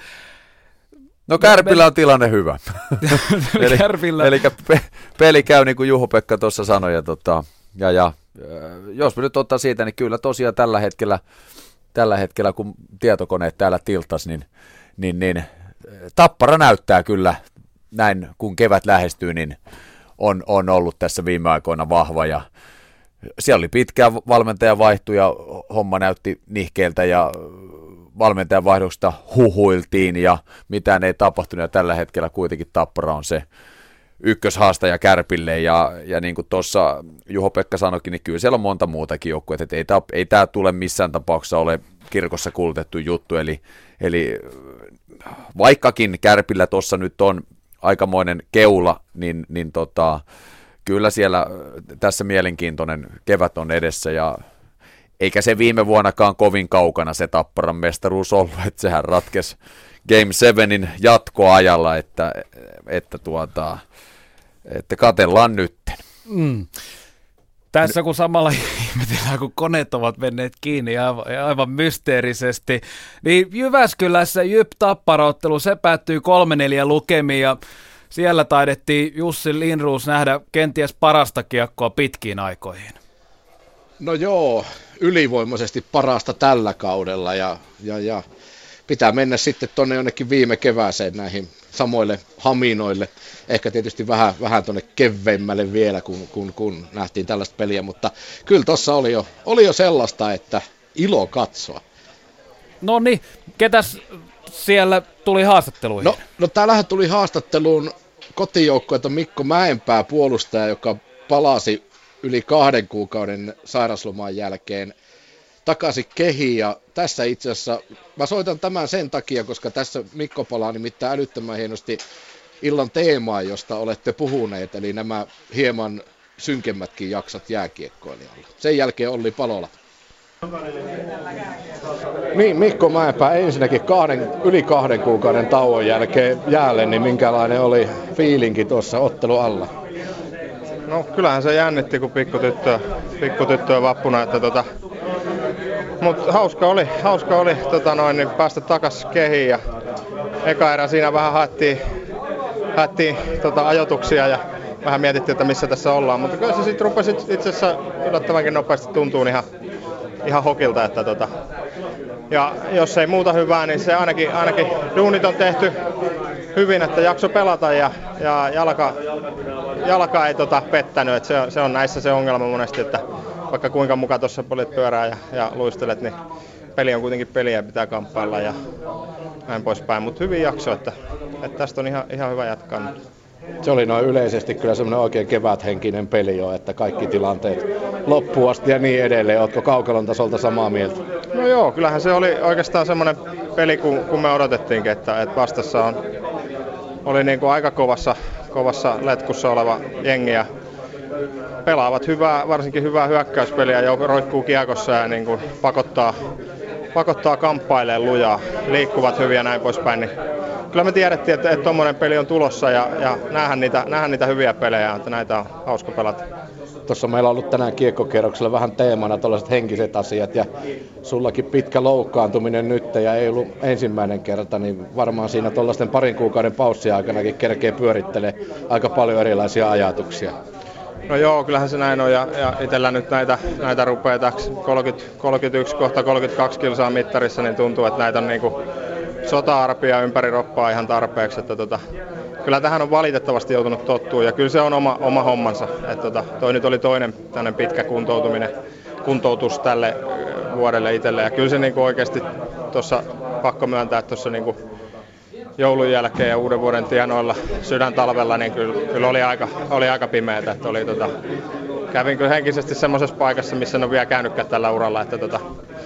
No Kärpillä on tilanne hyvä. eli
Kärpillä.
eli pe- peli käy niin kuin Juho-Pekka tuossa sanoi. Ja, tota, ja, ja jos me nyt ottaa siitä, niin kyllä tosiaan tällä hetkellä, tällä hetkellä kun tietokoneet täällä tiltas, niin, niin, niin Tappara näyttää kyllä näin, kun kevät lähestyy, niin on, on ollut tässä viime aikoina vahva. Ja siellä oli pitkään valmentaja vaihtui ja homma näytti nihkeeltä ja valmentajan vaihdosta huhuiltiin ja mitään ei tapahtunut ja tällä hetkellä kuitenkin Tappara on se ykköshaastaja Kärpille ja, ja niin kuin tuossa Juho-Pekka sanoikin, niin kyllä siellä on monta muutakin joukkuetta, että ei tämä, ei tämä tule missään tapauksessa ole kirkossa kuulutettu juttu, eli, eli vaikkakin Kärpillä tuossa nyt on aikamoinen keula, niin, niin tota, kyllä siellä tässä mielenkiintoinen kevät on edessä ja eikä se viime vuonnakaan kovin kaukana se Tapparan mestaruus ollut, että sehän ratkesi Game sevenin jatkoajalla, että, että, tuota, että katellaan nytten.
Mm. Tässä kun samalla ihmetellään, kun koneet ovat menneet kiinni aivan, aivan mysteerisesti, niin Jyväskylässä Jyp-Tappara-ottelu, se päättyi kolme neljä lukemiin ja siellä taidettiin Jussi Lindroos nähdä kenties parasta kiekkoa pitkiin aikoihin.
No joo, ylivoimaisesti parasta tällä kaudella ja, ja, ja pitää mennä sitten tuonne jonnekin viime kevääseen näihin samoille haminoille. Ehkä tietysti vähän, vähän tuonne keveimmälle vielä, kun, kun, kun nähtiin tällaista peliä, mutta kyllä tuossa oli jo, oli jo sellaista, että ilo katsoa.
No niin, ketäs siellä tuli haastatteluihin?
No, no täällähän tuli haastatteluun kotijoukkueelta Mikko Mäenpää, puolustaja, joka palasi yli kahden kuukauden sairasloman jälkeen takaisin kehiin ja tässä itse asiassa, mä soitan tämän sen takia, koska tässä Mikko palaa nimittäin älyttömän hienosti illan teemaan, josta olette puhuneet, eli nämä hieman synkemmätkin jaksat jääkiekkoilijalle. Sen jälkeen Olli Palola. Niin, Mikko Mäenpää ensinnäkin kahden, yli kahden kuukauden tauon jälkeen jäälle, niin minkälainen oli fiilinki tuossa ottelu alla?
No kyllähän se jännitti, kun pikkutyttö, pikkutyttö vappuna, että tota, mutta hauska oli, hauska oli tota noin, niin päästä takas kehiin ja eka erä siinä vähän haettiin, haettiin tota ajoituksia ja vähän mietittiin, että missä tässä ollaan, mutta kyllä se sitten rupesi itse asiassa yllättävänkin nopeasti tuntuu ihan, ihan hokilta, että tota, ja jos ei muuta hyvää, niin se ainakin, ainakin duunit on tehty hyvin, että jakso pelata ja, ja jalka, jalka ei tota pettänyt, että se, se on näissä se ongelma monesti, että vaikka kuinka mukaan tuossa polit pyörää ja, ja luistelet, niin peli on kuitenkin peliä ja pitää kamppailla ja näin poispäin, mutta hyvin jakso, että, että tästä on ihan, ihan hyvä jatkaa nyt.
Se oli noin yleisesti kyllä semmoinen oikein keväthenkinen peli jo, että kaikki tilanteet loppuun asti ja niin edelleen. Ootko kaukalon tasolta samaa mieltä?
No joo, kyllähän se oli oikeastaan semmoinen peli, kun, kun me odotettiinkin, että, että vastassa on, oli niin kuin aika kovassa, kovassa letkussa oleva jengi ja pelaavat hyvää, varsinkin hyvää hyökkäyspeliä ja roikkuu kiekossa ja niin kuin pakottaa, pakottaa kamppailemaan lujaa, liikkuvat hyvin ja näin poispäin. Niin kyllä me tiedettiin, että tuommoinen peli on tulossa ja, ja nähdään, niitä, nähdään niitä hyviä pelejä, että näitä on hauska pelata.
Tuossa meillä on ollut tänään kiekkokierroksella vähän teemana tällaiset henkiset asiat ja sullakin pitkä loukkaantuminen nyt ja ei ollut ensimmäinen kerta, niin varmaan siinä tuollaisten parin kuukauden paussin aikanakin kerkee pyörittelee aika paljon erilaisia ajatuksia.
No joo, kyllähän se näin on ja, ja itsellä nyt näitä, näitä rupeaa kolmekymmentä, kolmekymmentäyksi kohta kolmekymmentäkaksi kilsaa mittarissa, niin tuntuu, että näitä on niinku sota-arpia ympäri roppaa ihan tarpeeksi. Että tota, kyllä tähän on valitettavasti joutunut tottumaan ja kyllä se on oma, oma hommansa. Että tota, toi nyt oli toinen tämmöinen pitkä kuntoutuminen, kuntoutus tälle vuodelle itselle ja kyllä se niinku oikeasti tuossa pakko myöntää, että tuossa niinku joulun jälkeen ja uuden vuoden tienoilla sydäntalvella, niin kyllä, kyllä oli, aika, oli aika pimeätä. Että oli, tota, kävin kyllä henkisesti semmoisessa paikassa, missä en ole vielä käynytkään tällä uralla. Että, tota,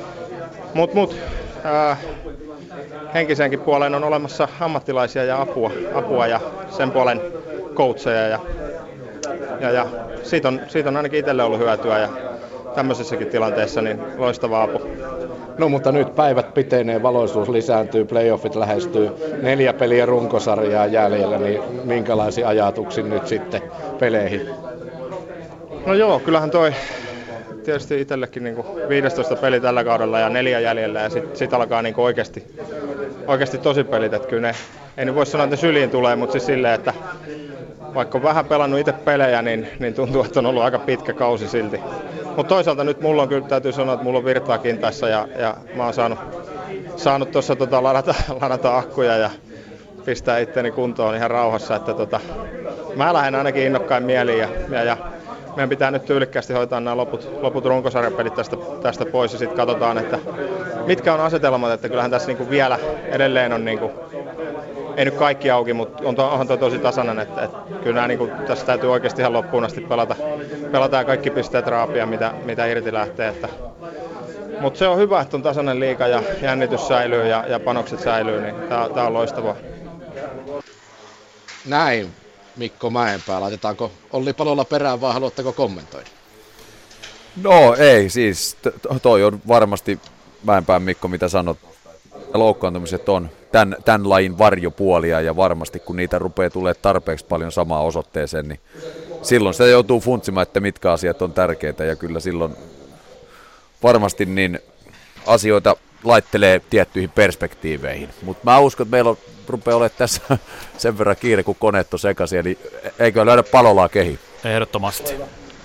mut, mut, ää, henkisenkin puoleen on olemassa ammattilaisia ja apua, apua ja sen puolen coacheja. Ja, ja, ja siitä, on, siitä on ainakin itselle ollut hyötyä ja tämmöisessäkin tilanteessa niin loistava apu.
No mutta nyt päivät pitenee, valoisuus lisääntyy, playoffit lähestyy, neljä peliä runkosarjaa jäljellä, niin minkälaisia ajatuksia nyt sitten peleihin?
No joo, kyllähän toi
tietysti itsellekin niin kuin viisitoista peli tällä kaudella ja neljä jäljellä ja sitten sit alkaa niin kuin oikeasti, oikeasti tosi pelit. Että kyllä ne, ei nyt voi sanoa, että syliin tulee, mutta siis silleen, että vaikka on vähän pelannut itse pelejä, niin, niin tuntuu, että on ollut aika pitkä kausi silti. Mutta toisaalta nyt mulla on kyllä, täytyy sanoa, että mulla on virtaakin tässä ja, ja mä oon saanut, saanut tuossa tota, ladata, ladata akkuja ja pistää itteni kuntoon ihan rauhassa. Että tota, mä lähden ainakin innokkain mieliin ja, ja, ja meidän pitää nyt tyylikkäästi hoitaa nämä loput, loput runkosarjapelit tästä, tästä pois ja sitten katsotaan, että mitkä on asetelmat, että kyllähän tässä niinku vielä edelleen on, niinku, ei nyt kaikki auki, mutta on, to, on to tosi tasainen, että, että kyllä nämä, niinku, tässä täytyy oikeasti ihan loppuun asti pelata, pelata ja kaikki pisteet raapia, mitä, mitä irti lähtee. Että. Mutta se on hyvä, että on tasainen liiga ja jännitys säilyy ja, ja panokset säilyy, niin tämä on loistavaa.
Näin. Mikko Mäenpää, laitetaanko Olli Palola perään vai haluatteko kommentoida?
No ei, siis toi on varmasti Mäenpään Mikko, mitä sanot. Loukkaantumiset on tämän, tämän lajin varjopuolia ja varmasti kun niitä rupeaa tulemaan tarpeeksi paljon samaan osoitteeseen, niin silloin sitä joutuu funtsimaan, että mitkä asiat on tärkeitä ja kyllä silloin varmasti niin asioita laittelee tiettyihin perspektiiveihin. Mutta mä uskon, että meillä on, rupeaa olemaan tässä sen verran kiire, kun koneet on sekaisin, eli eikö löydä Palolaa kehiin?
Ehdottomasti.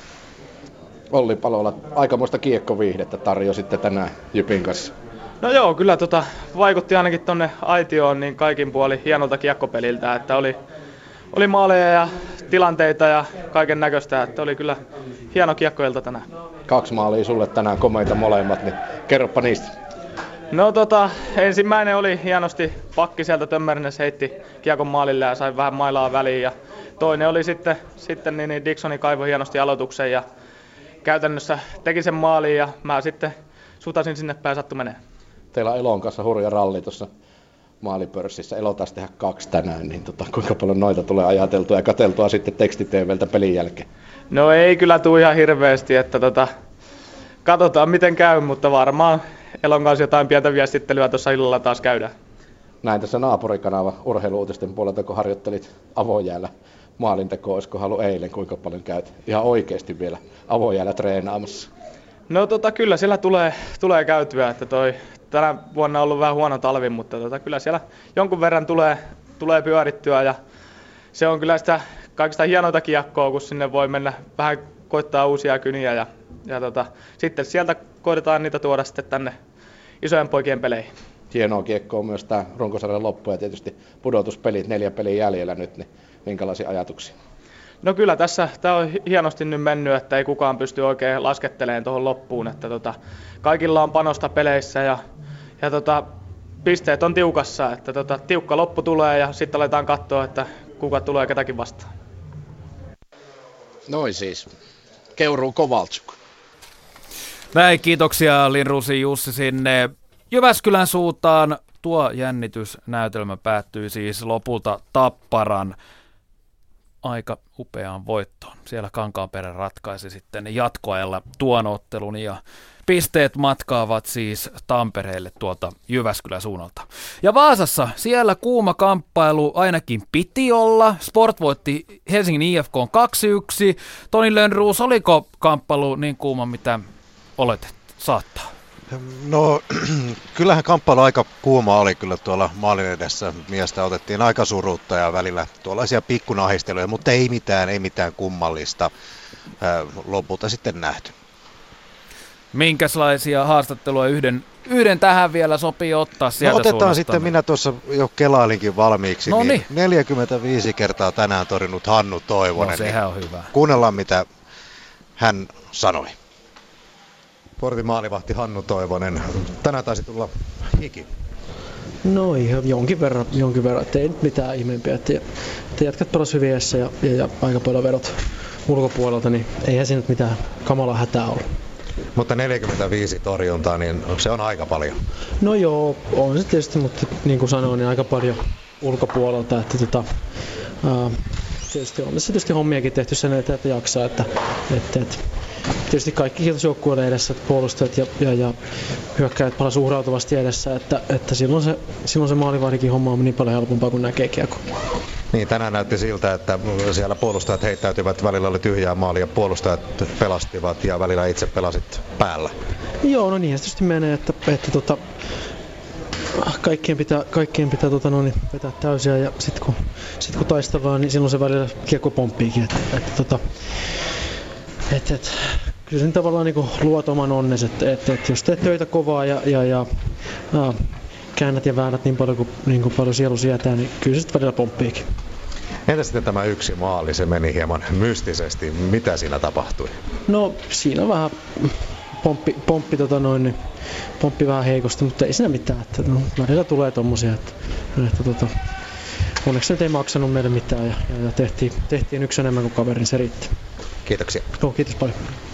Olli Palola, aikamoista kiekkoviihdettä tarjositte tänään Jypin kanssa.
No joo, kyllä tota, vaikutti ainakin tonne aitioon niin kaikin puolin hienolta kiekkopeliltä, että oli, oli maaleja ja tilanteita ja kaiken näköistä, että oli kyllä hieno kiekkoilta tänään.
Kaksi maalia sulle tänään, komeita molemmat, niin kerropa niistä.
No tota, ensimmäinen oli hienosti pakki sieltä Tömmernes heitti kiekon maalille ja sai vähän mailaa väliin ja toinen oli sitten, sitten niin, niin Dixoni kaivoi hienosti aloituksen ja käytännössä teki sen maaliin ja mä sitten sutasin sinne päin sattu menee.
Teillä on Elon kanssa hurja ralli tuossa maalipörssissä. Elo taisi tehdä kaksi tänään, niin tota, kuinka paljon noita tulee ajateltua ja katseltua sitten tekstiteeveltä pelin jälkeen?
No ei kyllä tule ihan hirveästi, että tota, katsotaan miten käy, mutta varmaan Elon kanssa jotain pientä viestittelyä tuossa illalla taas käydään.
Näin tässä naapurikanava urheiluutisten puolelta, kun harjoittelit avojäällä maalintekoa, olisiko halu eilen, kuinka paljon käyt ihan oikeasti vielä avojäällä treenaamassa?
No tota, kyllä siellä tulee, tulee käytyä, että toi tänä vuonna on ollut vähän huono talvi, mutta tota, kyllä siellä jonkun verran tulee, tulee pyörittyä ja se on kyllä sitä kaikista hienointa kiekkoa, kun sinne voi mennä vähän koittaa uusia kyniä ja, ja tota, sitten sieltä koitetaan niitä tuoda sitten tänne isojen poikien peleihin.
Hienoa kiekkoa myös tämä runkosarjan loppu ja tietysti pudotuspelit, neljä peliä jäljellä nyt, niin minkälaisia ajatuksia?
No kyllä tässä tämä on hienosti nyt mennyt, että ei kukaan pysty oikein laskettelemaan tuohon loppuun, että tota, kaikilla on panosta peleissä ja, ja tota, pisteet on tiukassa, että tota, tiukka loppu tulee ja sitten aletaan katsoa, että kuka tulee ketäkin vastaan.
Noin siis. Keuruu Kovaltsuk.
Näin, kiitoksia Linruusi Jussi sinne Jyväskylän suuntaan. Tuo jännitysnäytelmä päättyi siis lopulta Tapparan aika upeaan voittoon. Siellä Kankaanperä ratkaisi sitten jatkoajalla tuon ottelun ja pisteet matkaavat siis Tampereelle tuolta Jyväskylän suunnalta. Ja Vaasassa siellä kuuma kamppailu ainakin piti olla. Sport voitti Helsingin I F K kaksi yksi. Toni Lönnroos, oliko kamppailu niin kuuma, mitä oletet saattaa?
No kyllähän kamppailu aika kuuma oli kyllä tuolla maalin edessä. Miestä otettiin aika surutta ja välillä tuollaisia pikkunahisteluja, mutta ei mitään, ei mitään kummallista lopulta sitten nähty.
Minkälaisia haastatteluja yhden, yhden tähän vielä sopii ottaa sieltä?
No otetaan
suunnasta.
Sitten, minä tuossa jo kelailinkin valmiiksi,
no
niin neljäkymmentäviisi kertaa tänään torjunut Hannu Toivonen.
No sehän on
niin
hyvä.
Kuunnellaan mitä hän sanoi.
Sportin maalivahti Hannu Toivonen. Tänään taisi tulla hiki.
No ihan jonkin verran, jonkin verran. Ei nyt mitään ihmeempiä. Että, että jätkät pelas hyvin ja, ja, ja aika paljon vedot ulkopuolelta, niin eihän siinä nyt mitään kamalaa hätää ole.
Mutta neljäkymmentäviisi torjuntaa, niin se on aika paljon.
No joo, on se tietysti, mutta niin kuin sanoin, niin aika paljon ulkopuolelta. Että, tota, ää, tietysti on tässä tietysti hommiakin tehty sen eteen, että jaksaa. Että, että, että, tietysti kaikki kiitos joukkueelle edessä, että puolustajat ja, ja, ja hyökkäjät palas uhrautuvasti edessä, että, että silloin se, silloin se maalivahdikin homma on niin paljon helpompaa kuin näkee kiekko.
Niin, tänään näytti siltä, että siellä puolustajat heittäytyvät, välillä oli tyhjää maalia, puolustajat pelastivat ja välillä itse pelasit päällä.
Joo, no niin, se tietysti menee, että, että tota, kaikkien pitää, kaikkien pitää tota, no niin, vetää täysiä ja sitten kun, sit kun taistellaan, niin silloin se välillä kiekko pomppiikin. Että, että, tota, että, että, kyllä sen tavallaan niin luot oman onnes, että, että, että jos teet töitä kovaa ja, ja, ja, ja käännät ja väännät niin paljon kuin, niin kuin paljon sielu sietää, niin kyllä se sitten välillä pomppiikin.
Entä sitten tämä yksi maali, se meni hieman mystisesti. Mitä siinä tapahtui?
No siinä vähän pomppi, pomppi, tota noin, niin, pomppi vähän heikosti, mutta ei siinä mitään. Että, no, välillä tulee tommosia, että, että tota, onneksi nyt ei maksanut meille mitään ja, ja, ja tehtiin, tehtiin yksi enemmän kuin kaverin, se riitti.
Kiitoksia.
Joo, kiitos paljon.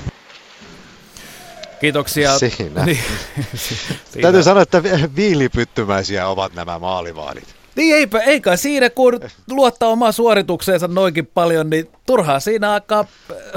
Kiitoksia.
Siinä.
Niin.
Täytyy sanoa, että viilipyttymäisiä ovat nämä maalivaadit.
Niin eipä, eikä siinä, kun luottaa omaa suoritukseensa noinkin paljon, niin turhaa siinä alkaa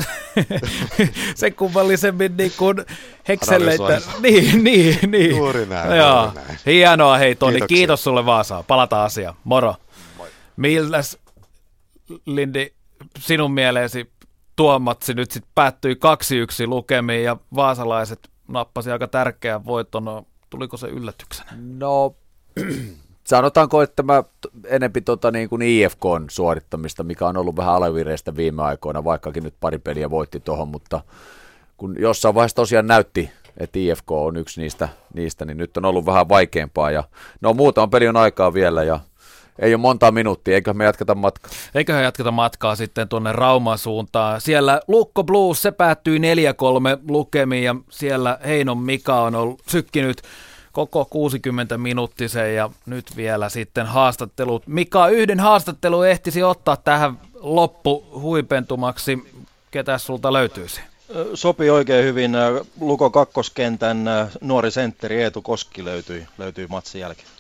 se kummallisemmin niin kuin hekselleitä. Niin, niin, niin.
Juuri näin,
Joo.
juuri näin.
Hienoa, hei Toni.
Kiitoksia.
Kiitos sulle Vaasaan. Palataan asiaan. Moro.
Moi.
Milläs, Lindi, sinun mieleesi tuo matsi nyt sitten päättyi kaksi yksi lukemiin ja vaasalaiset nappasi aika tärkeän voiton. No, tuliko se yllätyksenä?
No, sanotaanko, että mä enempi tota niin kuin I F K:n suorittamista, mikä on ollut vähän alavireistä viime aikoina, vaikkakin nyt pari peliä voitti tuohon, mutta kun jossain vaiheessa tosiaan näytti, että I F K on yksi niistä, niistä niin nyt on ollut vähän vaikeampaa. Ja, no muutama peli on aikaa vielä ja ei ole montaa minuuttia, eiköhän me jatketa matkaa.
Eiköhän jatketa matkaa sitten tuonne Rauman suuntaan. Siellä Lukko Blues, se päättyi neljä kolme lukemiin ja siellä Heinon Mika on ollut sykkinyt koko kuusikymmentä minuuttisen ja nyt vielä sitten haastattelut. Mika, yhden haastattelu ehtisi ottaa tähän loppuhuipentumaksi. Ketä sulta löytyisi?
Sopii oikein hyvin. Lukon kakkoskentän nuori sentteri Eetu Koski löytyi, löytyi matsin jälkeen.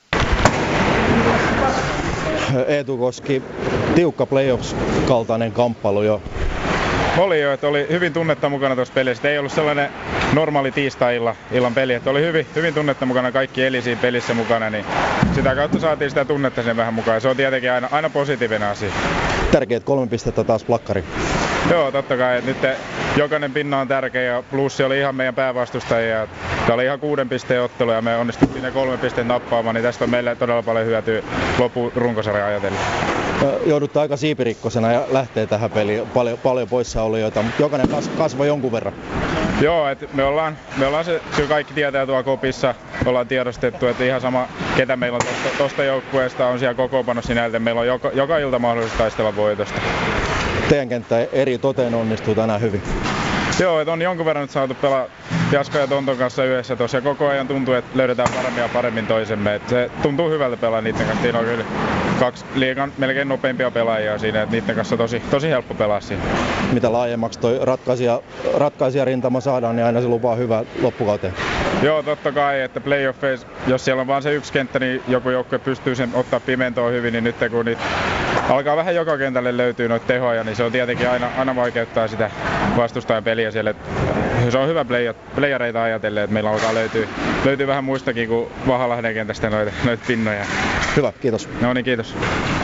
Eetu Koski, tiukka playoffs-kaltainen kamppailu jo.
Oli jo, että oli hyvin tunnetta mukana tuossa pelissä. Ei ollut sellainen normaali tiistai-illan illan peli, että oli hyvin, hyvin tunnetta mukana, kaikki eli siinä pelissä mukana, niin sitä kautta saatiin sitä tunnetta sen vähän mukaan. Se on tietenkin aina, aina positiivinen asia.
Tärkeät kolme pistettä taas plakkari.
Joo, totta kai. Nyt jokainen pinna on tärkeä ja Blues oli ihan meidän päävastustajia. Tämä oli ihan kuuden pisteen ottelu ja me onnistuttiin ne kolme pisteen nappaamaan, niin tästä on meille todella paljon hyötyä lopun runkosarjan ajatellen.
Joudutte aika siipirikkosena ja lähtee tähän peliin. Paljon, paljon poissaolijoita, mutta jokainen kasvoi jonkun verran.
Joo, et me ollaan, me ollaan se, kyllä kaikki tietää tuolla kopissa, ollaan tiedostettu, että ihan sama ketä meillä on tuosta joukkueesta on siellä kokoonpanossa sinältä. Meillä on joka, joka ilta mahdollisuus taistella voitosta.
Teidän kenttä eri toteen onnistuu tänään hyvin.
Joo, että on jonkun verran nyt saatu pelaa Jaska ja Tonton kanssa yhdessä tuossa ja koko ajan tuntuu, että löydetään paremmin ja paremmin toisemme. Et se tuntuu hyvältä pelaa niiden kanssa. Siinä on kyllä kaksi liigan melkein nopeimpia pelaajia siinä, että niiden kanssa on tosi, tosi helppo pelaa siinä.
Mitä laajemmaksi toi ratkaisija, ratkaisija rintama saadaan, niin aina se lupaa hyvää loppukauteen.
Joo, totta kai, että playoffeissa, jos siellä on vain se yksi kenttä, niin joku joukkue pystyy sen ottaa pimentoon hyvin, niin nyt kun niitä alkaa vähän joka kentälle löytyy noita tehoja, niin se on tietenkin aina, aina vaikeuttaa sitä vastustajan peliä siellä. Se on hyvä playareita ajatellen, että meillä alkaa löytyä, löytyy vähän muistakin kuin Vahalahden kentästä noita, noita pinnoja.
Hyvä, kiitos.
No niin, kiitos.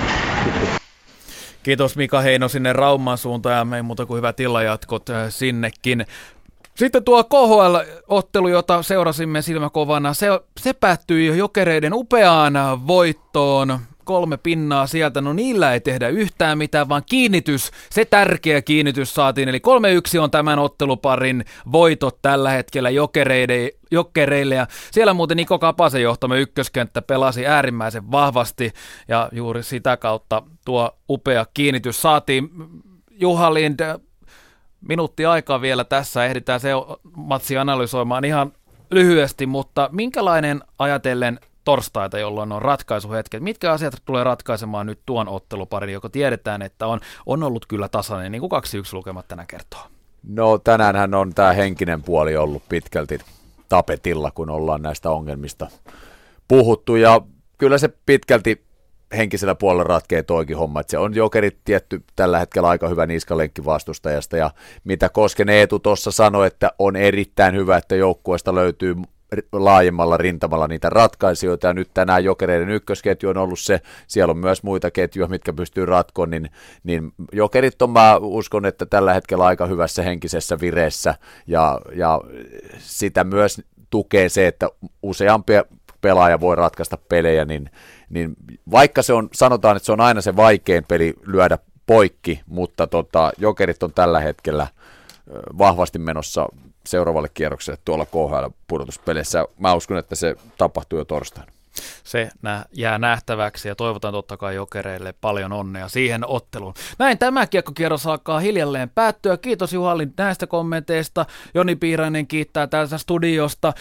Kiitos Mika Heino sinne Rauman suuntaan ja me ei muuta kuin hyvät illanjatkot sinnekin. Sitten tuo K H L-ottelu, jota seurasimme silmäkovana, se, se päättyi Jokereiden upeaan voittoon. Kolme pinnaa sieltä, no niillä ei tehdä yhtään mitään, vaan kiinnitys, se tärkeä kiinnitys saatiin. Eli kolme yksi on tämän otteluparin voitot tällä hetkellä jokereille, jokereille. Ja siellä muuten Niko Kapasen johtama ykköskenttä pelasi äärimmäisen vahvasti ja juuri sitä kautta tuo upea kiinnitys saatiin. Juha Lind, minuutti aikaa vielä tässä, ehditään se matsi analysoimaan ihan lyhyesti, mutta minkälainen ajatellen torstaita, jolloin on ratkaisuhetket. Mitkä asiat tulee ratkaisemaan nyt tuon otteluparin, joka tiedetään, että on, on ollut kyllä tasainen, niin kuin kaksi yksi lukemat tänään kertoo?
No tänäänhän on tämä henkinen puoli ollut pitkälti tapetilla, kun ollaan näistä ongelmista puhuttu, ja kyllä se pitkälti henkisellä puolella ratkee toikin homma, että se on Jokerit tietty tällä hetkellä aika hyvä niskalenkki vastustajasta, ja mitä Kosken Eetu tuossa sanoi, että on erittäin hyvä, että joukkueesta löytyy laajemmalla rintamalla niitä ratkaisijoita, ja nyt tänään Jokereiden ykkösketju on ollut se, siellä on myös muita ketjuja, mitkä pystyy ratkoon, niin, niin Jokerit on, mä uskon, että tällä hetkellä aika hyvässä henkisessä vireessä, ja, ja sitä myös tukee se, että useampia pelaaja voi ratkaista pelejä, niin, niin vaikka se on, sanotaan, että se on aina se vaikein peli lyödä poikki, mutta tota, Jokerit on tällä hetkellä vahvasti menossa seuraavalle kierrokselle tuolla K H L-pudotuspeleissä. Mä uskon, että se tapahtuu jo torstaina.
Se nä- jää nähtäväksi ja toivotan totta kai Jokereille paljon onnea siihen otteluun. Näin tämä kiekkokierros alkaa hiljalleen päättyä. Kiitos Juha Lind näistä kommenteista. Joni Piirainen kiittää täältä studiosta.